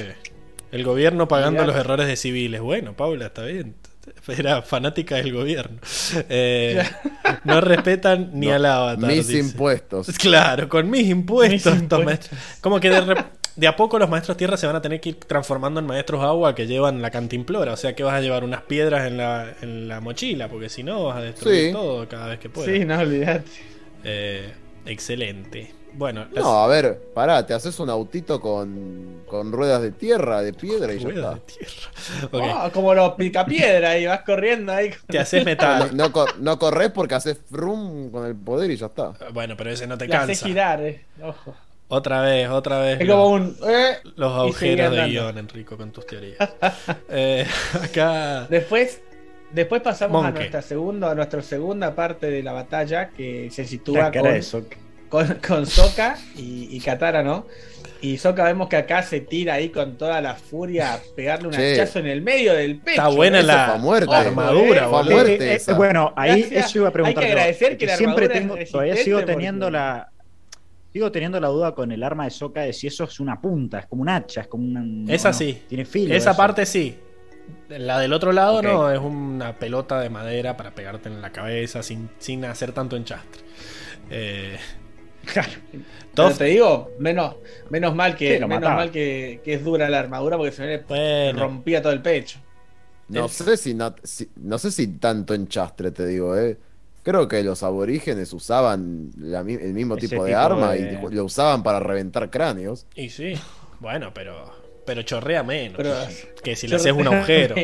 El gobierno pagando Mirá. los errores de civiles. Bueno, Paula, está bien. Era fanática del gobierno. Eh, no respetan ni No, al avatar. Mis dice. impuestos. Claro, con mis impuestos. Mis estos impuestos. maestros- Como que de, re- de a poco los maestros tierra se van a tener que ir transformando en maestros agua que llevan la cantimplora. O sea que vas a llevar unas piedras en la, en la mochila, porque si no vas a destruir Sí. todo cada vez que puedas. Sí, no olvidate. Eh, excelente. Bueno, las No, a ver, pará, te haces un autito con, con ruedas de tierra, de piedra y ya ruedas está. de tierra. Ok, Oh, como los picapiedra y vas corriendo ahí. con- te haces No, metal. no, cor- no corres porque haces frum con el poder y ya está. Bueno, pero ese no te La haces cansa. girar, eh. Ojo. Otra vez, otra vez. Es los- como un. eh, Los y seguir agujeros de andando. guión, Enrico, con tus teorías. Eh, acá. Después, después pasamos Monkey. a nuestra segunda, a nuestra segunda parte de la batalla que se sitúa La cara con, de Sokka. con, con Sokka y, y Katara, ¿no? Y Sokka vemos que acá se tira ahí con toda la furia a pegarle un Che. hachazo en el medio del pecho. Está buena Eso la, fue muerte. la armadura, Fue boludo. muerte. Eh, eh, esa. bueno, ahí Gracias. eso iba a preguntar. Hay que yo, agradecer que la siempre armadura tengo, es todavía sigo resistente teniendo porque- la sigo teniendo la duda con el arma de Sokka de si eso es una punta, es como un hacha, es como una Esa no, sí. tiene filo. Esa eso. parte sí. La del otro lado Ok. no, es una pelota de madera para pegarte en la cabeza sin, sin hacer tanto enchastre. Eh, Claro. Pero Toph- te digo, menos, menos mal que Sí, lo menos mataba. mal que, que es dura la armadura porque se me Bueno. rompía todo el pecho. No El- sé si no, si- no sé si tanto enchastre te digo, eh. Creo que los aborígenes usaban la mi- el mismo Ese tipo de tipo arma de- y lo usaban para reventar cráneos. Y sí, bueno, pero, pero chorrea menos Pero- que si le haces un agujero.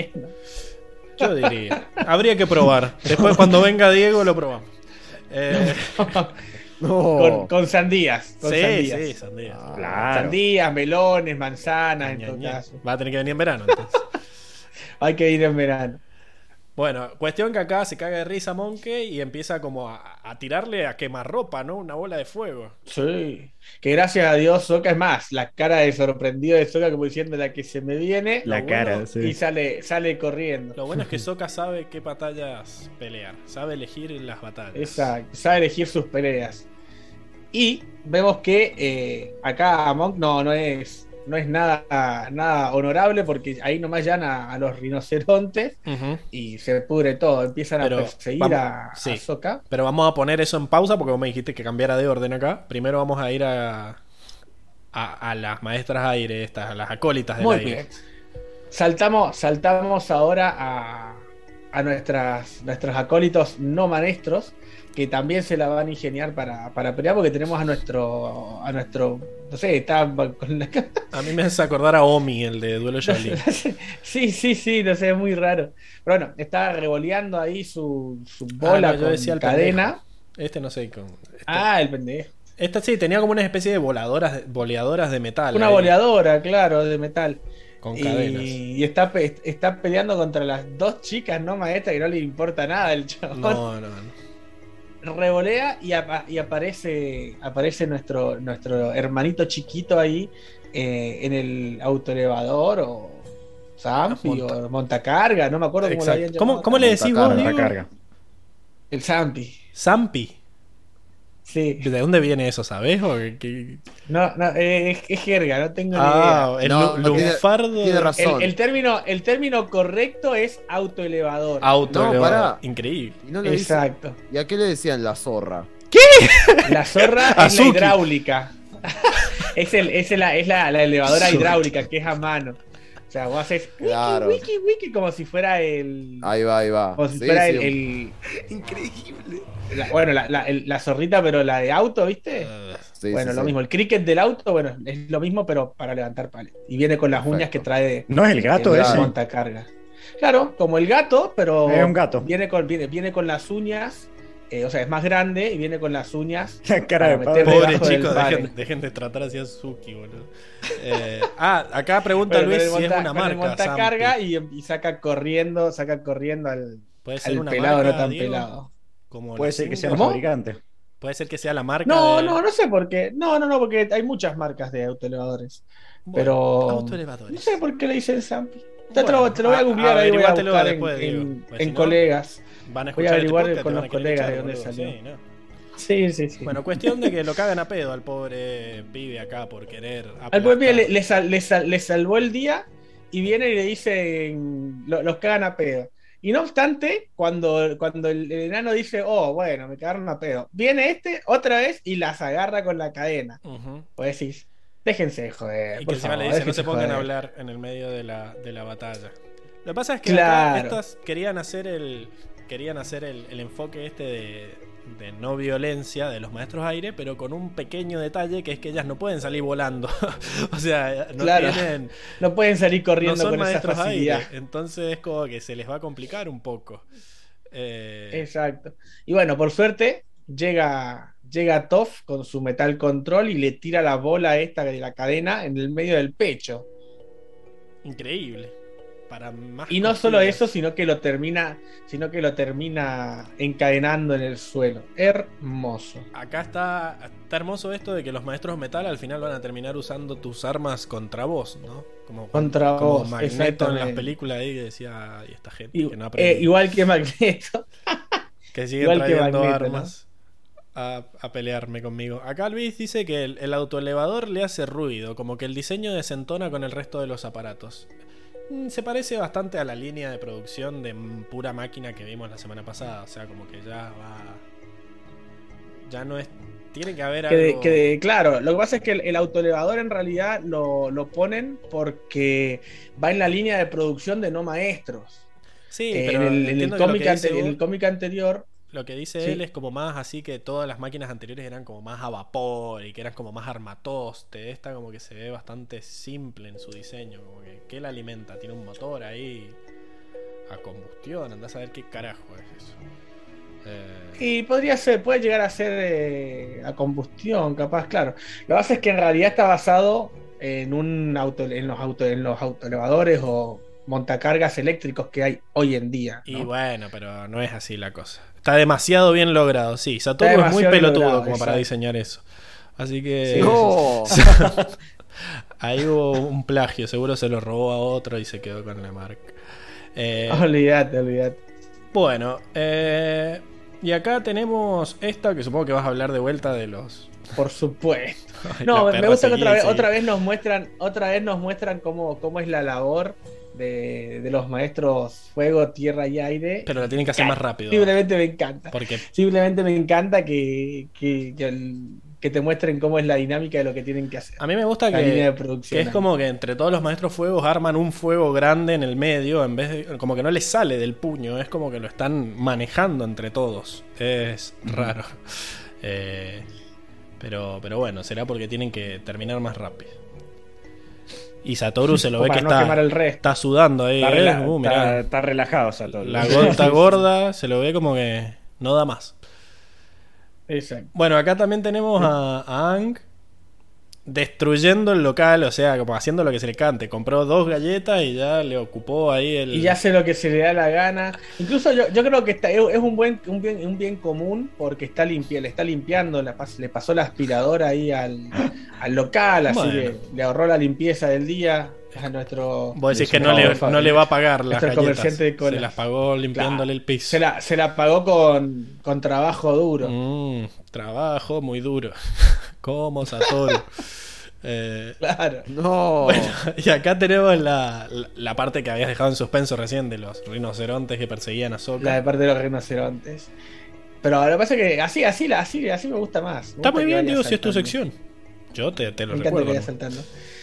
Yo diría. Habría que probar. Después cuando venga Diego lo probamos. Eh, No. con, con sandías. Con sí, sandías. sí, sandía. Ah, Claro. Sandías, melones, manzanas, en Ña, todo Ña. caso. Va a tener que venir en verano entonces. Hay que ir en verano. Bueno, cuestión que acá se caga de risa Monkey y empieza como a, a tirarle a quemarropa, ¿no? Una bola de fuego. Sí. Que gracias a Dios, Sokka es más. La cara de sorprendido de Sokka, como diciendo la que se me viene. La Lo cara, bueno- sí. Y sale, sale corriendo. Lo bueno es que Sokka sabe qué batallas pelear, sabe elegir las batallas. Exacto. Sabe elegir sus peleas. Y vemos que eh, acá Monk no, no es. No es nada, nada honorable porque ahí nomás llegan a, a los rinocerontes Ujú. y se pudre todo. Empiezan Pero a perseguir vamos- a, sí. a Sokka. Pero vamos a poner eso en pausa porque vos me dijiste que cambiara de orden acá. Primero vamos a ir a, a, a las maestras aire, estas, a las acólitas del Muy aire. bien. Saltamos, saltamos ahora a, a nuestras, nuestros acólitos no maestros, que también se la van a ingeniar para, para pelear, porque tenemos a nuestro, a nuestro, no sé, está con la A mí me hace acordar a Omi, el de Duelo Shaolin. sí, sí, sí, no sé, es muy raro. Pero bueno, está revoleando ahí su, su bola Ah, no, yo con decía el cadena. pendejo. Este no sé. Con, este- Ah, el pendejo. Esta sí, tenía como una especie de voladoras, boleadoras de metal. Una ahí, boleadora, claro, de metal. Con Y, cadenas. y está, pe- está peleando contra las dos chicas no maestras que no le importa nada el chabón. No, no, no. Revolea y, apa- y aparece aparece nuestro, nuestro hermanito chiquito ahí eh, en el autoelevador o Zampi Monta- o Montacarga, no me acuerdo cómo lo Exacto. habían ¿Cómo- llamado. cómo le decís vos, Montacarga. Diego? La carga. El Zampi, Zampi. sí. ¿De dónde viene eso, sabes? ¿O qué- qué- No, no, eh, es, es jerga, no tengo Ah, el No, lu- no tiene- lunfardo. tiene de- razón. ni idea. El, el término, el término correcto es autoelevador. Auto. No, elevador. pará. Increíble. Y no le dice- Exacto. ¿Y a qué le decían la zorra? La zorra es la Azuki. hidráulica. es el, es la, es la, la elevadora hidráulica, que es a mano. O sea, vos haces wiki, Claro. wiki, wiki, como si fuera el. Ahí va, ahí va. Como si Sí, fuera sí, el. el- la- bueno, la, la- el- la zorrita, pero la de auto, ¿viste? Ah, sí, bueno, sí, lo sí. mismo. El cricket del auto, bueno, es lo mismo, pero para levantar palet. Y viene con las uñas que Perfecto. trae ¿No es el gato el ese? montacargas. Claro, como el gato, pero. Es un gato. Viene con, viene, viene con las uñas. eh, o sea, es más grande y viene con las uñas. La cara de para padre. meterle Pobre debajo del chicos, pare. dejen, dejen de tratar así a Suki, boludo. Eh, ah, acá pregunta Bueno, Luis con si el es monta- una con el marca. montacarga Zampi. y, y saca corriendo, saca corriendo al, Puede ser al una pelado marca, no tan Diego, pelado. como Puede la ser que sea cinco. el ¿Cómo? fabricante. Puede ser que sea la marca. No, de- no, no sé por qué. No, no, no, porque hay muchas marcas de autoelevadores. Bueno, pero. autoelevadores. No sé por qué le dicen Zampi. Te, Bueno, lo, te lo voy a a- googlear ahí, voy a averiguátelo buscar en, después, Diego, en- porque en si no- colegas. Van a Voy a escuchar averiguar este podcast, con te van los a querer colegas echar, de dónde boludo. salió. Sí, ¿no? Sí, sí, sí. Bueno, cuestión de que lo cagan a pedo al pobre pibe acá por querer. Al pobre pibe aplastar. le, le sal- le sal- le salvó el día y viene y le dicen, lo- los cagan a pedo. Y no obstante, cuando, cuando el, el enano dice, oh, bueno, me cagaron a pedo, viene este otra vez y las agarra con la cadena. Ujú. Pues decís, déjense de joder. Y por que encima favor, le dice, no déjense se pongan joder". a hablar en el medio de la, de la batalla. Lo que pasa es que Claro. acá estas querían hacer el querían hacer el, el enfoque este de, de no violencia de los maestros aire, pero con un pequeño detalle que es que ellas no pueden salir volando. O sea, no Claro. tienen No pueden salir no corriendo son con esa maestros facilidad. aire, entonces es como que se les va a complicar un poco. Eh, Exacto. Y bueno, por suerte, llega, llega Toph con su metal control y le tira la bola esta de la cadena en el medio del pecho. Increíble. Para más Y no solo costillas. eso, sino que lo termina, sino que lo termina encadenando en el suelo. Hermoso. Acá está, está hermoso esto de que los maestros metal al final van a terminar usando tus armas contra vos, ¿no? Como, Contra como vos, Magneto en las exactamente. películas ahí que decía, y esta gente Y- que no eh, aprende, igual que Magneto. que siguen igual que trayendo Magneto, armas a, a pelearme conmigo. Acá Luis dice que el, el autoelevador le hace ruido, como que el diseño desentona con el resto de los aparatos. Mm, Se parece bastante a la línea de producción de mm, pura máquina que vimos la semana pasada. O sea, como que ya va. Ya no es. Tiene que haber Que, de- algo. que de- claro, lo que pasa es que el, el autoelevador en realidad lo, lo ponen porque va en la línea de producción de no maestros. Sí, Eh, pero en el, en el entiendo que lo cómic que dice ante- en vos- el cómic anterior lo que dice Sí. él es como más así que todas las máquinas anteriores eran como más a vapor y que eran como más armatoste. Esta como que se ve bastante simple en su diseño. Como que, ¿qué la alimenta? Tiene un motor ahí a combustión. Andás a ver qué carajo es eso. Eh, Y podría ser, puede llegar a ser eh, a combustión, capaz, claro. Lo que pasa es que en realidad está basado en un auto, en los auto, en los autoelevadores o montacargas eléctricos que hay hoy en día, ¿no? Y bueno, pero no es así la cosa. Está demasiado bien logrado, sí. Satoru es muy demasiado bien pelotudo logrado, como para exacto. diseñar eso. Así que... Sí, No. Ahí hubo un plagio, seguro se lo robó a otro y se quedó con la marca. Eh, Olvídate, olvídate. bueno, eh, y acá tenemos esta que supongo que vas a hablar de vuelta de los... Por supuesto. Ay, No, la me perra gusta que seguía otra y vez, seguía. otra vez nos muestran, otra vez nos muestran cómo, cómo es la labor de, de los maestros fuego, tierra y aire. Pero lo tienen que hacer más rápido. Simplemente me encanta. Porque Simplemente me encanta que, que, que, el- que te muestren cómo es la dinámica de lo que tienen que hacer. a mí me gusta La línea de que, producción que es ahí. como que entre todos los maestros fuegos arman un fuego grande en el medio, en vez de, como que no les sale del puño, es como que lo están manejando entre todos. Es raro. Eh, pero, pero bueno, será porque tienen que terminar más rápido. Y Satoru se lo O ve para que no está, quemar el resto. está sudando ahí. Está, ¿eh? rela- Uh, mirá. está- está relajado, Satoru. La gota gorda se lo ve como que no da más. Exacto. Bueno, acá también tenemos a, a Aang destruyendo el local, o sea, como haciendo lo que se le cante. Compró dos galletas y ya le ocupó ahí el... Y ya hace lo que se le da la gana. Incluso yo, yo creo que está, es es un buen un bien, un bien común porque está limpia, le está limpiando, la pas- le pasó la aspiradora ahí al, al local, así Bueno. que le ahorró la limpieza del día a nuestro. Vos decís que no nuestro- le, no le va a pagar las nuestro galletas. comerciante de colas. Se las pagó limpiándole Claro. el piso. Se la, se la pagó con, con trabajo duro. Mm, trabajo muy duro. Como Satoru. Eh, Claro. No. bueno, y acá tenemos la, la, la parte que habías dejado en suspenso recién de los rinocerontes que perseguían a La de Sokka. parte de los rinocerontes. Pero lo que pasa es que así, así, así, así me gusta más. Me Está gusta muy que bien, vaya digo, si es tu saltando. sección. Yo te, te lo Me encanta que recuerdo. vaya saltando.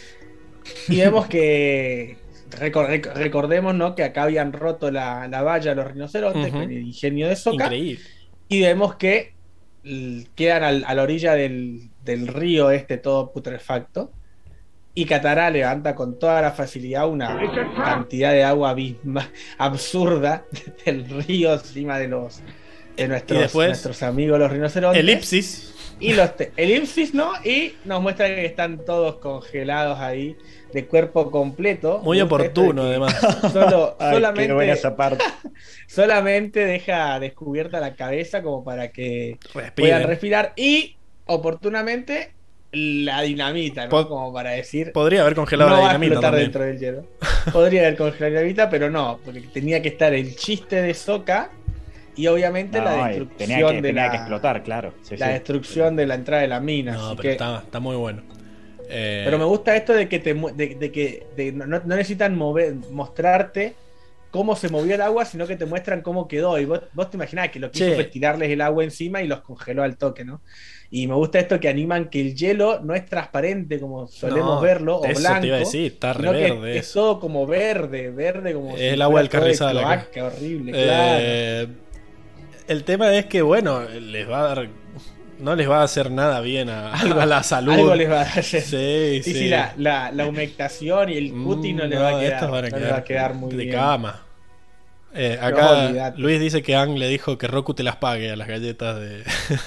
Y vemos que recor- rec- recordemos, ¿no? Que acá habían roto la, la valla los rinocerontes Ujú. con el ingenio de Sokka. Increíble. Y vemos que l- quedan al- a la orilla del, del río este todo putrefacto. Y Katara levanta con toda la facilidad una cantidad de agua abisma, absurda del río encima de los de nuestros, Y después, nuestros amigos los rinocerontes. Elipsis. Y los te- elipsis, ¿no? Y nos muestra que están todos congelados ahí, de cuerpo completo. Muy Me gusta esto de oportuno, que además. Solo, Ay, qué buena solamente, esa parte. solamente deja descubierta la cabeza como para que puedan Respiren. respirar. Y oportunamente la dinamita, ¿no? Po- como para decir. Podría haber congelado No la va a dinamita explotar también. dentro del hielo. Podría haber congelado la dinamita, pero no, porque tenía que estar el chiste de Sokka y obviamente la No, y destrucción tenía que, de tenía la, que explotar, claro. Sí, la sí. destrucción de la entrada de la mina. No, así pero que- está, está muy bueno. Eh, Pero me gusta esto de que te mu- de, de que de- no, no necesitan mover, mostrarte cómo se movió el agua, sino que te muestran cómo quedó. Y vos, vos te imaginás que lo que Che. hizo fue tirarles el agua encima y los congeló al toque, ¿no? Y me gusta esto que animan que el hielo no es transparente como solemos no, verlo, o eso blanco. te iba a decir, está re sino que verde es eso. todo como verde, verde como Es si el agua del fuera todo de Carrizal acá. cloaca, horrible, claro. Eh, el tema es que, bueno, les va a dar. No les va a hacer nada bien a, a la salud. Algo les va a hacer. Sí, Sí, sí. sí, la, la, la humectación y el cutis no Mm, les va a no, quedar, estos van a no les quedar va a quedar muy de bien. cama. Eh, No, acá olvidate. Luis dice que Ang le dijo que Roku te las pague a las galletas de.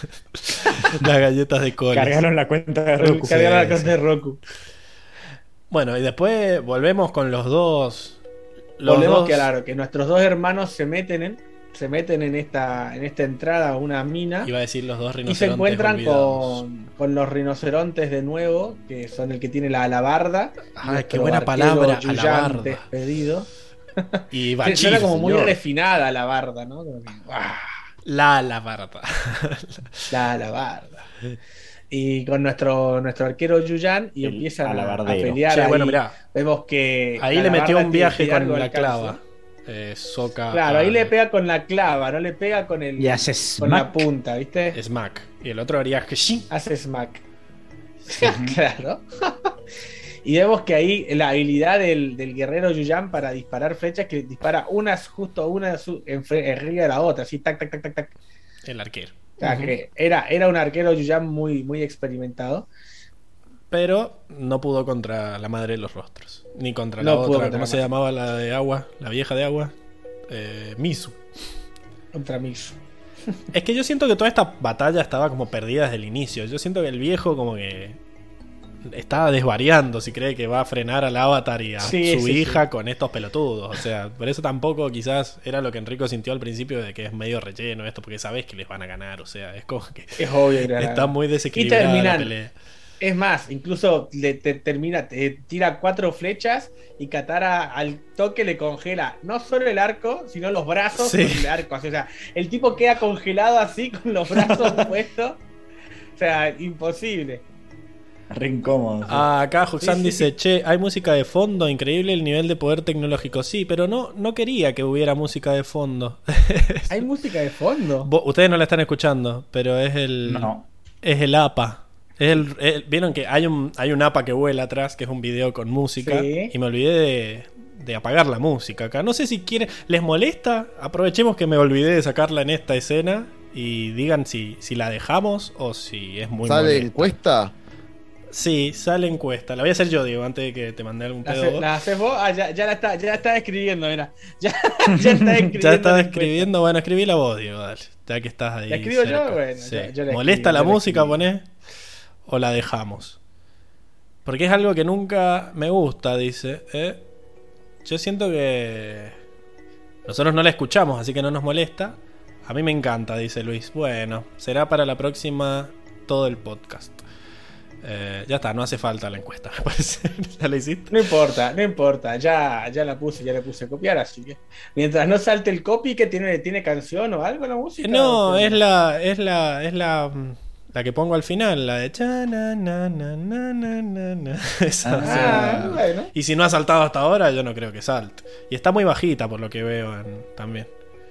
las galletas de coles. Cargaron la cuenta de Roku. Sí, Cargar la sí. cuenta de Roku. Bueno, y después volvemos con los dos. Los Volvemos dos- que claro, que nuestros dos hermanos se meten en, se meten en esta, en esta entrada a una mina Iba a decir los dos y se rinocerontes. encuentran olvidados. con, con los rinocerontes de nuevo, que son el que tiene la alabarda. Ay, nuestro qué buena arquero palabra, Yuyan alabarda. despedido. Y Sí, Bachir, suena como muy señor. refinada la barda, ¿no? Como que, ¡ah! La alabarda. La alabarda. Y con nuestro, nuestro arquero Yuyan y El empiezan a, a alabardero. pelear. Che, ahí. bueno, mirá. Vemos que Ahí la le metió alabarda un tiene- viaje tiene con algo de la alcance. clava. Eh, Sokka. Claro, a- ahí le pega con la clava, no le pega con el Y hace con la smack. punta, ¿viste? Smack. Y el otro haría que sí. Hace smack. Claro. Y vemos que ahí la habilidad del, del guerrero Yuyan para disparar flechas, que dispara unas justo una su- en fre- arriba de la otra, así tac, tac, tac, tac, tac. El arquero. O sea, Ujú. que era, era un arquero Yuyam muy, muy experimentado. Pero no pudo contra la madre de los rostros. Ni contra No la pudo otra. contra ¿Cómo la se madre. llamaba la de agua? La vieja de agua. Eh, Misu. Contra Misu. Es que yo siento que toda esta batalla estaba como perdida desde el inicio. Yo siento que el viejo como que estaba desvariando si cree que va a frenar al Avatar y a Sí, su sí, hija sí. con estos pelotudos. O sea, por eso tampoco quizás era lo que Enrico sintió al principio de que es medio relleno esto, porque sabes que les van a ganar. O sea, es como que Es obvio. Era, está muy y desequilibrada la terminan. pelea. Es más, incluso le te- termina, te tira cuatro flechas y Katara al toque le congela no solo el arco, sino los brazos Sí. con el arco. O sea, el tipo queda congelado así con los brazos puestos. O sea, imposible. Re incómodo. Ah, acá Juxan Sí, sí, dice, sí. che, hay música de fondo, increíble el nivel de poder tecnológico. Sí, pero no, no quería que hubiera música de fondo. Hay música de fondo. Vos- Ustedes no la están escuchando, pero es el... No. Es el A P A. Es el, el- Vieron que hay un, hay un A P A que vuela atrás, que es un video con música. Sí. Y me olvidé de, de apagar la música acá. No sé si quieren... ¿Les molesta? Aprovechemos que me olvidé de sacarla en esta escena. Y digan si, si la dejamos o si es muy ¿Sale molesta. encuesta? Sí, sale encuesta. La voy a hacer yo, Diego, antes de que te mande algún ¿La, pedo. hace- vos. la haces vos? Ah, ya, ya la está, ya la está escribiendo, mira. Ya, ya está escribiendo. Ya estaba la encuesta. escribiendo. Bueno, escribí la voz, Diego, dale. Ya que estás ahí. ¿La escribo yo? cerca. Bueno, Sí. yo- yo la ¿Molesta escribo, la yo la música, escribo. ponés? ¿O la dejamos? Porque es algo que nunca me gusta, dice. ¿eh? Yo siento que nosotros no la escuchamos, así que no nos molesta. A mí me encanta, dice Luis. Bueno, será para la próxima todo el podcast. Eh, ya está, no hace falta la encuesta, me parece. ¿Ya la hiciste? No importa, no importa. Ya, ya la puse, ya la puse a copiar, así que. Mientras no salte el copy que tiene, tiene canción o algo la música. No, ¿o qué? es la, es la, es la, la que pongo al final, la de cha, na, na, na, na, na, na, na. Esa, o sea, Ah, bueno. y si no ha saltado hasta ahora, yo no creo que salte. Y está muy bajita por lo que veo en- también.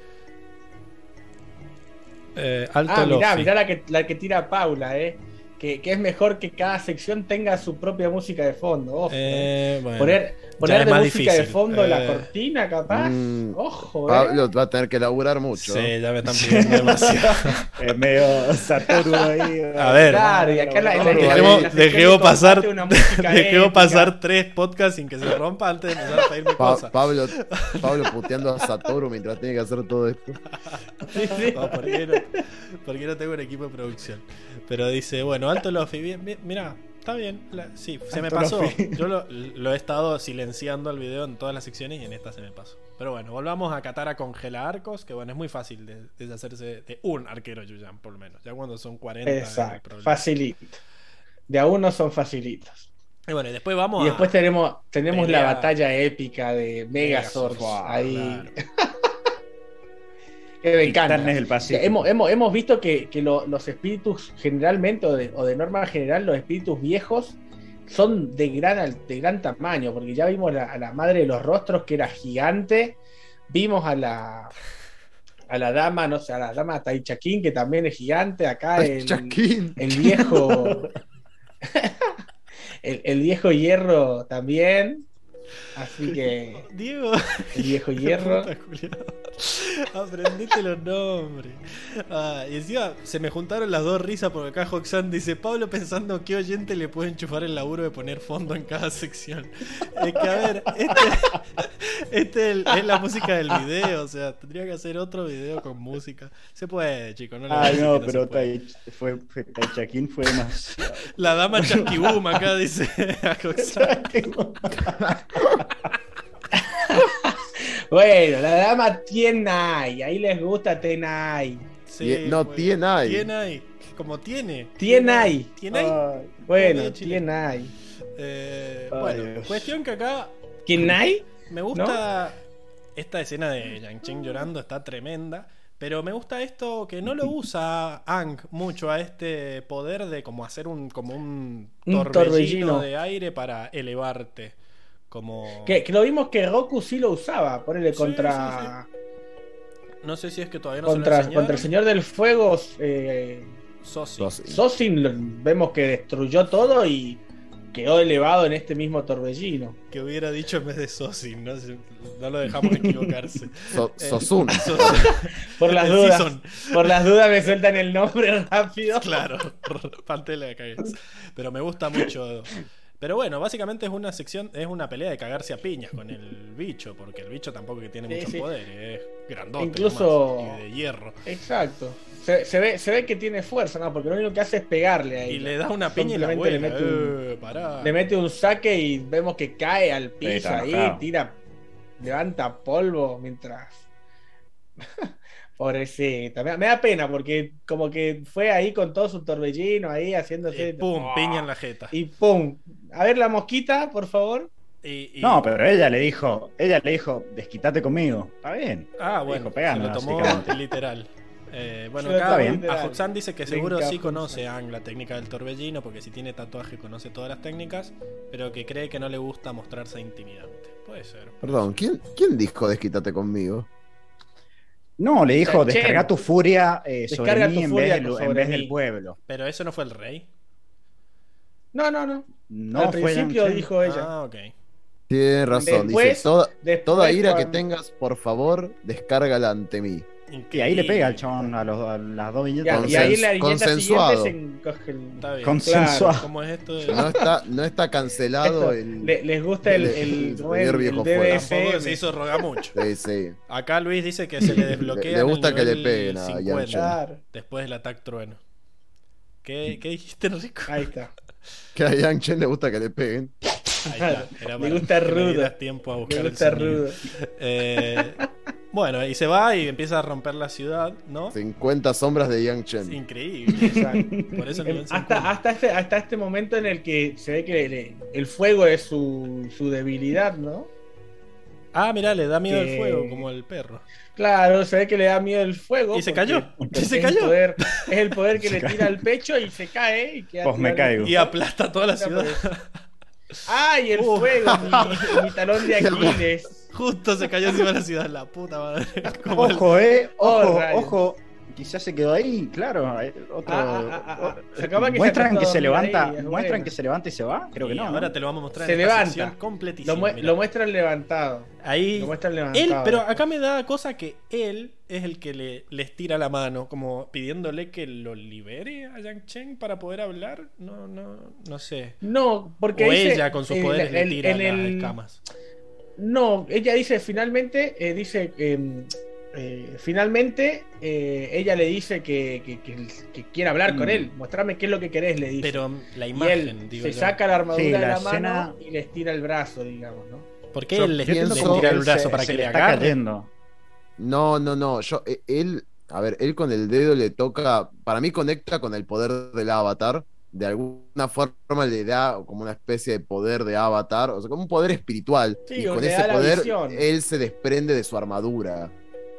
Eh, alto Ah, mirá, lofi. mirá la que, la que tira Paula, eh. Que, que es mejor que cada sección tenga su propia música de fondo. Ojo, eh. Eh, bueno, Poner, ya poner es de más música de difícil. fondo la Eh, cortina, capaz. Mm, Ojo, eh. Pablo va a tener que laburar mucho. Sí, ya me están pidiendo demasiado. Es medio Satoru ahí. A ver. Claro, y acá la, la- la- Dejemos, la sección dejemos de pasar, combate, una música dejemos épica. pasar tres podcasts sin que se rompa antes de empezar a pedirme Pa- cosas. Pablo, Pablo puteando a Satoru mientras tiene que hacer todo esto. Sí, sí. No, ¿por qué no? Porque no tengo un equipo de producción. Pero dice, bueno, alto lofi, bien, bien, mira, está bien. la- sí, se me Alto pasó. lofi. Yo lo, lo he estado silenciando el video en todas las secciones y en esta se me pasó. Pero bueno, volvamos a Katara congela arcos, que bueno, es muy fácil de deshacerse de un arquero Yuyam, por lo menos. Ya cuando son cuarenta es el Exacto, problema. facilito. De a uno son facilitos. Y bueno, y después vamos Y después a... tenemos, tenemos pelea- la batalla épica de Megazord. Megazord, Ahí. claro. Que me encanta. Titanes del Pacífico. Hemos, hemos, hemos visto que, que lo- los espíritus generalmente, o de, o de norma general, los espíritus viejos son de gran, al- de gran tamaño, porque ya vimos la- a la madre de los rostros que era gigante, vimos a la a la dama, no sé, a la dama Taichakin que también es gigante, acá el, Chaquín. el viejo el, el viejo hierro también, así que Diego, el viejo qué hierro. puta, culiao. Aprendete los nombres. Ah, y encima se me juntaron las dos risas porque acá Hoxan dice Pablo pensando qué oyente le puede enchufar el laburo de poner fondo en cada sección. Es que a ver, este, este es, es la música del video, o sea, tendría que hacer otro video con música. Se puede, chicos, no le voy a Ay, decir no, que pero se puede. Tai- fue, fue, Taichakin fue demasiado. La dama Chasquibum acá dice a Hoxan. Bueno, la dama Tienai, ahí les gusta Tenai. Sí, Tie- no, bueno. Tienai. Tienai, como tiene. Tienai. Tienai. Ay, Bueno, de Chile. Tienai. Eh, Ay, bueno, Dios. cuestión que acá ¿Tienai? me gusta esta escena de Yang Chen llorando, está tremenda. Pero me gusta esto que no lo usa Aang mucho a este poder de como hacer un como un Un torbellino, torbellino. de aire para elevarte. Como Que, que lo vimos que Goku sí lo usaba, ponele Sí, contra, no sé si es que todavía no se contra, lo enseñaron. contra el Señor del Fuego. Eh, Sosi. Sosi. Sosin lo- vemos que destruyó todo y quedó elevado en este mismo torbellino. Que hubiera dicho en vez de Sosin, no, Se- no lo dejamos equivocarse. So- Eh, Sosun. Por las El dudas. Season. Por las dudas me sueltan el nombre rápido. Claro, Pantela de cagues. Pero me gusta mucho. Pero bueno, básicamente es una sección, es una pelea de cagarse a piñas con el bicho, porque el bicho tampoco que tiene Sí, mucho sí. poder, es grandote Incluso- nomás, y de hierro. Exacto. Se, se ve, se ve que tiene fuerza, ¿no? Porque lo único que hace es pegarle ahí. Y le da una piña y la Simplemente vuela. le mete un- Eh, pará. Le mete un saque y vemos que cae al piso está ahí, enojado. tira, levanta polvo mientras. Pobrecita, me, me da pena porque como que fue ahí con todo su torbellino ahí haciéndose. Y pum, ¡Oh! piña en la jeta. Y pum. A ver la mosquita, por favor. Y- y- No, pero ella le dijo, ella le dijo, desquitate conmigo. Está bien. Ah, bueno, dijo, pegando, se lo tomó básicamente. literal. Eh, bueno, Se lo acá tomó literal. Ajuxan dice que Le seguro encaja sí un conoce saco. a Aang la técnica del torbellino, porque si tiene tatuaje conoce todas las técnicas, pero que cree que no le gusta mostrarse intimidante. Puede ser. Perdón, ¿quién, ¿quién dijo desquítate conmigo? No, le dijo, Che, descarga tu furia eh, sobre Descarga mí tu en furia vez, del, sobre en vez mí. del pueblo. Pero eso no fue el rey. No, no, no. No Al fue principio Yang Chen. dijo ella. Ah, ok. Tienes razón, Después- dice, toda, Después, toda ira que cuando- tengas, por favor, descárgala ante mí. Y ahí le pega al chabón a, los, a las dos Y, viñetas. y ahí en la Consens- viñeta consensuado. siguiente se encoge el. Está bien. Consensuado. ¿Cómo es esto? de- No está, no está cancelado Esto, el... le- les gusta el, el- el, el ¿cómo es? señor El viejo D B F M. Tampoco se hizo rogar mucho. Sí, sí. Acá Luis dice que se le desbloquea. Le- le gusta en el que le nivel peguen a Yang cincuenta, Chen. Claro, después del ataque trueno. ¿Qué, ¿Qué dijiste, Enrico? ahí está. Que a Yang Chen le gusta que le peguen. Ahí está. Era Me para gusta que le rudo. dieras tiempo a Me buscar el gusta sonido. rudo. Eh, bueno, y se va y empieza a romper la ciudad, ¿no? cincuenta sombras de Yang Es Chen. increíble. Exacto. Por eso Em, nivel hasta, cincuenta. hasta, este, hasta este momento en el que se ve que le- el fuego es su, su debilidad, ¿no? Ah, mirá, le da miedo que- el fuego, como el perro. Claro, se ve que le da miedo el fuego. Y se porque cayó. Y se es cayó. El poder, es el poder que Se le cayó. tira al pecho y se cae. Y queda Pues me tirado. caigo. Y aplasta toda la ciudad. ¡Ay, el Uh. fuego! Mi, mi talón de Aquiles. Justo se cayó encima de la ciudad, la puta madre. Como el- Ojo, eh. Oh, Ojo, rayos. ojo. Quizás se quedó ahí, claro. eh, Otro, Ah, ah, ah, ah. o- Se acaba que se muestran acostó que a se dormir levanta, ahí, es muestran bueno. que se levanta y se va. Creo que y no. ahora ¿no? te lo vamos a mostrar Se en esta levanta. sección completísima. Lo, mue- mirá. lo muestran levantado. Ahí Lo muestran levantado. él, pero acá me da cosa que él es el que le, les tira la mano, como pidiéndole que lo libere a Yang Chen para poder hablar. No, no, no sé. No, porque O dice, ella con sus eh, poderes le el- tira en las el- escamas. No, ella dice finalmente, eh, dice, eh, eh, finalmente eh, ella le dice que, que- que- que quiere hablar con Mm. él. Mostrame qué es lo que querés, le dice. Pero la y imagen, él digo se yo. saca la armadura Sí, de la la escena- mano y les tira el brazo, digamos, ¿no? ¿Por qué Yo él les, pienso- les tira el Él brazo se- para se que le está agarre? cayendo. No, no, no. Yo, eh, él, a ver, él con el dedo le toca. Para mí conecta con el poder del avatar. De alguna forma le da como una especie de poder de avatar, o sea, como un poder espiritual. Sí, y con le ese da la poder visión. él se desprende de su armadura.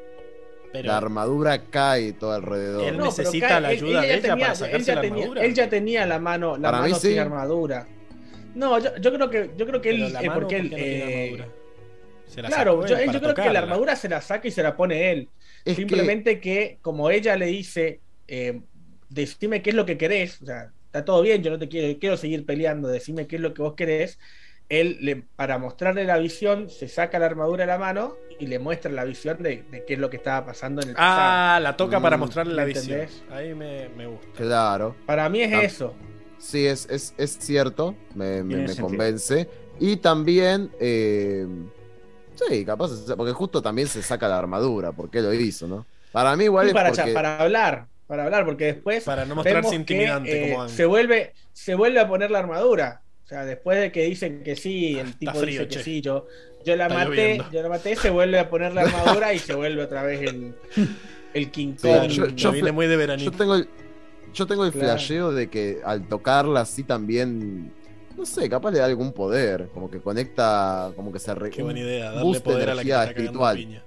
Pero La armadura cae todo alrededor. Él No, necesita pero cae- la él- ayuda de ya ella tenía- para él sacarse ya la tenía- armadura. Él ya tenía la mano, la Para mí mano sí. sin armadura. No, yo, yo creo que yo creo que Pero él, la eh, mano, porque ¿por él, qué no tiene eh, armadura? Se la claro, sacó yo, él yo para creo que la tocarla. armadura se la saca y se la pone él. Es que- Simplemente que... como ella le dice, eh, decime qué es lo que querés, o sea, está todo bien, yo no te quiero, quiero seguir peleando, decime qué es lo que vos querés. Él, le, para mostrarle la visión, se saca la armadura de la mano y le muestra la visión de, de qué es lo que estaba pasando en el pasado. Ah, la toca para Mm, mostrarle la ¿me visión. entendés? Ahí me, me gusta. Claro. Para mí es Ah. eso. Sí, es, es, es cierto, me, me- Tiene me sentido. convence. Y también, eh, sí, capaz, porque justo también se saca la armadura, porque lo hizo, ¿no? Para mí igual Y es para, porque... para hablar, para hablar, porque después Para no mostrarse vemos que, intimidante eh, como Aang. se vuelve, se vuelve a poner la armadura. O sea, después de que dicen que sí, el tipo frío, dice que che. sí, yo, yo la Está maté, lloviendo. yo la maté, se vuelve a poner la armadura y se vuelve otra vez el, el King Sí, Kong. yo- Yo, yo- vine muy de Yo veranito. tengo el, yo tengo el Claro. flasheo de que al tocarla así también, no sé, capaz le da algún poder, como que conecta, como que se re, Qué buena idea, un darle boost de poder a la que energía está cagando espiritual. piñas.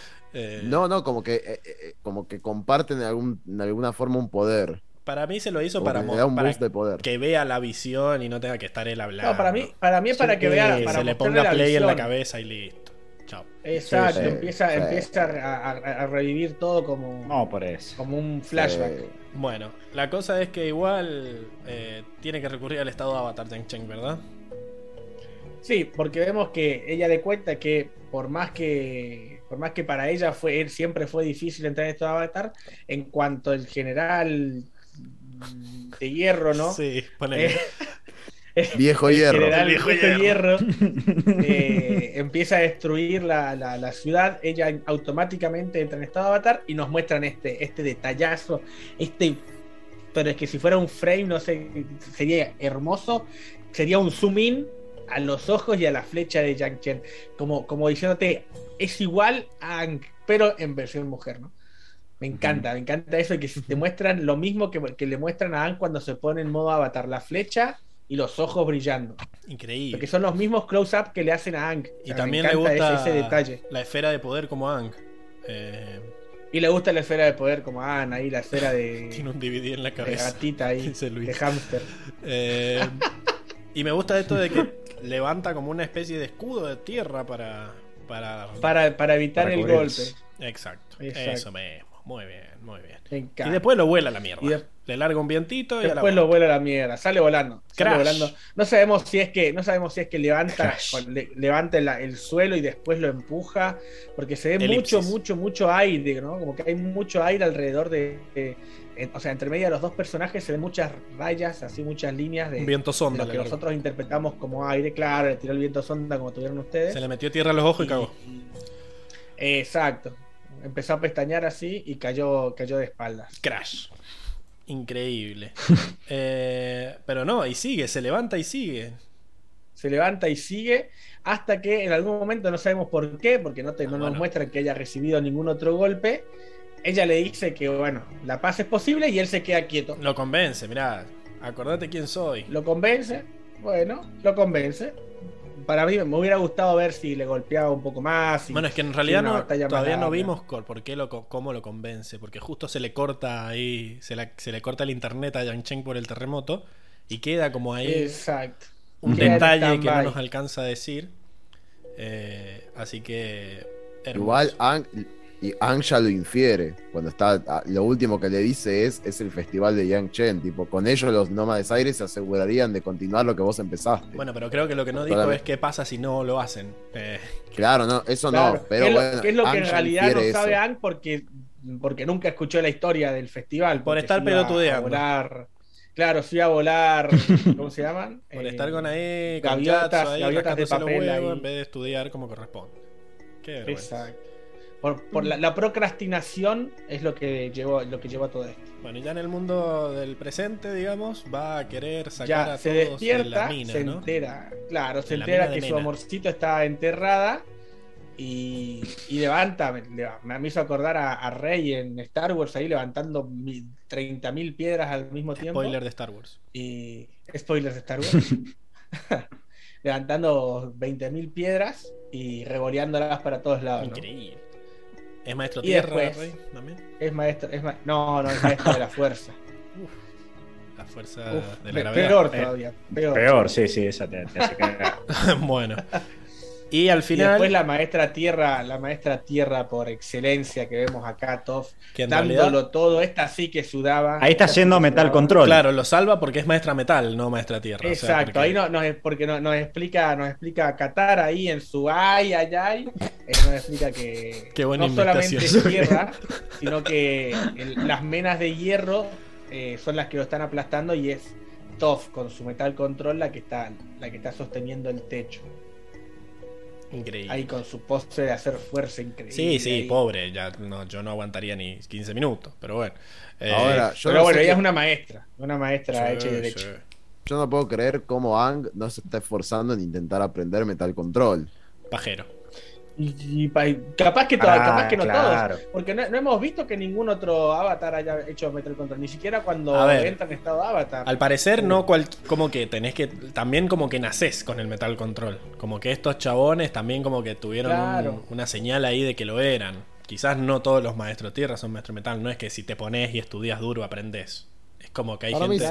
Eh, No, no, como que eh, eh, como que comparten de, algún, de alguna forma un poder. Para mí se lo hizo Como para, que mo- le da un para boost de poder. que vea la visión y no tenga que estar él hablando. No, para mí, para mí es para que Sí, vea, Que para se le mostrarle ponga la play en la visión. cabeza y listo. chao. Exacto, Sí, sí, empieza, sí. empieza a, a- a revivir todo como, No, por eso. como un flashback. Eh, Bueno, la cosa es que igual eh, tiene que recurrir al estado de Avatar Yang Chen, ¿verdad? Sí, porque vemos que ella le cuenta que por más que por más que para ella fue él siempre fue difícil entrar en estado de Avatar, en cuanto el general de hierro, ¿no? Sí, ponele. Eh, Viejo el hierro. general El viejo viejo hierro. hierro, eh, empieza a destruir la, la- la ciudad, ella automáticamente entra en estado de Avatar y nos muestran este, este detallazo, este, pero es que si fuera un frame, no sé, sería hermoso, sería un zoom in a los ojos y a la flecha de Yang Chen, como, como diciéndote, es igual a Aang, pero en versión mujer, ¿no? Me encanta, me encanta eso de que te muestran lo mismo que, que le muestran a Aang cuando se pone en modo Avatar, la flecha y los ojos brillando. Increíble. Porque son los mismos close-up que le hacen a Aang. O Y sea, también me le encanta gusta ese, ese detalle. la esfera de poder como Aang. Eh, Y le gusta la esfera de poder como a Aang, ahí la esfera de, tiene un D V D en la de cabeza. gatita ahí, Dice Luis. de hámster. Eh, y me gusta esto de que levanta como una especie de escudo de tierra para... para... Para, para evitar Para el cubrirse. golpe. Exacto, Exacto. eso mismo. Muy bien, muy bien. Me encanta. Y después lo vuela a la mierda. Y de- Le larga un vientito y a la Después lo vuela a la mierda, sale volando, sale Crash. volando. No sabemos si es que, no sabemos si es que levanta, Crash. con- le- levanta la- el suelo y después lo empuja, porque se ve Elipsis. mucho, mucho, mucho aire, ¿no? Como que hay mucho aire alrededor de, de- en- o sea, entre medio de los dos personajes se ven muchas rayas, así muchas líneas de, Un viento de sonda. lo le que largó. nosotros interpretamos como aire. Claro, le tiró el viento sonda como tuvieron ustedes. Se le metió tierra a los ojos y, Y- cagó. Exacto. Empezó a pestañear así y cayó, cayó de espaldas. Crash. Increíble. Eh, pero no, y sigue, se levanta y sigue. Se levanta y sigue hasta que en algún momento, no sabemos por qué, porque no, te, no Ah, nos bueno. muestran que haya recibido ningún otro golpe, ella le dice que bueno, la paz es posible y él se queda quieto. Lo convence, mirá. Acordate quién soy. Lo convence, bueno, lo convence. Para mí me hubiera gustado ver si le golpeaba un poco más. si- Bueno, es que en si realidad una no, batalla más todavía no larga. vimos co- por qué lo, co- cómo lo convence. Porque justo se le corta ahí, se, la- se le corta el internet a Yang Chen por el terremoto. Y queda como ahí Exacto. un Queda en detalle que no stand-by. nos alcanza a decir. Eh, así que... hermoso. Igual Aang, y Aang ya lo infiere. Cuando está, a- lo último que le dice es, es el festival de Yang Chen. Tipo, con ellos los nómades aires se asegurarían de continuar lo que vos empezaste. Bueno, pero creo que lo que no dijo Solamente- es qué pasa si no lo hacen. Eh, Claro, no, eso Claro, no. Pero que es lo, bueno, que es lo que Aang en ya realidad no infiere sabe eso. Aang porque, porque nunca escuchó la historia del festival. Por porque estar se iba a pelotudeando. volar- Claro, se iba a volar. ¿Cómo se llaman? por Eh, estar con ahí, con gaviotas, Yatso ahí, gaviotas de rascándose los papel huevos, ahí. en vez de estudiar como corresponde. Qué vergüenza. Exacto. Por, por la, la procrastinación es lo que llevó, lo que llevó a todo esto. Bueno, y ya en el mundo del presente, digamos, va a querer sacar Ya a se todos de despierta, la mina, se ¿no? entera, claro, se De la entera mina de que su Mena. amorcito está enterrada y, y levanta, me, me hizo acordar a, a Rey en Star Wars ahí levantando mi- treinta mil piedras al mismo tiempo. Spoiler de Star Wars. Y spoilers de Star Wars. Levantando veinte mil piedras y revoleándolas para todos lados. ¿no? Increíble. ¿Es maestro Y tierra, después- Rey? ¿También? Es maestro, es ma- no, no, es maestro de la fuerza. La fuerza Uf, de la pe- gravedad. peor Eh, todavía. Peor. Peor, sí, sí, esa te, te hace cagar. Bueno. Y al Y final, después la maestra tierra, la maestra tierra por excelencia que vemos acá, Toph, que en dándolo realidad, todo. Esta sí que sudaba. Ahí está esta sí haciendo que Metal sudaba. Control. claro, lo salva porque es maestra metal, no maestra tierra. o sea, Exacto, porque- ahí no, nos, porque no- nos explica, nos explica Qatar ahí en su ay, ay, ay, eh, nos explica que Qué buena no solamente es imitación. tierra, sino que el- las menas de hierro eh, son las que lo están aplastando y es Toph con su Metal Control la que está, la que está sosteniendo el techo. Increíble. Ahí con su pose de hacer fuerza increíble. Sí, sí, ahí. pobre. Ya no, yo no aguantaría ni quince minutos, pero bueno. Eh, Ahora, yo Pero no bueno, sé ella qué- es una maestra, una maestra sí, hecha y derecha. sí. Yo no puedo creer cómo Aang no se está esforzando en intentar aprender Metal Control. Pajero. Y, y pa- capaz que, to- Ah, capaz que no claro. todos, porque no, no hemos visto que ningún otro avatar haya hecho Metal Control, ni siquiera cuando A ver. entra en estado de avatar. Al parecer, no cual, como que tenés que. También como que nacés con el Metal Control. Como que estos chabones también como que tuvieron Claro. un- una señal ahí de que lo eran. Quizás no todos los maestros tierra son maestro metal. No es que si te pones y estudias duro aprendés. Es como que hay Para mí gente. Claro.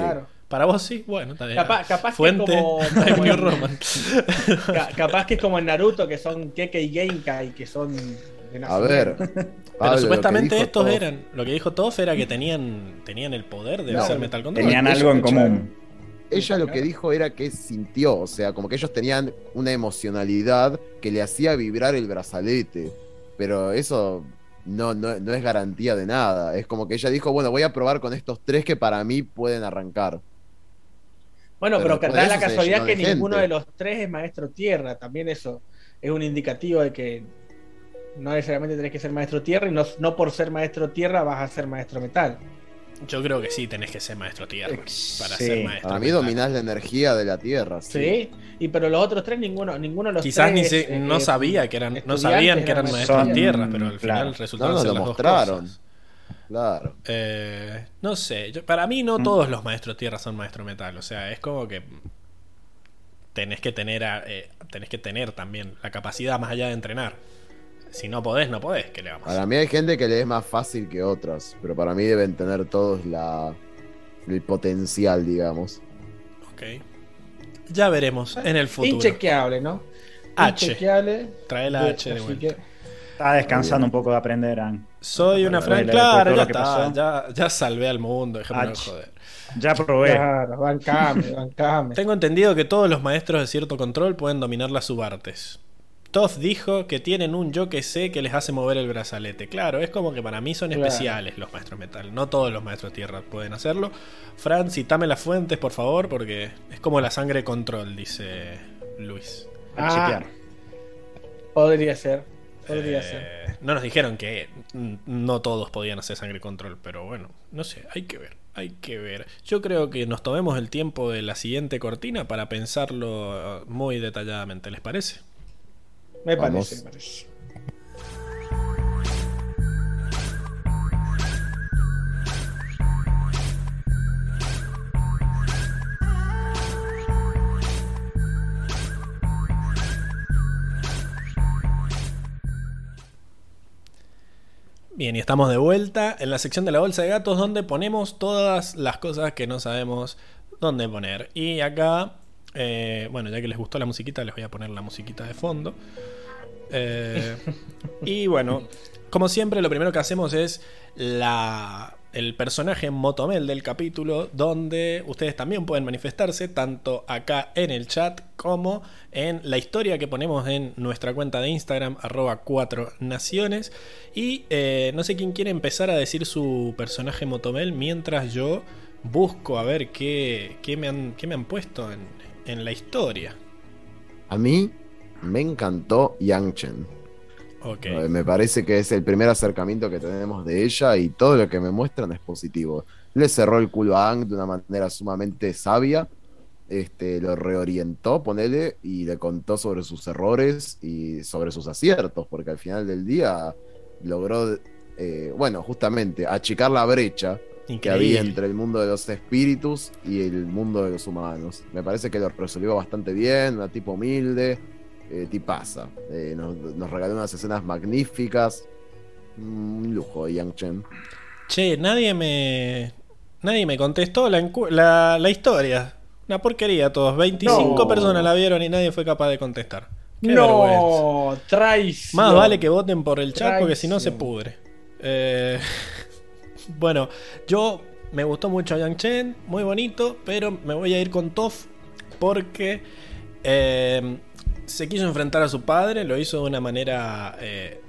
Para vos sí, bueno, está bien. Capaz, capaz Fuente, que es como, Time como New en- Roman. ca- capaz que es como en Naruto, que son Keke y Genkai, que son de A ver. nacimiento. Pero Pablo, lo supuestamente que dijo estos Toff- eran, lo que dijo Toff era que tenían, tenían el poder de No, hacer Metal Control. Tenían Ellos algo en escucharon. común. Ella lo que dijo era que sintió, o sea, como que ellos tenían una emocionalidad que le hacía vibrar el brazalete. Pero eso no, no, no es garantía de nada. Es como que ella dijo, bueno, voy a probar con estos tres que para mí pueden arrancar. Bueno, Pero pero, después da de la eso se casualidad llenó que de ninguno gente. de los tres es maestro tierra. También eso es un indicativo de que no necesariamente tenés que ser maestro tierra y no, no por ser maestro tierra vas a ser maestro metal. Yo creo que sí tenés que ser maestro tierra para Sí, ser maestro. Para mí metal. dominás la energía de la tierra. Sí. Sí, y pero los otros tres, ninguno, ninguno de los Quizás tres. ni se- eh, no eh, sabía que eran, no estudiantes sabían que eran eran maestros son- tierra, pero al final claro. No resultaron nos ser lo las dos mostraron. cosas. Claro. Eh, no sé, yo- para mí no Mm. todos los maestros tierra son maestro metal, o sea, es como que tenés que tener a- eh, tenés que tener también la capacidad más allá de entrenar. Si no podés, no podés, ¿qué le vamos a Para hacer? mí hay gente que le es más fácil que otras, pero para mí deben tener todos la, el potencial, digamos. Ok. Ya veremos en el futuro. Inchequeable, ¿no? H. Inchequeable. Trae la H de Así vuelta. que- Estaba descansando un poco de aprender. An. Soy una Después Fran, de claro, todo ya lo que está, pasó. ya, ya salvé al mundo, déjame de Ach. joder. Ya probé. Claro, bancame, bancame. Tengo entendido que todos los maestros de cierto control pueden dominar las subartes. Toff dijo que tienen un yo que sé que les hace mover el brazalete. Claro, es como que para mí son Claro. especiales los maestros metal. No todos los maestros tierra pueden hacerlo. Fran, citame las fuentes, por favor, porque es como la sangre control, dice Luis. A Ah, chequear. Podría ser. Podría Eh, ser. No nos dijeron que mm, no todos podían hacer sangre control, pero bueno, no sé, hay que ver, hay que ver. Yo creo que nos tomemos el tiempo de la siguiente cortina para pensarlo uh, muy detalladamente, ¿les parece? Me Vamos. parece, me parece. Bien, y estamos de vuelta en la sección de la bolsa de gatos donde ponemos todas las cosas que no sabemos dónde poner. Y acá, eh, bueno, ya que les gustó la musiquita, les voy a poner la musiquita de fondo. Eh, y bueno, como siempre, lo primero que hacemos es la, el personaje Motomel del capítulo, donde ustedes también pueden manifestarse, tanto acá en el chat como en la historia que ponemos en nuestra cuenta de Instagram, arroba cuatro naciones. Y eh, no sé quién quiere empezar a decir su personaje Motomel mientras yo busco a ver qué, qué, me, han, qué me han puesto en, en la historia. A mí me encantó Yang Chen. Ok. Eh, Me parece que es el primer acercamiento que tenemos de ella y todo lo que me muestran es positivo. Le cerró el culo a Aang de una manera sumamente sabia, este, lo reorientó, ponele, y le contó sobre sus errores y sobre sus aciertos, porque al final del día logró, eh, bueno, justamente achicar la brecha que había Increíble. entre el mundo de los espíritus y el mundo de los humanos. Me parece que lo resolvió bastante bien, una tipo humilde. Eh, tipaza. Eh, nos, nos regaló unas escenas magníficas. Un lujo de Yang Chen. Che, nadie me. Nadie me contestó la, encu- la, la historia. Una porquería todos. veinticinco No. personas la vieron y nadie fue capaz de contestar. Qué vergüenza. No, traición. Más vale que voten por el chat porque si no se Traición. pudre. Eh, bueno, yo me gustó mucho Yang Chen, muy bonito, pero me voy a ir con Toff porque eh, se quiso enfrentar a su padre, lo hizo de una manera eh,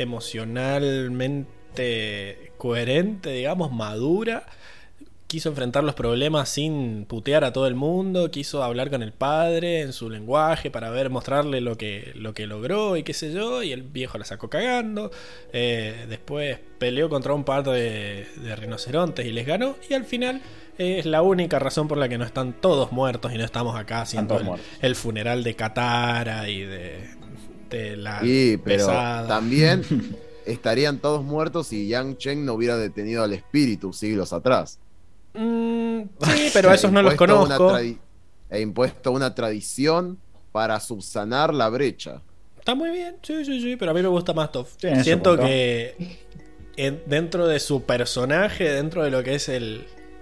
emocionalmente coherente, digamos, madura. Quiso enfrentar los problemas sin putear a todo el mundo, quiso hablar con el padre en su lenguaje para ver, mostrarle lo que, lo que logró y qué sé yo, y el viejo la sacó cagando. Eh, después peleó contra un par de, de rinocerontes y les ganó, y al final eh, es la única razón por la que no están todos muertos y no estamos acá haciendo todos el, muertos. el funeral de Katara y de, de la Sí, pero pesada. también estarían todos muertos si Yang Chen no hubiera detenido al espíritu siglos atrás. Mm, sí, pero a esos no los Impuesto una conozco. tradi- E impuesto una tradición para subsanar la brecha. Está muy bien, sí, sí, sí, pero a mí me gusta más Toph. Tiene su Siento punto. que en- dentro de su personaje, dentro de lo que es el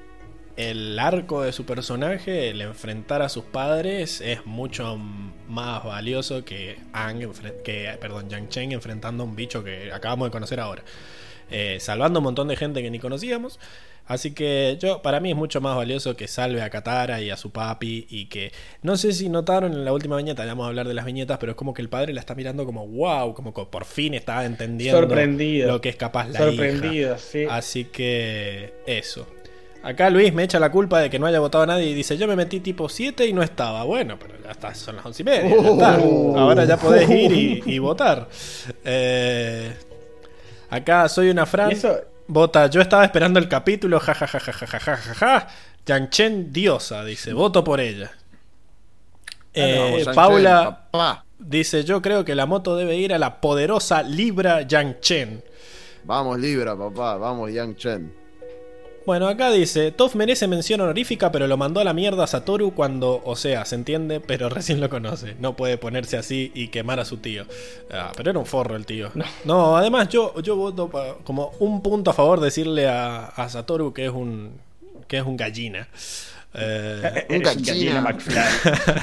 el arco de su personaje, el enfrentar a sus padres, es mucho más valioso que Aang, que, perdón, Yang Chen enfrentando a un bicho que acabamos de conocer ahora. Eh, salvando un montón de gente que ni conocíamos. Así que yo, para mí es mucho más valioso que salve a Katara y a su papi. Y que, no sé si notaron en la última viñeta, ya vamos a hablar de las viñetas, pero es como que el padre la está mirando como wow, como que por fin está entendiendo Sorprendido. lo que es capaz la Sorprendido, hija. sí. Así que eso. Acá Luis me echa la culpa de que no haya votado a nadie y dice: yo me metí tipo siete y no estaba. Bueno, pero ya está, son las once y media, ya está. Ahora ya podés ir y, y votar. Eh, acá soy una Fran. Y eso... Vota, yo estaba esperando el capítulo, jajajajajajaja. Yang Chen, diosa, dice, voto por ella. Eh, Vamos, Yang Paula Chen, papá. dice: yo creo que la moto debe ir a la poderosa Libra Yang Chen. Vamos Libra, papá, vamos Yang Chen. Bueno, acá dice: Toph merece mención honorífica, pero lo mandó a la mierda a Satoru cuando, o sea, se entiende, pero recién lo conoce. No puede ponerse así y quemar a su tío. Ah, pero era un forro el tío. No, no además yo, yo voto pa, como un punto a favor decirle a, a Satoru que es un que es un gallina. Eh, Un gallina McFly.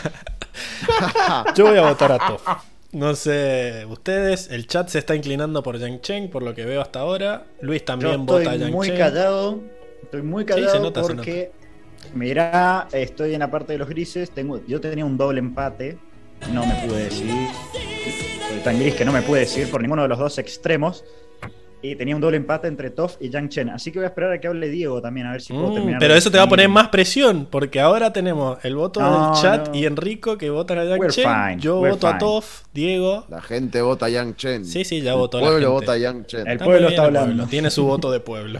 yo voy a votar a Toph. No sé, ustedes, el chat se está inclinando por Yang Chen, por lo que veo hasta ahora. Luis Yo también vota a estoy Yang muy Chen. callado. Estoy muy Sí, callado se nota, se porque, mirá, estoy en la parte de los grises. Tengo, yo tenía un doble empate. No me pude decidir. Soy tan gris que no me pude decidir por ninguno de los dos extremos. Y tenía un doble empate entre Toph y Yang Chen. Así que voy a esperar a que hable Diego también, a ver si puedo Mm, terminar. pero de eso te va a definir. poner más presión, porque ahora tenemos el voto No, del chat no. y Enrico que votan a Yang We're Chen. fine, Yo we're voto a fine. Toph, Diego. La gente vota Yang Chen. Sí, sí, ya El votó la pueblo gente. vota Yang Chen. El Está pueblo muy bien está el hablando. pueblo, tiene su voto de pueblo.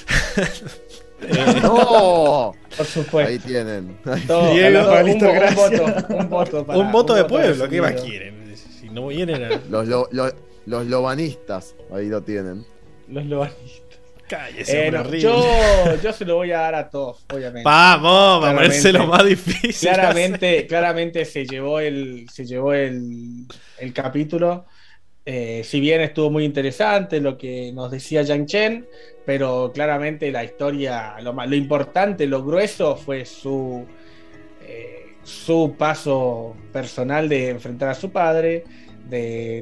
Eh, ¡No! Por supuesto. Ahí tienen. Todo, Diego, todo, un, listo, un gracias. voto, un voto para- un voto de voto para pueblo, ¿qué más Diego. quieren? Si no vienen a... Los, lo- lo- los lobanistas, ahí lo tienen. Los lobanistas. Cállese, Eh, hombre, no, horrible. yo, yo se lo voy a dar a todos, obviamente. Vamos, va a ponerse Claramente. lo más difícil. Claramente, claramente se llevó el, se llevó el, el capítulo. Eh, si bien estuvo muy interesante lo que nos decía Yang Chen, pero claramente la historia, lo, más- lo importante, lo grueso fue su, eh, su paso personal de enfrentar a su padre, de,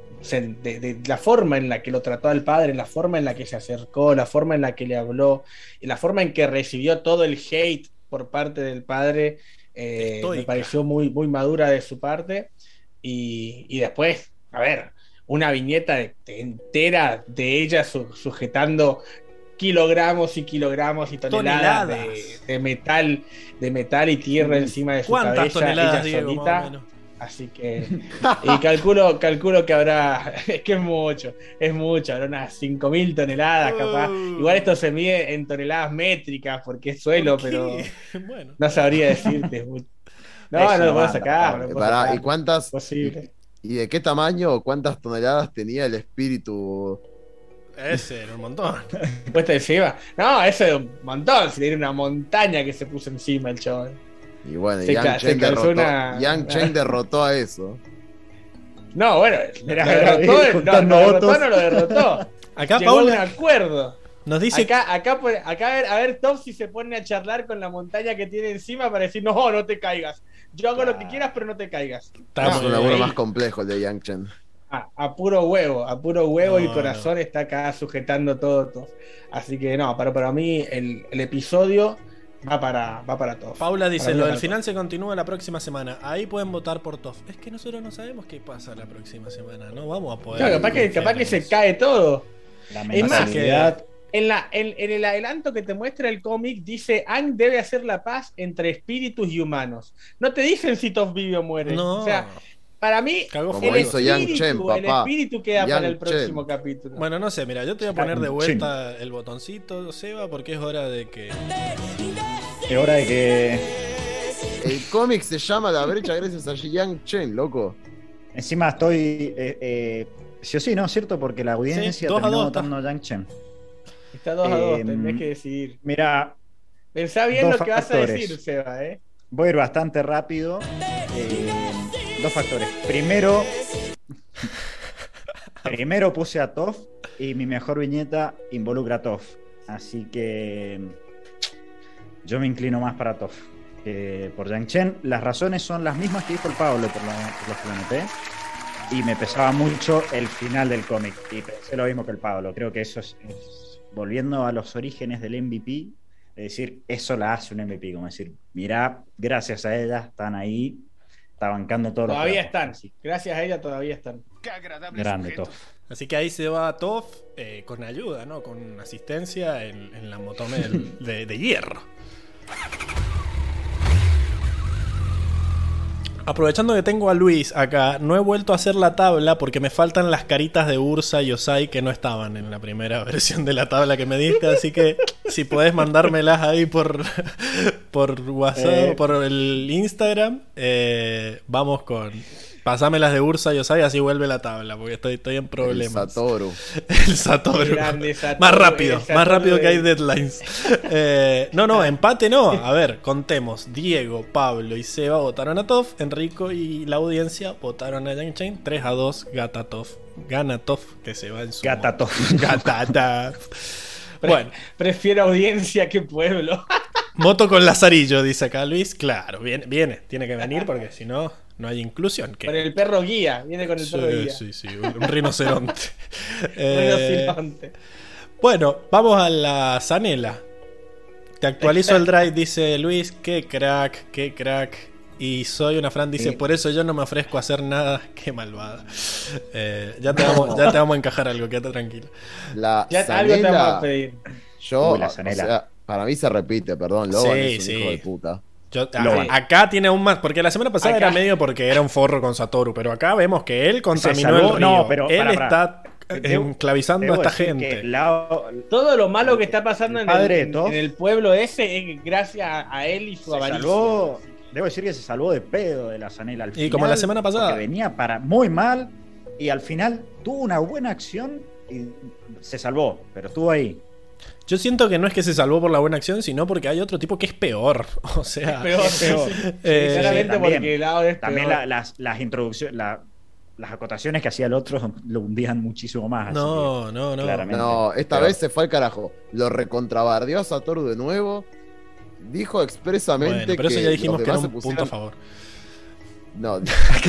de, de la forma en la que lo trató al padre, la forma en la que se acercó, la forma en la que le habló, y la forma en que recibió todo el hate por parte del padre. Eh, me Estoica. pareció muy, muy madura de su parte. Y, y después, a ver, una viñeta de- de entera de ella su- sujetando kilogramos y kilogramos y toneladas, Toneladas. De, de metal, de metal y tierra encima de su ¿Cuántas cabeza, toneladas, ella Diego, solita. más o menos? Así que, y calculo, calculo que habrá, es que es mucho, es mucho, habrá unas cinco mil toneladas capaz. Uh. Igual esto se mide en toneladas métricas porque es suelo, ¿Por pero qué? Bueno. no sabría decirte. No, Es no una lo puedo banda, sacar. papá. No lo puedo Pará, sacar. ¿y cuántas? Posible. ¿Y de qué tamaño o cuántas toneladas tenía el espíritu? Ese era un montón. Puesta encima. No, eso es un montón. Si era una montaña que se puso encima el chabón. Y bueno, Se ca- Yang se Chen, calzó derrotó, una- Yang Chen derrotó a eso. No, bueno, lo Era- derrotó, no, juntando lo derrotó, votos. no lo derrotó. Acá Llegó a un Paula acuerdo. nos dice Acá, acá, pone- acá a ver, a ver, Top si se pone a charlar con la montaña que tiene encima para decir, no, no te caigas. Yo hago lo que quieras, pero no te caigas. Está es muy un laburo bien. más complejo el de Yang Chen. Ah, a puro huevo, a puro huevo No, y corazón está acá sujetando todo, todo. Así que no, para, para mí el, el episodio va para, va para todos. Paula dice: Para mí lo va del para final se continúa la próxima semana. Ahí pueden votar por Toph. Es que nosotros no sabemos qué pasa la próxima semana. No vamos a poder. Claro, capaz que, capaz que se cae todo. La Es más, mentalidad. En, la, en, en el adelanto que te muestra el cómic dice Aang debe hacer la paz entre espíritus y humanos. No te dicen si Toph vive o muere. No. O sea, para mí Cagó Como el hizo espíritu, Yang Chen, el papá. espíritu queda Yang para el próximo Chen. capítulo. Bueno, no sé, mira, yo te voy a poner de vuelta el botoncito, Seba, porque es hora de que. Es hora de que. El cómic se llama La brecha gracias a Yang Chen, loco. Encima estoy. Eh, eh, sí o sí, ¿no? ¿Cierto? Porque la audiencia Sí, dos a terminó dos está. votando a Yang Chen. Está dos a dos, eh, tendrés que decidir. Mira, Pensá bien dos lo que vas a factores. decir, Seba, ¿eh? voy a ir bastante rápido. Eh, dos factores. Primero. Primero puse a Toph y mi mejor viñeta involucra a Toph. Así que. Yo me inclino más para Toph que por Yang Chen. Las razones son las mismas que dijo el Pablo, por, la, por los que lo noté. Y me pesaba mucho el final del cómic. Y pensé lo mismo que el Pablo. Creo que eso es, es volviendo a los orígenes del M V P. Es decir, eso la hace un M V P. Como decir, mirá, gracias a ella están ahí. Está bancando todo. Todavía están. Así. Gracias a ella todavía están. Qué agradable Grande sujeto. Toph. Así que ahí se va Toph eh, con ayuda, ¿no? Con asistencia en, en la motome del- de, de hierro. Aprovechando que tengo a Luis acá, no he vuelto a hacer la tabla porque me faltan las caritas de Ursa y Osai que no estaban en la primera versión de la tabla que me diste, así que si podés mandármelas ahí por, por WhatsApp Eh. o por el Instagram, eh, vamos con... Pasámelas de Ursa y Osai, así vuelve la tabla, porque estoy, estoy en El problemas. Satoru. El Satoru. Qué grande Satoru, Más rápido, el Satoru más rápido que hay de- deadlines. Eh, no, no, empate no. A ver, contemos. Diego, Pablo y Seba votaron a Toph. Enrico y la audiencia votaron a Yang Chen. tres a dos, gata Toph. Gana Toph, que se va en su... Gata Toph. Gata Toph. Pre- Bueno, Prefiero audiencia que pueblo. moto con Lazarillo, dice acá Luis. Claro, viene, viene. Tiene que venir porque si no, no hay inclusión. ¿Qué? Con el perro guía. Viene con el perro Sí, guía. sí, sí, un, un rinoceronte. Eh, Rinoceronte. Bueno, vamos a la Zanela. Te actualizo el drive, dice Luis. Qué crack, qué crack. Y soy una Fran, dice, Sí. por eso yo no me ofrezco a hacer nada. Qué malvada. Eh, ya, te vamos, ya te vamos a encajar algo, quédate tranquilo. La Ya algo te vamos a Zanela, pedir. yo, Uy, la o Zanela. sea, para mí se repite, perdón, Logan Sí, es un sí. hijo de puta. Yo- a- Logan. acá tiene aún más, porque la semana pasada Acá. era medio porque era un forro con Satoru, pero acá vemos que él contaminó salvó- el río. no, pero él pará, pará. está Debo- esclavizando a Debo esta decir que gente. Lao- Todo lo malo que está pasando en El padre el, de Toph en el pueblo ese es gracias a, a él y su se avaricia. salvó, debo decir que se salvó de pedo de la Zanela al Y final. como la semana pasada. Porque venía para muy mal y al final tuvo una buena acción y se salvó, pero estuvo ahí. Yo siento que no es que se salvó por la buena acción, sino porque hay otro tipo que es peor. O sea, Peor, peor. Eh, Sinceramente, sí, también. porque el lado es También peor. la- las, las introducciones, la- las acotaciones que hacía el otro lo hundían muchísimo más. así no, no, no. que, claramente. No, esta Pero- vez se fue al carajo. Lo recontrabardeó a Satoru de nuevo. Dijo expresamente Bueno, pero eso que ya dijimos los que era demás un se punto a pusieran- favor. No,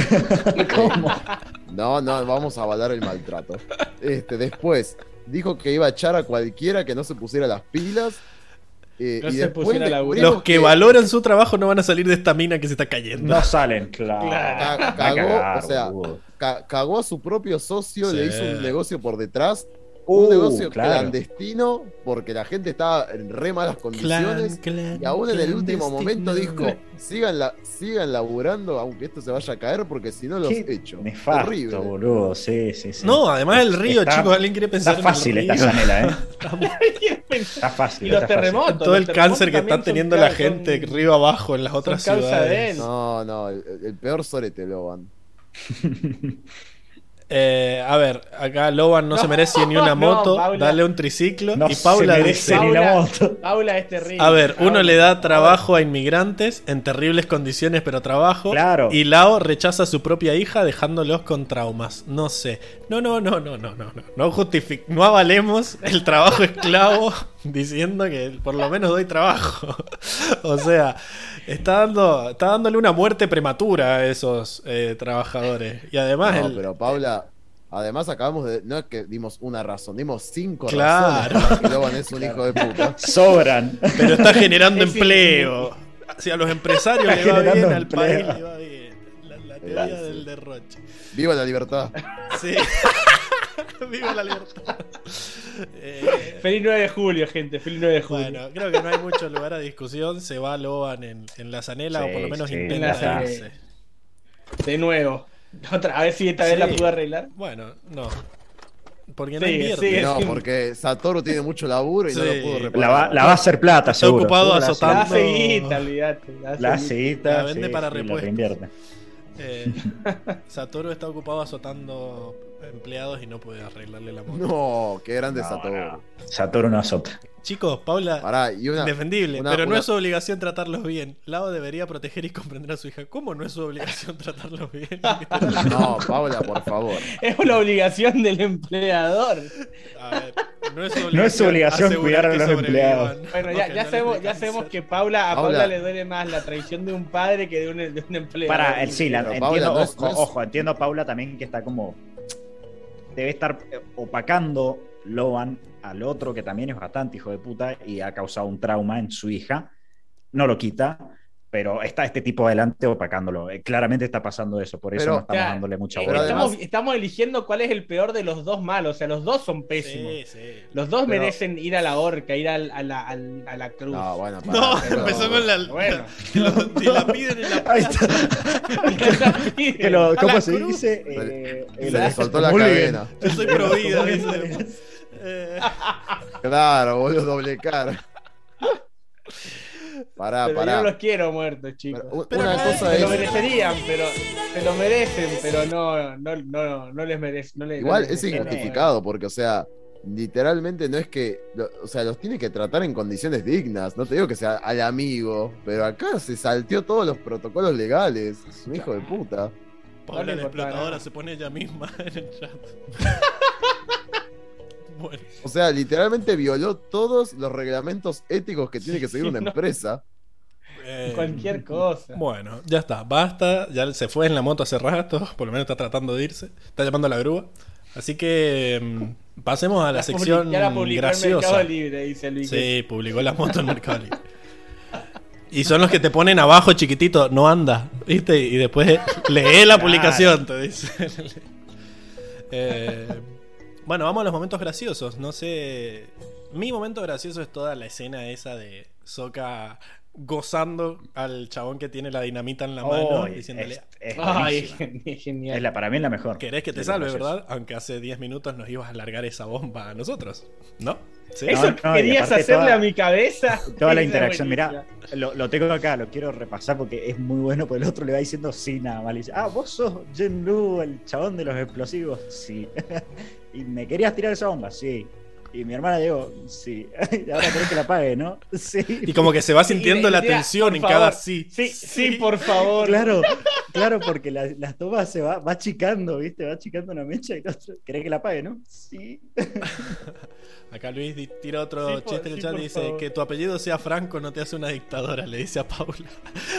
¿Cómo? no, no, vamos a avalar el maltrato. Este, después dijo que iba a echar a cualquiera que no se pusiera las pilas. eh, No y se después pusiera a laburar. descubrimos Los que valoran su trabajo no van a salir de esta mina que se está cayendo. No salen, claro. Claro. ca- Va a cagó, cagar, o sea, boludo. ca- cagó a su propio socio, Sí. le hizo un negocio por detrás. Uh, un negocio claro. clandestino porque la gente estaba en re malas condiciones. Clan, Y aún en el último clandestino. momento dijo, sigan, la, sigan laburando aunque esto se vaya a caer porque si no los Qué echo. Nefasto, Horrible. boludo. Sí, sí, sí. No, además el río, Está- chicos, alguien quiere pensar Está en el fácil río. esta Zanela, ¿eh? Está fácil. Y los está fácil. terremotos. Todo el los terremotos cáncer que también está son teniendo ca- la son- gente río abajo en las otras causa de ciudades. él. No, no, el, el peor sorete, Logan. Eh, a ver, acá Loban no, No, se merece ni una no, moto, Paula. dale un triciclo. No y Paula se dice: merece ni una Paula, moto. Paula es terrible. a ver, uno Paula, le da por trabajo a inmigrantes en terribles condiciones, pero trabajo. Claro. Y Lao rechaza a su propia hija dejándolos con traumas. No sé. No, no, no, no, no, no, no. No justific no avalemos el trabajo esclavo diciendo que por lo menos doy trabajo. O sea, está dando, está dándole una muerte prematura a esos eh, trabajadores. Y además No, el- pero Paula, además acabamos de. No es que dimos una razón, dimos cinco Claro. razones para que Logan es un hijo de puta. Sobran. Pero está generando Es empleo. Si a los empresarios Está le va bien, generando al empleo. país le va bien. La, la teoría Gracias. del derroche. Viva la libertad. Sí. Viva la libertad. Eh, Feliz nueve de julio, gente. Feliz nueve de julio. bueno, creo que no hay mucho lugar a discusión. Se va Loban en, en la Zanela, Sí, o por lo menos sí, intenta en la Zanela. irse. De nuevo. Otra, a ver si esta vez Sí. la pude arreglar. Bueno, no. Porque no Sigue, invierte. sigue. No, porque Satoru tiene mucho laburo y no Sí. lo pudo reparar. La va, la va a hacer plata, Está seguro. ocupado Seguro la hace- azotando. La Tanto- seguita, olvídate. La La seguita. cita. La vende para la repuestos. reinvierte. Eh, Satoru está ocupado azotando empleados y no puede arreglarle la moto. No, qué grande No, Satoru. no. Satoru no es otra. Chicos, Paula, Pará, y una. indefendible, una- pero no una- es su obligación tratarlos bien. Lao debería proteger y comprender a su hija. ¿Cómo no es su obligación tratarlos bien? No, Paula, por favor. Es una obligación del empleador. A ver, no es su obligación, No es su obligación asegurar cuidar a que los sobrevivan. empleados. Bueno, ya, Ok, ya no sabemos, les dé ya cáncer. sabemos que Paula, a Paula. Paula le duele más la traición de un padre que de un, de un empleado. Para, eh, sí, la, Pero, entiendo, Paula, no es- ojo, no es- ojo, entiendo a Paula también que está como. Debe estar eh, opacando Loan al otro que también es bastante hijo de puta y ha causado un trauma en su hija. No lo quita, pero está este tipo adelante opacándolo. Eh, claramente está pasando eso, por eso Pero- no estamos Ya, dándole mucha Eh, Pero bola. estamos, además- estamos eligiendo cuál es el peor de los dos malos. O sea, los dos son pésimos. Sí, sí. Los dos Pero- merecen ir a la horca, ir al- a, la, al- a la cruz. No, bueno, pará, No, pero- empezó con la. Bueno. Te, lo- te la piden en la Ahí está. Que lo- A ¿Cómo la se cruz. dice? Se Eh, Se el- le soltó la Muy bien. cadena. Yo soy pro vida, Muy dice. bien. Eh, Claro, boludo, doble cara. Pará, Pero yo pará. no los quiero muertos, chicos. Pero u- Pero una acá cosa Se lo es. merecerían, pero se lo merecen, pero no, no, no, no les merece. No les, Igual no les es merece. injustificado, porque, o sea, literalmente no es que. lo- O sea, los tiene que tratar en condiciones dignas. No te digo que sea al amigo, pero acá se salteó todos los protocolos legales. Es un hijo de puta. Paula No le la importa explotadora nada. se pone ella misma en el chat. Bueno, O sea, literalmente violó todos los reglamentos éticos que tiene que seguir Sí, una no. empresa. eh, Cualquier cosa. bueno, ya está, basta. Ya se fue en la moto hace rato, por lo menos está tratando de irse. Está llamando a la grúa. Así que mm, pasemos a la Ya sección publi- ya la publicó en graciosa. Mercado Libre, dice Luis. Sí, publicó la moto en Mercado Libre. Y son los que te ponen abajo chiquitito, no anda, ¿viste? Y después lee la publicación, te dice. Eh, bueno, vamos a los momentos graciosos. No sé. Mi momento gracioso es toda la escena esa de Sokka gozando al chabón que tiene la dinamita en la mano, Oh, diciéndole: es, es Ay, buenísima. es genial. Es la, para mí es la mejor. querés que te de salve, los graciosos. ¿verdad? Aunque hace diez minutos nos ibas a largar esa bomba a nosotros, ¿no? ¿Sí? Eso No, no, y querías aparte hacerle toda- a mi cabeza. Toda la Esa es interacción, buenísima. mirá, lo, lo tengo acá, lo quiero repasar porque es muy bueno, porque el otro le va diciendo sí, nada más. Le dice, ah, vos sos Jinru, el chabón de los explosivos. Sí. Y me querías tirar esa bomba, sí. Y mi hermana dijo, sí. Y ahora querés que la pague, ¿no? Sí. Y como que se va sintiendo Y le- la y le diga, tensión por en favor. cada sí. Sí, sí, por favor. Claro, claro, porque la- las tomas se va, va achicando, ¿viste? Va achicando una mecha y el otro, ¿querés que la pague, no? Sí. Acá Luis di- tira otro Sí, por- chiste en el sí, chat y por dice: favor. que tu apellido sea Franco no te hace una dictadora, le dice a Paula.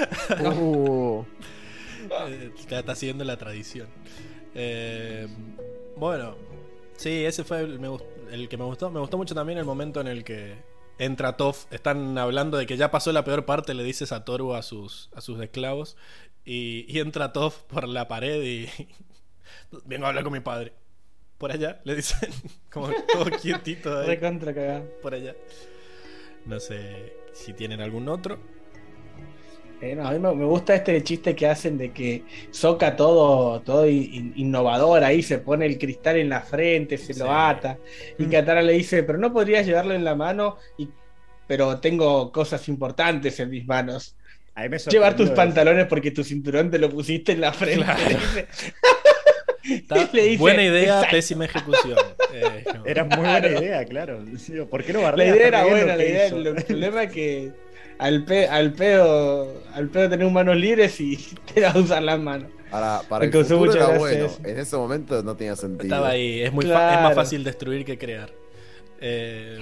Uh, Eh, está, está siguiendo la tradición. Eh, bueno, sí, ese fue el, me gust- el que me gustó. Me gustó mucho también el momento en el que entra Toph. Están hablando de que ya pasó la peor parte, le dice Satoru a sus, a sus esclavos. Y, y entra Toph por la pared y. Vengo a hablar con mi padre. Por allá, le dicen. Como todo quietito ahí. Recontra cagada. Por allá. No sé si tienen algún otro. Eh, no, a mí me, me gusta este chiste que hacen de que Sokka todo, todo in- innovador ahí, se pone el cristal en la frente, se Sí. lo ata. Y Katara le dice, pero no podrías llevarlo en la mano, y, pero tengo cosas importantes en mis manos. A mí me Llevar tus sorprendió pantalones porque tu cinturón te lo pusiste en la frente. Claro. Le dice. Está- Le dice, buena idea, exacto. pésima ejecución. Eh, no. Era muy buena idea, claro. Digo, ¿por qué no La bardeas? idea era Está bien buena, lo la que idea, hizo. el, el problema es que al, pe, al pedo al pedo tener manos libres y te vas a usar las manos. para para el Me causó futuro mucha era gracia bueno. eso. En ese momento no tenía sentido. Estaba ahí, es, muy fa- Claro. es más fácil destruir que crear. Eh,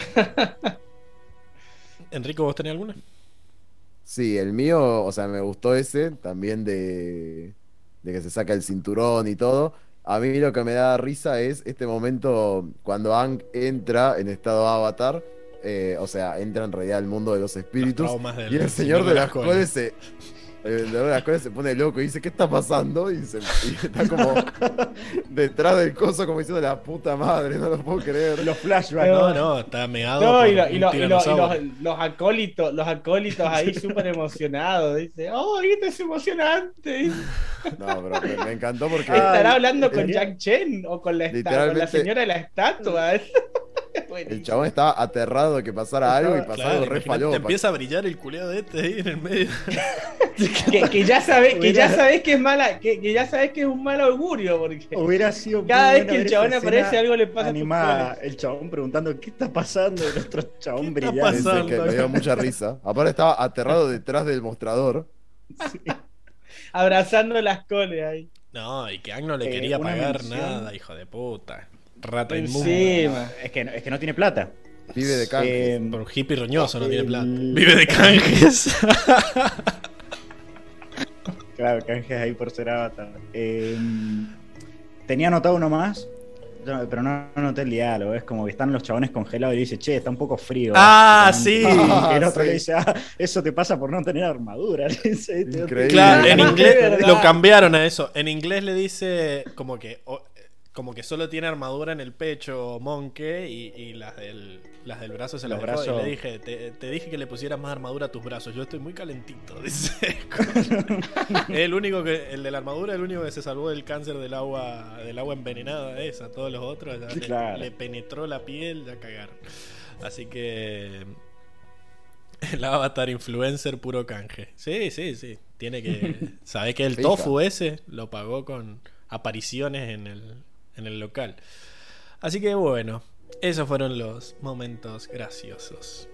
Enrico, ¿vos tenés alguna? Sí, el mío, o sea, me gustó ese también de, de que se saca el cinturón y todo. A mí lo que me da risa es este momento cuando Aang entra en estado avatar, eh, o sea, entra en realidad al mundo de los espíritus Los traumas del y el señor de las colas. coles se, el vendedor de las coles se pone loco y dice, ¿qué está pasando? Y, se, y está como detrás del coso como diciendo, la puta madre, no lo puedo creer. Los flashbacks. No, no, está meado. No, por y, lo- y un lo- y lo- y los, tiranosaurio. los acólitos, los acólitos ahí súper emocionados. Dice, oh, esto es emocionante. No, pero me, me encantó porque... ¿Estará Ay, hablando con sería- Jack Chen o con la, esta- con la Literalmente- señora de la estatua? El chabón estaba aterrado de que pasara algo y pasara Claro, algo re imagínate, falopa. te empieza a brillar el culeado de este ahí en el medio. que, que ya sabes que Hubiera- ya sabes que es mala, que, que ya sabes que es un mal augurio, porque Hubiera sido muy cada vez buena que el ver chabón esa aparece escena algo le pasa a tus animada, clones. el chabón preguntando qué está pasando, el otro chabón ¿Qué está brillante. Ese pasando? que me dio mucha risa. Aparte estaba aterrado detrás del mostrador. abrazando las coles ahí. No, y que Ang no le Eh, quería una pagar mención- nada, hijo de puta. Rata inmunda. Encima. Es que, no- es que no tiene plata. Vive de canjes. Eh, Por un hippie roñoso no tiene plata. el- Vive de canjes. Claro, canjes ahí por ser Avatar. Eh, tenía anotado uno más, yo- pero no anoté el diálogo. Es como que están los chabones congelados y dice, che, está un poco frío. Ah, básicamente. sí. Y el otro Sí. le dice, ah, eso te pasa por no tener armadura. Le dice, "Te- Increíble. Claro, en Ah, inglés es verdad. lo cambiaron a eso. En inglés le dice como que o- como que solo tiene armadura en el pecho Monkey y, y las del las del brazo se las Los dejó. Y brazos- le dije, te, te dije que le pusieras más armadura a tus brazos. Yo estoy muy calentito, dice. el único que el de la armadura, el único que se salvó del cáncer del agua del agua envenenada esa. Todos los otros ya le- Claro. le, penetró la piel, ya cagaron. Así que el avatar influencer puro canje. Sí, sí, sí. Tiene que. ¿Sabés que el Fija. tofu ese lo pagó con apariciones en el, en el local? Así que bueno, esos fueron los momentos graciosos.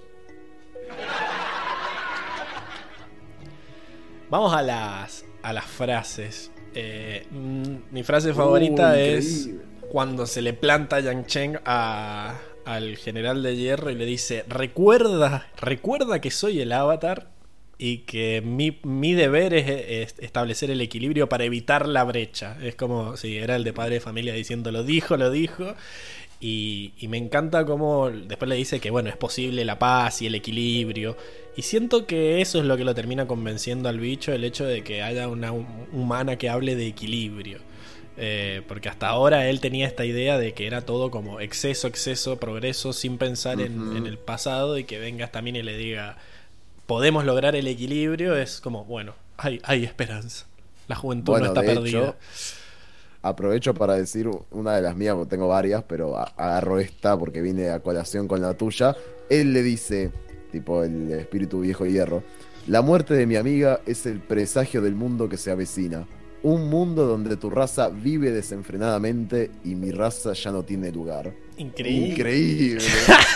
Vamos a las, a las frases. Eh, mm, mi frase favorita Uh, es increíble. cuando se le planta Yang Cheng a, al general de hierro y le dice, recuerda, recuerda que soy el avatar y que mi, mi deber es, es establecer el equilibrio para evitar la brecha. Es como si era el de padre de familia diciendo, lo dijo, lo dijo. Y, y me encanta cómo después le dice que bueno, es posible la paz y el equilibrio. Y siento que eso es lo que lo termina convenciendo al bicho, el hecho de que haya una hum- humana que hable de equilibrio. Eh, porque hasta ahora él tenía esta idea de que era todo como exceso, exceso, progreso, sin pensar en, Ujú. en el pasado, y que vengas también y le diga, podemos lograr el equilibrio, es como, bueno, hay, hay esperanza. La juventud Bueno, no está de perdida. hecho, aprovecho para decir una de las mías, porque tengo varias, pero a- agarro esta porque vine a colación con la tuya. Él le dice, tipo el espíritu viejo hierro, la muerte de mi amiga es el presagio del mundo que se avecina. Un mundo donde tu raza vive desenfrenadamente y mi raza ya no tiene lugar. Increíble. Increíble.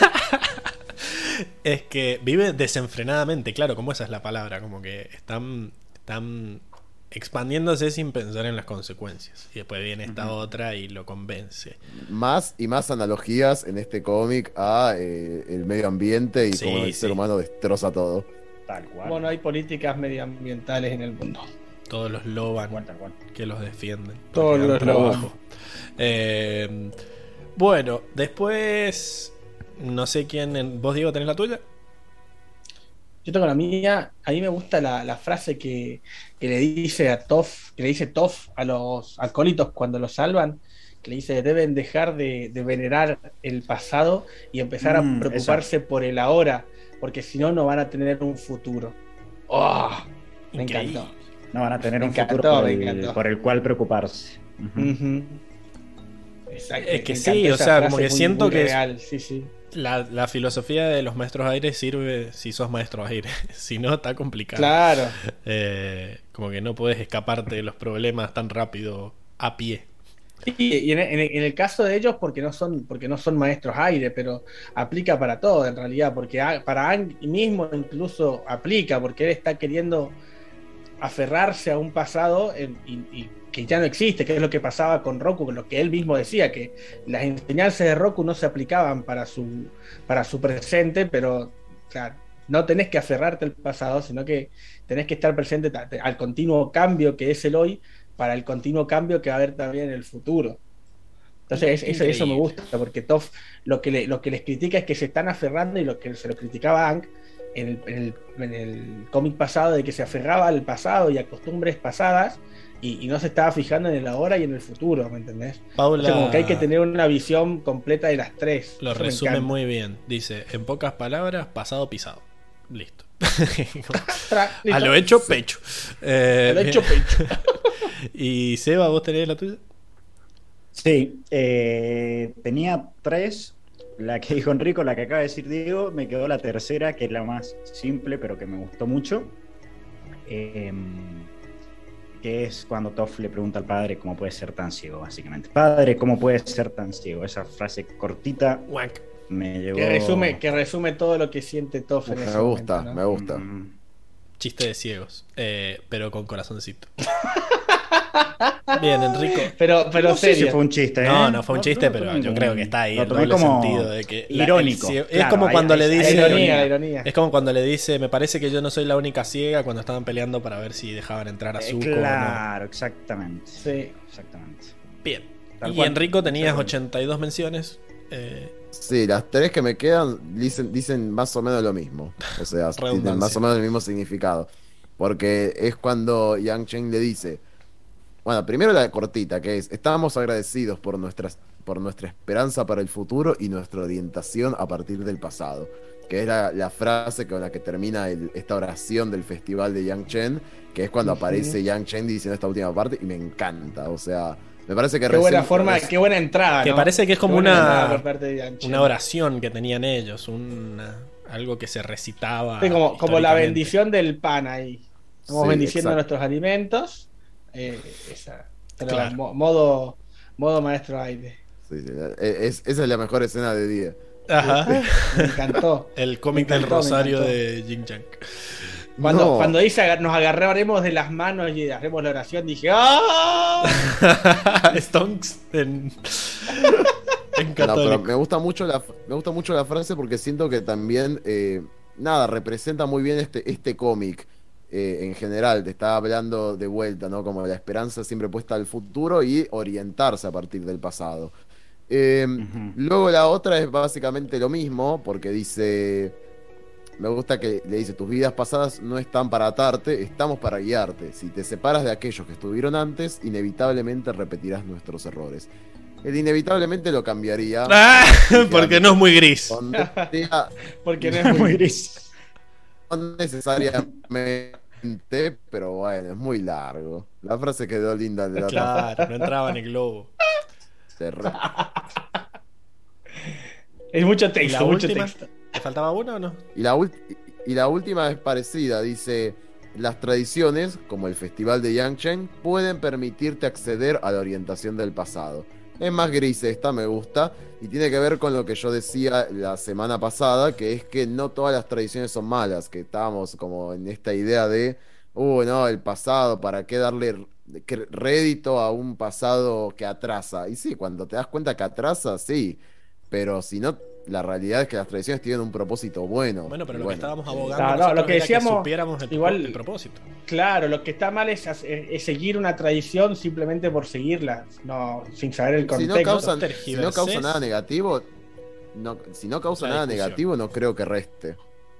Es que vive desenfrenadamente, claro, como esa es la palabra, como que están, están expandiéndose sin pensar en las consecuencias. Y después viene esta otra y lo convence. Más y más analogías en este cómic a eh, el medio ambiente y Sí, cómo el sí. ser humano destroza todo. Tal cual. Bueno, hay políticas medioambientales en el mundo. Todos los Tal loban cual, tal cual. que los defienden. Todos porque dan los trabajo. loban. Eh, bueno, después no sé quién. en- ¿Vos, Diego, tenés la tuya? Yo tengo la mía. A mí me gusta la, la frase que, que le dice a Toph, que le dice Toph a los acólitos cuando los salvan, que le dice deben dejar de, de venerar el pasado y empezar Mm, a preocuparse por el ahora, porque si no, no van a tener un futuro. ¡Oh! Me Increíble. encantó. No van a tener Me un encantó, futuro por me el, encantó. por el cual preocuparse. Ujú. Ujú. Exacto, Es que me sí, encantó o esa sea, frase, como que muy- siento muy que es- real, sí, sí. La, la filosofía de los maestros aire sirve si sos maestro aire. Si no, está complicado. Claro. Eh, como que no puedes escaparte de los problemas tan rápido a pie. Y, y en, en- en el caso de ellos, porque no son, porque no son maestros aire, pero aplica para todo en realidad, porque a- para Aang mismo incluso aplica, porque él está queriendo aferrarse a un pasado en- y, y que ya no existe, que es lo que pasaba con Roku, con lo que él mismo decía, que las enseñanzas de Roku no se aplicaban para su, para su presente, pero o sea, no tenés que aferrarte al pasado, sino que tenés que estar presente ta- al continuo cambio que es el hoy, para el continuo cambio que va a haber también en el futuro. Entonces, es- eso, eso me Increíble. gusta, porque Toph lo que, le- lo que les critica es que se están aferrando, y lo que se lo criticaba a Aang en el, en el- en el cómic pasado, de que se aferraba al pasado y a costumbres pasadas, y, y no se estaba fijando en el ahora y en el futuro, ¿me entendés? O Paula sea, como que hay que tener una visión completa de las tres. lo Eso me resume encanta. muy bien. Dice, en pocas palabras, pasado pisado. Listo. Tra- A listo. lo hecho, pecho. Eh, A lo hecho, pecho. Y Seba, ¿vos tenés la tuya? Sí, eh, tenía tres. La que dijo Enrico, la que acaba de decir Diego, me quedó la tercera, que es la más simple, pero que me gustó mucho. Eh, que es cuando Toph le pregunta al padre cómo puede ser tan ciego, básicamente. Padre, ¿cómo puede ser tan ciego? Esa frase cortita Wank. me llevó... Que resume, que resume todo lo que siente Toph en Me ese gusta, momento, ¿no? me gusta. Mm, Chiste de ciegos, eh, pero con corazoncito. Bien, Enrico. Pero, pero no sé si serio. fue un chiste, ¿eh? No, no fue un chiste, lo pero tomé yo como- creo que está ahí lo el tomé doble como sentido de que la- irónico. el ciego- es Claro, como hay- cuando hay- le hay La dice ironía, la ironía. es como cuando le dice, me parece que yo no soy la única ciega cuando estaban peleando para ver si dejaban entrar a Eh, Zuko o no. claro, exactamente. Sí. Exactamente. Bien. Tal Y cual. Enrico tenías Exactamente. ochenta y dos menciones. Eh, Sí, las tres que me quedan dicen, dicen más o menos lo mismo. O sea, tienen Redundancia. más o menos el mismo significado. Porque es cuando Yang Chen le dice. Bueno, primero la cortita, que es: estamos agradecidos por, nuestras, por nuestra esperanza para el futuro y nuestra orientación a partir del pasado. Que es la, la frase con la que termina el- esta oración del festival de Yang Chen, que es cuando Ujú. aparece Yang Chen diciendo esta última parte, y me encanta. O sea, me parece que Qué buena recién- forma, qué buena entrada. Que ¿no? parece que es como Qué buena una- entrada por parte de Yanchen. una oración que tenían ellos, una, algo que se recitaba. Sí, como, como la históricamente. bendición del pan ahí. Estamos Sí, bendiciendo exacto. nuestros alimentos. Eh, esa. Pero Claro. mo- modo, modo maestro aire. Sí, sí, es- esa es la mejor escena de día. Ajá. Me encantó. El cómic Me del encantó, me Rosario encantó. de Jin Yang. Cuando, No. cuando dice "Aga- nos agarraremos de las manos y haremos la oración", dije ¡ah! Stonks en, en No, pero católico. me gusta mucho la, me gusta mucho la frase porque siento que también, eh, nada, representa muy bien este, este cómic eh, en general. Te está hablando de vuelta, ¿no? Como la esperanza siempre puesta al futuro y orientarse a partir del pasado. Eh, Ujú. Luego la otra es básicamente lo mismo, porque dice, me gusta que le dice: tus vidas pasadas no están para atarte, estamos para guiarte. Si te separas de aquellos que estuvieron antes, inevitablemente repetirás nuestros errores. El inevitablemente lo cambiaría. Ah, porque no es muy gris. Con- sea- Porque no es muy gris. no necesariamente, pero bueno, es muy largo. La frase quedó linda de la Claro, no entraba en el globo. de re- Es mucho ¿Y texto, la mucho última? texto. ¿Te faltaba una o no? Y la, ult- y la última es parecida, dice: las tradiciones, como el festival de Yangchen, pueden permitirte acceder a la orientación del pasado. Es más gris esta, me gusta, y tiene que ver con lo que yo decía la semana pasada, que es que no todas las tradiciones son malas, que estábamos como en esta idea de, uh, no, el pasado, ¿para qué darle r- cre- rédito a un pasado que atrasa? Y sí, cuando te das cuenta que atrasa, sí, pero si no, la realidad es que las tradiciones tienen un propósito bueno. Bueno, pero Y lo que estábamos abogando No, no, nosotros lo que era decíamos, supiéramos el, igual- el propósito. Claro, lo que está mal es, hacer- es seguir una tradición simplemente por seguirla, no, sin saber el si contexto. no causa, si tergiverses. no causa nada negativo, no, si no causa La nada discusión. negativo, no creo que reste.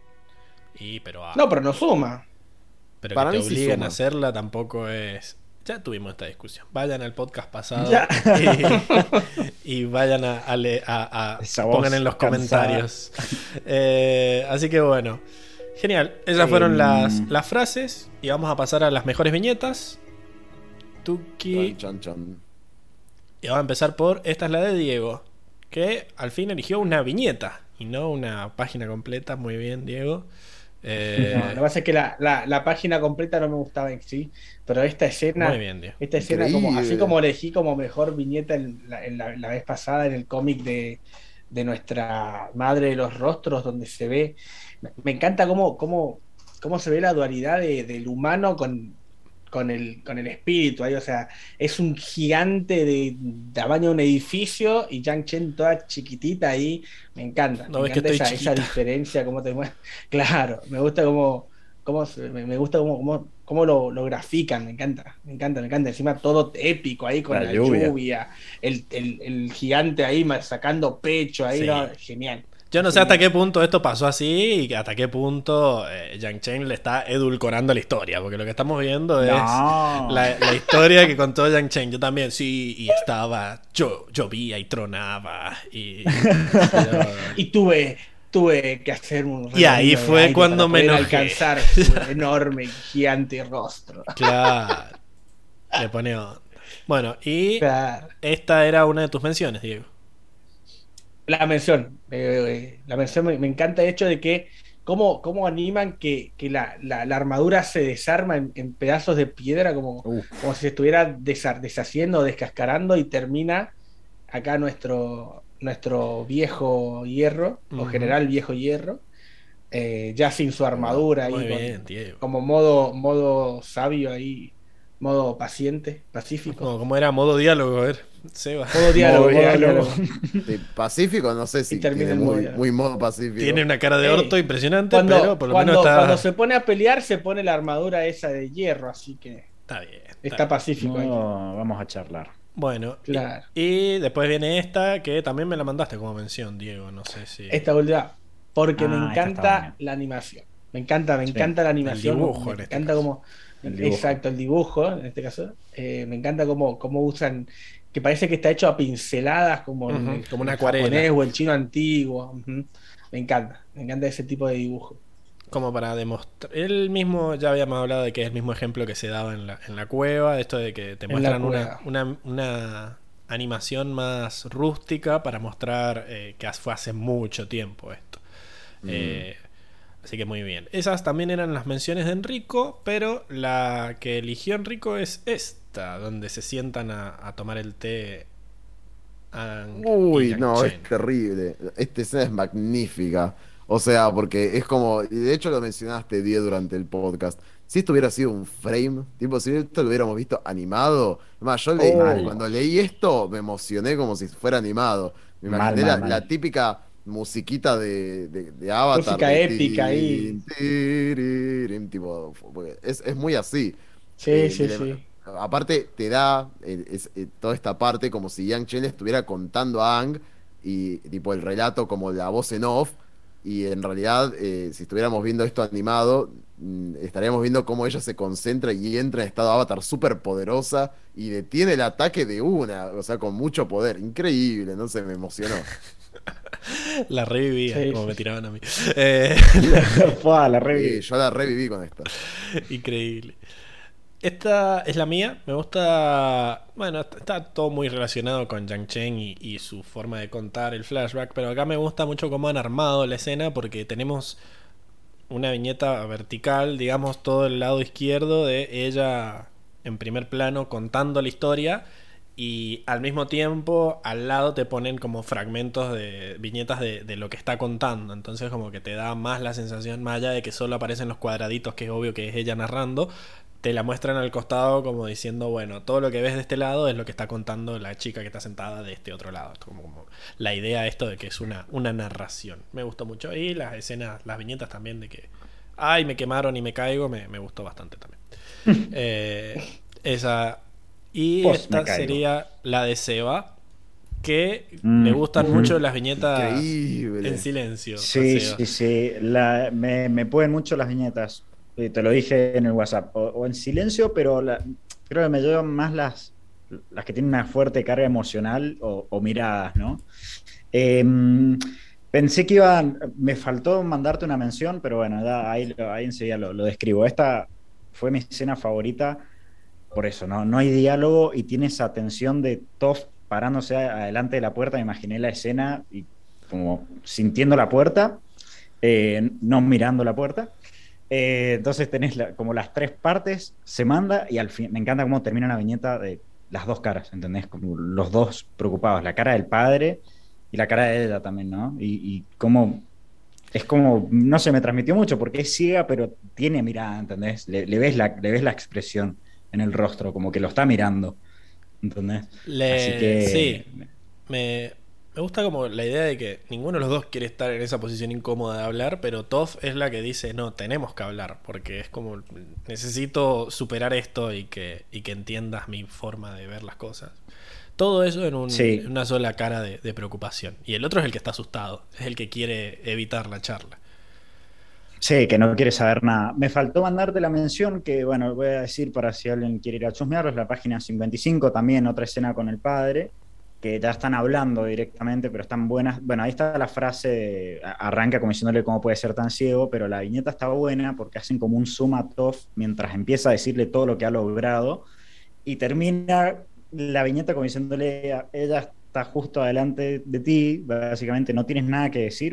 Y, pero ah, No, pero no suma. pero para que te mí sí obliguen suma. a hacerla tampoco es. Ya tuvimos esta discusión. Vayan al podcast pasado Ya. y, y vayan a, a le- a- a- Esa voz pongan en los cansada. comentarios. Eh, así que bueno, genial. Esas fueron Em. las, las frases y vamos a pasar a las mejores viñetas. Tuki. Chan, chan, chan. Y vamos a empezar por, esta es la de Diego, que al fin eligió una viñeta y no una página completa. Muy bien, Diego. Eh, No, lo que pasa es que la, la- la página completa no me gustaba en sí, pero esta escena, muy bien, Diego. esta escena como, Increíble. así como elegí como mejor viñeta en la, en la- la vez pasada en el cómic de, de nuestra Madre de los Rostros, donde se ve, me, me encanta cómo, cómo, cómo se ve la dualidad de- del humano con, con, el, con el espíritu ahí, o sea, es un gigante de tamaño de un edificio y Yang Chen toda chiquitita ahí, me encanta, No me ves que encanta estoy esa, esa chiquita. diferencia, cómo te muestran. Claro, me gusta cómo, cómo se- me, me gusta cómo, cómo, cómo lo, lo grafican, me encanta, me encanta, me encanta. Encima todo épico ahí con La la, lluvia. lluvia, el, el- el gigante ahí ma- sacando pecho ahí, Sí. no, genial. Yo no sé hasta qué punto esto pasó así y hasta qué punto eh, Yang Chen le está edulcorando la historia, porque lo que estamos viendo es No. la, la historia que contó Yang Chen. Yo también, sí, y estaba, yo llovía y tronaba y... Y tuve, tuve que hacer un Y ahí remolino de fue aire cuando para me poder enojé. alcanzar su enorme gigante rostro. Claro, le pone onda. Bueno, y Claro. esta era una de tus menciones, Diego. La mención, eh, eh, la mención me, me encanta el hecho de que cómo, cómo animan que, que la, la, la armadura se desarma en, en pedazos de piedra, como, como si se estuviera desa- deshaciendo, descascarando, y termina acá nuestro, nuestro viejo hierro, o Ujú. general viejo hierro, eh, ya sin su armadura, Muy ahí con- bien, Diego. como modo, modo sabio ahí, modo paciente, pacífico. Como, como era modo diálogo, a ver, Seba. Modo diálogo, Modo modo diálogo. diálogo. Sí, Pacífico, no sé Y si termina tiene el modo muy, diálogo. muy modo pacífico. Tiene una cara de Eh, orto impresionante, Cuando, pero por lo cuando, menos está, cuando se pone a pelear, se pone la armadura esa de hierro, así que está bien. está está bien. pacífico ahí. No, vamos a charlar. Bueno, y- Claro. y, después viene esta que también me la mandaste como mención, Diego. No sé si. Esta última, porque Ah, me esta está encanta buena. la animación. Me encanta, me Sí, encanta la animación. dibujo me en este encanta caso. como. El dibujo. Exacto, el dibujo, en este caso. Eh, me encanta cómo, cómo usan. Que parece que está hecho a pinceladas, como, Ujú, el, como una el acuarela. japonés o el chino antiguo. Ujú. Me encanta, me encanta ese tipo de dibujo. Como para demostrar. Él mismo ya habíamos hablado de que es el mismo ejemplo que se daba en la, en la cueva. Esto de que te En la muestran una, cueva. una, una animación más rústica para mostrar eh, que fue hace mucho tiempo esto. Mm. Eh, así que muy bien. Esas también eran las menciones de Enrico, pero la que eligió Enrico es esta, donde se sientan a, a tomar el té. Ang y Uy, Yang no, es Chen. terrible. Esta escena es magnífica. O sea, porque es como, y de hecho lo mencionaste, Die, durante el podcast. Si esto hubiera sido un frame, tipo, si esto lo hubiéramos visto animado, más, yo leí, Mal. cuando leí esto me emocioné como si fuera animado. Me Mal, imaginé mal, la, mal. la típica musiquita de, de, de Avatar. Música de épica ahí. tin, tiririm, tipo, porque es, es muy así. Sí, Eh, sí, me- sí. Aparte, te da eh, es- eh, toda esta parte como si Yang Chen le estuviera contando a Ang y tipo el relato como la voz en off. Y en realidad, eh, si estuviéramos viendo esto animado, mm, estaríamos viendo cómo ella se concentra y entra en estado Avatar súper poderosa y detiene el ataque de una, o sea, con mucho poder. Increíble, no sé, me emocionó. La revivía, Sí, como sí, me sí. tiraban a mí. Eh, Fua, la Sí, reviví. yo la reviví con esta. increíble. Esta es la mía. Me gusta. Bueno, está, está todo muy relacionado con Yang Chen y, y su forma de contar el flashback. Pero acá me gusta mucho cómo han armado la escena. Porque tenemos una viñeta vertical, digamos, todo el lado izquierdo de ella en primer plano contando la historia. Y al mismo tiempo, al lado te ponen como fragmentos de viñetas de, de lo que está contando. Entonces, como que te da más la sensación, más allá de que solo aparecen los cuadraditos, que es obvio que es ella narrando, te la muestran al costado como diciendo, bueno, todo lo que ves de este lado es lo que está contando la chica que está sentada de este otro lado. Como, como la idea esto de que es una, una narración. Me gustó mucho. Y las escenas, las viñetas también de que, ay, me quemaron y me caigo, me, me gustó bastante también. eh, esa... Y Pues, esta me caigo. sería la de Seba, que Mm, le gustan ujú. mucho las viñetas Increíble. en silencio. a Sí, Seba. sí, sí. La- me, me pueden mucho las viñetas. Y te lo dije en el WhatsApp. O, o en silencio, pero la- creo que me llevan más las, las que tienen una fuerte carga emocional o, o miradas, ¿no? Eh, pensé que iba. Me faltó mandarte una mención, pero bueno, ya ahí, lo- ahí enseguida lo, lo describo. Esta fue mi escena favorita. Por eso, ¿no? No hay diálogo y tiene esa tensión de Toph parándose adelante de la puerta. Me imaginé la escena y como sintiendo la puerta, eh, no mirando la puerta. Eh, entonces tenés la- como las tres partes, se manda y al fin, me encanta cómo termina la viñeta de las dos caras, ¿entendés? Como los dos preocupados, la cara del padre y la cara de ella también, ¿no? Y, y cómo es como, no sé, me transmitió mucho porque es ciega, pero tiene mirada, ¿entendés? Le, le ves la, le ves la expresión en el rostro, como que lo está mirando, ¿entendés? Le- Así que... sí, me, me gusta como la idea de que ninguno de los dos quiere estar en esa posición incómoda de hablar, pero Toph es la que dice, no, tenemos que hablar, porque es como, necesito superar esto y que, y que entiendas mi forma de ver las cosas. Todo eso en, un- Sí. en una sola cara de, de preocupación. Y el otro es el que está asustado, es el que quiere evitar la charla. Sí, que no quiere saber nada. Me faltó mandarte la mención que, bueno, voy a decir para si alguien quiere ir a chusmearlo, es la página cincuenta y cinco, también otra escena con el padre, que ya están hablando directamente, pero están buenas. Bueno, ahí está la frase, a- arranca como diciéndole cómo puede ser tan ciego, pero la viñeta está buena porque hacen como un zoom a Toph mientras empieza a decirle todo lo que ha logrado y termina la viñeta como diciéndole, ella está justo adelante de ti, básicamente no tienes nada que decir,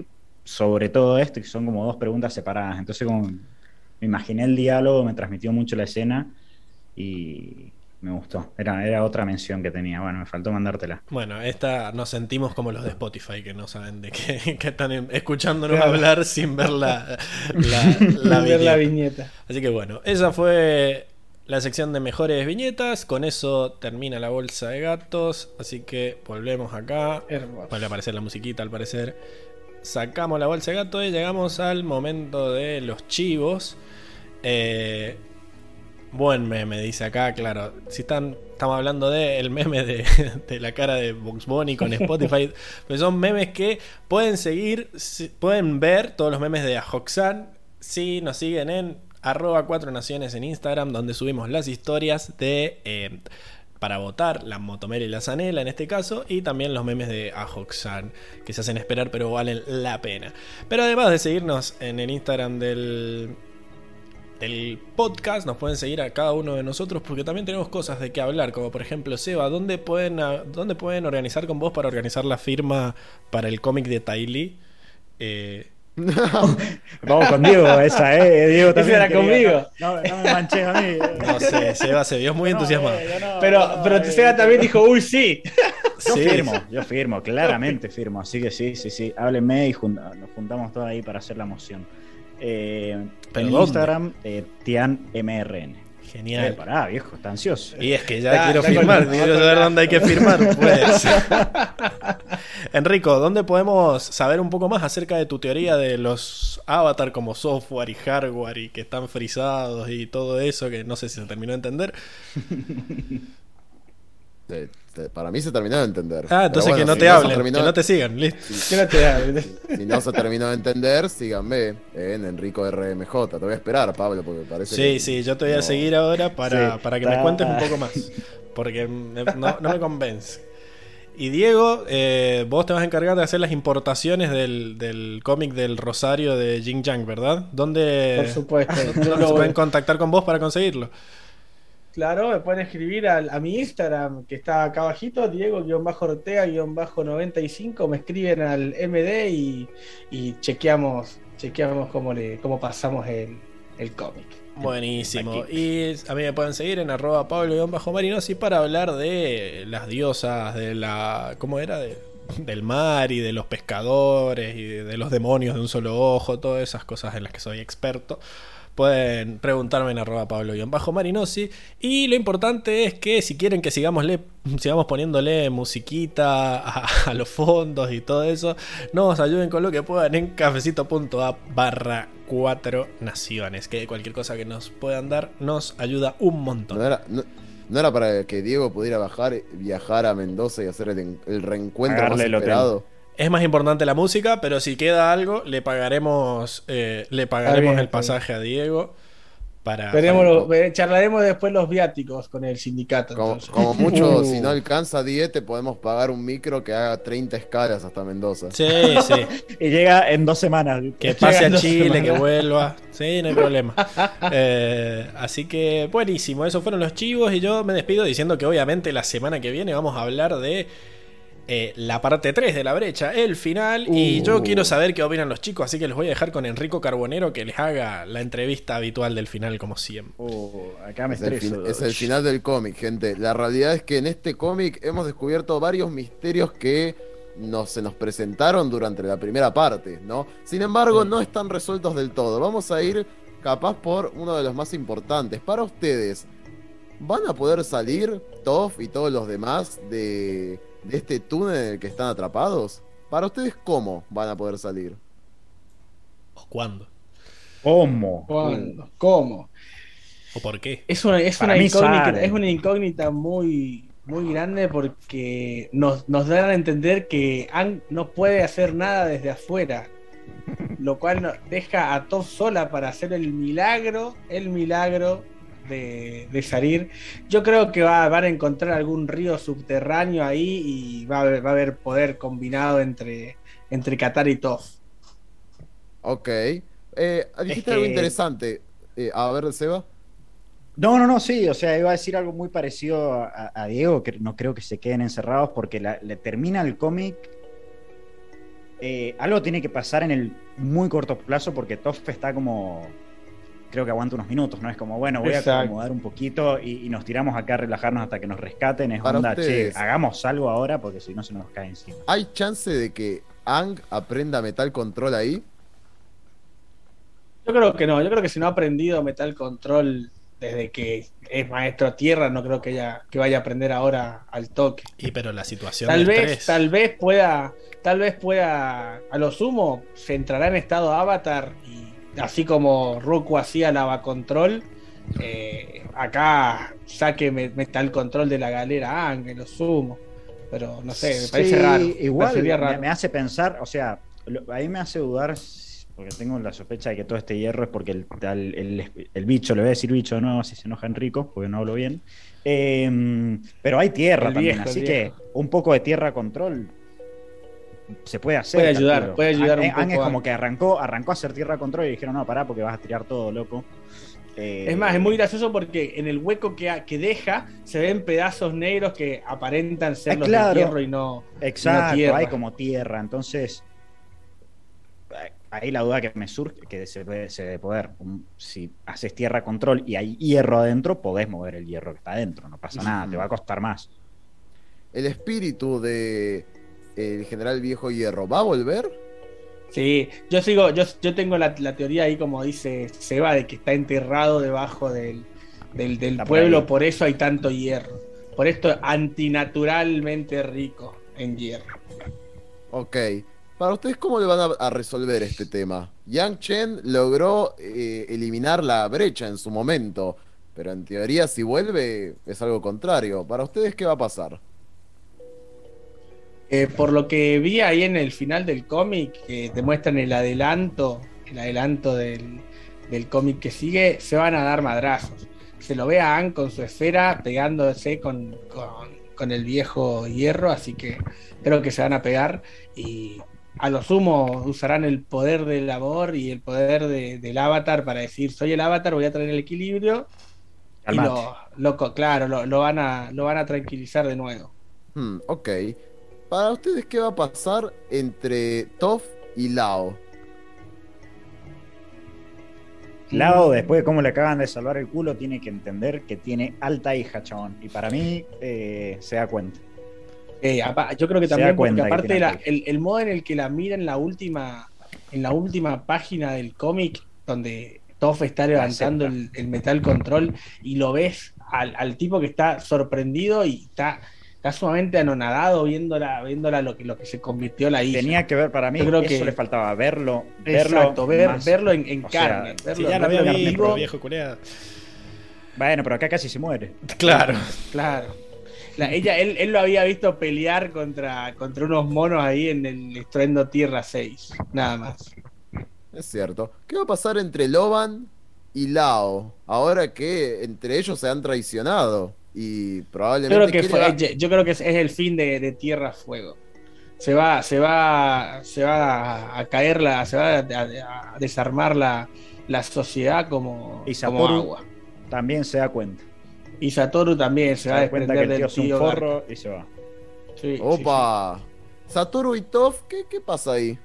sobre todo esto, que son como dos preguntas separadas. Entonces, como me imaginé el diálogo, me transmitió mucho la escena y me gustó. Era, era otra mención que tenía. Bueno, me faltó mandártela. Bueno, esta nos sentimos como los de Spotify que no saben de qué, que están en- escuchándonos Claro. hablar sin ver la, la, la Ver la viñeta. viñeta. Así que bueno, esa fue la sección de mejores viñetas. Con eso termina la bolsa de gatos. Así que volvemos acá. Hermoso. Vuelve a aparecer la musiquita al parecer. Sacamos la bolsa de gato y llegamos al momento de los chivos. Eh, buen meme, dice acá, claro. Si están, estamos hablando del meme de, de la cara de Bugs Bunny con Spotify. Pues son memes que pueden seguir, si- pueden ver todos los memes de Ajoxan si nos siguen en arroba cuatro naciones en Instagram, donde subimos las historias de eh, para votar, la Motomera y la Zanela en este caso, y también los memes de Ajoxan, que se hacen esperar pero valen la pena. Pero además de seguirnos en el Instagram del, del podcast, nos pueden seguir a cada uno de nosotros porque también tenemos cosas de qué hablar, como por ejemplo, Seba, ¿dónde pueden, a- dónde pueden organizar con vos para organizar la firma para el cómic de Ty Lee? Eh, Vamos con Diego, esa, ¿eh? Diego Ese también era quería. conmigo. No, no me manché a mí. no sé, Seba se vio muy No, entusiasmado. eh, yo no, Pero, no, pero eh, Seba también dijo, uy, sí. Yo Sí. firmo, yo firmo, claramente firmo. Así que sí, sí, sí. Háblenme y jun- nos juntamos todos ahí para hacer la moción. Eh, ¿Pero en dónde? Instagram, eh, TianMRN. Eh, Genial. pará, viejo, está ansioso. Y es que ya Ya, quiero ya firmar, con- quiero con saber la- dónde hay que firmar, pues. Enrico, ¿dónde podemos saber un poco más acerca de tu teoría de los avatar como software y hardware y que están frisados y todo eso que no sé si se terminó de entender? Te- te- para mí se terminó de entender. Ah, Pero entonces bueno, que no si te se hablen, terminó- que no te sigan, listo. ¿Qué no te da? Si no se terminó de entender, síganme en Enrico R M J. Te voy a esperar, Pablo, porque parece Sí, que sí, yo te voy a no- seguir ahora para, Sí, para que me está- cuentes un poco más. Porque me- no, no me convence. Y Diego, eh, vos te vas a encargar de hacer las importaciones del, del cómic del Rosario de Jin Yang, ¿verdad? ¿Dónde, Por supuesto. ¿dónde Yo se lo- pueden contactar con vos para conseguirlo? Claro, me pueden escribir al- a, mi Instagram, que está acá abajito, Diego-Ortega-noventa y cinco. Me escriben al M D y, y chequeamos, chequeamos cómo, le, cómo pasamos el, el cómic. Buenísimo. Aquí. Y a mí me pueden seguir en arroba Pablo-Marinosi para hablar de las diosas, de la. ¿Cómo era? De- del mar y de los pescadores y de, de los demonios de un solo ojo, todas esas cosas en las que soy experto. Pueden preguntarme en arroba Pablo-Marinosi. Y lo importante es que si quieren que sigamos, le, sigamos poniéndole musiquita a, a los fondos y todo eso, nos ayuden con lo que puedan en cafecito.app barra cuatro naciones. Que cualquier cosa que nos puedan dar nos ayuda un montón. No era, no, no era para que Diego pudiera bajar, viajar a Mendoza y hacer el, en- el reencuentro Pagarle más el hotel. esperado. Es más importante la música, pero si queda algo, le pagaremos, eh, le pagaremos bien, el está bien. pasaje a Diego para. Veremos para- lo- ve- charlaremos después los viáticos con el sindicato. Como, entonces. como mucho, Uh. si no alcanza diez, te podemos pagar un micro que haga treinta escalas hasta Mendoza. Sí, sí. Y llega en dos semanas. Que pase a Llegando Chile, semana. que vuelva. Sí, no hay problema. Eh, así que buenísimo, esos fueron los chivos y yo me despido diciendo que obviamente la semana que viene vamos a hablar de eh, la parte tres de La Brecha, el final. Y yo Uh. quiero saber qué opinan los chicos, así que los voy a dejar con Enrico Carbonero que les haga la entrevista habitual del final como siempre. Uh, acá me Es el, estreso. fin- es el final del cómic, gente. La realidad es que en este cómic hemos descubierto varios misterios que nos, se nos presentaron durante la primera parte, ¿no? Sin embargo, no están resueltos del todo. Vamos a ir capaz por uno de los más importantes. Para ustedes, ¿van a poder salir Toph y todos los demás de, de este túnel en el que están atrapados? Para ustedes, ¿cómo van a poder salir? ¿O cuándo? ¿Cómo? ¿Cuándo? ¿Cómo? ¿O por qué? Es una, es Para una mí incógnita, salen. es una incógnita muy, muy grande porque nos, nos dan a entender que Aang no puede hacer nada desde afuera, lo cual nos deja a Toph sola para hacer el milagro, el milagro de, de salir. Yo creo que va, van a encontrar algún río subterráneo ahí y va a haber, va a haber poder combinado entre, entre Katara y Toph. Ok. Eh, dijiste que- algo interesante. Eh, a ver, Seba. No, no, no, sí, o sea, iba a decir algo muy parecido a, a Diego, que no creo que se queden encerrados porque la- le termina el cómic eh, algo tiene que pasar en el muy corto plazo porque Toph está como... Creo que aguanta unos minutos, ¿no? Es como, bueno, voy Exacto. a acomodar un poquito y, y nos tiramos acá a relajarnos hasta que nos rescaten. Es Para onda, ustedes. che, hagamos algo ahora porque si no se nos cae encima. ¿Hay chance de que Aang aprenda Metal Control ahí? Yo creo que no, yo creo que si no ha aprendido Metal Control desde que es maestro tierra, no creo que ella que vaya a aprender ahora al toque. Y pero la situación Tal del vez, tres. tal vez pueda, tal vez pueda, a lo sumo, se entrará en estado avatar y así como Roku hacía lava control, eh, acá saque me- Metal Control de la galera Aang, a lo sumo. Pero no sé, me parece Sí, raro. Igual parecería me, raro. me hace pensar, o sea, lo- ahí me hace dudar, porque tengo la sospecha de que todo este hierro es porque el, tal- el, el bicho, le voy a decir bicho de nuevo, si se enoja Enrico, porque no hablo bien. Eh, pero hay tierra El también, viejo, así el que viejo. un poco de tierra control se puede hacer. Puede ayudar, calculo. puede ayudar un Aang- Aang poco es como a- que arrancó, arrancó a hacer tierra control y dijeron, no, pará, porque vas a tirar todo, loco. Eh, Es más, es muy gracioso porque en el hueco que, ha- que deja se ven pedazos negros que aparentan ser Ah, los claro. de hierro y no, Exacto, no tierra. hay como tierra, entonces eh, ahí la duda que me surge, que se puede, se debe poder, un- si haces tierra control y hay hierro adentro, podés mover el hierro que está adentro, no pasa nada, te va a costar más. ¿El espíritu de el general Viejo Hierro va a volver? Sí, yo sigo, yo, yo tengo la, la teoría ahí, como dice Seba, de que está enterrado debajo del, del, del Está por pueblo, ahí. por eso hay tanto hierro. Por esto antinaturalmente rico en hierro. Ok. Para ustedes, ¿cómo le van a, a resolver este tema? Yang Chen logró eh, eliminar la brecha en su momento, pero en teoría si vuelve es algo contrario. Para ustedes, ¿qué va a pasar? Eh, por lo que vi ahí en el final del cómic, que te muestran el adelanto, el adelanto del, del cómic que sigue, se van a dar madrazos. Se lo ve a Aang con su esfera pegándose con, con, con el viejo hierro, así que creo que se van a pegar y a lo sumo usarán el poder del amor y el poder de- del avatar para decir, soy el avatar, voy a traer el equilibrio. Y Calmate. lo, lo- claro, lo, lo van a, lo van a tranquilizar de nuevo. Hmm, ok. Para ustedes, ¿qué va a pasar entre Toph y Lao? Lao, después de cómo le acaban de salvar el culo, tiene que entender que tiene alta hija, chabón. Y para mí, eh, se da cuenta. Eh, apa- yo creo que Se da también, porque cuenta que aparte tiene la- alta el, el modo en el que la mira en la última, en la última página del cómic, donde Toph está levantando el, el Metal Control y lo ves al, al tipo que está sorprendido y está, está sumamente anonadado viéndola, viéndola lo que, lo que se convirtió la hija. Tenía que ver, para mí, Yo creo eso que- le faltaba, verlo. verlo Exacto, ver, más- verlo en, en o sea, carne. Si verlo- ya lo verlo había en visto, vivo. viejo culeado. Bueno, pero acá casi se muere. Claro. Claro. La- ella, él, él lo había visto pelear contra, contra unos monos ahí en el Estruendo Tierra seis. Nada más. Es cierto. ¿Qué va a pasar entre Loban y Lao? Ahora que entre ellos se han traicionado. Y Yo probablemente. creo que, ¿qué le fue, va- yo creo que es, es el fin de, de Tierra Fuego. Se va, se va, se va a caer la, se va a, a- a desarmar la, la sociedad como, Y como Satoru agua. también se da cuenta. Y Satoru también se, Se va a da cuenta que desprender el tío del es un tío forro y se va. Garp. Sí, sí, Opa. Satoru y Toph, ¿qué, qué pasa ahí?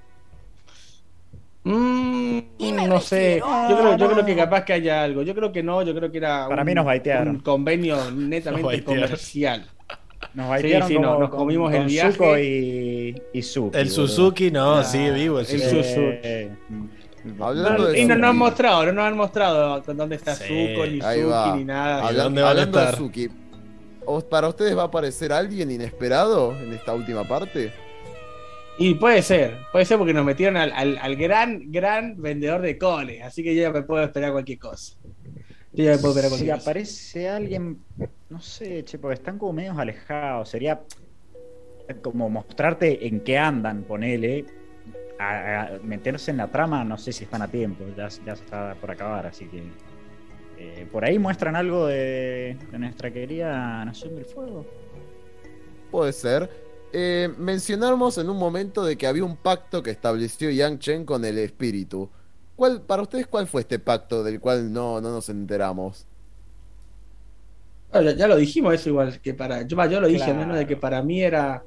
sí. Mm, Y me no sé. refiero- Yo creo, yo Ah, creo que no. capaz que haya algo. Yo creo que no. Yo creo que era Para un, mí nos baitearon. un convenio netamente baitearon. comercial. Nos baitearon sí, como no, nos con- comimos el con viaje. Zuko y, y Suki, El boludo. Suzuki, no, Ah, sigue vivo el el Suzuki. Suzuki. Eh, Hablando de y no nos han Suki. mostrado, no nos han mostrado con dónde está Sí, Zuko, ni Ahí Suki, va. ni nada. ¿Y Habla- dónde van a hablando de estar? Suki, ¿os- ¿para ustedes va a aparecer alguien inesperado en esta última parte? Y puede ser, puede ser porque nos metieron al, al, al gran, gran vendedor de coles, así que yo ya me puedo esperar cualquier cosa. Yo ya me puedo esperar Si cualquier cosa. aparece alguien, no sé, che, porque están como medios alejados. Sería como mostrarte en qué andan, ponele. A, a meterse en la trama, no sé si están a tiempo, ya, ya se está por acabar, así que. eh, por ahí muestran algo de, de nuestra querida Nación del Fuego. Puede ser. Eh, mencionamos en un momento de que había un pacto que estableció Yang Chen con el espíritu. ¿Cuál, para ustedes, cuál fue este pacto del cual no, no nos enteramos? Bueno, ya, ya lo dijimos eso igual, que para. Yo, yo lo dije, Claro. al menos de que para mí era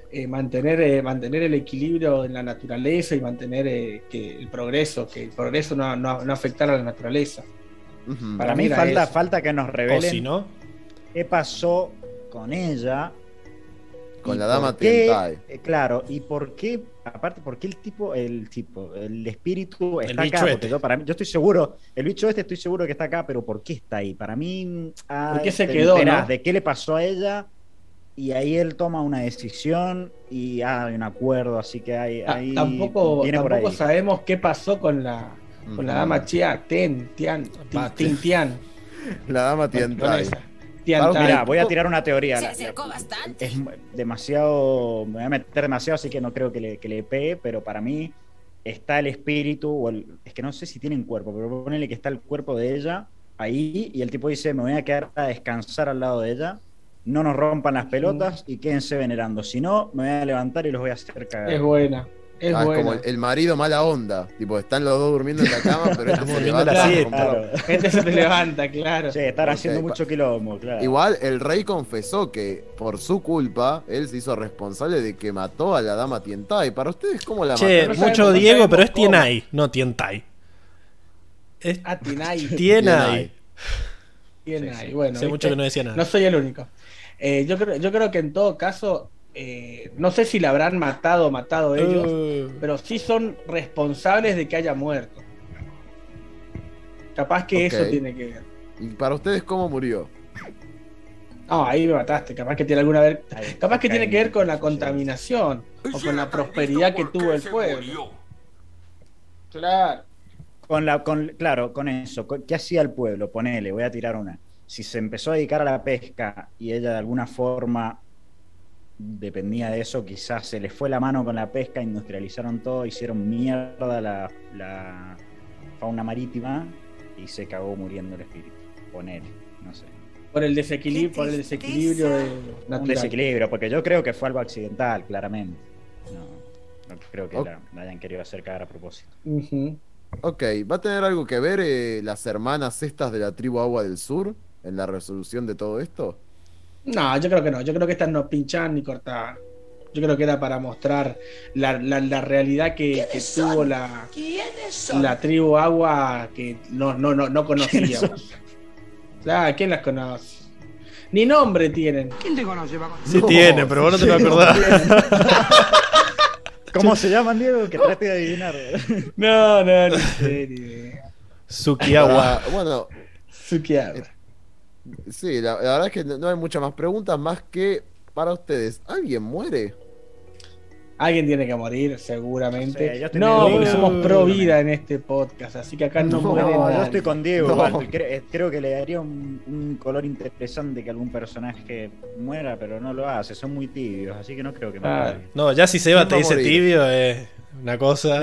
eh, mantener, eh, mantener el equilibrio en la naturaleza y mantener eh, que el progreso, que el progreso no, no, no afectara a la naturaleza. Ujú. Para mí Mira falta, eso. falta que nos O revelen si no, qué pasó con ella. Con y la dama por qué, Tientai. eh, claro, y por qué, aparte, por qué el tipo, el tipo, el espíritu El está bicho acá. este. Porque yo, para mí, yo estoy seguro, el bicho este estoy seguro que está acá, pero ¿por qué está ahí? Para mí, ah, ¿Por qué se te quedó, enterás no? de qué le pasó a ella y ahí él toma una decisión y ah, hay un acuerdo, así que hay, Ta- ahí tampoco viene por tampoco ahí. sabemos qué pasó con la, con la Ujú. dama Chia, Ten, Tian, Tin, Bate. Tin, Tian. La dama Con Tientai. esa. Tian Para- Tai. Mira, voy a tirar una teoría. Se La- acercó la- bastante. Es mu- demasiado, me voy a meter demasiado, así que no creo que le, que le pegue, pero para mí está el espíritu, o el- es que no sé si tienen cuerpo, pero ponele que está el cuerpo de ella ahí y el tipo dice, me voy a quedar a descansar al lado de ella, no nos rompan las pelotas y quédense venerando, si no, me voy a levantar y los voy a hacer cagar. Es buena. Es Ah, es buena. como el, el marido mala onda. Tipo, están los dos durmiendo en la cama, pero este Estamos se durmiendo en levanta la a siesta. romper- Claro. Gente se te levanta, claro. Sí, están Ok, haciendo pa- mucho quilombo, claro. Igual el rey confesó que por su culpa él se hizo responsable de que mató a la dama Tientai. Para ustedes, ¿cómo la che, no mataron? mucho sabemos- no Diego, sabemos pero es cómo. Tienai, no Tientai. Es Ah, Tinai. Tienai. Tienai. Sí, sí. Bueno, Hace mucho ¿viste? que no decía nada. No soy el único. Eh, yo, creo, yo creo que en todo caso, eh, no sé si la habrán matado o matado ellos, Uh, pero sí son responsables de que haya muerto. Capaz que Ok. eso tiene que ver. ¿Y para ustedes cómo murió? No, ahí me mataste. Capaz que tiene alguna ver. Ahí, Capaz que tiene que ver con la sí. contaminación o con la prosperidad que tuvo el pueblo. Claro. Con la, con, claro, con eso. con- ¿Qué hacía el pueblo? Ponele, voy a tirar una. Si se empezó a dedicar a la pesca y ella de alguna forma dependía de eso, quizás se les fue la mano con la pesca, industrializaron todo, hicieron mierda la, la fauna marítima y se cagó muriendo el espíritu. Ponele, no sé. Por el desequilibrio, por el desequilibrio de Un natural. desequilibrio, porque yo creo que fue algo accidental, claramente. No, no creo que Ok. la, la hayan querido hacer cagar a propósito. Ujú. Ok, ¿va a tener algo que ver eh, las hermanas estas de la tribu Agua del Sur en la resolución de todo esto? No, yo creo que no. Yo creo que estas no pinchan ni cortaban. Yo creo que era para mostrar la, la, la realidad que, que tuvo la, ¿Quiénes son? la tribu Agua que no, no, no, no conocíamos. Claro, ¿quién las conoce? Ni nombre tienen. ¿Quién te conoce, Paco? sí No, tiene, pero vos no te lo acordás. ¿Cómo se llaman, Diego? Que trate de adivinar. No, no, no sé ni idea. Sukiawa. Para- bueno, Sukiawa. sí, la, la verdad es que no no hay muchas más preguntas más que para ustedes. ¿Alguien muere? Alguien tiene que morir, seguramente. No sé, yo estoy No, medio porque indignado. somos pro vida en este podcast, así que acá no, No, muere No, nadie. yo estoy con Diego. No. igual. Cre- eh, Creo que le daría un, un color interesante que algún personaje muera, pero no lo hace. Son muy tibios, así que no creo que me Ah. acuerde. No, ya si Seba ¿Quién te va a dice morir? tibio es una cosa.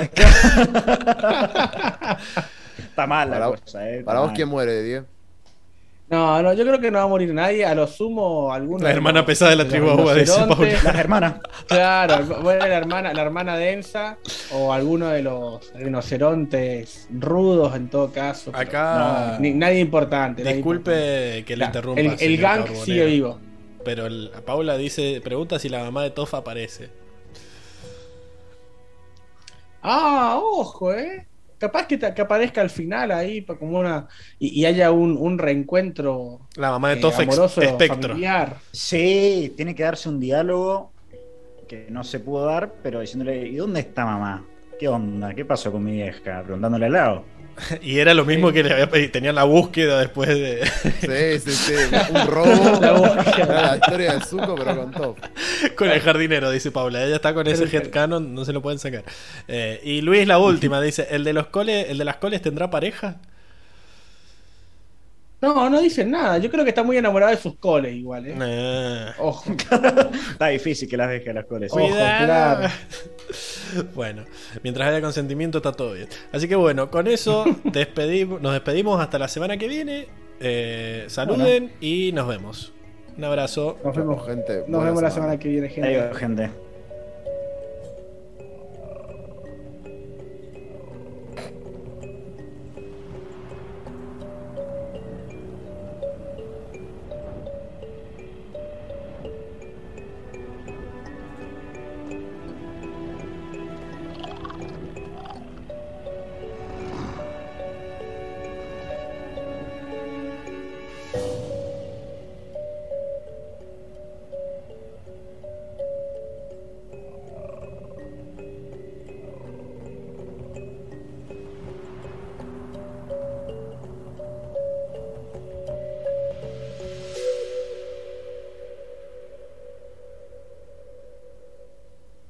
Está mal la Para- cosa, eh. está ¿Para vos mal. quién muere, Diego? No, no, yo creo que no va a morir nadie. A lo sumo, alguno. La de hermana los- pesada de la los tribu Agua, dice rinocerontes. Paula. Las hermanas. Claro, bueno, la hermana, la hermana densa o alguno de los rinocerontes rudos en todo caso. pero Acá- no, ni- nadie importante. nadie importante. Disculpe que le La- interrumpa. El, el señor gang Carbonero, sigue vivo. Pero el- Paula dice, pregunta si la mamá de Tofa aparece. Ah, ojo, eh. Capaz que, te- que aparezca al final ahí pa- como una y, y haya un, un reencuentro La mamá de eh, Tofa ex- amoroso, espectro. familiar. Sí, tiene que darse un diálogo que no se pudo dar, pero diciéndole, ¿y dónde está mamá? ¿Qué onda? ¿Qué pasó con mi vieja? Preguntándole al lado. Y era lo mismo que le había pedido. Tenían la búsqueda después de. Sí, sí, sí. Un robo. La búsqueda. Era la historia del suco, pero con todo. Con el jardinero, dice Paula. Ella está con ese headcanon, no se lo pueden sacar. Eh, y Luis, la última, dice: ¿El de los coles, el de las coles tendrá pareja? No, no dicen nada. Yo creo que está muy enamorado de sus coles igual, eh. Eh, Ojo. Está difícil que las deje a las coles. Ojo, cuidado. claro. Bueno, mientras haya consentimiento está todo bien. Así que bueno, con eso despedimos, nos despedimos hasta la semana que viene. Eh, saluden y nos vemos. Un abrazo. Nos vemos. Gente, Nos buena vemos la semana. semana que viene, gente. Adiós, gente.